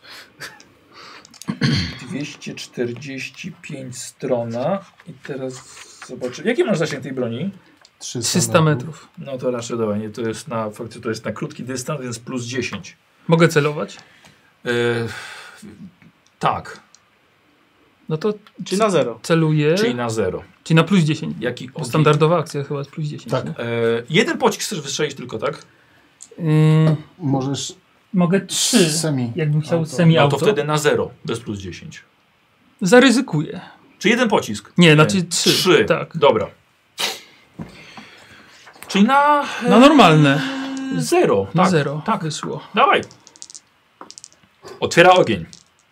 dwieście czterdzieści pięć strona. I teraz zobaczę. Jaki masz zasięg tej broni? trzysta metrów. No to raczej dawaj, nie, to jest na faktycznie to jest na krótki dystans, więc plus dziesięć. Mogę celować? Yy, tak, No to Czy na zero? celuję. czyli na zero. Czyli na plus dziesięć. Jaki Bo ogień? standardowa akcja chyba jest plus dziesięć. Tak. nie? Yy, jeden pocisk chcesz wystrzelić tylko, tak? Yy, Możesz mogę trzy. semi. Jakbym chciał Auto. semi No auto. to wtedy na zero, bez plus dziesięć. Zaryzykuję. Czy jeden pocisk? Nie, znaczy trzy. Trzy, Tak. dobra. Czyli na... Na normalne. Yy, zero. Na tak, zero. Tak, Wyszło. dawaj. Otwiera ogień.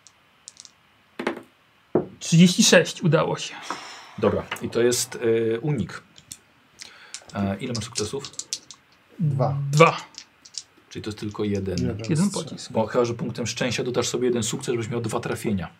trzydzieści sześć udało się. Dobra, i to jest y, unik. E, ile masz sukcesów? Dwa. Dwa. Czyli to jest tylko jeden. Jeden. Jeden pocisk. Bo chyba, że punktem szczęścia dodasz sobie jeden sukces, żebyś miał dwa trafienia.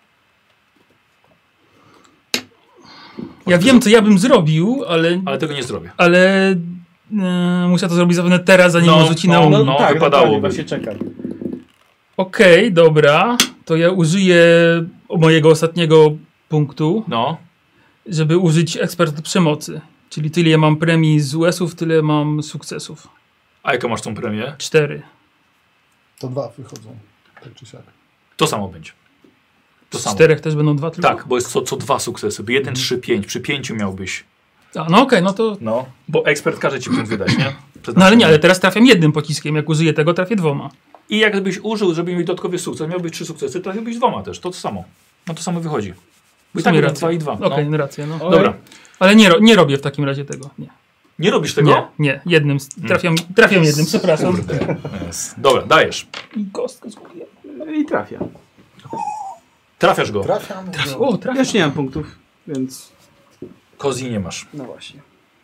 Ja wiem, co ja bym zrobił, ale... Ale tego nie zrobię. Ale... Yy, muszę to zrobić zapewne teraz, zanim No, on rzuci no, na no, unik. no. tak, wypadałoby. dokładnie, właśnie czekam. Okej, dobra. To ja użyję mojego ostatniego punktu, No, żeby użyć ekspert przemocy. Czyli tyle ja mam premii z U S-ów, tyle mam sukcesów. a jaką masz tą premię? Cztery. To dwa wychodzą. Tak czy siak. To samo będzie. To Z samo. czterech też będą dwa tylko? Tak, bo jest co, co dwa sukcesy. By jeden, trzy, pięć. Przy pięciu miałbyś. A, no okej, no to... No, bo ekspert każe ci punkt wydać, nie? No ale nie, ale teraz trafiam jednym pociskiem. Jak użyję tego, trafię dwoma. I jak gdybyś użył, żeby mieć dodatkowy sukces, miałbyś trzy sukcesy, trafiłbyś dwoma też. To to samo. No to samo wychodzi. Bo i W tak sumie będą racja. dwa i dwa. Okej, No. rację, no. Oj. Dobra. Ale nie, ro, nie robię w takim razie tego. Nie, Nie robisz tego? nie, nie jednym. s- Trafiam, trafiam jednym, przepraszam. Kurde. Yes. Dobra, dajesz. I kostkę zgubię. I trafia. Trafiasz go. Trafiam. O, Ja trafiam. już nie mam punktów, więc... Kozi nie masz. No właśnie.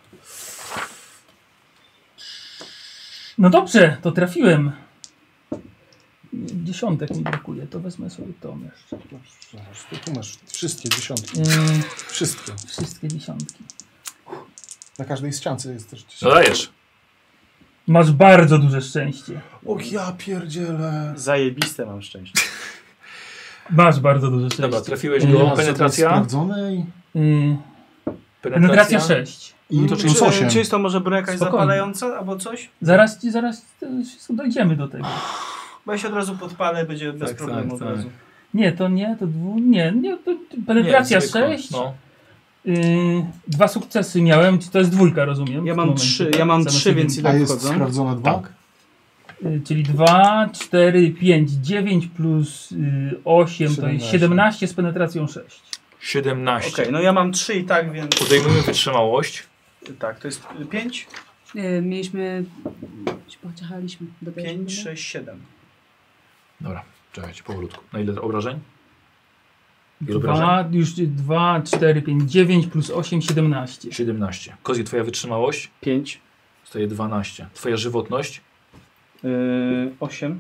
No dobrze, to trafiłem. Dziesiątek mi brakuje, to wezmę sobie to jeszcze. Tu, tu masz wszystkie dziesiątki. Yy, Wszystkie. wszystkie dziesiątki. Na każdej ściance jest też No dziesiątka. dajesz. Masz bardzo duże szczęście. Och ja pierdzielę. Zajebiste mam szczęście. Masz bardzo duże szczęście. Dobra, trafiłeś Yy, go. Raz Penetracja. sprawdzone i... Yy, penetracja sześć. I No to to plus czy, osiem. czy jest to może broń jakaś Spokojnie. zapalająca albo coś? Zaraz, ci- zaraz to wszystko dojdziemy do tego. Bo ja się od razu podpalę, będzie bez Tak, problemu tak, od tak. razu. Nie, to nie, to dwu... Nie, nie, to penetracja Nie, zwykła. sześć. No. Yy, dwa sukcesy miałem, to jest dwójka, rozumiem? Ja w mam momencie, trzy, tak? ja mam Zamiast trzy, więc jedynki. A ile jest wchodzą? sprawdzone dwa? Tak. Y, Czyli dwa, cztery, pięć, dziewięć plus y, osiem to jest siedemnaście. siedemnaście z penetracją sześć. siedemnaście. Okej, no ja mam trzy i tak, więc... Podejmujemy wytrzymałość. Tak, to jest pięć, Yy, mieliśmy... Pociechaliśmy. pięć, sześć, siedem. Dobra, czekajcie, powolutku. Na ile obrażeń? Ile obrażeń? Dwa, już dwa, cztery, pięć, dziewięć plus osiem, siedemnaście. siedemnaście. Kozi, twoja wytrzymałość? pięć, Staje dwanaście. Twoja żywotność? yy, osiem.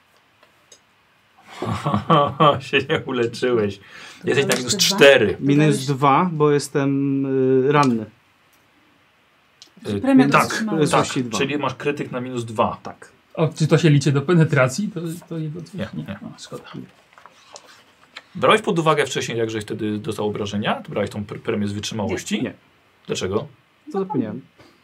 się nie uleczyłeś. Jesteś na minus Jeszcze dwa? cztery. Minus dwa, bo jestem yy, ranny. Y, Premia do tak, wytrzymałości. tak. Złości dwa. Czyli masz krytyk na minus dwa. Tak. O, czy to się liczy do penetracji? To, to jego Nie, nie. nie. O, szkoda. Brałeś pod uwagę wcześniej, jak żeś wtedy dostał obrażenia? Ty brałeś tą pre- premię z wytrzymałości? Nie. Dlaczego? Co zapomniałem?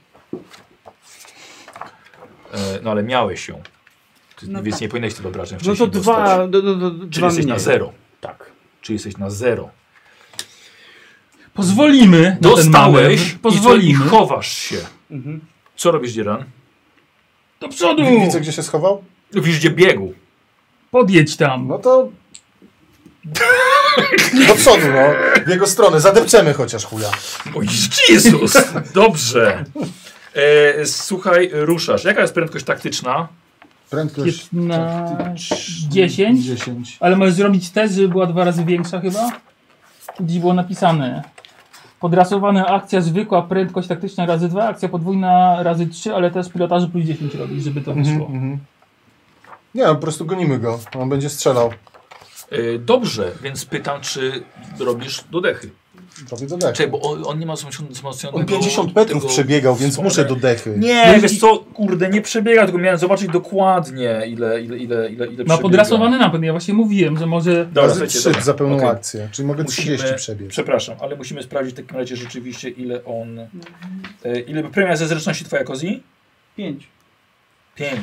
E, no ale miałeś ją. Ty, No więc tak. nie powinieneś tych obrażeń No wcześniej to dwa, dostać. do, do, do, Czyli dwa jesteś mniej. na zero. Tak. Czyli jesteś na zero. Pozwolimy na ten Dostałeś manewr. i, co, i Pozwolimy. chowasz się. Mhm. Co robisz, Dzieran? Do przodu! Widzę, gdzie się schował? Widzisz, gdzie biegł. Podjedź tam. No to Do przodu, no. W jego stronę. Zadepczemy chociaż chuja. O Jezus! Dobrze. E, słuchaj, ruszasz. Jaka jest prędkość taktyczna? Prędkość... piętnaście, dziesięć. dziesięć. Ale możesz zrobić test, żeby była dwa razy większa chyba? Gdzieś było napisane. Podrasowana akcja zwykła, prędkość taktyczna razy dwa, akcja podwójna razy trzy, ale też pilotaży plus dziesięć robić, żeby to wyszło. Mhm, mhm. Nie, po prostu gonimy go. On będzie strzelał. E, dobrze, więc pytam, czy robisz dodechy. Robię do dechy. Czekaj, bo on, on nie ma wzmocnionego... On pięćdziesiąt metrów tego przebiegał, więc wspomagania. muszę do dechy. Nie, wiesz co, kurde, nie przebiega, tylko miałem zobaczyć dokładnie, ile, ile, ile, ile, ile Ma przebiega. podrasowany napęd, ja właśnie mówiłem, że może... Dobra, Razy słuchajcie, trzy dobra. za pełną Okej. akcję. Czyli mogę Musimy- trzydzieści przebiec. Przepraszam, ale musimy sprawdzić w takim razie rzeczywiście, ile on... E, ile by premia ze zręczności twoja, Kozi? Pięć. pięć.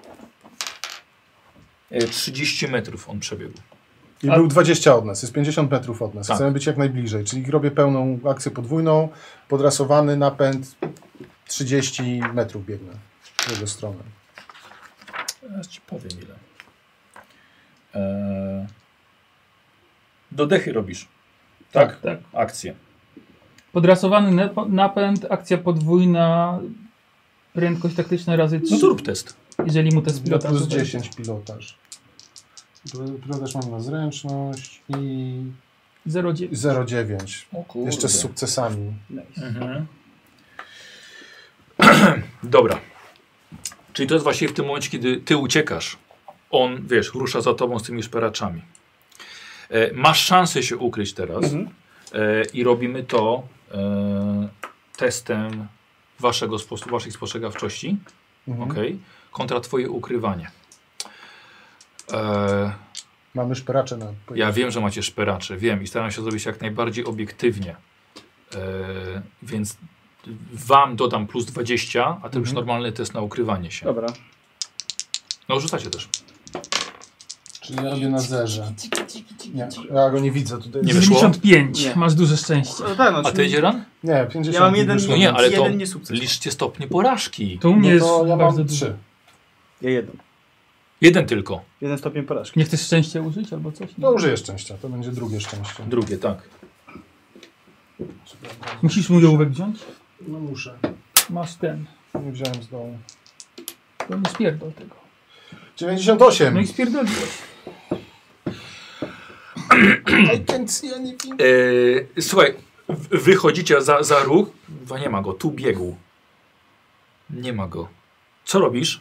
E, trzydzieści metrów on przebiegł. I A- był dwadzieścia od nas, jest pięćdziesiąt metrów od nas. Tak. Chcemy być jak najbliżej, czyli robię pełną akcję podwójną, podrasowany napęd, trzydzieści metrów biegnę w jego stronę. Teraz ci powiem ile. E, do dechy robisz. Tak? Tak. Akcję. Podrasowany nep- napęd, akcja podwójna, prędkość taktyczna razy trzy, No to rób test. jeżeli mu test No pilota plus dziesięć pilotaż. Pilotaż mam na zręczność i zero dziewięć. zero przecinek dziewięć. O kurde. Jeszcze z sukcesami. Mhm. Dobra. Czyli to jest właśnie w tym momencie, kiedy ty uciekasz. On, wiesz, rusza za tobą z tymi szperaczami. E, masz szansę się ukryć teraz. Mhm. E, I robimy to e, testem waszego sposobu, waszej spostrzegawczości. Mhm. Okay. Kontra twoje ukrywanie. E, Mamy szperacze na ja wiem, że macie szperacze, wiem i staram się zrobić jak najbardziej obiektywnie. E, więc wam dodam plus dwadzieścia, a to już Mhm. normalny test na ukrywanie się. Dobra. No rzucacie też. Czyli ja robię na zerze. Nie, ja go nie widzę tutaj. Nie wyszło? dziewięćdziesiąt pięć. Nie. Masz duże szczęście. No tak, no, A ty, czyli- Dzieran? Nie, pięćdziesiąt Ja mam jeden, wyszło. No nie, ale to jeden niesukces. liczcie stopnie porażki. To u mnie No jest to ja bardzo mam dużo. trzy. Ja jeden. Jeden tylko. Jeden stopień porażki. Nie chcesz szczęścia użyć albo coś? No użyję szczęścia, to będzie drugie szczęście. Drugie, tak. Musisz mój ołówek wziąć? No muszę. Masz ten. Nie wziąłem z dołu. To nie spierdol tego. dziewięćdziesiąt osiem. No i spierdoliłeś. I can't see anything. E, słuchaj, w- wychodzicie za, za róg. Chyba nie ma go, tu biegł. Nie ma go. Co robisz?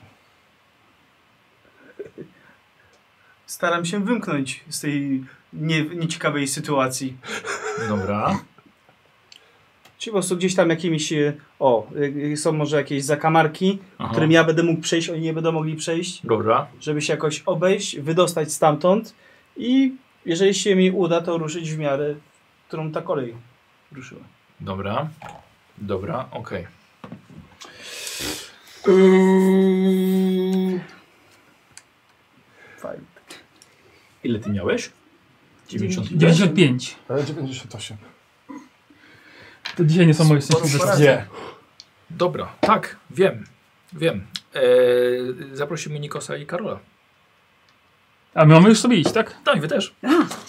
Staram się wymknąć z tej nie, nieciekawej sytuacji. Dobra. Czyli po prostu gdzieś tam jakimiś, e, o, y, są może jakieś zakamarki, Aha. którym ja będę mógł przejść, oni nie będą mogli przejść, Dobra. żeby się jakoś obejść, wydostać stamtąd i jeżeli się mi uda, to ruszyć w miarę, którą ta kolej ruszyła. Dobra. Dobra, okej. Fajnie. Ile ty miałeś? dziewięćdziesiąt pięć? dziewięćdziesiąt pięć. Ale dziewięćdziesiąt osiem. To dzisiaj nie są moje szczęśliwe. Nie. Dobra, tak, wiem. Wiem. E, zaprosimy Nikosa i Karola. A my mamy już sobie iść, tak? Tak, wy też.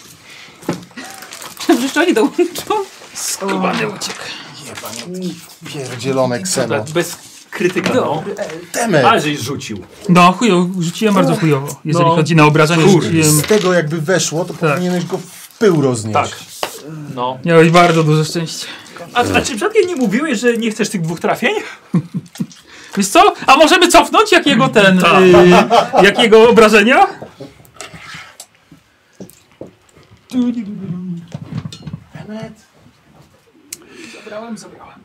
Że oni dołączą? Skubany uciek. Pierdzielone kseno. Tak, bez krytyka, no. Temet. Ale żeś rzucił. No chujowo, rzuciłem bardzo chujowo. Jeżeli No. chodzi na obrażenie, Kurde. rzuciłem... Z tego jakby weszło, to powinieneś go w pył roznieść. Tak. No. Miałeś bardzo duże szczęście. A, a czy przypadkiem nie mówiłeś, że nie chcesz tych dwóch trafień? Wiesz co? A możemy cofnąć jakiego ten... Tak. Yy, jakiego obrażenia? Zabrałem, zabrałem.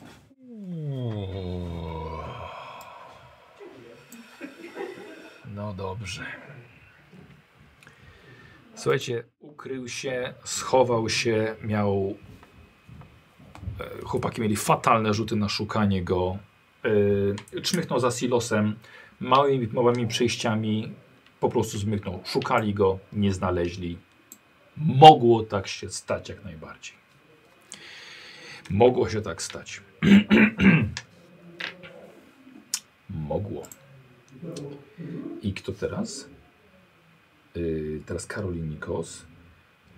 No dobrze. Słuchajcie, ukrył się, schował się, miał... e, Chłopaki mieli fatalne rzuty na szukanie go. E, Czmychnął za silosem, małymi, małymi przejściami, po prostu zmyknął. Szukali go, nie znaleźli. Mogło tak się stać jak najbardziej. Mogło się tak stać. Mogło. I kto teraz? Yy, teraz Karol i Nikos.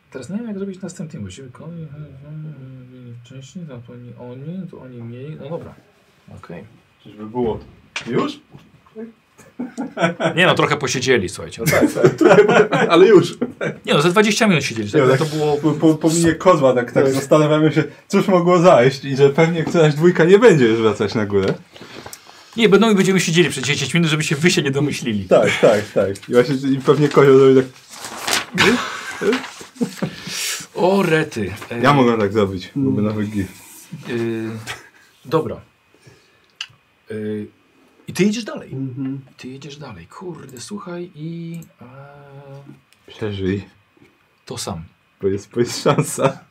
Teraz nie wiem jak zrobić następnie. Musimy wcześniej, to oni, oni, to oni mieli. No dobra. Okej. Czyżby było już? Nie no, trochę posiedzieli, słuchajcie. No tak, tak, trochę, ale już. Nie no, ze dwadzieścia minut siedzieli. Nie, Tak, tak to było... Po, po, po minie kozła tak, tak zastanawiamy się, cóż mogło zajść i że pewnie któraś dwójka nie będzie już wracać na górę. Nie, będą i będziemy siedzieli przez dziesięć minut, żeby się wy się nie domyślili. Tak, tak, tak. I właśnie i pewnie kozioł zrobi tak... O rety. E, Ja mogę tak zrobić, byłby nowy gif. Yy, dobra. Yy, I ty jedziesz dalej. Mhm. Ty jedziesz dalej. Kurde, słuchaj i... E, Przeżyj, to sam. bo jest, bo jest szansa.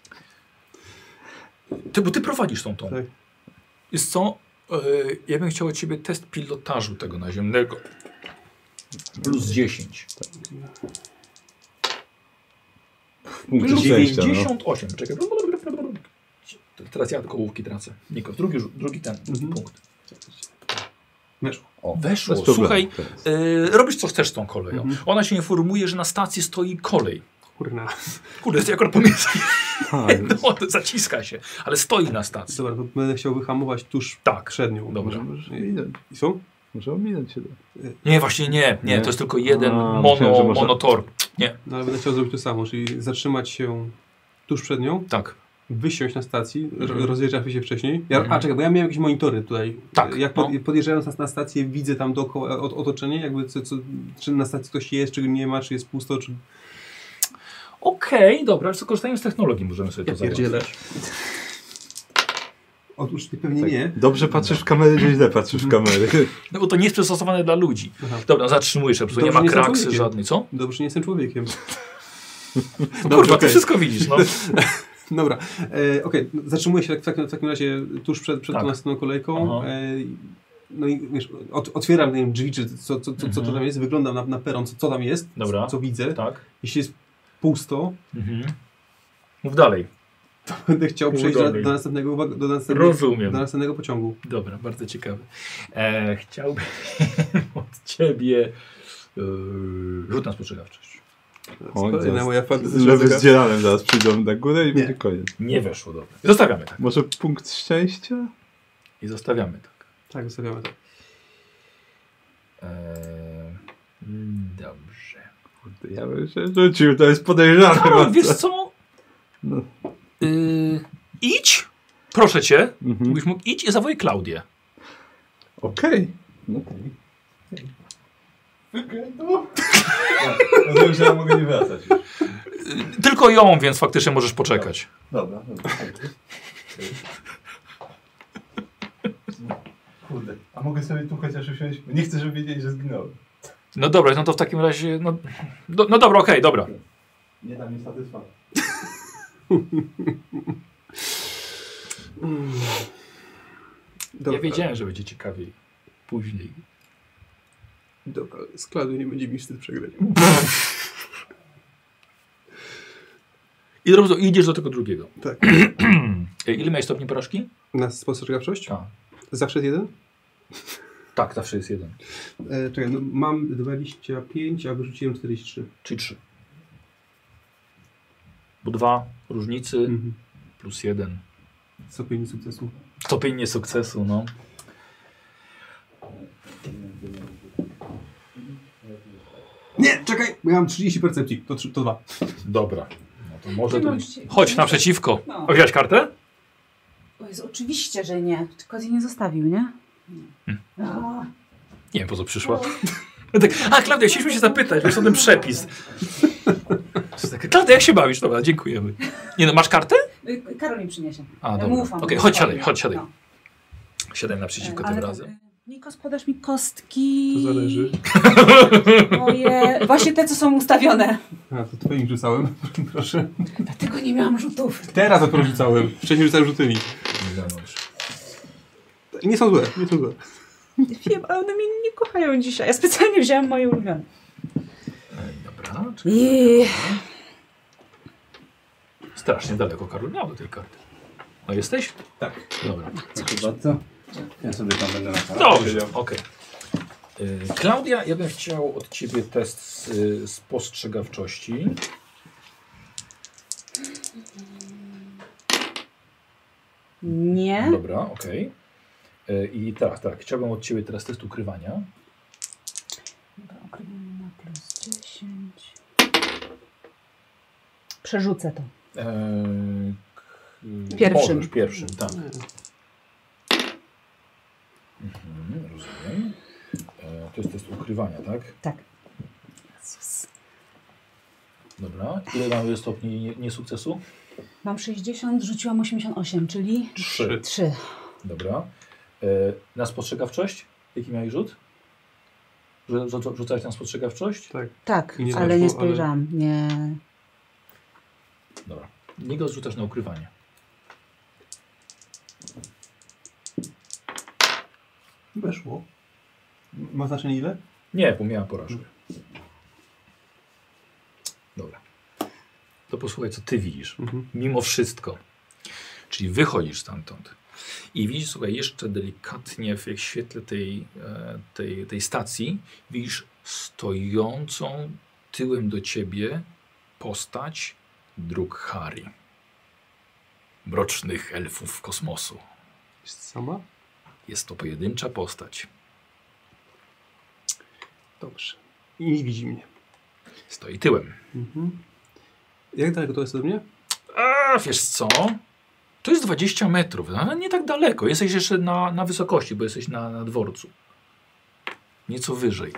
Ty, bo ty prowadzisz tą tą. Tak. Jest co? Yy, ja bym chciał od ciebie test pilotażu tego naziemnego. Plus dziesięć. Punkt Plus szczęścia, no. dziewięćdziesiąt osiem. Czekaj. Teraz ja tylko ołówki tracę. Nikos, drugi, drugi ten Mhm. punkt. Weszło. O, Weszło. bez problemu. Słuchaj, yy, robisz co chcesz z tą koleją. Mhm. Ona się informuje, że na stacji stoi kolej. Kurna. Kurde, to akurat pomiędzy. Tak, No, to zaciska się, ale stoi na stacji. Dobra, to będę chciał wyhamować tuż Tak. przed nią. Dobra. może, może minąć. I są? Może ominąć się da. Nie, właśnie nie, nie, Nie? to jest tylko jeden A, mono, myślałem, że może- monotor. Nie, No ale będę chciał zrobić to samo, czyli zatrzymać się tuż przed nią, tak. wysiąść na stacji, Mhm. mm. rozjeżdżać się wcześniej. Ja, Mhm. A czekaj, bo ja miałem jakieś monitory tutaj. Tak, Jak no. pod, podjeżdżając na, na stację widzę tam dookoła ot- otoczenie, jakby co, co, czy na stacji ktoś jest, czy nie ma, czy jest pusto, czy... Okej, dobra, co korzystając z technologii możemy sobie to załatwić. Otóż pewnie Tak. nie. Dobrze patrzysz w kamery, czy źle patrzysz w kamery? No bo to nie jest przystosowane dla ludzi. Aha. Dobra, zatrzymujesz się, po prostu nie Dobrze, ma nie jestem kraksy człowiekiem. żadnej, co? Dobrze, nie jestem człowiekiem. No kurwa, ty okej. wszystko widzisz, no. Dobra, e, okej, zatrzymuję się w takim, w takim razie tuż przed, przed Tak. tą następną kolejką. Aha. E, no i wiesz, ot, otwieram nie wiem, drzwi, czy co, co, co, co to tam jest, wyglądam na, na peron, co, co tam jest, Dobra. co widzę. Tak. Jeśli jest pusto, Mhm. Mów dalej. to będę chciał Mów przejść do, dalej. do, następnego, uwag- do, następnego, Rozumiem. do następnego pociągu. Dobra, bardzo ciekawe. E, chciałbym od ciebie e, rzut na spostrzegawczość. O, Kolejna zaraz moja fantastyczna Lewy zagadka. z dzielanem zaraz przyjdą na górę i Nie. będzie koniec. Nie weszło, dobra. Zostawiamy tak. Może punkt szczęścia? I zostawiamy tak. Tak, zostawiamy to. E, mm, dobrze. Kurde, ja bym się rzucił, to jest podejrzane. Karol, bardzo. wiesz co? No. Y, idź, proszę cię, Mhm. gdybyś mógł idź i zawołaj Klaudię. Okej. No okej. Okej, no. Rozumiem, że ja mogę nie wracać już. Y, tylko ją, więc faktycznie możesz poczekać. Dobra, dobra. Kurde, a mogę sobie tu chociaż usiąść? Nie chcę, żeby wiedzieli, że zginąłem. No dobra, no to w takim razie, no, do, no dobra, okej, dobra. Nie da mi satysfakcji. Dobra, Ja wiedziałem, że będzie ciekawiej później. Dobra, z Klaudią nie będzie mi wstyd przegrać. I dobrze, idziesz do tego drugiego. Tak. Ej, ile miałeś stopni porażki? Na spostrzegawczość? Tak. Zawsze jest jeden? Tak, zawsze jest jeden. E, czekaj, no, mam dwadzieścia pięć, a wyrzuciłem czterdzieści trzy. Czyli trzy. Bo dwa różnicy Mhm. plus jeden. Stopień sukcesu. Stopień niesukcesu, no. Nie, czekaj, bo ja mam trzydzieści percepcji, to, trzy- to dwa. Dobra. No to może Nie to... mam ci- Chodź naprzeciwko. No. A wziąłeś kartę? O Jezu, oczywiście, że nie. Tylko jej nie zostawił, nie? A, Nie wiem, po co przyszła. Tak, a, Klaudia, chcieliśmy się zapytać, wiesz o ten przepis. Tak, Klaudia, jak się bawisz? Dobra, dziękujemy. Nie no, masz kartę? y, Karol mi przyniesie. A, Ja dobra. mu ufam. Okej, mu chodź ufam. siadaj, chodź siadaj. No. Siadaj naprzeciwko Ale tym to, razem. y, Nikos, podasz mi kostki. To zależy. Moje... Właśnie te, co są ustawione. A, to twoim rzucałem, proszę. Dlatego nie miałam rzutów. Teraz dopiero rzucałem. Wcześniej rzucałem rzutymi. Nie są złe, nie są złe. Wiem, ale one mnie nie kochają dzisiaj. Ja specjalnie wziąłem moje ulubione. Dobra. I... Strasznie daleko Karol miał do tej karty. No jesteś? Tak. Dobra. Proszę bardzo. Ja sobie tam będę na kanale. Dobrze, okej. Y, Klaudia, ja bym chciał od ciebie test y, spostrzegawczości. Nie. Dobra, okej. Okay. I tak, tak. Chciałbym od Ciebie teraz test ukrywania. Dobra, ukrywanie na plus dziesięć. Przerzucę to. Eee, Pierwszym. Możesz, pierwszym, tak. Mhm, rozumiem. Eee, to jest test ukrywania, tak? Tak. Jezus. Dobra. Ile mamy stopni niesukcesu? Mam sześćdziesiąt, rzuciłam osiemdziesiąt osiem, czyli Trzy. trzy. Dobra. E, na spostrzegawczość? Jaki miałeś rzut? Rzu- rzu- Rzucałeś na spostrzegawczość? Tak. Tak, Nie ale weszło, nie spojrzałam. Nie. Dobra. Niego zrzucasz na ukrywanie. Weszło. Ma znaczenie ile? Nie, bo miałem porażkę. Dobra. To posłuchaj, co ty widzisz. Mhm. Mimo wszystko. Czyli wychodzisz stamtąd i widzisz, słuchaj, jeszcze delikatnie w świetle tej, e, tej, tej stacji widzisz stojącą tyłem do ciebie postać dróg Hari. Mrocznych elfów kosmosu. Jest sama? Jest to pojedyncza postać. Dobrze. I nie widzi mnie. Stoi tyłem. Mhm. Jak daleko to jest ode mnie? A wiesz co? To jest dwadzieścia metrów, ale nie tak daleko. Jesteś jeszcze na, na wysokości, bo jesteś na, na dworcu. Nieco wyżej.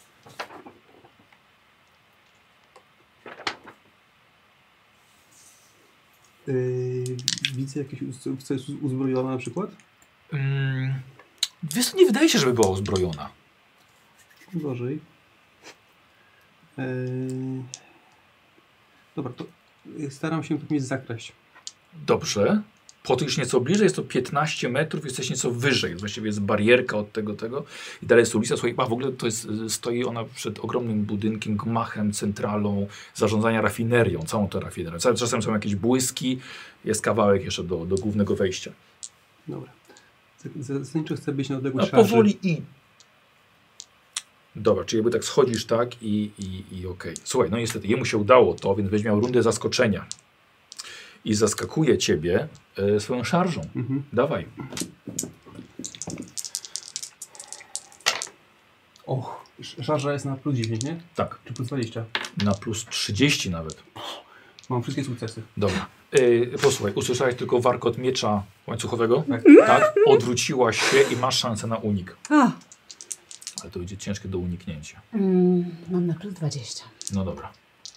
Yy, widzę jakieś uz- co jest uzbrojona na przykład? Mm, wiesz co, nie wydaje się, żeby była uzbrojona. Gorzej. Yy... Dobra, to staram się tu mieć zakraść. Dobrze. Podejść nieco bliżej, jest to piętnaście metrów, jesteś nieco wyżej. Właściwie jest barierka od tego, tego. I dalej jest ulica. Słuchaj, a w ogóle to jest, stoi ona przed ogromnym budynkiem, gmachem, centralą zarządzania rafinerią, całą tę rafinerią. Cały czasem są jakieś błyski, jest kawałek jeszcze do, do głównego wejścia. Dobra. Zasadniczo chcę być na No, odległość szarży. powoli i... Dobra, czyli jakby tak schodzisz, tak i, i, i okej. Okay. Słuchaj, no niestety, jemu się udało to, więc będziesz miał rundę zaskoczenia. I zaskakuje ciebie e, swoją szarżą. Mhm. Dawaj. Och, sz- szarża jest na plus dziesięć, nie? Tak. Czy plus dwadzieścia? Na plus trzydzieści nawet. Mam wszystkie sukcesy. Dobra. E, posłuchaj, usłyszałeś tylko warkot miecza łańcuchowego? Tak. Tak. Odwróciłaś się i masz szansę na unik. A, Ale to będzie ciężkie do uniknięcia. mm, mam na plus dwadzieścia. No dobra.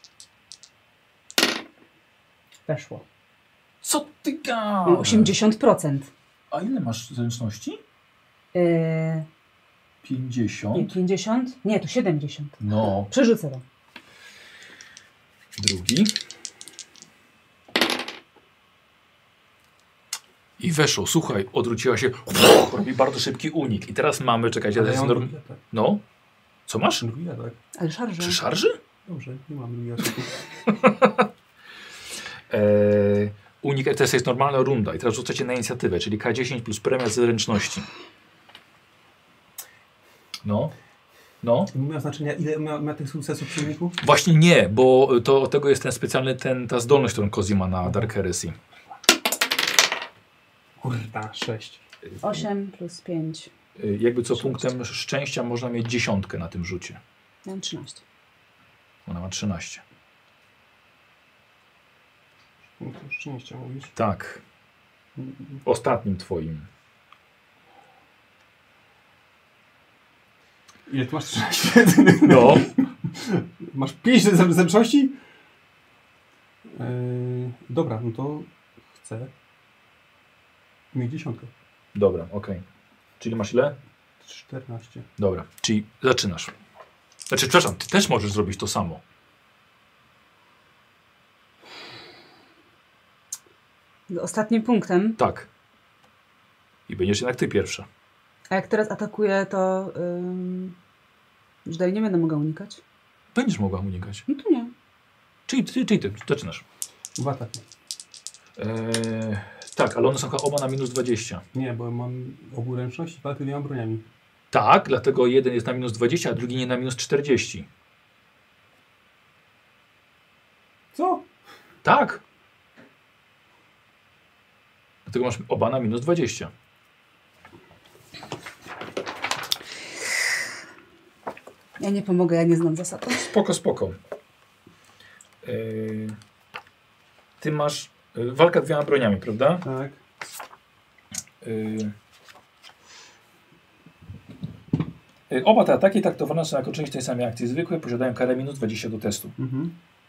Weszło. Co ty gadasz? Mam osiemdziesiąt procent. A ile masz zręczności? Yy, nie, pięćdziesiąt. pięćdziesiąt? Nie, to siedemdziesiąt. No. Przerzucę to. Drugi. I weszło. Słuchaj, odwróciła się. Robi bardzo szybki unik. I teraz mamy, czekajcie, Ale to ja jest mam norm... drugi atak. No. Co masz? Drugi atak. Ale szarże. Przy szarży? Dobrze, nie mam drugi ataku. Eee, unik to jest normalna runda. I teraz rzucacie na inicjatywę, czyli K dziesięć plus premia z zręczności. No. No. Nie ma znaczenia, ile ma, ma tych sukcesów przy uniku? Właśnie nie, bo to od tego jest ten specjalny, ten, ta zdolność, którą Kozi ma na Dark Heresy. Kurda, sześć. osiem plus pięć. Yy, jakby co punktem szczęścia można mieć dziesiątkę na tym rzucie. Mam trzynaście. Ona ma trzynaście. No to szczęścia mówisz. Tak. Ostatnim twoim. Ile ty masz trzynaście? No. Masz pięć zręczności? Yy, dobra, no to chcę mieć dziesiątkę. Dobra, okej. Czyli masz ile? czternaście. Dobra, czyli zaczynasz. Znaczy, przepraszam, ty też możesz zrobić to samo. Ostatnim punktem. Tak. I będziesz jednak ty pierwsza. A jak teraz atakuję, to ym, już dalej nie będę mogła unikać. Będziesz mogła unikać. No to nie. Czyli ty, czyli ty zaczynasz. Dwa ataki. Eee, tak, ale one są chyba oba na minus dwadzieścia. Nie, bo mam oburęczność i walkę dwiema broniami. Tak, dlatego jeden jest na minus dwadzieścia, a drugi nie na minus czterdzieści. Co? Tak. Dlatego masz oba na minus dwadzieścia. Ja nie pomogę, ja nie znam zasad. Spoko, spoko. Yy, ty masz yy, walka dwiema broniami, prawda? Tak. Yy, yy, oba te ataki traktowane są jako część tej samej akcji zwykłej, posiadają karę minus dwadzieścia do testu. Mhm.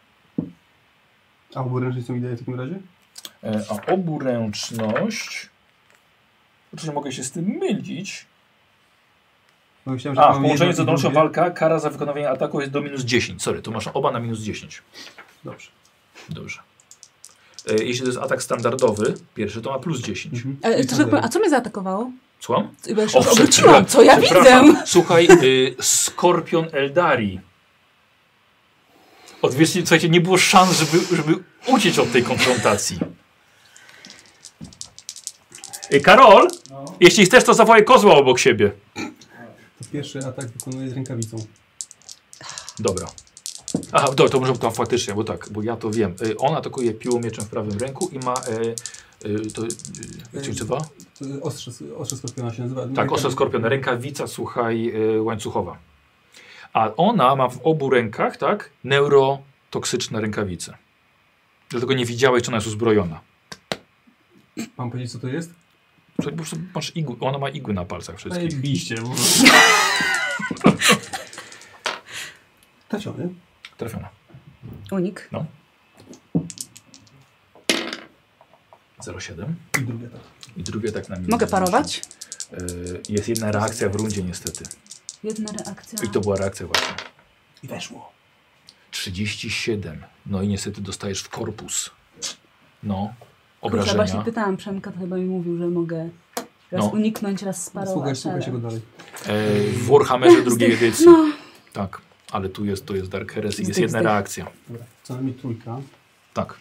A oburęczność co mi daje w takim razie? Yy, a oburęczność... Oczywiście mogę się z tym mylić. No, myślałem, że A, w mam połączeniu z jedno i odnośną drugie. walka, kara za wykonywanie ataku jest do minus dziesięć. Sorry, to masz oba na minus dziesięć. Dobrze. Dobrze. E, jeśli to jest atak standardowy, pierwszy to ma plus dziesięć. Mhm. Ale, I to, tak a, a co mnie zaatakowało? Słucham? Bo ja się O, już obróciłam, co ja przepraszam. widzę? Słuchaj, y, Skorpion Eldari. Odwiedzcie, słuchajcie, nie było szans, żeby, żeby uciec od tej konfrontacji. Y, Karol, No. jeśli chcesz, to zawołaj kozła obok siebie. To pierwszy atak wykonuje z rękawicą. Dobra. Aha, to, to może to faktycznie, bo tak, bo ja to wiem. Y, on atakuje piłą mieczem w prawym ręku i ma... Y, y, to, y, jak się nazywa? To Ostrze, ostrze skorpiona się nazywa. Tak, ostrze skorpiona. Rękawica, słuchaj, y, łańcuchowa. A ona ma w obu rękach, tak, neurotoksyczne rękawice. Dlatego nie widziałeś, czy ona jest uzbrojona. Mam powiedzieć, co to jest? Słuchaj, po prostu masz igły, ona ma igły na palcach wszystkich. Zajebiście. Bo... Trafiony. Trafiona. Unik. zero siedem. I drugi atak. I drugie tak na minus Mogę dziesięć. parować? Y, jest jedna reakcja w rundzie niestety. Jedna reakcja. I to była reakcja właśnie. I weszło. trzydzieści siedem. No i niestety dostajesz w korpus. No. Kurczę, Obrażenia. właśnie pytałam Przemka, to chyba mi mówił, że mogę raz No. uniknąć, raz sparować. Słuchaj, słuchaj ale- się go dalej. E, w Warhammerze drugiej Zdech- edycji. No, Tak, ale tu jest, tu jest Dark Heresy i jest Zdech, jedna zdech. reakcja. Dobra, co najmniej trójka. Tak.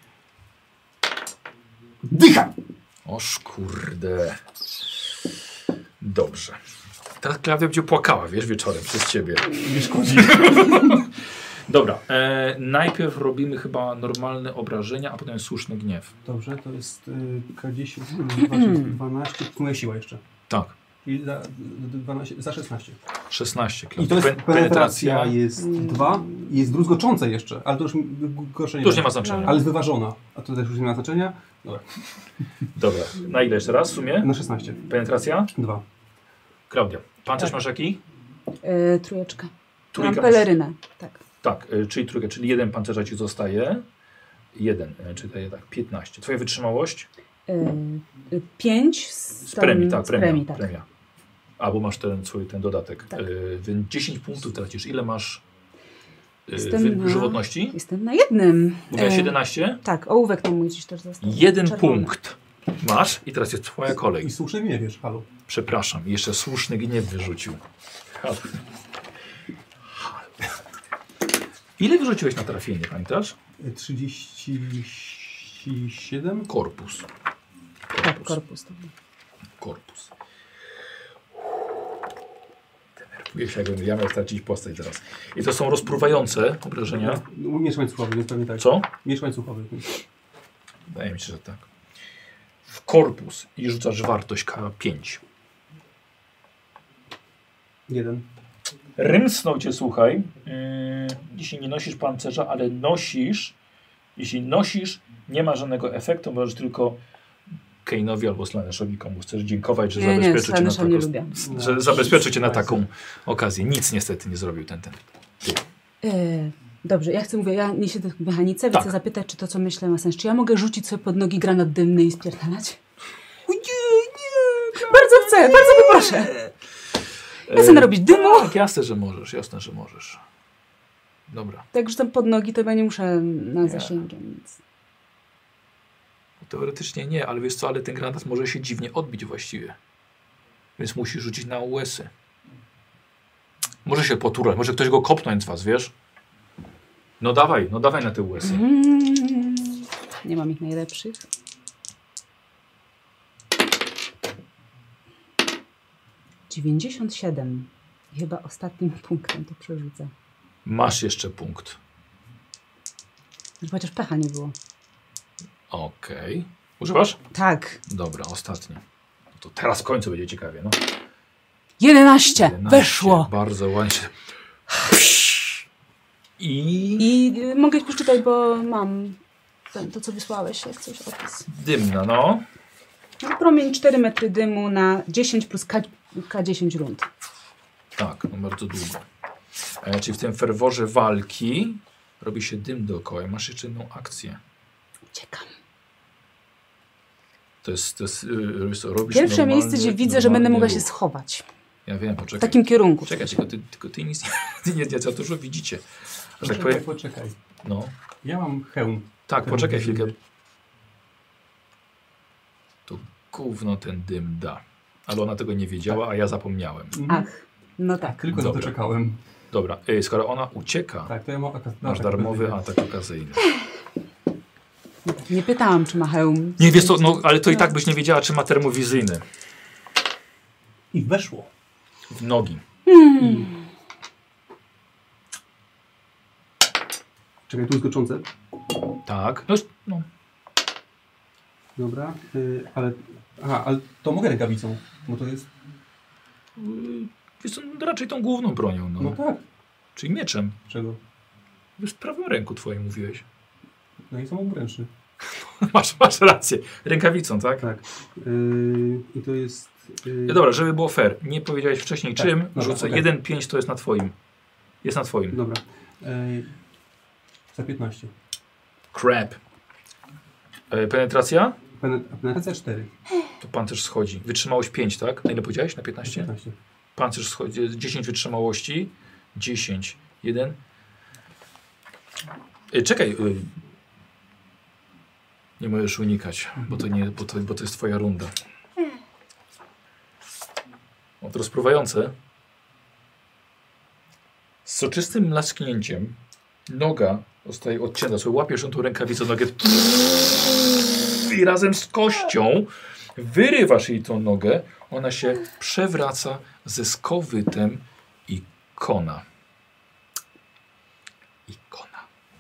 Dycha! Oż kurde. Dobrze. Teraz Klaudia będzie płakała, wiesz, wieczorem przez ciebie. Nie szkodzi. Dobra, e, najpierw robimy chyba normalne obrażenia, a potem słuszny gniew. Dobrze, to jest y, K dziesięć, dwanaście, moja siła jeszcze. Tak, I za, dwanaście, za szesnaście. szesnaście. I Klaudia. to jest Pen- penetracja jest dwa i jest druzgoczące jeszcze, ale to już gorsze nie To już nie ma. ma znaczenia. Ale jest wyważona, a to też już nie ma znaczenia. Dobra, Dobra, na ile jeszcze raz w sumie? na szesnaście. Penetracja? dwa. Klaudia, pancerz Tak. masz jaki? yy, trójeczkę. Mam Trójkę masz. pelerynę, tak. Tak, y, czyli trójkę, czyli jeden pancerza ci zostaje. Jeden, y, czyli daje tak, piętnaście. Twoja wytrzymałość? Yy, yy, pięć z, Z premii, tak, z premia. premii, tak. premia. Albo masz ten swój ten dodatek. Tak. Y, więc dziesięć punktów tracisz. Ile masz y, Jestem wy- na- żywotności? Jestem na jednym. Mówiłaś Yy, jedenaście? Tak, ołówek tam mój gdzieś też został. Jeden Czerwony. punkt masz i teraz jest twoja kolej. I słusznie nie wiesz, halo. Przepraszam, jeszcze słuszny gniew wyrzucił. Halo. Ile wyrzuciłeś na trafienie, pamiętasz? Y, trzydzieści siedem. Korpus. Tak, korpus. To był. Korpus. Denerwuję się, jakbym ja miał stracić postać zaraz. I to są rozpruwające obrażenia. No, miecz łańcuchowy, więc pewnie tak. Co? Miecz łańcuchowy. Więc... Wydaje mi się, że tak. W korpus i rzucasz wartość K pięć. Jeden. Rymsnął cię, słuchaj. Yy, jeśli nie nosisz pancerza, ale nosisz, jeśli nosisz, nie ma żadnego efektu, możesz tylko Kane'owi albo Slaneshowi komu chcesz dziękować, że Nie, nie, zabezpieczył cię na Slanesha nie taką, lubię. że zabezpieczył cię na taką okazję. Nic niestety nie zrobił ten ten. Yy, dobrze, ja chcę, mówię, ja nie siedzę w mechanice, Tak. chcę zapytać, czy to, co myślę, ma sens. Czy ja mogę rzucić sobie pod nogi granat dymny i spierdalać? O nie, nie! Bardzo chcę, bardzo poproszę. Ja chcę narobić dymu. Tak, jasne, że możesz, jasne, że możesz. Dobra. Jak rzucam pod nogi, to ja nie muszę na zasięgiem. Więc... Teoretycznie nie, ale wiesz co, ale ten granat może się dziwnie odbić właściwie. Więc musisz rzucić na U S-y. Może się poturlać, może ktoś go kopnąć z was, wiesz? No dawaj, no dawaj na te U S-y. Mm, nie mam ich najlepszych. dziewięćdziesiąt siedem. I chyba ostatnim punktem to przerzucę. Masz jeszcze punkt. Chociaż pecha nie było. Okej. Używasz? Tak. Dobra, ostatni. No to teraz w końcu będzie ciekawie, no. jedenaście. jedenaście. Weszło. Bardzo ładnie. I... I y, mogę przeczytać, bo mam ten, to, co wysłałeś, jak coś, opis. Dymna, no. No, promień cztery metry dymu na dziesięć plus K, K dziesięć rund. Tak, no bardzo długo. E, czyli w tym ferworze walki robi się dym dookoła i masz jeszcze jedną akcję. Uciekam. To jest, to jest, yy, co, robisz Pierwsze normalny, miejsce, gdzie widzę, że będę normalny mogła się ruch. schować. Ja wiem, W poczekaj. takim kierunku. Czekaj, tylko ty, tylko ty nic nie, ty nie, nie za dużo widzicie. Że tak Poczekaj, powiem, poczekaj. no. Ja mam hełm. Tak, Ten poczekaj dym. chwilkę. To gówno ten dym da. Ale ona tego nie wiedziała, a ja zapomniałem. Mhm. Ach, no tak. Tylko na to Dobra. czekałem. Dobra, y, skoro ona ucieka, Tak, to ja mam atak. masz darmowy atak okazyjny. Nie pytałam, czy ma hełm. Nie, wiesz co, no ale to i tak byś nie wiedziała, czy ma termowizyjny. I weszło. W nogi. Hmm. Czekaj, tu jest goczące. Tak. No, no. Dobra, y, ale... Aha, ale to mogę rękawicą, bo to jest... Yy, Wiesz co, no, raczej tą główną bronią, no. No tak. Czyli mieczem. Czego? W prawym ręku twoim mówiłeś. No i samobręczny. Masz, masz rację. Rękawicą, tak? Tak. Yy, I to jest... Yy... Dobra, żeby było fair. Nie powiedziałeś wcześniej Tak, czym. dobra, Rzucę okej. jeden pięć to jest na twoim. Jest na twoim. Dobra. Yy, za piętnaście. Crap. E, penetracja? Pen- Penetracja cztery. To pancerz schodzi. Wytrzymałość pięć, tak? Na ile powiedziałeś? Na piętnaście? piętnaście. Pancerz schodzi. dziesięć wytrzymałości. dziesięć. jeden. E, czekaj. E, nie możesz unikać, bo to, nie, bo, to, bo to jest twoja runda. O, to rozpruwające. Z soczystym lasknięciem noga zostaje odcięta. Sobie łapiesz ją tą rękawicą, nogę i razem z kością wyrywasz jej tą nogę. Ona się przewraca ze skowytem ikona. Ikona.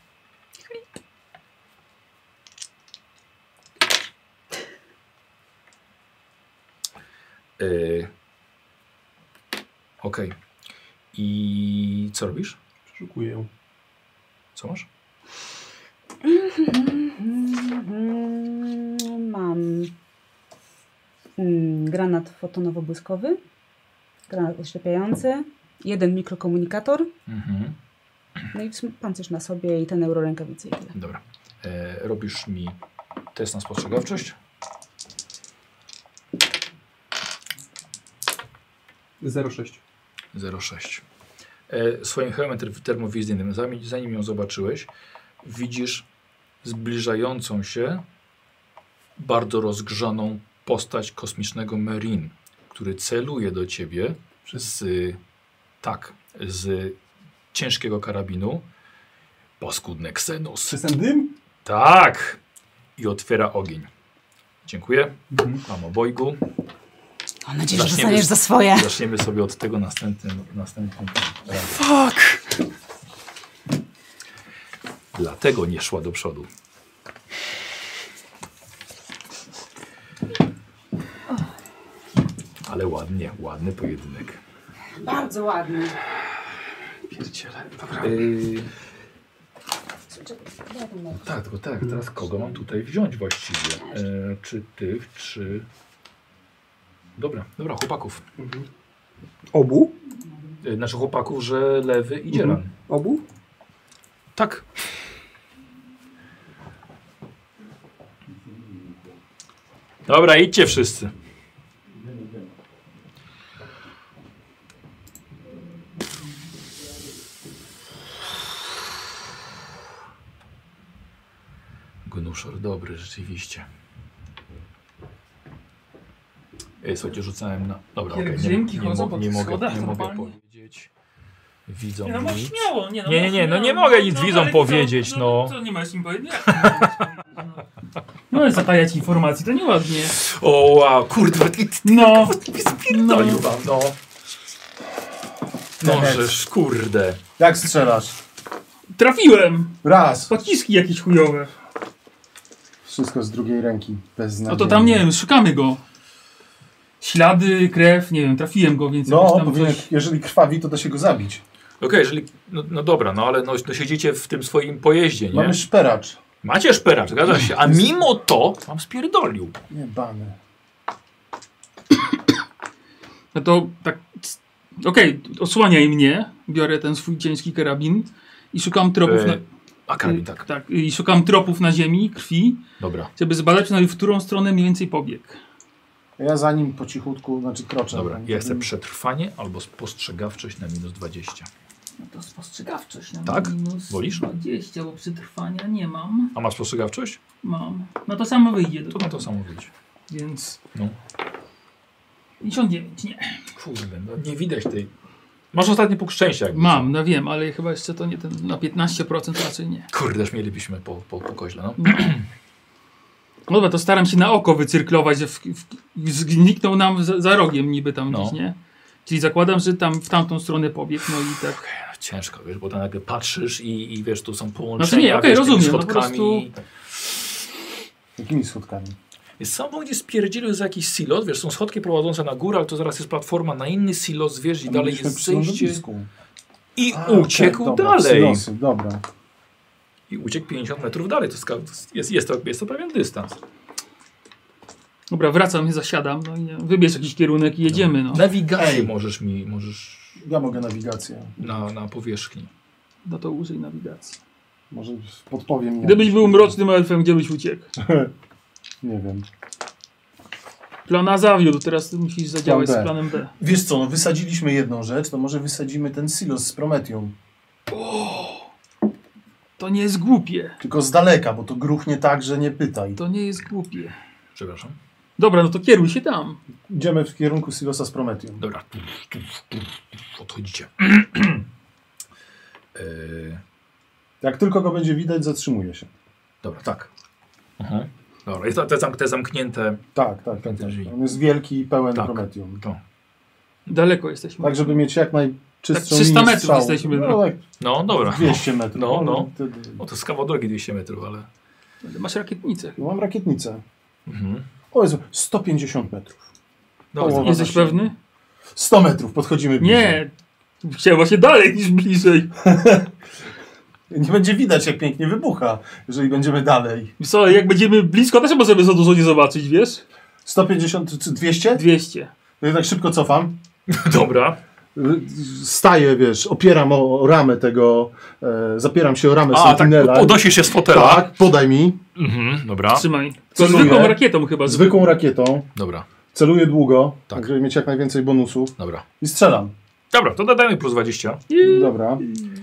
Yy. Okej. Okay. I co robisz? Przeszukuję ją. Co masz? Mam mm, granat fotonowo-błyskowy, granat oślepiający, jeden mikrokomunikator, Mhm. no i w sumie pancerz na sobie i ten eurorękawicy i tyle. Dobra. E, robisz mi test na spostrzegawczość. zero sześć. zero sześć. E, swoim hełmem ter- termowizyjnym, zanim, zanim ją zobaczyłeś, widzisz zbliżającą się bardzo rozgrzaną postać kosmicznego Marine, który celuje do ciebie z, tak, z ciężkiego karabinu. Paskudny Xenos. Przez ten dym? Tak! I otwiera ogień. Dziękuję. Mhm. Mam obojgu. Mam nadzieję, że Zaczniemy dostaniesz z- za swoje. Zaczniemy sobie od tego następnym. następnym razem. Fuck! Dlatego nie szła do przodu. Ale ładnie, ładny pojedynek. Bardzo ładny. Pierdziele. Dobra. Yy, tak, tylko tak. Teraz kogo mam tutaj wziąć właściwie? Yy, czy tych, czy... Dobra, dobra, chłopaków. Obu? Yy, znaczy chłopaków, że lewy i dzieran. Mhm. Obu? Tak. Dobra, idźcie wszyscy. Gnuszor dobry, rzeczywiście. Ej, słuchajcie, rzucałem na... Dobra, okej, nie, Pielgrzymki nie, chodzą mo- po nie tych mogę, schodach nie mogę normalnie. powiedzieć. Widzą Nie no, masz nic. śmiało, nie no. Nie, nie, masz nie, no nie śmiało. mogę nic widzom ale powiedzieć, co, no. Co, nie masz im powiedzieć? No, zatajać informacji, to nieładnie. O, wow, kurde, No. spierdolił wam, no. No, Tehet. żeż, kurde. Jak strzelasz? Trafiłem! Raz. Pociski jakieś chujowe. Wszystko z drugiej ręki, bez No nadziei. to tam, nie wiem, szukamy go. Ślady, krew, nie wiem, trafiłem go, więc jakoś No, tam powinien, coś... jeżeli krwawi, to da się go zabić. Okej, jeżeli... No, no dobra, no ale no, no siedzicie w tym swoim pojeździe, nie? Mamy szperacz. Macie szperacz, zgadza się. A mimo to wam spierdolił. Nie, bany. No to tak... Okej, osłaniaj mnie. Biorę ten swój ciężki karabin i szukam tropów E, na... A karabin, tak. Tak, i szukam tropów na ziemi, krwi, Dobra. żeby zbadać, no i w którą stronę mniej więcej pobiegł. Ja za nim po cichutku, znaczy kroczę. Dobra, Tam, ja chcę żeby- przetrwanie albo spostrzegawczość na minus dwadzieścia. No to spostrzegawczość na Tak? minus Wolisz? dwadzieścia, bo przetrwania nie mam. A masz spostrzegawczość? Mam. No to samo wyjdzie. To na to samo wyjdzie. Więc No. pięćdziesiąt dziewięć, nie. Kurde, no nie widać tej... Masz ostatni punkt szczęścia. jakby Mam, co. no wiem, ale chyba jeszcze to nie ten, na piętnaście procent raczej nie. Kurdeż mielibyśmy po, po, po koźle, no. No dobra, to staram się na oko wycyrklować, że w, w, w, zniknął nam za, za rogiem niby tam No. gdzieś, nie? Czyli zakładam, że tam w tamtą stronę pobiegł, no i tak. No, ciężko, wiesz, bo tam nagle patrzysz i, i wiesz, tu są połączenia, Znaczy nie, okej, wiesz, tymi rozumiem, no po schodkami. prostu- Jakimi schodkami? Jest sam gdzieś spierdzielił za jakiś silos, wiesz, są schodki prowadzące na górę, ale to zaraz jest platforma na inny silos, wiesz, i Tam dalej byliśmy jest przy zejście. lądowisku. I A, uciekł okej, dobra, dalej. silosy, dobra. I uciekł pięćdziesiąt metrów dalej, to jest, jest, jest, to, jest to pewien dystans. Dobra, wracam, zasiadam, no i nie, wybierz jakiś kierunek i jedziemy, no. Nawigację Ej. możesz mi, możesz Ja mogę nawigację. na, na powierzchni. No to użyj nawigacji. Może podpowiem mi. Gdybyś jakiś- był mrocznym elfem, gdzie byś uciekł? Nie wiem. Plan A zawiódł, teraz ty musisz zadziałać Plan z B. planem B. Wiesz co, no wysadziliśmy jedną rzecz, to może wysadzimy ten silos z Prometium. To nie jest głupie. Tylko z daleka, bo to gruchnie tak, że nie pytaj. To nie jest głupie. Przepraszam. Dobra, no to kieruj się tam. Idziemy w kierunku silosa z Prometium. Dobra. Odchodzicie. yy, Jak tylko go będzie widać, zatrzymuje się. dobra, tak. Mhm. Dobra, jest to, te, zamk te zamknięte. Tak, tak, tak, tak. Drzwi. On jest wielki i pełen Tak. Prometium. To. Daleko jesteśmy. Tak, żeby mieć jak Tak najczystszą trzysta linię metrów strzału. jesteśmy, No, no. tak No, dobra. dwieście metrów. No, no. Wtedy... O, to jest kawał drogi dwieście metrów, ale... Ale masz rakietnicę. No, mam rakietnicę. Mhm. O Jezu, sto pięćdziesiąt metrów. Dobra, Połowa Jesteś naszej- pewny? sto metrów, podchodzimy bliżej. Nie. Chciałem właśnie dalej niż bliżej. Nie będzie widać, jak pięknie wybucha, jeżeli będziemy dalej. Wiesz co, jak będziemy blisko, też możemy za dużo nie zobaczyć, wiesz? sto pięćdziesiąt czy dwieście? dwieście. No i tak szybko cofam. dobra. Staję, wiesz, opieram o, o ramę tego, e, zapieram się o ramę A, tak, Sentinela. podnosisz się z fotela. Tak, podaj mi. Mhm, dobra. Trzymaj. To Celuję. zwykłą rakietą chyba. Zwykłą rakietą. Dobra, Celuję długo, Tak. tak. żeby mieć jak najwięcej bonusów. dobra. I strzelam. Dobra, to dodajmy plus dwadzieścia. Dobra.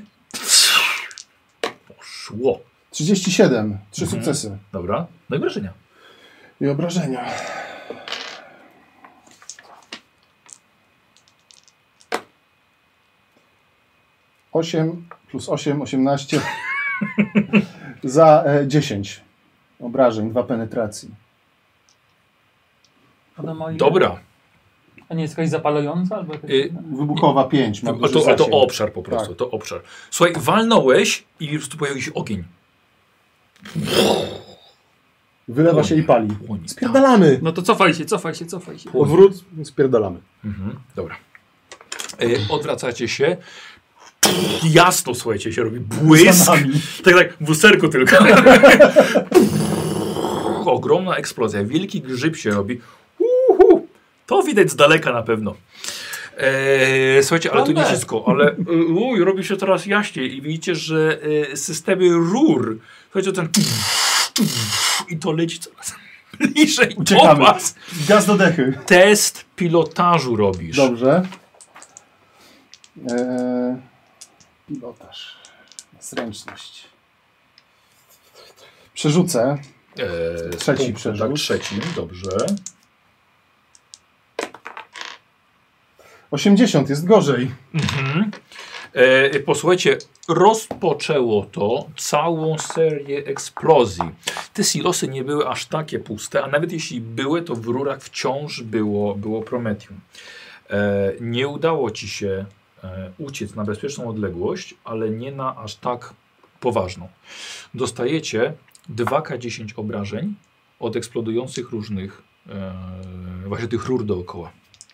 Szło. trzydzieści siedem. Trzy Mhm. sukcesy. Dobra. No i wrażenia. I obrażenia. osiem plus osiem, osiemnaście. Za e, dziesięć obrażeń, dwa penetracji. Dobra. A nie jest jakaś zapalająca? Albo jakaś... Y, Wybuchowa pięć. Ma A duży to, a to zasięg. obszar po prostu, Tak. to obszar. Słuchaj, walnąłeś i po prostu pojawił się ogień. Wylewa się i pali. Płonie. Spierdalamy. No to cofaj się, cofaj się, cofaj się. Odwrót, spierdalamy. Mhm, dobra. Y, odwracacie się. Jasno, słuchajcie, się robi błysk. Za nami. Tak, tak, w lusterku tylko. Ogromna eksplozja, wielki grzyb się robi. Uhu. To widać z daleka na pewno. Eee, słuchajcie, ale to nie wszystko, ale uj, robi się coraz jaśniej i widzicie, że e, systemy rur, słuchajcie, ten i to leci coraz bliżej do Uciekamy. was. Gaz do dechy. Test pilotażu robisz. Dobrze. Eee, pilotaż. Zręczność. Przerzucę. Eee, Trzeci punktu, przerzut. Tak, trzeci, dobrze. osiemdziesiąt jest gorzej. Mhm. E, posłuchajcie, rozpoczęło to całą serię eksplozji. Te silosy nie były aż takie puste, a nawet jeśli były, to w rurach wciąż było, było prometium. E, nie udało ci się e, uciec na bezpieczną odległość, ale nie na aż tak poważną. Dostajecie dwa K dziesięć obrażeń od eksplodujących różnych e, właśnie tych rur dookoła.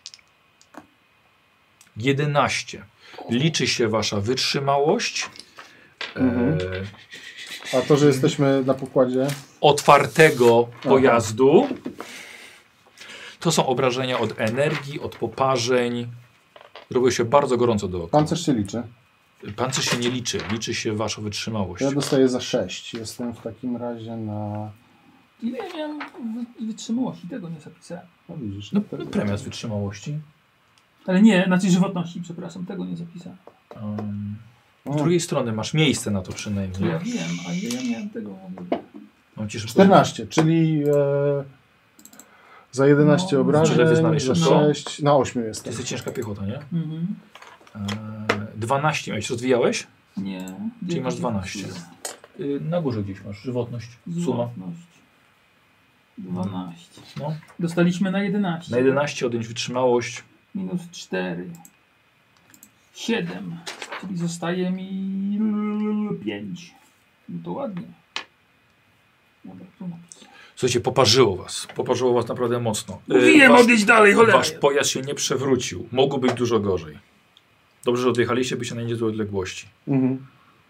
jedenaście. Liczy się wasza wytrzymałość. Mhm. E, A to, że jesteśmy na pokładzie... otwartego Aha. pojazdu. To są obrażenia od energii, od poparzeń. Robi się bardzo gorąco dookoła. Pancerz się liczy. Pancerz się nie liczy, liczy się wasza wytrzymałość. Ja dostaję za sześć. Jestem w takim razie na... Ile ja miałem wy- wytrzymałości? Tego nie zapisałem. No widzisz. No, to- premia z wytrzymałości. Ale nie, znaczy żywotności, przepraszam, tego nie zapisałem. Um, z O, drugiej strony masz miejsce na to To przynajmniej. ja wiem, a ile ja miałem tego? Mam ci szybko- czternaście, czyli e, za jedenaście No, obrażeń, tyle wyznałeś za szybko? sześć, na ośmiu To jestem. jest ciężka piechota, nie? Mhm. Eee, dwanaście miałeś, rozwijałeś? Nie. Czyli masz dwanaście. Yy, na górze gdzieś masz żywotność, suma. Żywotność. dwanaście. No. Dostaliśmy na jedenaście. Na jedenaście odjąć wytrzymałość. Minus cztery. siedem. Czyli zostaje mi pięć. No to ładnie. Dobra, tu napisałem. Słuchajcie, poparzyło was. Poparzyło was naprawdę mocno. Yy, Mówiłem wasz, odejść dalej, cholera. wasz pojazd się nie przewrócił. Mogło być dużo gorzej. Dobrze, że odjechaliście, byście na niezłej odległości. Mhm.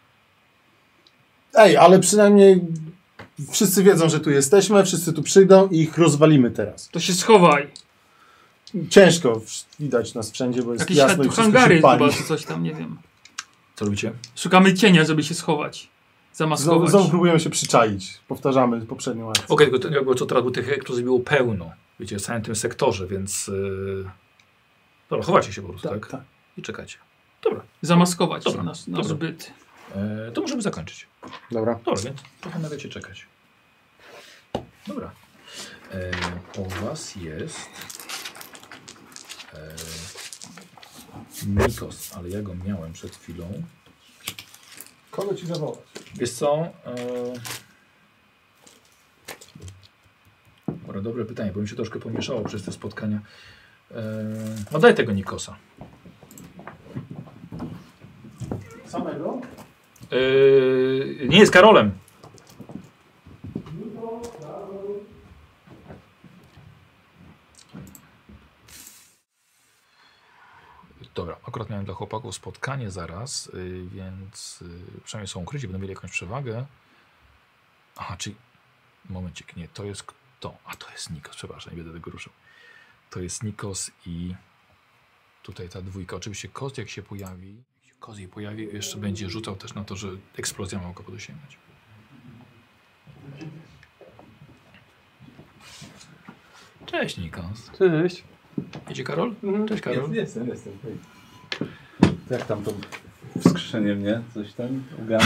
Ej, ale przynajmniej wszyscy wiedzą, że tu jesteśmy, wszyscy tu przyjdą i ich rozwalimy teraz. To się schowaj. Ciężko widać nas wszędzie, bo jest Jakieś jasno i tu wszystko hangary się pali. chyba, czy coś tam, nie wiem. Co robicie? Szukamy cienia, żeby się schować. Znowu, Zamaskować. znowu próbujemy się przyczaić. Powtarzamy poprzednią akcję. Okej, okay, tylko co teraz, bo tych eksplozji było pełno. Wiecie, w całym tym sektorze, więc... Yy... Dobra, chowacie się po prostu, tak? Tak, tak. I czekacie. Dobra, Zamaskować Dobra, nasz, nasz dobra. byt. e, to możemy zakończyć. Dobra. Dobra, więc trochę będziecie czekać. Dobra. E, po was jest... E, Nikos, ale ja go miałem przed chwilą. Kogo ci zawołać? Wiesz co? E... Dobra, dobre pytanie, bo mi się troszkę pomieszało przez te spotkania. E... No daj tego Nikosa. Samego? E... Nie jest Karolem. Dobra, akurat miałem dla chłopaków spotkanie zaraz, yy, więc yy, przynajmniej są ukryci, będą mieli jakąś przewagę. Aha, czyli... Momencik, nie, to jest kto? A, to jest Nikos, przepraszam, nie będę tego ruszył. To jest Nikos i tutaj ta dwójka. Oczywiście Koz jak się pojawi, jak się Koz jej pojawi, jeszcze będzie rzucał też na to, że eksplozja mogła go dosięgnąć. Cześć Nikos. Cześć. Idzie Karol? Cześć Karol. Jest, jestem, jestem. Jak tam to wskrzeszenie mnie? Coś tam?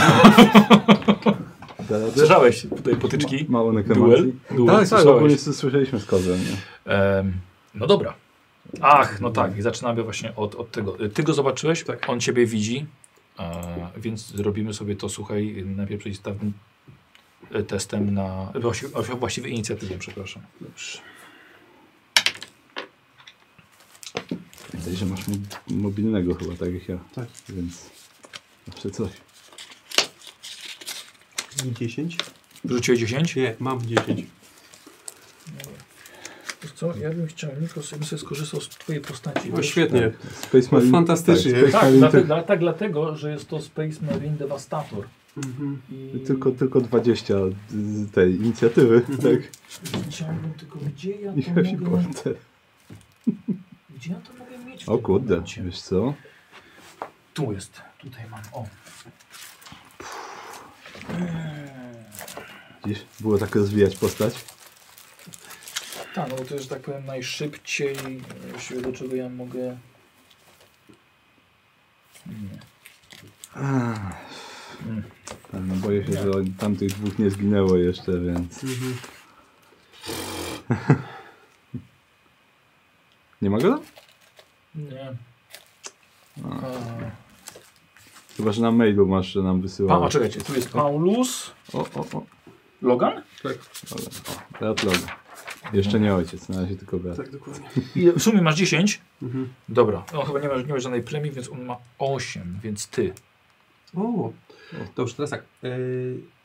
Słyszałeś tutaj potyczki? Mało Duel? nekromancji. Duel, Tak, tak, słyszałeś? ogólnie słyszeliśmy z kozem. Nie? Em, no dobra. Ach, no tak, i zaczynamy właśnie od, od tego. Ty go zobaczyłeś, Tak. on ciebie widzi, e, więc zrobimy sobie to, słuchaj, najpierw przeciwstawnym e, testem na, właściwie, właściwie inicjatywą, przepraszam. Dobrze. Widać, że masz mo- mobilnego chyba, tak jak ja. Tak. Więc zawsze coś. dziesięć? Wrzuciłeś dziesięć? Nie, mam dziesięć. Wiesz co, ja bym chciał, Nikos, bym sobie skorzystał z twojej postaci. O, wiesz? świetnie. Space No, Marine. fantastycznie. Tak, Space Tak, Marine dlatego, ty- dla, tak dlatego, że jest to Space Marine Devastator. Mhm. I tylko, tylko dwadzieścia z tej inicjatywy, tak? chciałbym tylko, gdzie ja I to Heavy mogę, Porter. gdzie ja to mogę mieć w O tym kurde, momencie? wiesz co? Tu jest, tutaj mam, o. Dziś było tak rozwijać postać. Tak, no bo to jest, że tak powiem, najszybciej, właściwie do czego ja mogę... Nie. Mm. Tak, no boję się, że tamtych dwóch nie zginęło jeszcze, więc... Mhm. Nie ma go tam? Nie. A, A, chyba, że na mailu masz, że nam pa, wysyłał. a czekajcie, tu jest Paulus. O, o, o. Logan? Dobra, o. Brat Loga. Jeszcze nie ojciec, na razie tylko brat. Tak, dokładnie. I w sumie masz dziesięć? Mhm. Dobra, on chyba nie ma, nie ma żadnej premii, więc on ma osiem, więc ty. O, dobrze, teraz tak. Yy,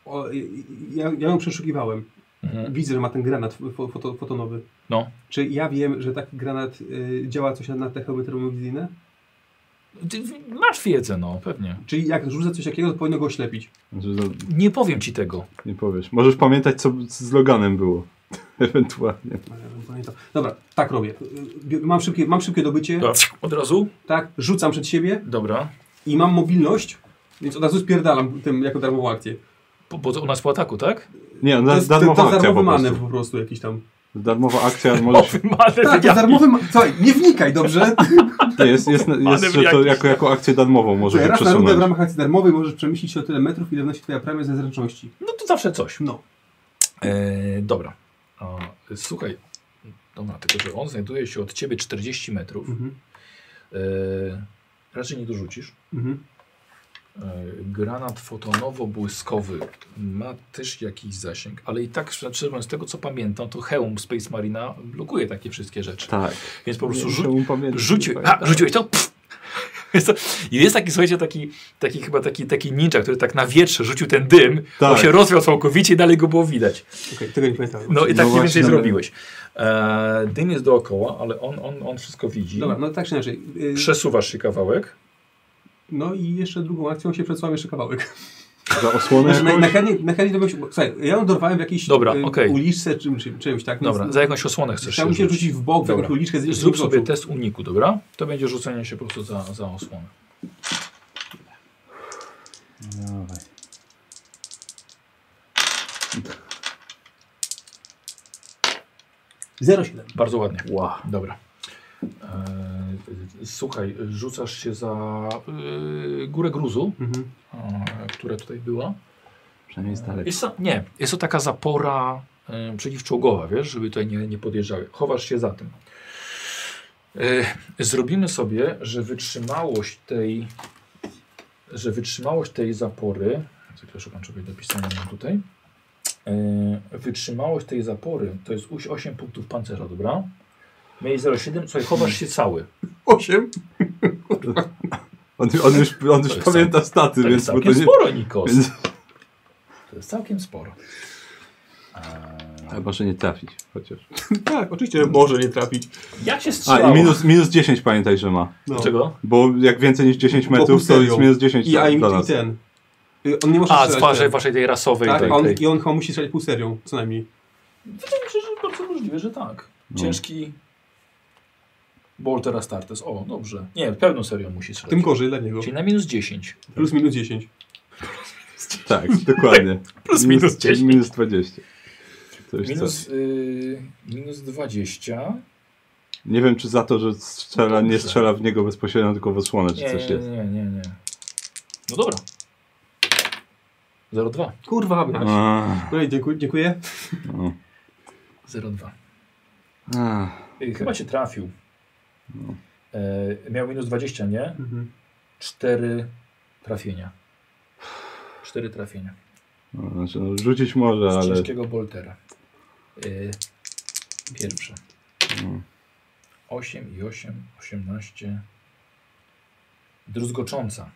o, ja, ja ją przeszukiwałem. Mhm. Widzę, że ma ten granat foto, fotonowy. No. Czy ja wiem, że taki granat y, działa coś na, na te hełmy termowizyjne? Ty masz wiedzę, no, pewnie. Czyli jak rzucę coś takiego, to powinno go oślepić. Znaczy, no, Nie powiem ci tego. nie powiesz. Możesz pamiętać, co z Loganem było. Ewentualnie. Ale ja bym pamiętał. Dobra, tak robię. Y, Mam szybkie, mam szybkie dobycie. To od razu? Tak, rzucam przed siebie Dobra. i mam mobilność, więc od razu spierdalam tym jako darmową akcję. Bo, bo to u nas po ataku, tak? Nie, To no, jest darmowa to akcja darmowy po manewr prostu. po prostu jakiś tam. Darmowa akcja, możesz... Tak, to jest darmowy manewr. Słuchaj, nie wnikaj, dobrze? Nie, jest, jest, jest, jest że to jako, jako akcję darmową możesz Słuchaj, raz na rundę w przesunąć. ramach akcji darmowej możesz przemyśleć się o tyle metrów, ile wnosi twoja premia ze zręczności. No to zawsze coś. No. E, dobra. A, słuchaj. Dobra, tylko że on znajduje się od ciebie czterdzieści metrów. Mhm. E, raczej nie dorzucisz. Mhm. E, granat fotonowo-błyskowy ma też jakiś zasięg, ale i tak, szczerze mówiąc, z tego co pamiętam, to hełm Space Marina blokuje takie wszystkie rzeczy. Tak. Więc po prostu Nie, rzu muszę pamiętać, rzucił, nie a, pamiętam. rzuciłeś to. Pff. Jest, to, i jest taki, słuchajcie, taki, taki chyba taki, taki ninja, który tak na wietrze rzucił ten dym, Tak. on się rozwiał całkowicie i dalej go było widać. Okej, tego nie pamiętałem. No i tak No mniej więcej właśnie. zrobiłeś. E, dym jest dookoła, ale on, on, on wszystko widzi. Dobra, no tak czy inaczej. Yy, Przesuwasz się kawałek. no i jeszcze drugą akcją się przesuwam jeszcze kawałek. Za osłonę Znaczy, na, jakąś? na, chętnie, na chętnie to bym się, słuchaj, ja ją dorwałem w jakiejś Dobra, y, okej. uliczce czym, czym, czymś, tak? Więc, Dobra, za jakąś osłonę chcesz Chciałbym się rzucić. rzucić w bok, w Dobra. jakąś uliczkę. Z Zrób z sobie oczu. test uniku, dobra? To będzie rzucenie się po prostu za, za osłonę. Dawaj. zero przecinek siedem. Bardzo ładnie. Wow. Dobra. E, słuchaj, rzucasz się za e, górę gruzu, Mhm. e, która tutaj była. Przynajmniej z daleka. Jest to, nie, jest to taka zapora e, przeciwczołgowa, wiesz, żeby tutaj nie, nie podjeżdżały. Chowasz się za tym. E, zrobimy sobie, że wytrzymałość tej, że wytrzymałość tej zapory, tylko szukam czegoś do pisania mam tutaj. E, wytrzymałość tej zapory to jest osiem punktów pancerza, dobra? Miej zero przecinek siedem, słuchaj, chowasz się cały. osiem? On, on już, on już jest pamięta staty, To więc... jest bo całkiem to nie, sporo, Nikos. więc... To jest całkiem sporo. Ale może nie trafić, chociaż. Tak, oczywiście, że może nie trafić. Jak się A, strzelało? i minus, minus dziesięć pamiętaj, że ma. No. Dlaczego? Bo jak więcej niż dziesięć Bo metrów, to serią. jest minus dziesięć I, a, i, dla i nas. ten. Y, On nie może A, z strzelać waszej, ten. waszej tej rasowej. Tak, tej, on, tej. i on chyba musi strzelać pół serią, co najmniej. Wydaje mi się, że bardzo możliwe, że tak. No. Ciężki Bolter Astartes. O, dobrze. Nie, pełną serią musi strzelać. Tym gorzej dla niego. Czyli na minus dziesięć. Plus minus dziesięć. Tak, dokładnie. Plus minus dziesięć. Minus dwadzieścia. To już Minus, co? yy, minus dwadzieścia. Nie wiem, czy za to, że strzela, nie Dobrze. strzela w niego bezpośrednio, tylko w osłonę, czy Nie, coś nie, jest. nie, nie, nie. No dobra. zero dwa. Kurwa, miałeś. A, No i dziękuję. dziękuję. no. zero dwa. A, Yy, chyba cię trafił. No. Yy, miał minus dwadzieścia, nie? Mhm. cztery trafienia. cztery trafienia. no, znaczy, no, rzucić może, Z ale... ciężkiego boltera. Yy, pierwsze. No. osiem i osiem, osiemnaście. Druzgocząca.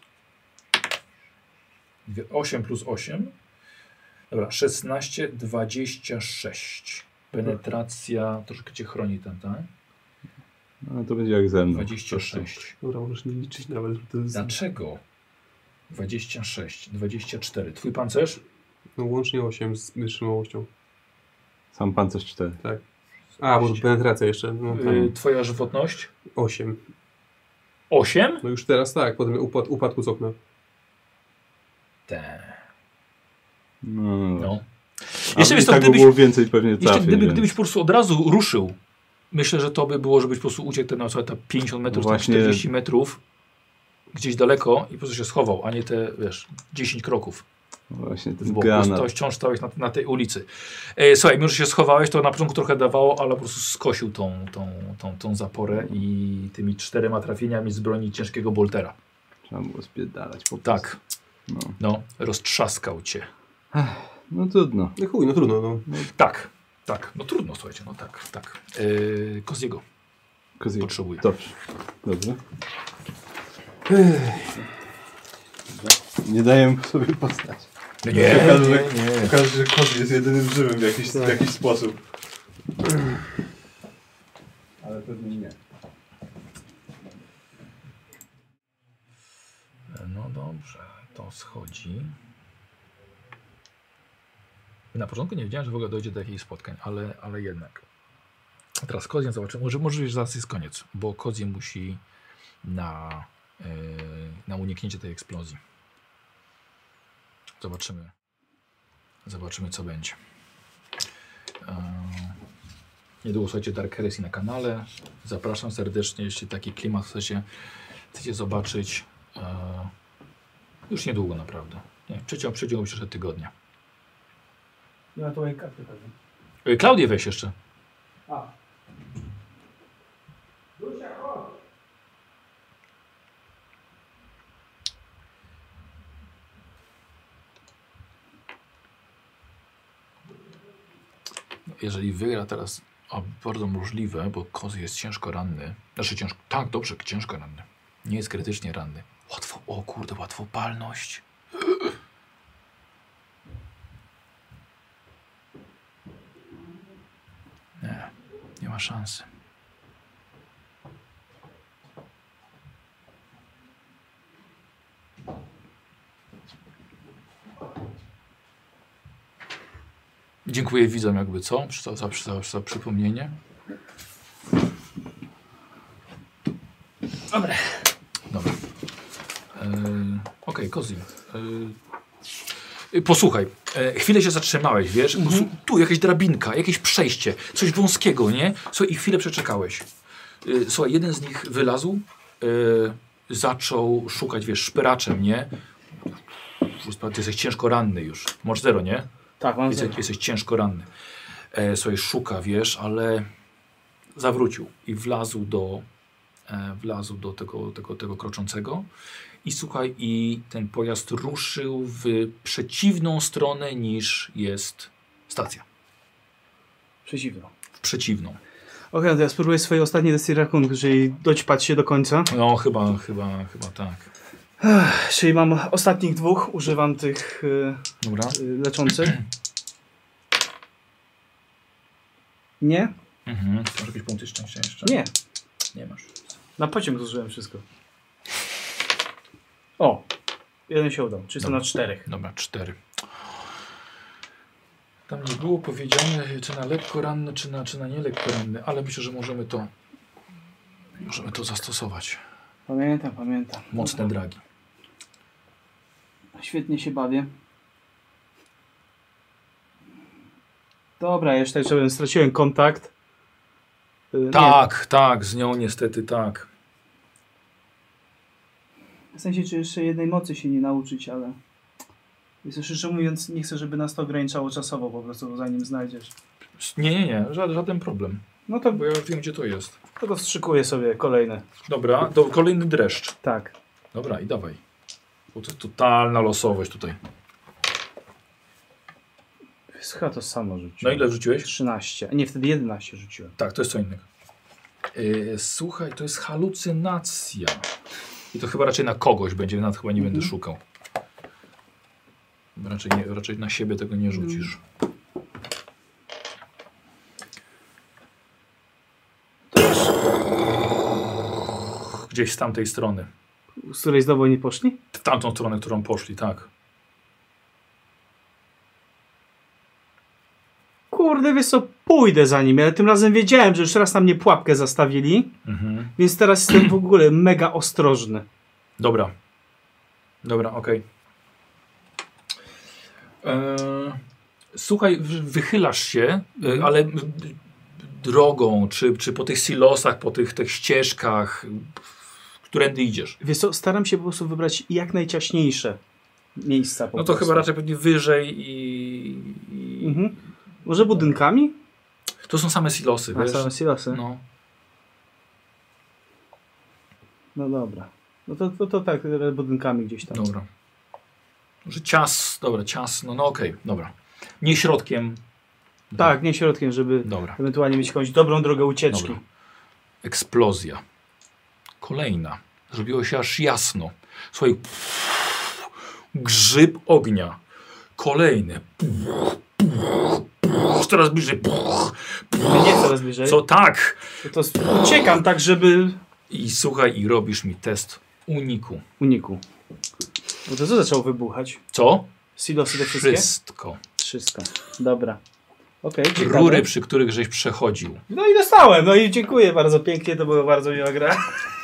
Dwie- osiem plus osiem. Dobra, szesnaście, dwadzieścia sześć. Penetracja, troszkę cię chroni ten, tak? No, to będzie jak ze mną. dwadzieścia sześć. Dobra, możesz nie liczyć nawet. Że to jest, Dlaczego? dwadzieścia sześć, dwadzieścia cztery. Twój pancerz? no, łącznie osiem z wytrzymałością. Sam pancerz cztery. Tak. A, bo to penetracja jeszcze. No, tak. Yy, twoja żywotność? osiem. osiem? No już teraz tak, potem upad, upadku z okna. Te. No, no. No. A Jeszcze i wiesz co, tak by gdybyś- było więcej pewnie Jeszcze trafień, gdyby, więc... gdybyś po prostu od razu ruszył, myślę, że to by było, żebyś po prostu uciekł ten na przykład te pięćdziesiąt metrów, No tam właśnie. czterdzieści metrów gdzieś daleko i po prostu się schował, a nie te, wiesz, dziesięć kroków Właśnie w ten boku. granat. To wciąż stałeś na, na tej ulicy. E, słuchaj, mimo że się schowałeś, to na początku trochę dawało, ale po prostu skosił tą, tą, tą, tą zaporę i tymi czterema trafieniami z broni ciężkiego boltera. Trzeba było spierdalać po prostu. Tak, No. no, roztrzaskał cię. no trudno. No chuj, no trudno. No. Tak, tak, no trudno, słuchajcie, no tak, tak. E, Koziego Kozi. potrzebuję. Dobrze. Dobrze. Nie daję sobie postać. Nie, nie, nie. Okaże się, że Kozi jest jedynym żywym w jakiś, w jakiś sposób. Ale pewnie nie. No dobrze, to schodzi. Na początku nie wiedziałem, że w ogóle dojdzie do jakichś spotkań, ale, ale jednak. A teraz Kozję zobaczymy. Może możliwe, że zaraz jest koniec, bo Kozję musi na, yy, na uniknięcie tej eksplozji. Zobaczymy. Zobaczymy, co będzie. Yy, niedługo słuchajcie Dark Heresy na kanale. Zapraszam serdecznie, jeśli taki klimat chcecie, chcecie zobaczyć. Yy, już niedługo naprawdę. Nie, przeciąg przeciągu przyszedł tygodnia. Nie ma tu mojej karty pewnie. Yy, Klaudię weź jeszcze. A. Jeżeli wygra teraz, a bardzo możliwe, bo Kozy jest ciężko ranny. Znaczy ciężko, tak, dobrze, ciężko ranny. Nie jest krytycznie ranny. Łatwo, o kurde, łatwopalność. Nie, nie ma szansy. Dziękuję widzom jakby co, za, za, za, za przypomnienie. Dobra. Dobra. Yy, Okej, okay, Kozi. Yy, posłuchaj, yy, chwilę się zatrzymałeś, wiesz? Mm-hmm. Tu jakaś drabinka, jakieś przejście, coś wąskiego, nie? Słuchaj, i chwilę przeczekałeś. Yy, słuchaj, jeden z nich wylazł, yy, zaczął szukać, wiesz, szperaczem, nie? Ty jesteś ciężko ranny już. Masz zero, nie? Tak, mam Jesteś, jesteś ciężko ranny. E, sobie szuka, wiesz, ale zawrócił i wlazł do, e, wlazł do tego, tego, tego kroczącego. I słuchaj, i ten pojazd ruszył w przeciwną stronę niż jest stacja. Przeciwną. W przeciwną. Okej, okay, to ja spróbuję swojej ostatniej decyzji rachunku, czyli doćpać się do końca. No chyba, chyba, chyba tak. Ech, czyli mam ostatnich dwóch, używam tych y, Dobra. y, leczących. Nie? Mhm. Masz jakieś punkty szczęścia jeszcze? Nie. Nie masz. Na pociąg zużyłem wszystko. O! Jeden się udał, czyli są na czterech. Dobra, cztery. Tam nie było powiedziane, czy na lekko ranny, czy na, czy na nie lekko ranny, ale myślę, że możemy to możemy to zastosować. Pamiętam, pamiętam. Mocne Dobra. dragi. Świetnie się bawię. Dobra, jeszcze tak, żebym straciłem kontakt. Yy, Tak, nie. tak, z nią niestety tak. W sensie, czy jeszcze jednej mocy się nie nauczyć, ale... Jest szczerze mówiąc, nie chcę, żeby nas to ograniczało czasowo po prostu, zanim znajdziesz. Nie, nie, nie, żaden, żaden problem. No to... Bo ja wiem, gdzie to jest. To wstrzykuję sobie kolejne. Dobra, to kolejny dreszcz. Tak. Dobra, i dawaj. Bo to jest totalna losowość tutaj. Chyba to samo rzuciłem. No ile rzuciłeś? trzynaście. A nie, wtedy jedenaście rzuciłem. Tak, to jest co innego. Yy, słuchaj, to jest halucynacja. I to chyba raczej na kogoś będzie, nawet chyba nie mhm. będę szukał. Raczej, nie, raczej na siebie tego nie rzucisz. Gdzieś z tamtej strony. Z której znowu nie poszli? W tamtą stronę, którą poszli, tak. Kurde, wiesz co, pójdę za nim, ale tym razem wiedziałem, że już raz na mnie pułapkę zastawili, mhm. więc teraz jestem w ogóle mega ostrożny. Dobra. Dobra, okej. Okay. Eee, słuchaj, wychylasz się, mhm. ale drogą, czy, czy po tych silosach, po tych, tych ścieżkach, którędy idziesz? Wiesz co, staram się po prostu wybrać jak najciaśniejsze miejsca. Po no to prostu. chyba raczej pewnie wyżej i... i... Mhm. Może budynkami? To są same silosy, A, wiesz? same silosy? No. No dobra. No to, to, to tak, budynkami gdzieś tam. Dobra. Może cias, dobra, ciasno, no okej, okay, dobra. Nie środkiem. Tak, nie środkiem, żeby dobra. ewentualnie mieć jakąś dobrą drogę ucieczki. Dobra. Eksplozja. Kolejna. Zrobiło się aż jasno. Słuchaj, grzyb ognia. Kolejny. Coraz bliżej. Nie coraz bliżej. Co tak? To uciekam tak, żeby... I słuchaj, i robisz mi test uniku. Uniku. Bo to co zaczęło wybuchać? Co? Silosy te wszystkie? Wszystko. Wszystko. Dobra. Okej, okay, rury, przy których żeś przechodził. No i dostałem, no i dziękuję bardzo pięknie, to była bardzo miła gra.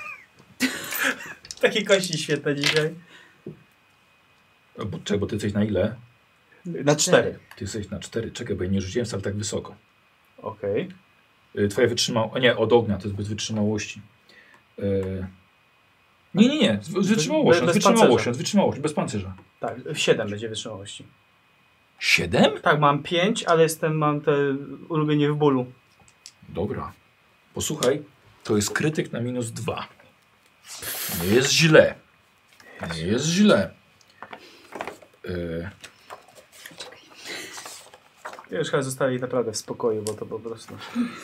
Takie kości świetne dzisiaj. Bo, czekaj, bo ty jesteś na ile? Na cztery. Ty jesteś na cztery. Czekaj, bo ja nie rzuciłem wcale tak wysoko. Okej. Okay. Twoja wytrzymałość... Nie, od ognia, to jest bez wytrzymałości. Yy... Nie, nie, nie. Z wytrzymałością, bez, z wytrzymałością, z wytrzymałością, bez pancerza. Tak, siedem będzie wytrzymałości. Siedem? Tak, mam pięć, ale jestem, mam te ulubienie w bólu. Dobra. Posłuchaj, to jest krytyk na minus dwa. Nie jest źle. Nie jest źle. Yy... Już chyba zostali naprawdę w spokoju, bo to po prostu...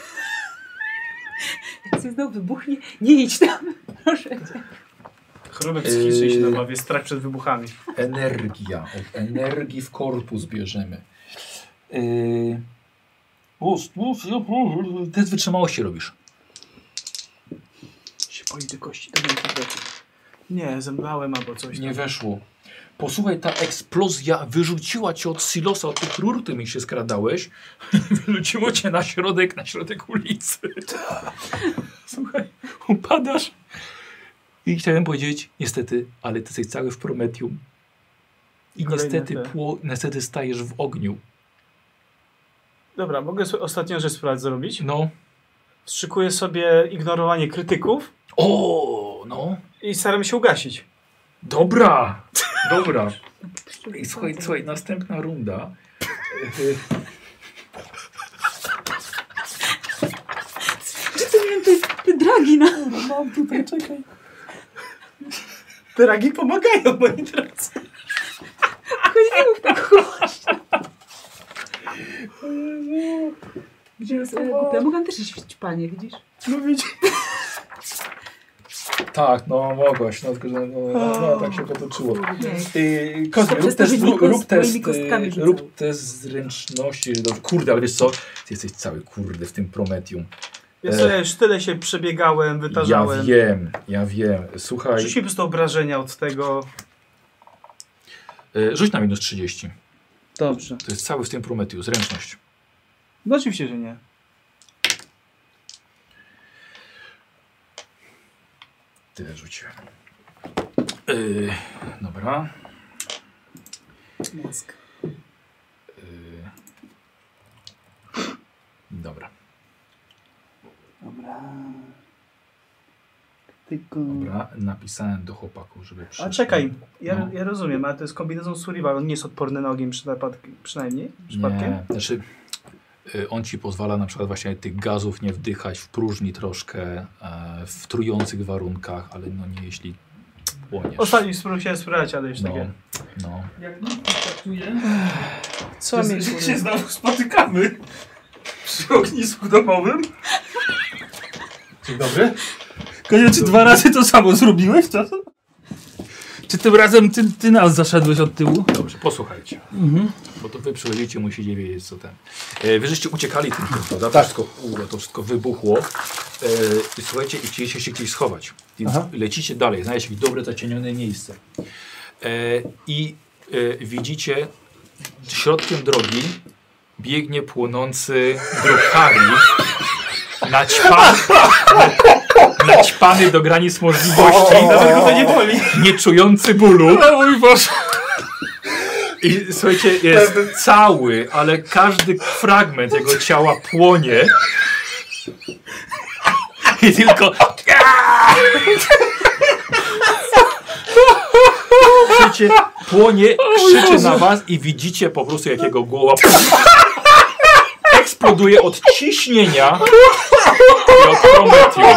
Jak coś znowu wybuchnie, nie idź tam, proszę cię. Choroby psychiczne yy... się nabawię, strach przed wybuchami. Energia. Od energii w korpus bierzemy. Yy... Test wytrzymałości robisz. Się boi te kości, to będzie nie, zemdlałem albo coś. Nie tam. weszło. Posłuchaj, ta eksplozja wyrzuciła cię od silosa, od tych rur, którymi się skradałeś. Wyrzuciło cię na środek, na środek ulicy. Słuchaj, upadasz. I chciałem powiedzieć, niestety, ale ty jesteś cały w Prometium. I niestety, pło, niestety stajesz w ogniu. Dobra, mogę sobie ostatnią rzecz spróbować zrobić? No. Strzykuję sobie ignorowanie krytyków. O, no. I staram się ugasić. Dobra, dobra. I słuchaj, słuchaj, następna runda. Gdzie to miałem te, te dragi na... No, mam tutaj, czekaj. Dragi pomagają, moi drodzy. Tylko nie mów tak głośno. Gdzie jest to? Ja mogłam też iść, panie, widzisz? No widzisz. Tak, no mogłaś, no, tylko, że, no, no, no tak się potoczyło. Yy, Kozmy, rób, test, rób, kos, rób, test, yy, rób test zręczności. Kurde, ale wiesz co? Ty jesteś cały kurde w tym Prometium. Ja sobie już tyle się przebiegałem, wytarzałem. Ja wiem, ja wiem. Słuchaj. Rzuć mi po prostu obrażenia od tego. Yy, rzuć na minus trzydzieści. Dobrze. To jest cały w tym Prometium, zręczność. No oczywiście, że nie. Tyle rzuciłem. Yy, dobra. Mózg. Yy, dobra. Dobra. Tylko... Dobra, napisałem do chłopaków, żeby przyszli. A czekaj, ja, No. ja rozumiem, ale to jest kombinezon Survival, on nie jest odporny na ogień przypadkiem, przynajmniej? Przypadkiem? Nie, znaczy y, on ci pozwala na przykład właśnie tych gazów nie wdychać w próżni troszkę, e, w trujących warunkach, ale no nie jeśli płoniesz. Ostatnio spróbowałem spróbować, ale już No, takie... no. Jak nikt traktuje, Co mi się, się znowu spotykamy przy ognisku domowym. Dzień dobry. Koniecznie, czy dwa razy to samo zrobiłeś czasem? Czy tym razem ty, ty nas zaszedłeś od tyłu? Dobrze, posłuchajcie. Mhm. Bo to wy przychodzicie, musicie wiedzieć co ten. E, wy żeście uciekali tym, prawda? Tak. Wszystko, ule, to wszystko wybuchło. E, I słuchajcie, i chcieliście się gdzieś schować. I Aha. lecicie dalej, znaleźć jakieś dobre, zacienione miejsce. E, I e, widzicie, środkiem drogi biegnie płonący Drukhari, naćpany, naćpany do granic możliwości, Nawet go to nie boli. nie czujący bólu. O mój Boże. I słuchajcie, jest cały, ale każdy fragment jego ciała płonie. I tylko... Słuchajcie, płonie, krzyczy na was i widzicie po prostu jak jego głowa eksploduje od ciśnienia i od prometium.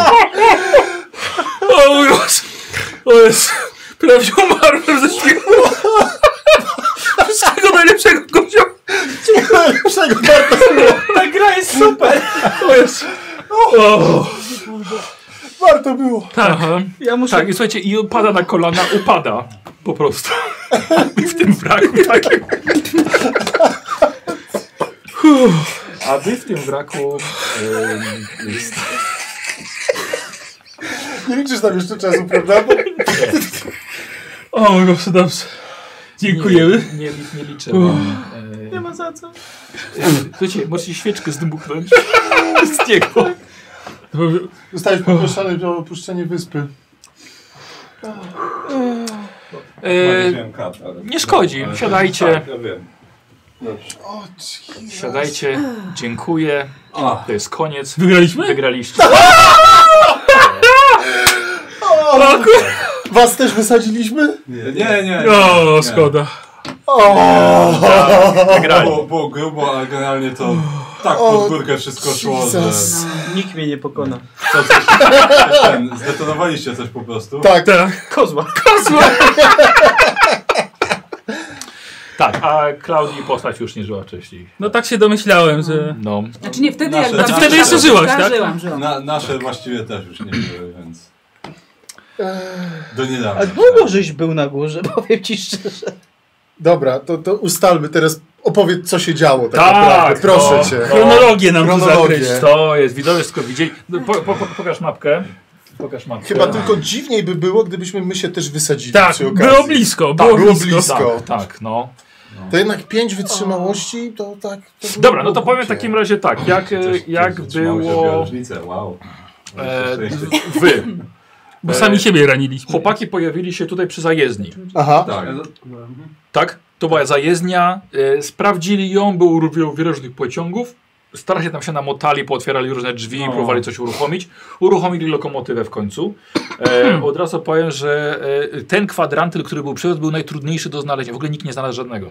O mój Boże. O jest... Prawie umarłem ze śmiechu. Wszystkiego najlepszego gościa. Wszystkiego najlepszego, Bartosz. Ta gra jest super. To jest... O. Warto było. Tak, Ja muszę... tak, i słuchajcie, i pada na kolana, upada po prostu. I w tym wraku takim. A wy w tym wraku yy, jest... Nie liczysz tam jeszcze czasu, prawda? Bo... O mój Boże, dobrze. Dziękujemy. Nie, nie, nie liczę. Wam, yy, Nie ma za co. Słuchajcie, możecie świeczkę zdmuchnąć z niego. Zostałeś poproszony o opuszczenie wyspy. Yy, nie szkodzi, siadajcie. Tak, ja wiem. O, Siadajcie, dziękuję. To jest koniec. Wygraliśmy? Wygraliście. o, Was też wysadziliśmy? Nie, nie, nie. O, nie. szkoda. O, Wygrali. Było, było grubo, ale generalnie to tak O, pod górkę wszystko szło, że Jesus. Nikt mnie nie pokona. to coś, ten, zdetonowaliście coś po prostu. Tak, Tak. Kozła. Tak, a Klaudii postać już nie żyła wcześniej. No tak się domyślałem, że... No. Znaczy nie, wtedy Nasze- jak... Znaczy byłam wtedy młodsza, jeszcze żyłaś, tak? tak? Żyłam, żyłam. Na, nasze właściwie też już nie były, więc do niedawna. A długo żeś był na górze, powiem ci szczerze. dobra, to, to ustalmy teraz, opowiedz co się działo tak, Tak, naprawdę, proszę no. cię. Chronologię nam tu Chronologię. zakreśl. To jest, widzowie wszystko widzieli. No, po, po, po, pokaż mapkę. Pokaż mapkę. Chyba tylko dziwniej by było, gdybyśmy my się też wysadzili Tak, przy okazji. było blisko, Tak, było było blisko. blisko. Tak, tak, no. To jednak pięć wytrzymałości, to tak... To Dobra, no to było powiem w głupie. takim razie tak, jak, Coś- jak coś zatrzymało się w było różnicę, wow. e, wy. Bo sami siebie raniliśmy. Chłopaki pojawili się tutaj przy zajezdni. Aha. Tak. Tak? To była zajezdnia, e, sprawdzili ją, było wiele różnych pociągów. Starali się tam się namotali, pootwierali różne drzwi, No. próbowali coś uruchomić. Uruchomili lokomotywę w końcu. E, od razu powiem, że e, ten kwadrantyl, który był przewód, był najtrudniejszy do znalezienia. W ogóle nikt nie znalazł żadnego.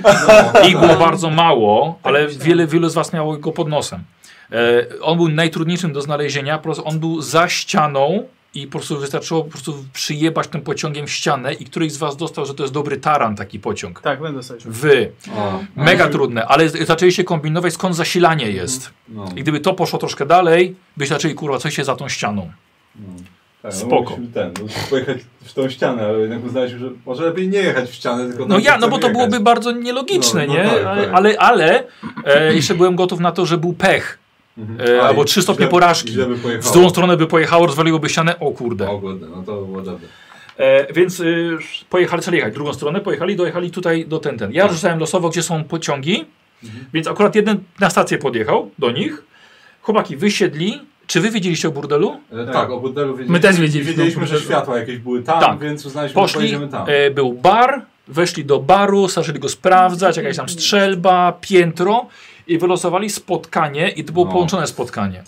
Ich było bardzo mało, ale wiele, wielu z was miało go pod nosem. E, on był najtrudniejszym do znalezienia, po prostu on był za ścianą i po prostu wystarczyło po prostu przyjebać tym pociągiem w ścianę i któryś z was dostał, że to jest dobry taran taki pociąg. Tak, będę sobie. Wy. O, Mega trudne, ale z- zaczęliście kombinować, skąd zasilanie jest. no, I gdyby to poszło troszkę dalej, byście zaczęli, kurwa, coś się za tą ścianą. no. Tak, no Spoko. mogliśmy ten, no, pojechać w tą ścianę, ale jednak uznaliśmy, że może lepiej nie jechać w ścianę, tylko No tam ja, chcemy no bo to jechać. byłoby bardzo nielogiczne, No, no nie? tak, tak. Ale, ale e, jeszcze byłem gotów na to, że był pech. Mhm. E, A, albo i trzy stopnie źle- porażki. źle by W pojechało. którą stronę by pojechało, rozwaliłoby ścianę, o kurde. O kurde, no to było dobre. E, więc y, pojechali, chcieli jechać w drugą stronę, pojechali, dojechali tutaj do ten, ten. Ja rzucałem losowo, gdzie są pociągi, Mhm. więc akurat jeden na stację podjechał do nich. Chłopaki wysiedli. Czy wy wiedzieliście o burdelu? E, tak, o burdelu wiedzieliśmy. My też wiedzieliśmy Wiedzieliśmy, o że burdelu. światła jakieś były tam, Tak. więc uznaliśmy, że Poszli, pojedziemy tam. e, był bar, weszli do baru, zaczęli go sprawdzać, jakaś tam strzelba, piętro i wylosowali spotkanie i to było No. połączone spotkanie.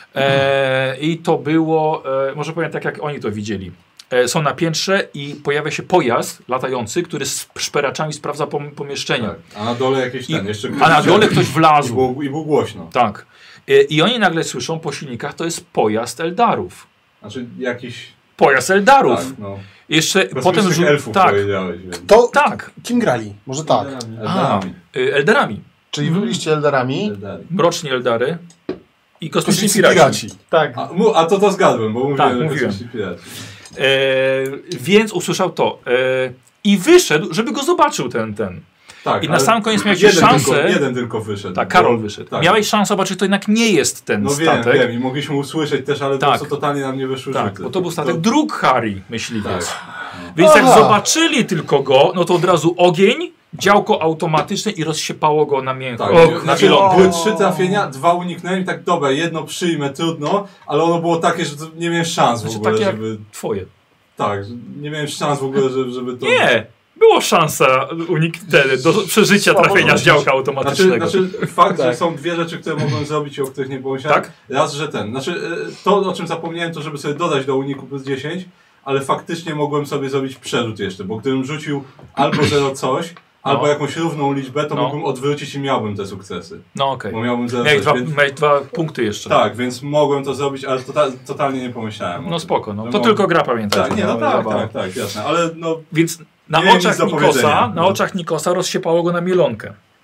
E, I to było, e, może powiem tak jak oni to widzieli. E, są na piętrze i pojawia się pojazd latający, który z szperaczami sprawdza pom- pomieszczenia. Tak. A na dole jakieś I- ten, jeszcze A na dole ktoś I wlazł. było, I było głośno. Tak. E, I oni nagle słyszą po silnikach, to jest pojazd Eldarów. Znaczy jakiś... Pojazd Eldarów. Tak, no. Jeszcze Potem potem żu- żu- elfów tak, powiedziałeś, więc... To tak, kim grali? Może tak. Eldarami. y, Eldarami. Czyli wy byliście Eldarami, Eldari. Mroczni Eldary i kosmiczni kosmicy piraci. piraci. Tak. A, mu, a to to zgadłem, bo mówiłem, Tak, że mówiłem. kosmiczni piraci. E, więc usłyszał to. E, I wyszedł, żeby go zobaczył ten, ten. Tak, I na ale sam koniec miałeś jeden szansę- Tylko, jeden tylko wyszedł. Tak, Karol Bo- wyszedł. Tak. Miałeś szansę zobaczyć, że to jednak nie jest ten No wiem, statek. wiem i mogliśmy usłyszeć też, ale Tak. po prostu totalnie nam nie wyszły Tak, rzuty. bo to był statek dróg Harry, myśliwiec. Tak. Więc jak Aha. zobaczyli tylko go, no to od razu ogień, działko automatyczne i rozsiepało go na miękko. Tak, O, na na znaczy, wielonkę. były trzy trafienia, dwa uniknąłem i tak dobra, jedno przyjmę, trudno, ale ono było takie, że to nie miałem szans w Znaczy, ogóle, takie jak żeby... twoje. Tak, że nie miałem szans w ogóle, żeby, żeby to... Nie! Była szansa unik ten, do przeżycia Słabo trafienia z nosić. działka Znaczy, automatycznego. znaczy fakt, że Tak. są dwie rzeczy, które mogłem zrobić i o których nie pomyślałem. Tak? Raz, że ten, znaczy e, to o czym zapomniałem, to żeby sobie dodać do uniku plus dziesięć, ale faktycznie mogłem sobie zrobić przerzut jeszcze, bo gdybym rzucił albo zero coś, albo No. jakąś równą liczbę, to No. mógłbym odwrócić i miałbym te sukcesy. No okej. Bo miałbym zero Miałeś coś, dwa, więc... miałeś dwa punkty jeszcze. Tak, więc mogłem to zrobić, ale tota, totalnie nie pomyślałem. o No tym. spoko, no. Że To mogłem- tylko gra pamiętaj. Tak, nie, no tak, Zabawa. tak, tak, jasne, ale no... Więc na Nie miałem oczach nic do Nikosa, powiedzenia. na oczach Nikosa rozsiepało go na milonkę.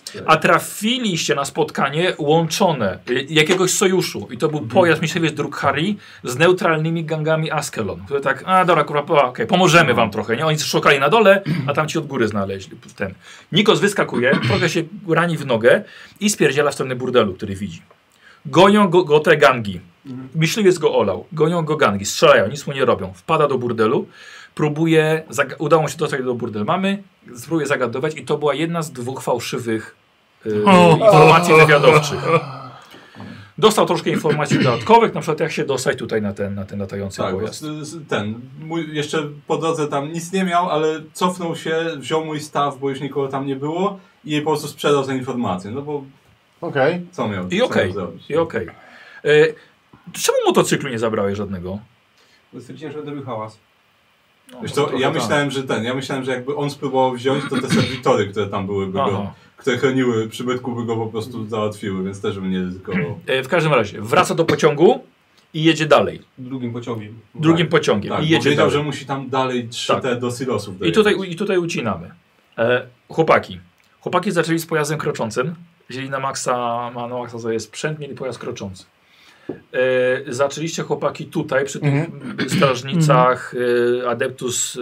A trafiliście na spotkanie łączone y, jakiegoś sojuszu. I to był pojazd myśliwiec Drukhari z neutralnymi gangami Askelon. Które tak, a dobra, kurwa, okej, okay, pomożemy wam trochę. Nie? Oni szukali na dole, a tam ci od góry znaleźli. Ten. Nikos wyskakuje, trochę się rani w nogę i spierdziela w stronę burdelu, który widzi. Gonią go, go te gangi. Myśliwiec go olał. Gonią go gangi, strzelają, nic mu nie robią. Wpada do burdelu. Próbuje, udało mu się dostać do burdelu. Mamy, spróbuje zagadywać i to była jedna z dwóch fałszywych yy, informacji wywiadowczych. Dostał troszkę informacji dodatkowych, na przykład jak się dostać tutaj na ten, na ten latający tak, pojazd. Ten, mój, jeszcze po drodze tam nic nie miał, ale cofnął się, wziął mój staw, bo już nikogo tam nie było i jej po prostu sprzedał za informację, no bo okej. Okay. Co miał, I co okej, miał zrobić? i okej. Okay. Czemu motocyklu nie zabrałeś żadnego? Stwierdziłem, że będę robił hałas. No, Wiesz to, ja myślałem, że ten, ja myślałem, że jakby on spróbował wziąć, to te serwitory, które tam były, by go, które chroniły przybytku, by go po prostu załatwiły, więc też bym nie ryzykował. W każdym razie, wraca do pociągu i jedzie dalej. Drugim pociągiem. Drugim tak, pociągiem tak, i jedzie wiedział, dalej. że musi tam dalej trzy tak. te do silosów I tutaj, I tutaj ucinamy. E, chłopaki. Chłopaki zaczęli z pojazdem kroczącym. Wzięli na maksa, ma na maksa sobie sprzęt, mieli pojazd kroczący. E, zaczęliście chłopaki tutaj, przy tych mm. strażnicach e, Adeptus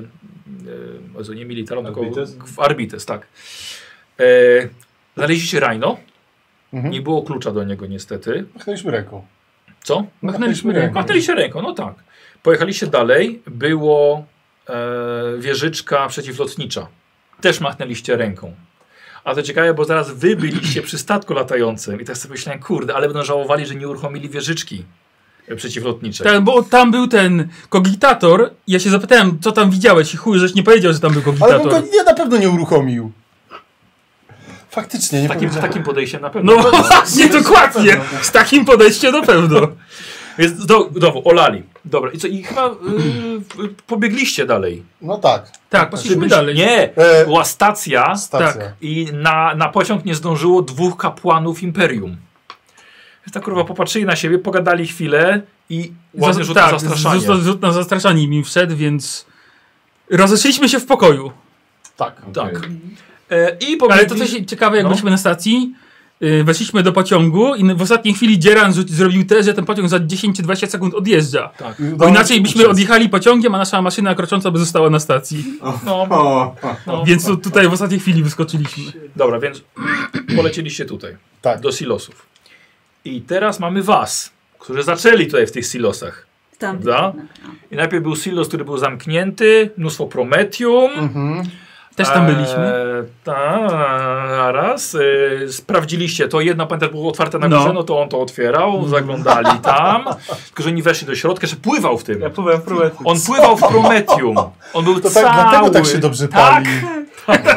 e, e, nie Militarum, tylko w Arbites, tak. E, znaleźliście Rhino. Mm-hmm. Nie było klucza do niego niestety. Machnęliśmy ręką. Co? Machnęliśmy ręką. Machnęliście ręką, no tak. Pojechaliście dalej, było e, wieżyczka przeciwlotnicza. Też machnęliście ręką. A to ciekawe, bo zaraz wy byliście przy statku latającym i tak sobie myślałem, kurde, ale będą żałowali, że nie uruchomili wieżyczki przeciwlotniczej. Tak, bo tam był ten kogitator i ja się zapytałem, co tam widziałeś i chuj, żeś nie powiedział, że tam był kogitator. Ale on go nie, na pewno nie uruchomił. Faktycznie, nie z takim, z takim podejściem na pewno. No właśnie, dokładnie. Z takim podejściem na pewno. Więc znowu, olali. Dobra, i co? I chyba yy, pobiegliście dalej. No tak. Tak, poszliśmy dalej. Nie, e, była stacja, stacja. Tak, i na, na pociąg nie zdążyło dwóch kapłanów Imperium. Więc tak kurwa popatrzyli na siebie, pogadali chwilę i ładny rzut tak, na zastraszanie. Rzut, rzut na zastraszanie mi wszedł, więc rozeszliśmy się w pokoju. Tak. Tak. E, i pobiegli... Ale to coś ciekawe, jak no. byliśmy na stacji, yy, weszliśmy do pociągu i w ostatniej chwili Dzieran zrobił test, że ten pociąg za dziesięć czy dwadzieścia sekund odjeżdża. Tak. Bo inaczej byśmy odjechali pociągiem, a nasza maszyna krocząca by została na stacji. No. O, no. Więc to, tutaj w ostatniej chwili wyskoczyliśmy. Dobra, więc polecieliście tutaj. Tak. Do silosów. I teraz mamy was, którzy zaczęli tutaj w tych silosach. Tam. I najpierw był silos, który był zamknięty, mnóstwo prometium. Mhm. Też tam byliśmy. Eee, tak, raz. E, sprawdziliście to. Jedno pamiętam było otwarte na górze, no. no to on to otwierał, zaglądali tam. Tylko, że oni weszli do środka, że pływał w tym. Ja pływałem w Prometium. On pływał w Prometium. On był to cały. Tak, dlatego tak się dobrze pali. Tak.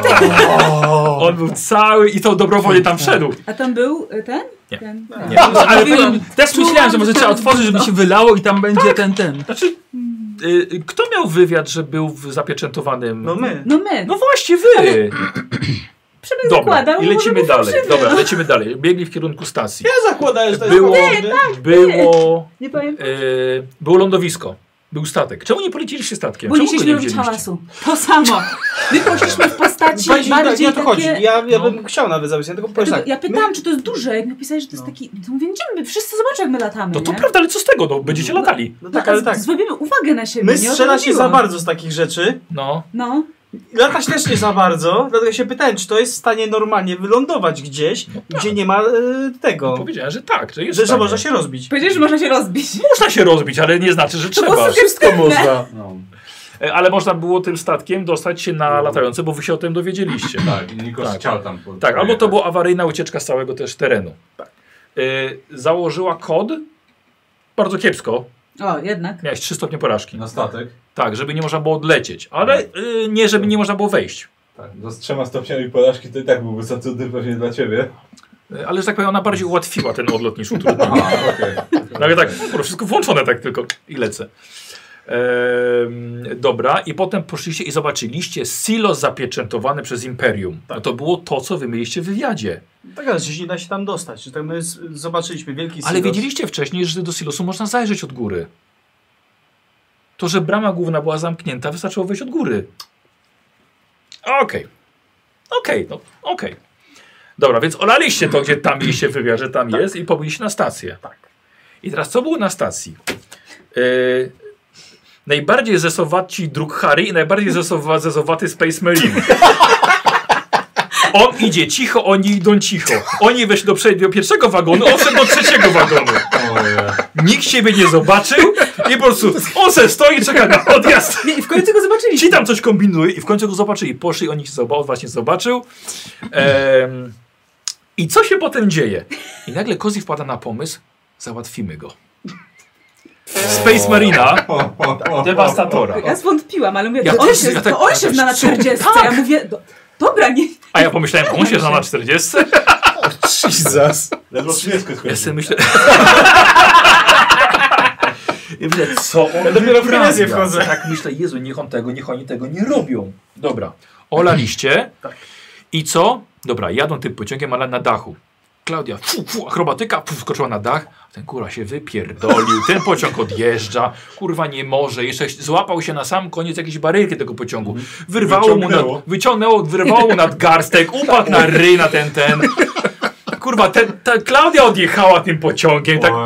On był cały i to dobrowolnie tam wszedł. A tam był ten? Nie. ten, Nie. ten. Nie. Ale powiem, też myślałem, że może trzeba otworzyć, żeby się wylało i tam będzie ten, ten. Znaczy, y, kto miał wywiad, że był w zapieczętowanym... No my. No my. No właśnie wy. Przemek Dobra, zakładał, i lecimy może dalej. fałszywy, Dobra, no. lecimy dalej. Biegli w kierunku stacji. Ja zakładałem, że to jest Było, prawdziwy. było, Nie powiem. y, było lądowisko. Był statek. Czemu nie poleciliście statkiem? Bo Czemu nie go chcieliśmy nie robić wzięliście? hałasu. To samo. My poszliśmy w postaci Bardziej, bardziej nie o to chodzi. takie... Ja, ja No. bym chciał nawet zapisać, tylko powiem Dlatego tak. ja pytałam, my- czy to jest duże. Jak napisałeś, że to jest No. taki... To mówię, idziemy, wszyscy zobaczą, jak my latamy, No to nie? prawda, ale co z tego? No, będziecie latali. No tak, ale tak. Zrobimy uwagę na siebie, My nie? O to strzela się chodziło. za bardzo z takich rzeczy. No. No. Latać też nie za bardzo, dlatego się pytałem, czy to jest w stanie normalnie wylądować gdzieś, gdzie nie ma e, tego, Powiedziałem, że tak, że jest że, w że stanie. można się rozbić. Powiedziałeś, że można się rozbić. Można się rozbić, ale nie znaczy, że To było trzeba. wszystko Można. no. E, Ale można było tym statkiem dostać się na latające, bo wy się o tym dowiedzieliście. Tak, i Nikos Tak. chciał tam po, Tak, albo to pojechać. była awaryjna ucieczka z całego też terenu. Tak. E, założyła kod bardzo kiepsko. O, jednak. Miałeś trzy stopnie porażki. Na statek. Tak, żeby nie można było odlecieć, ale y, nie, żeby nie można było wejść. Tak, no z trzema stopniami porażki to i tak byłby za trudny pewnie dla ciebie. Y, Ale że tak powiem, ona bardziej ułatwiła ten odlot niż utrudniła. Aha, okej. Nawet tak, kurwa, wszystko włączone tak tylko i lecę. Ehm, dobra, i potem poszliście i zobaczyliście silo zapieczętowane przez Imperium. No to było to, co wy mieliście w wywiadzie. Tak, ale gdzieś nie da się tam dostać. Że tak my z- zobaczyliśmy wielki Ale silos. wiedzieliście wcześniej, że do silosu można zajrzeć od góry. To, że brama główna była zamknięta, wystarczyło wejść od góry. Okej. Okej, no okej. Dobra, więc olaliście to, gdzie tam mieliście wywiad, że tam tak. jest i pobiliście na stację. Tak. I teraz co było na stacji? Yy, najbardziej zesowaci druk Harry i najbardziej zesowa, zesowaty Space Marine. On idzie cicho, oni idą cicho. Oni weszli do, do pierwszego wagonu, on wszedł do trzeciego wagonu. Nikt siebie nie zobaczył i po prostu on se stoi i czeka na odjazd. Nie, i w końcu go zobaczyli. Ci tam coś kombinują i w końcu go zobaczyli. Poszli, on ich zobaczył, właśnie zobaczył. Ehm, I co się potem dzieje? I nagle Kozi wpada na pomysł, załatwimy go. Space Marina, dewastatora. Ja zwątpiłam, ale mówię, Ja to on też- się, ja tak- to on ja się tak- zna na czterdziestce. Tak. Ja mówię, do, dobra, nie. A ja pomyślałem, on się zna na czterdziestce? Jesus. Ledwo trzydziestkę Ja sobie myślę... I myślę, co on Ja dopiero w wyprawia? finezję wchodzę. Tak myślę, Jezu, niech on tego, niech oni tego nie robią. Dobra, olaliście. Tak. I co? Dobra, jadą tym pociągiem, ale na dachu. Klaudia, fu, fu, akrobatyka, fu, skoczyła na dach. Ten kurwa się wypierdolił, ten pociąg odjeżdża, kurwa nie może, jeszcze złapał się na sam koniec jakiejś barierki tego pociągu. Wyrwało mu, nad, Wyciągnęło. wyciągnęło, wyrwało mu nadgarstek, upadł na ryj na ten, ten. Kurwa, ten, ta Klaudia odjechała tym pociągiem, tak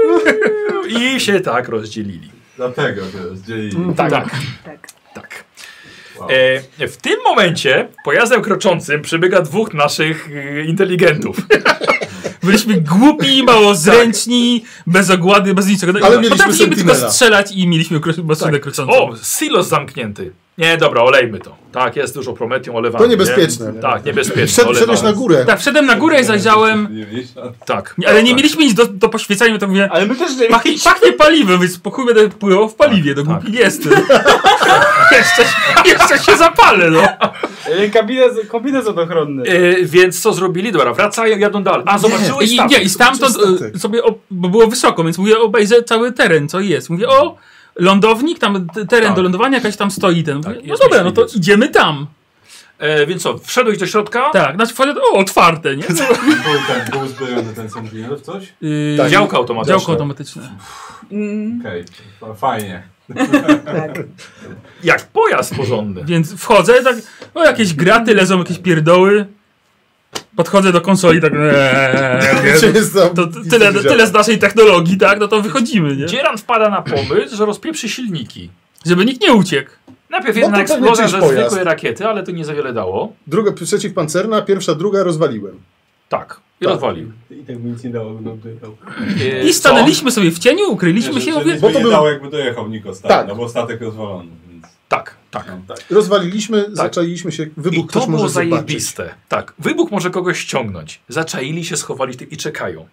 i się tak rozdzielili. Dlatego się rozdzielili. Tak, tak. Tak. tak. Wow. E, w tym momencie pojazdem kroczącym przybiega dwóch naszych e, inteligentów. Byliśmy głupi, mało zręczni, bez ogłady, bez niczego. Ale mieliśmy Potrafiliśmy tylko Sentinela. strzelać i mieliśmy kro- maszynę kroczącą. O, silos zamknięty. Nie, dobra, olejmy to. Tak, jest dużo Prometium, olewamy. To niebezpieczne, Nie? nie? Tak, niebezpieczne. Wszedł, wszedłeś olewamy. na górę. Tak, wszedłem na górę i zajrzałem, Nie widzisz? A Tak. ale nie mieliśmy nic do, do poświecania, to mówię, Ale my też nie pachnie, pachnie paliwem, więc po chuj będę pływał w paliwie, no głupi nie jestem. jeszcze, jeszcze się zapalę, no. Kabinez, kombinezon ochronny. E, więc co zrobili? Dobra, wracają, jadą dalej. A, zobaczyłeś I, tam. nie, i stamtąd statek. e, sobie, o, bo było wysoko, więc mówię, obejrzę cały teren, co jest. Mówię, o, lądownik, tam t- teren Tak. do lądowania, jakaś tam stoi ten. Mówię, Tak, no jest dobra, no to myśliwiec. idziemy tam. E, więc co, wszedłeś do środka? Tak, znaczy wchodzę, o, otwarte, nie? Był ten, był uzbrojony ten Sentinel w coś? Yy, Tak. Działko automatyczne. Działko automatyczne. Mm, Okej, okay. Fajnie. tak. Jak pojazd porządny. Więc wchodzę, tak, o, jakieś graty, leżą jakieś pierdoły. Podchodzę do konsoli, tak, eee, Czy jest tam to, to nic tyle, nie tyle działa? z naszej technologii, tak, no to wychodzimy, nie? Dzieran wpada na pomysł, że rozpieprzy silniki. Żeby nikt nie uciekł. Najpierw No jedna to pewnie eksplozja czyjś ze pojazd. zwykłej rakiety, ale to nie za wiele dało. Druga przeciwpancerna, pierwsza, druga rozwaliłem. Tak, i Tak. rozwalił. I tak by nic nie dało, no dojechał. E, I stanęliśmy sobie w cieniu, ukryliśmy się, mówię, Bo Bo to to nie był- dało, jakby dojechał Niko statek, Tak. no bo statek rozwalony, więc... Tak, tak. Rozwaliliśmy, zaczailiśmy się, wybuch I to ktoś było może zobaczyć. zajebiste. Tak, wybuch może kogoś ściągnąć. Zaczaili się, schowali ty- i czekają.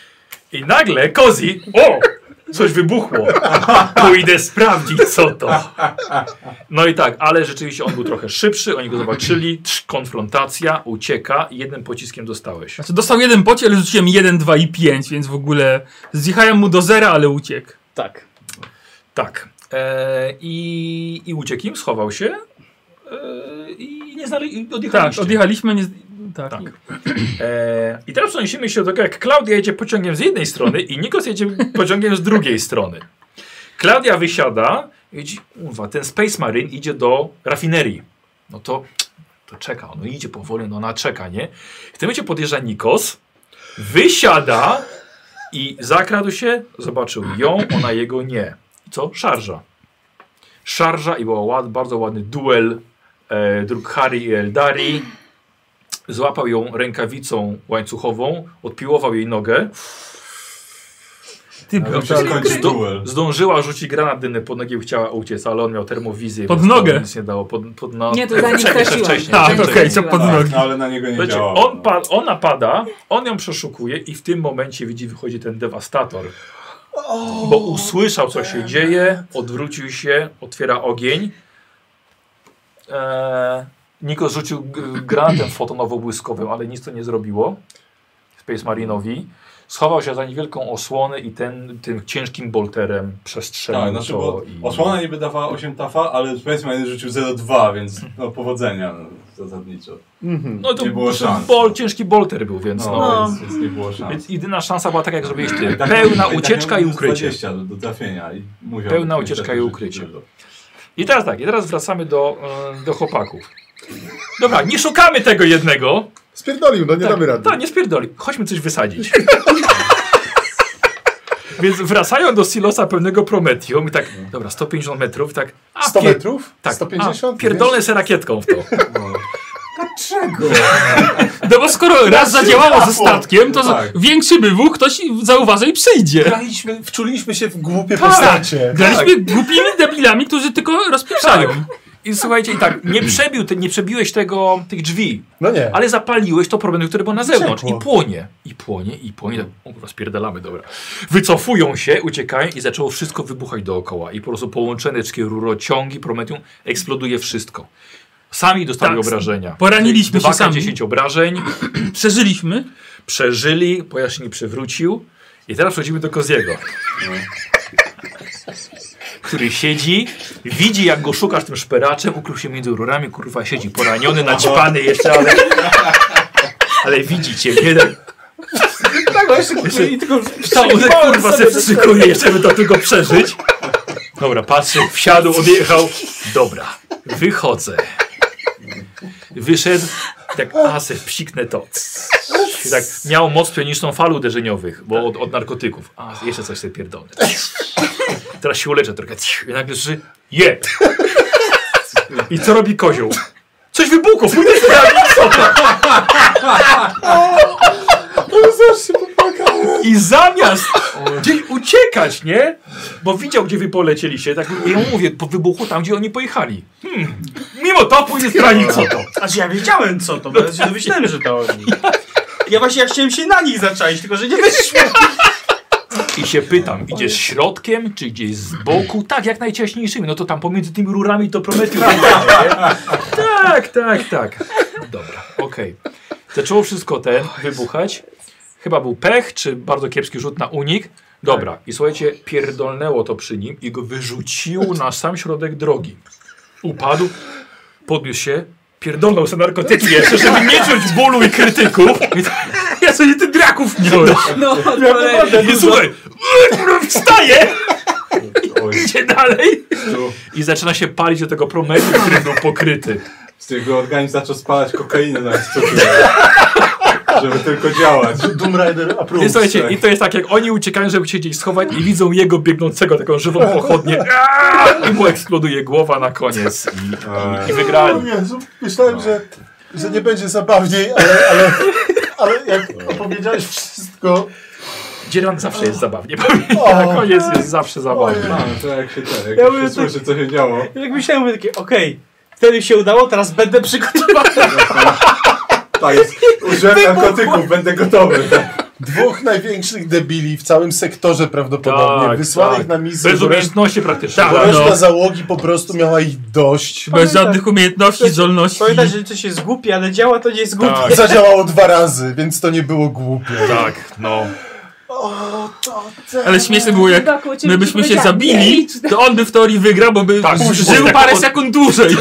I nagle Kozi, o, coś wybuchło. Pójdę sprawdzić, co to. No i tak, ale rzeczywiście on był trochę szybszy, oni go zobaczyli, trz, konfrontacja, ucieka i jednym pociskiem dostałeś. Znaczy dostał jeden pocie, ale rzuciłem jeden, dwa i pięć, więc w ogóle zjechałem mu do zera, ale uciekł. Tak. Tak. E, i, I uciekł im, schował się e, i nie znali, i Tak, odjechaliście. odjechaliśmy, nie... Tak. Tak. E, I teraz przenosimy się do tego, jak Klaudia jedzie pociągiem z jednej strony i Nikos jedzie pociągiem z drugiej strony. Klaudia wysiada i widzi, uwa, ten Space Marine idzie do rafinerii. No to, to czeka, no idzie powoli, no ona czeka, nie? W tym momencie podjeżdża Nikos, wysiada i zakradł się, zobaczył ją, ona jego nie. I co? Szarża. Szarża i był ład, bardzo ładny duel e, dróg Harry i Eldari. Złapał ją rękawicą łańcuchową, odpiłował jej nogę. Ty, Ale tak. skończy Zdo duel. zdążyła rzucić granat dynny pod nogę i chciała uciec, ale on miał termowizję. Pod więc to nogę? Nic nie dało. Pod, pod, no, Nie, to zanim wcześniej, trafiła. wcześniej. A, wcześniej. okej, co pod Tak, nogi. no ale na niego nie Słuchajcie, działało. on pa ona pada, on ją przeszukuje i w tym momencie widzi, wychodzi ten dewastator. Bo usłyszał, co się dzieje, odwrócił się, otwiera ogień. Eee, Nikos rzucił g- granatem fotonowo-błyskowym, ale nic to nie zrobiło Space Marinowi. Schował się za niewielką osłonę i ten, tym ciężkim bolterem przestrzelił Tak, znaczy, to. bo I... osłona niby dawała osiem tafa, ale Space Marine rzucił zero przecinek dwa, więc no powodzenia no, zasadniczo. Mhm. No to nie było szans. bol, ciężki bolter był, więc No, no. Więc, więc nie było szans. Więc jedyna szansa była tak, jak zrobiłeś ty. I tak- Pełna i tak ucieczka miał i minus ukrycie. dwadzieścia do, do trafienia. I musiał Pełna niestety ucieczka i rzucić ukrycie. zero. I teraz tak, i teraz wracamy do, e, do chłopaków. Dobra, nie szukamy tego jednego. Spierdolił, no nie tak, damy rady. Tak, nie spierdoli. Chodźmy coś wysadzić. Więc wracają do silosa pełnego Prometium i tak, dobra, sto pięćdziesiąt metrów, tak. A, sto pier- metrów? Tak, sto pięćdziesiąt? a, pierdolę se rakietką w to. Dlaczego? No bo skoro raz zadziałało ze trafo. statkiem, to Tak. większy wybuch ktoś zauważy i przyjdzie. Graliśmy, wczuliśmy się w głupie Tak. postacie. Graliśmy głupimi debilami, którzy tylko rozpieprzają. I słuchajcie, i tak, nie przebił, te, nie przebiłeś tego, tych drzwi, No nie. ale zapaliłeś to Prometium, które było na zewnątrz. Ciepło. I płonie, i płonie, i płonie. Tak, o, rozpierdalamy, dobra. Wycofują się, uciekają i zaczęło wszystko wybuchać dookoła. I po prostu połączone wszystkie rurociągi, Prometium, eksploduje wszystko. Sami dostali Tak, obrażenia. poraniliśmy się dwa sami. dziesięć obrażeń. Przeżyliśmy. Przeżyli, pojazd się nie przewrócił. I teraz przechodzimy do Koziego. Który siedzi, widzi jak go szukasz tym szperaczem, ukrył się między rurami, kurwa siedzi poraniony, naćpany jeszcze, ale... Ale widzi cię, nie? Tak, właśnie, i tylko Całunek kurwa se wstrzykuje, jeszcze by to tylko przeżyć. Dobra, patrzy, wsiadł, odjechał. Dobra, wychodzę. Wyszedł, tak asy, psiknę to. I tak miał moc pioniczną fal uderzeniowych, bo od, od narkotyków. A, jeszcze coś sobie pierdolę. Teraz się uleczę trochę. I nagle słyszy, je! I co robi kozioł? Coś wybuchło, pójdę sprawdzić co to. I zamiast gdzieś uciekać, nie? Bo widział, gdzie wy polecieliście. Tak, ja mu mówię, po wybuchu tam, gdzie oni pojechali. Hmm. Mimo to pójdzie sprawdzić co to. Aż ja wiedziałem co to, bo ja się domyślałem, że to oni. Ja właśnie ja chciałem się na nich zaczaić, tylko że nie wyszło. I się pytam, idziesz środkiem, czy gdzieś z boku? Tak, jak najciaśniejszymi. No to tam pomiędzy tymi rurami to Prometium. Tak, tak, tak. Dobra, okej. Okay. Zaczęło wszystko ten wybuchać. Chyba był pech, czy bardzo kiepski rzut na unik. Dobra, i słuchajcie, pierdolnęło to przy nim i go wyrzuciło na sam środek drogi. Upadł, podniósł się, pierdolnął sobie narkotyki jeszcze, żeby nie czuć bólu i krytyków. I to, ja sobie ty draków miałem. No, I słuchaj, wstaje, idzie dalej i zaczyna się palić do tego Prometium, który był pokryty. Z jego organizm zaczął spalać kokainę na cukier. Żeby tylko działać. Doom Rider approve. I słuchajcie, i to jest tak, jak oni uciekają, żeby się gdzieś schować i widzą jego biegnącego taką żywą pochodnię i mu eksploduje głowa na koniec i, i wygrali. O Jezu, myślałem, że, że nie będzie zabawniej, ale, ale, ale jak opowiedziałeś wszystko... Dzieran zawsze jest zabawnie, na koniec jest zawsze zabawnie. No, to jak się, ten, jak Ja się mówię, słyszy, co się działo. Jak myślałem, mówię takie, okej, okay, wtedy się udało, teraz będę przygotowany. Tak, jest, użyłem narkotyków, będę gotowy. Dwóch największych debili w całym sektorze prawdopodobnie, Tak, wysłanych tak. na misję, Bez bo reszta, umiejętności praktycznie. bo reszta no. załogi po prostu miała ich dość. Bez żadnych umiejętności, zdolności. Pamiętaj, że coś jest głupie, ale działa, to nie jest głupie. Tak. Zadziałało dwa razy, więc to nie było głupie. Tak, no. O, to ten... Ale śmieszne było, jak Chyba koło ciebie my byśmy się powiedziała, zabili, nie idź. to on by w teorii wygrał, bo by Tak, żył tak, parę on- sekund dłużej.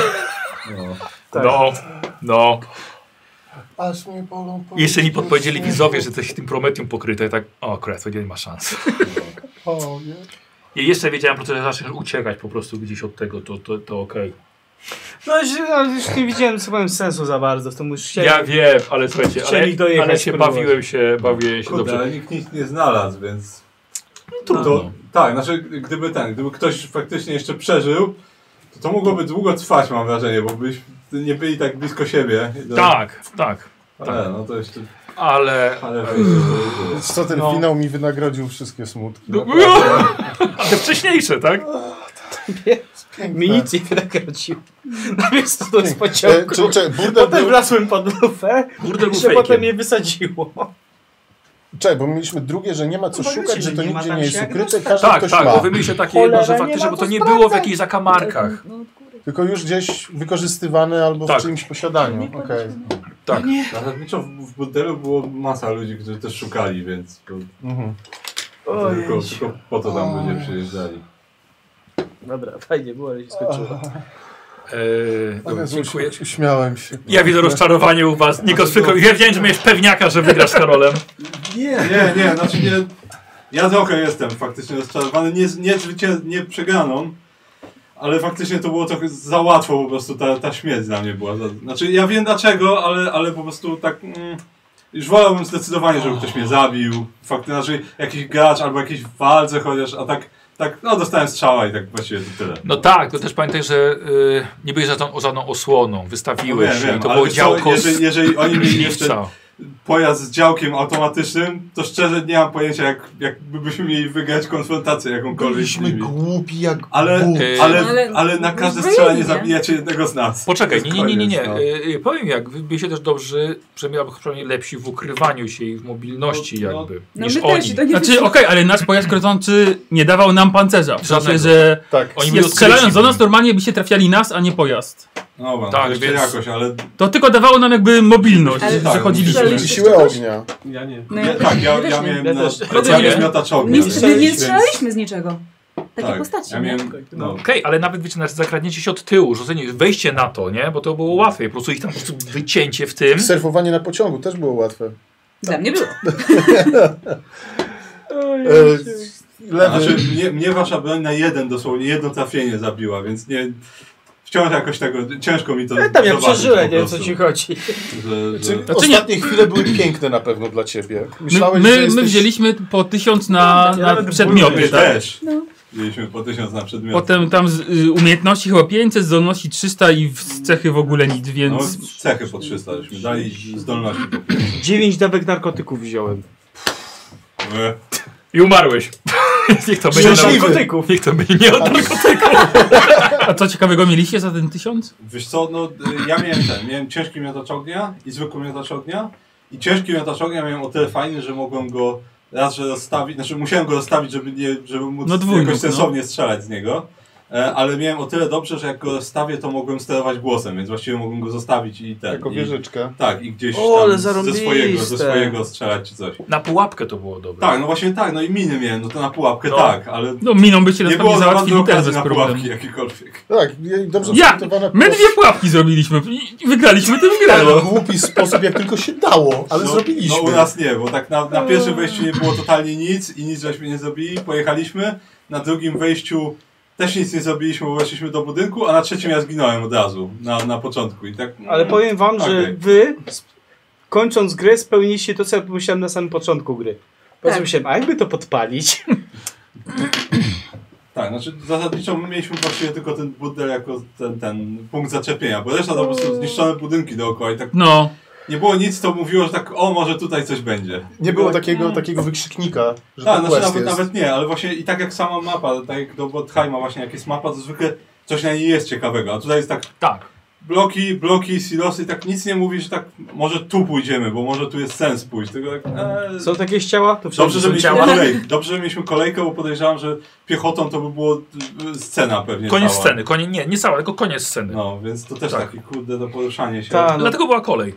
No, no. Aż mnie bolą Jeszcze mi policzki podpowiedzieli od widzowie, śmiechu. że coś tym Prometium pokryte i tak, o akurat, to nie ma szans. O, nie. I jeszcze wiedziałem, po prostu, że zaczniesz uciekać po prostu gdzieś od tego, to, to, to okej. No ale już nie widziałem sobie sensu za bardzo, w tym już chciałem. Ja wiem, ale słuchajcie, ale, Chcieli dojechać, ale się spróbować. bawiłem się, bawiłem się Kurde, dobrze. ale nikt nic nie znalazł, więc... Trudno. To, tak, znaczy gdyby ten, gdyby ktoś faktycznie jeszcze przeżył, to to mogłoby długo trwać, mam wrażenie, bo byśmy nie byli tak blisko siebie. Tak, tak, Ale no to jeszcze... ale... Ale wejście to było. Więc co, ten No. finał mi wynagrodził wszystkie smutki. No, Naprawdę. te wcześniejsze, tak? Mi nic nie wynagrodził. Najpierw to z E, pociągu. czy, czy, burdel Potem był... wlazłem pod lufę Burdel i był się potem fejkiem. mnie wysadziło. Czekaj, bo mieliśmy drugie, że nie ma co No szukać, faktycznie, że to nie ma nigdzie tam nie jest się jak ukryte, dostać. każdy Tak, ktoś tak, ma. bo wymyślę takie Cholera, jedno, że nie faktycznie, ma bo co to nie było w sprawdzać. jakichś zakamarkach. No, kurde. Tylko już gdzieś wykorzystywane albo Tak. w czyimś posiadaniu. Okej. Tak. Zasadniczo w, w burdelu było masa ludzi, którzy też szukali, więc to, Mhm. to tylko, tylko po to tam ludzie przyjeżdżali. Dobra, fajnie było, ale się skończyło. Eee, O dobra, Jezu, dziękuję. uś- uśmiałem się. Ja widzę rozczarowanie u was. Nikos Frykol. Ja wiedziałem, że miałeś pewniaka, że wygrasz z Karolem. Nie, nie, nie, znaczy nie... Ja trochę jestem faktycznie rozczarowany, nie, nie, zwycię- nie przegraną, ale faktycznie to było trochę za łatwo, po prostu ta, ta śmierć dla mnie była. Znaczy ja wiem dlaczego, ale, ale po prostu tak... Mm, już wolałbym zdecydowanie, żeby ktoś mnie zabił. Faktycznie, znaczy jakiś gracz albo jakiejś walce chociaż, a tak... Tak, no dostałem strzała i tak właściwie to tyle. No tak, to też pamiętaj, że y, nie byłeś żadną, żadną osłoną, wystawiłeś no wiem, się wiem, i to ale było wiesz działko co, jeżeli, jeżeli oni mieli jeszcze jeszcze pojazd z działkiem automatycznym, to szczerze nie mam pojęcia, jak, jakbyśmy mieli wygrać konfrontację jakąkolwiek. Byliśmy głupi jak ale, Bóg. Yy, ale, ale- ale na każde zbrojeni, strzelanie nie? zabijacie jednego z nas. Poczekaj, To nie, jest nie, nie, nie, nie. koniec, no. Y, powiem jak, wy byliście też dobrzy, przynajmniej, przynajmniej lepsi w ukrywaniu się i w mobilności No, no. jakby, No niż my oni. też i to nie Znaczy, okej, ale nasz pojazd krążący nie dawał nam pancerza. W sensie, Żadnego. że Tak. Oni nie byli strzelając odkryci. do nas, normalnie byście trafiali nas, a nie pojazd. No dobra, Tak, tak, jeszcze więc- jakoś, ale... To tylko dawało nam jakby mobilność, Ale- że tak, zachodziliśmy. strzelaliście I siłę Czegoś? ognia. Ja nie. No Ja, ja, tak, ja, ja też ja nie. miałem Ja na... też. Ja miałem miotacz ognia. Nie, więc- my nie więc- strzelaliśmy z niczego. Takie tak, postaci. Ja nie? miałem... No. Okej, ale nawet wiecie, nawet zakradniecie się od tyłu, rzucenie, wejście na to, nie? Bo to było łatwiej, po prostu ich tam po prostu wycięcie w tym. Surfowanie na pociągu też było łatwe. Dla mnie było. E, lewy. Znaczy, mnie, mnie wasza broń na jeden, dosłownie jedno trafienie zabiła, więc nie... Wciąż jakoś tego, ciężko mi to Ja tam ja zobaczyć przeżyłem, po nie wiem co prostu, ci chodzi. Że, że... Znaczy, Znaczy nie- ostatnie chwile były piękne na pewno dla ciebie. My, Myślałeś, że my, jesteś... my wzięliśmy po tysiąc na, Ja na nawet przedmioty, My tak? też. No. Mieliśmy po tysiąc na przedmiot. Potem tam z, y, umiejętności chyba pięćset, zdolności trzysta i w cechy w ogóle nic, No, więc... cechy po trzysta żeśmy dali zdolności po pięćset. Dziewięć dawek narkotyków wziąłem. E, I umarłeś. Niech to będzie Szczęśliwy. narkotyków. Niech to będzie nie od narkotyków. A co ciekawego mieliście za ten tysiąc? Wiesz co, no y, ja miałem ten, miałem ciężki miotacz ognia i zwykły miotacz ognia i ciężki miotacz ognia miałem o tyle fajny, że mogłem go raz, że rozstawić, znaczy musiałem go rozstawić, żeby, nie, żeby móc No dwójnóg, jakoś no. sensownie strzelać z niego. E, ale miałem o tyle dobrze, że jak go rozstawię, to mogłem sterować głosem, więc właściwie mogłem go zostawić i ten. Jako i, wieżyczkę. tak, i gdzieś O, ale tam ze swojego, ze zarąbiste. swojego strzelać czy coś. Na pułapkę to było dobre. Tak, no właśnie tak, no i miny miałem, no to na pułapkę No. tak, ale No miną byście nie na było pewno za bardzo załatwili też okazji bez na problemu. pułapki jakiekolwiek. Tak, i dobrze Ja! przygotowana My pos- dwie pułapki zrobiliśmy i wygraliśmy tę grę. w głupi sposób, jak tylko się dało, ale no, zrobiliśmy. No u nas nie, bo tak na, na pierwszym wejściu nie było totalnie nic i nic żeśmy nie zrobili, pojechaliśmy. Na drugim wejściu też nic nie zrobiliśmy, bo weszliśmy do budynku, a na trzecim ja zginąłem od razu, na, na początku. I tak, Ale powiem wam, że Okej. wy sp- kończąc grę spełniliście to, co ja pomyślałem na samym początku gry. Po Tak. myślałem, a jakby to podpalić? Tak, znaczy zasadniczo my mieliśmy właściwie tylko ten burdel jako ten, ten punkt zaczepienia, bo reszta to po prostu zniszczone budynki dookoła i tak No, nie było nic, co mówiło, że tak o, może tutaj coś będzie. Nie było takiego, takiego wykrzyknika, że Tak, to znaczy quest nawet, jest. nawet nie, ale właśnie i tak jak sama mapa, tak jak do Botheima właśnie jak jest mapa, to zwykle coś na niej jest ciekawego, a tutaj jest tak Tak. bloki, bloki, silosy, tak nic nie mówi, że tak może tu pójdziemy, bo może tu jest sens pójść, tylko tak eee, Są takie ciała? To dobrze, wszędzie że są mieliśmy ciała. kolejkę, dobrze, że mieliśmy kolejkę, bo podejrzewam, że piechotą to by było y, scena pewnie Koniec cała. sceny. Konie, nie, nie cała, tylko koniec sceny. No, więc to też Tak. takie kurde do poruszania się. Ta, no. Dlatego była kolej.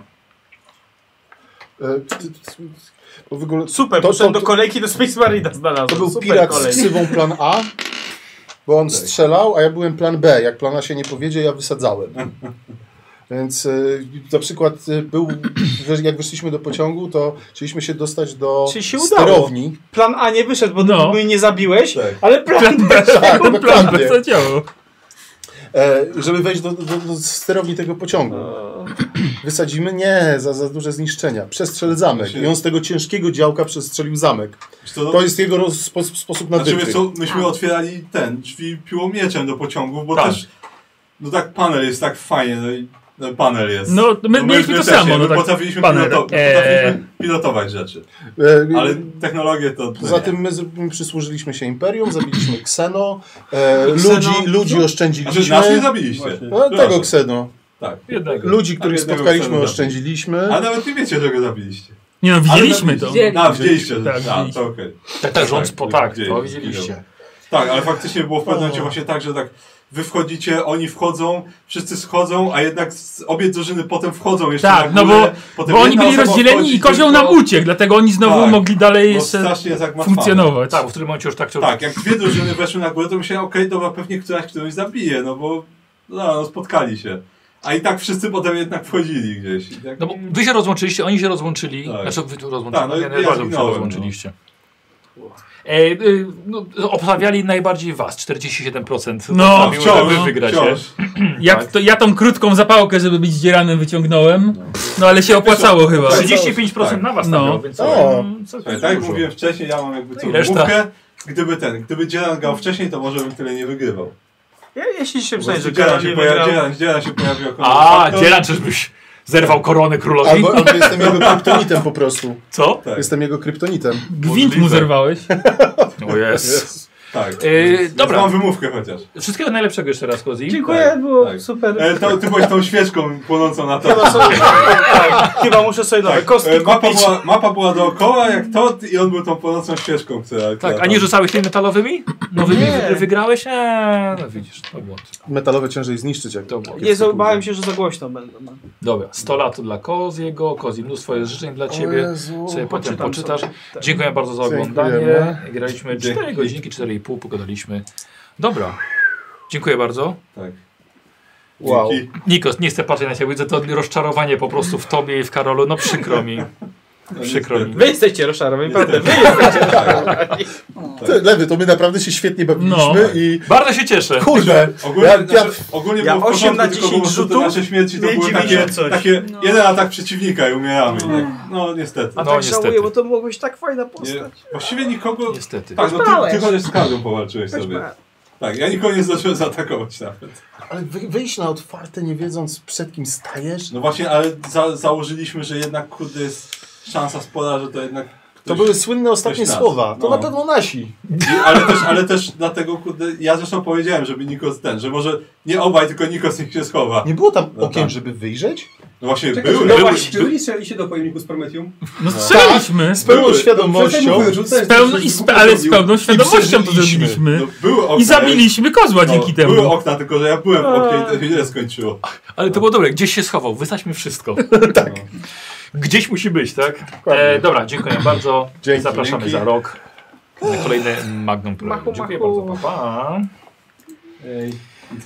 E, ty- ty- Bo w ogóle Super, to, poszedłem to, do kolejki do Space Marina znalazłem. to był Super pirat kolej. z ksywą plan A, bo on strzelał, a ja byłem plan B. Jak plan A się nie powiedzie, ja wysadzałem. Więc y, na przykład y, był, że jak wyszliśmy do pociągu, to chcieliśmy się dostać do Czyli się udało. sterowni. Plan A nie wyszedł, bo No. mnie nie zabiłeś, Tak. ale plan B. Tak, plan dokładnie. B zadziałał. E, żeby wejść do, do, do sterowni tego pociągu. Wysadzimy? Nie, za, za duże zniszczenia. Przestrzel zamek. I on z tego ciężkiego działka przestrzelił zamek. Wiesz co, no, To jest jego roz, spo, sposób na znaczy, wykryk. wiesz co, myśmy A. otwierali ten, drzwi piłomieczem do pociągów, bo Tak. też no tak panel jest tak fajnie, no i no, panel jest. No, my mieliśmy to też samo, nie, no my tak, potrafiliśmy, panel. piloto- Eee. potrafiliśmy pilotować rzeczy, E, ale technologię to... Poza tym my, z- my przysłużyliśmy się Imperium, zabiliśmy Xeno, e, Xeno? ludzi, ludzi Znaczy oszczędziliśmy. nas nie zabiliście. No, tego Proszę. Xeno. Tak. Jednego. Ludzi, których jednego spotkaliśmy, Xeno oszczędziliśmy. A nawet nie wiecie, że go zabiliście. Nie no, widzieliśmy to. Widzieli. A, widzieliście, że Tak, a, widzieliście. to okej. Tak, tak, rząd po tak, gdzie- to gdzie- widzieliście. Tak, ale faktycznie było w pewnym O. momencie właśnie tak, że tak wy wchodzicie, oni wchodzą, wszyscy schodzą, a jednak z- obie drużyny potem wchodzą jeszcze Tak, na no górę, bo, potem bo oni jedna byli osoba rozdzieleni wchodzi i kozioł tylko- nam uciekł, dlatego oni znowu Tak, mogli dalej bo jeszcze strasznie jest zagmatwane. funkcjonować. Tak, bo w którym momencie już tak chciał... Tak, jak dwie drużyny weszły na górę, to myślałem, okej, dobra, pewnie któraś którąś zabije, no bo no, no, spotkali się. A i tak wszyscy potem jednak wchodzili gdzieś. I tak, No bo wy się rozłączyliście, oni się rozłączyli. Tak. Znaczy wy tu rozłączyli. Tak, no nie, ja nie, bardzo się zginąłem, rozłączyliście. E, e, no, obstawiali najbardziej was, czterdzieści siedem procent. No, mimo, wciąż, że wy wygracie. wciąż. Ja, Tak. to, ja tą krótką zapałkę, żeby być dzieranym, wyciągnąłem. No ale się opłacało chyba. trzydzieści pięć procent Tak. na was No. stawiał, więc O. mm, co- Słuchaj, tak jak dużo. mówiłem wcześniej, ja mam jakby co I reszta? wymówkę. Gdyby ten, gdyby Dzieran grał wcześniej, to może bym tyle nie wygrywał. Ja, jeśli się Po przyznaję, prostu że Dzieran Karol się, nie poja- wygrał. Dzieran, Dzieran się pojawił jako A, faktor. Dzieran, czyżbyś zerwał koronę królowi? Albo, albo jestem jego kryptonitem po prostu. Co? Tak, Jestem jego kryptonitem. Gwint mu zerwałeś. O jest. tak. Yy, Więc dobra. Mam wymówkę chociaż. Wszystkiego najlepszego jeszcze raz, Kozi. Dziękuję, Tak, było tak. super. E, to, ty byłeś tą świeczką płonącą na to. Chyba, sobie, tak, chyba muszę sobie nowe Tak, kostki e, mapa, kupić. była, mapa była dookoła jak to i on był tą płonącą świeczką, która... która Tak, a tam- nie rzucałeś tymi metalowymi? Nowymi Nie. wy- wygrałeś? Eee, no widzisz, to było. Metalowe ciężej zniszczyć jak To było. Nie, bałem się, że za głośno będę. No. Dobra, sto lat to dla Koziego, Kozi mnóstwo życzeń dla Ciebie. Jezu. Sobie potem Poczytam poczytasz. sobie. Tak. Dziękuję bardzo za Dziękujemy. oglądanie. Graliśmy Dzięki. cztery godzinki, cztery i pół, pogadaliśmy. Dobra, dziękuję bardzo. Tak. Wow. Dzięki. Nikos, nie chcę patrzeć na Ciebie, widzę to rozczarowanie po prostu w Tobie i w Karolu. No przykro mi, No, przykro mi. Wy jesteście rozczarowani, prawda? Wy Ty, Lewy, to my naprawdę się świetnie bawiliśmy No. i Bardzo się cieszę. kurde, Ogólnie, ja, ja, znaczy, ogólnie ja było w osiem na porządku, tylko dziesięć po prostu te rzutów, nasze śmierci to pięć były takie, dziewięćdziesiąt coś. takie No. jeden atak przeciwnika i umieramy. No, no niestety. A No, tak niestety. żałuję, bo to mogła być tak fajna Nie, postać. właściwie nikogo... Niestety. Tak, no ty, Bałeś. ty chociaż z każdym powalczyłeś Weź sobie. ma- Tak, ja nikogo nie zdążyłem zaatakować nawet. ale wy, wyjść na otwarte, nie wiedząc przed kim stajesz, No właśnie, ale za, założyliśmy, że jednak kurde jest szansa spora, że to jednak... to ktoś- były słynne ostatnie ktoś nas. słowa. To No. na pewno nasi. I, ale, też, ale też dlatego, kurde, ja zresztą powiedziałem, żeby Nikos ten, że może nie obaj, tylko Nikos niech się schowa. Nie było tam No okien, tak. żeby wyjrzeć? No właśnie, Czekaj, były, no były, właśnie, czy wy nie strzeliliście do pojemniku z Prometium? No strzeliliśmy. Z pełną Były. świadomością. Z pełną, i z, ale z pełną świadomością to przeżyliśmy. zrobiliśmy. no, były okna. I zabiliśmy kozła no, dzięki Były temu. okna, tylko że ja byłem w oknie i to się źle skończyło. Ale to było dobre, gdzieś się schował, wyznaczmy wszystko. Tak. Gdzieś musi być, tak? E, dobra, dziękuję bardzo. Dzięki. Zapraszamy Dzięki. za rok na kolejne Magnum Pro. Machu, Dziękuję machu. bardzo, pa, pa. Ej.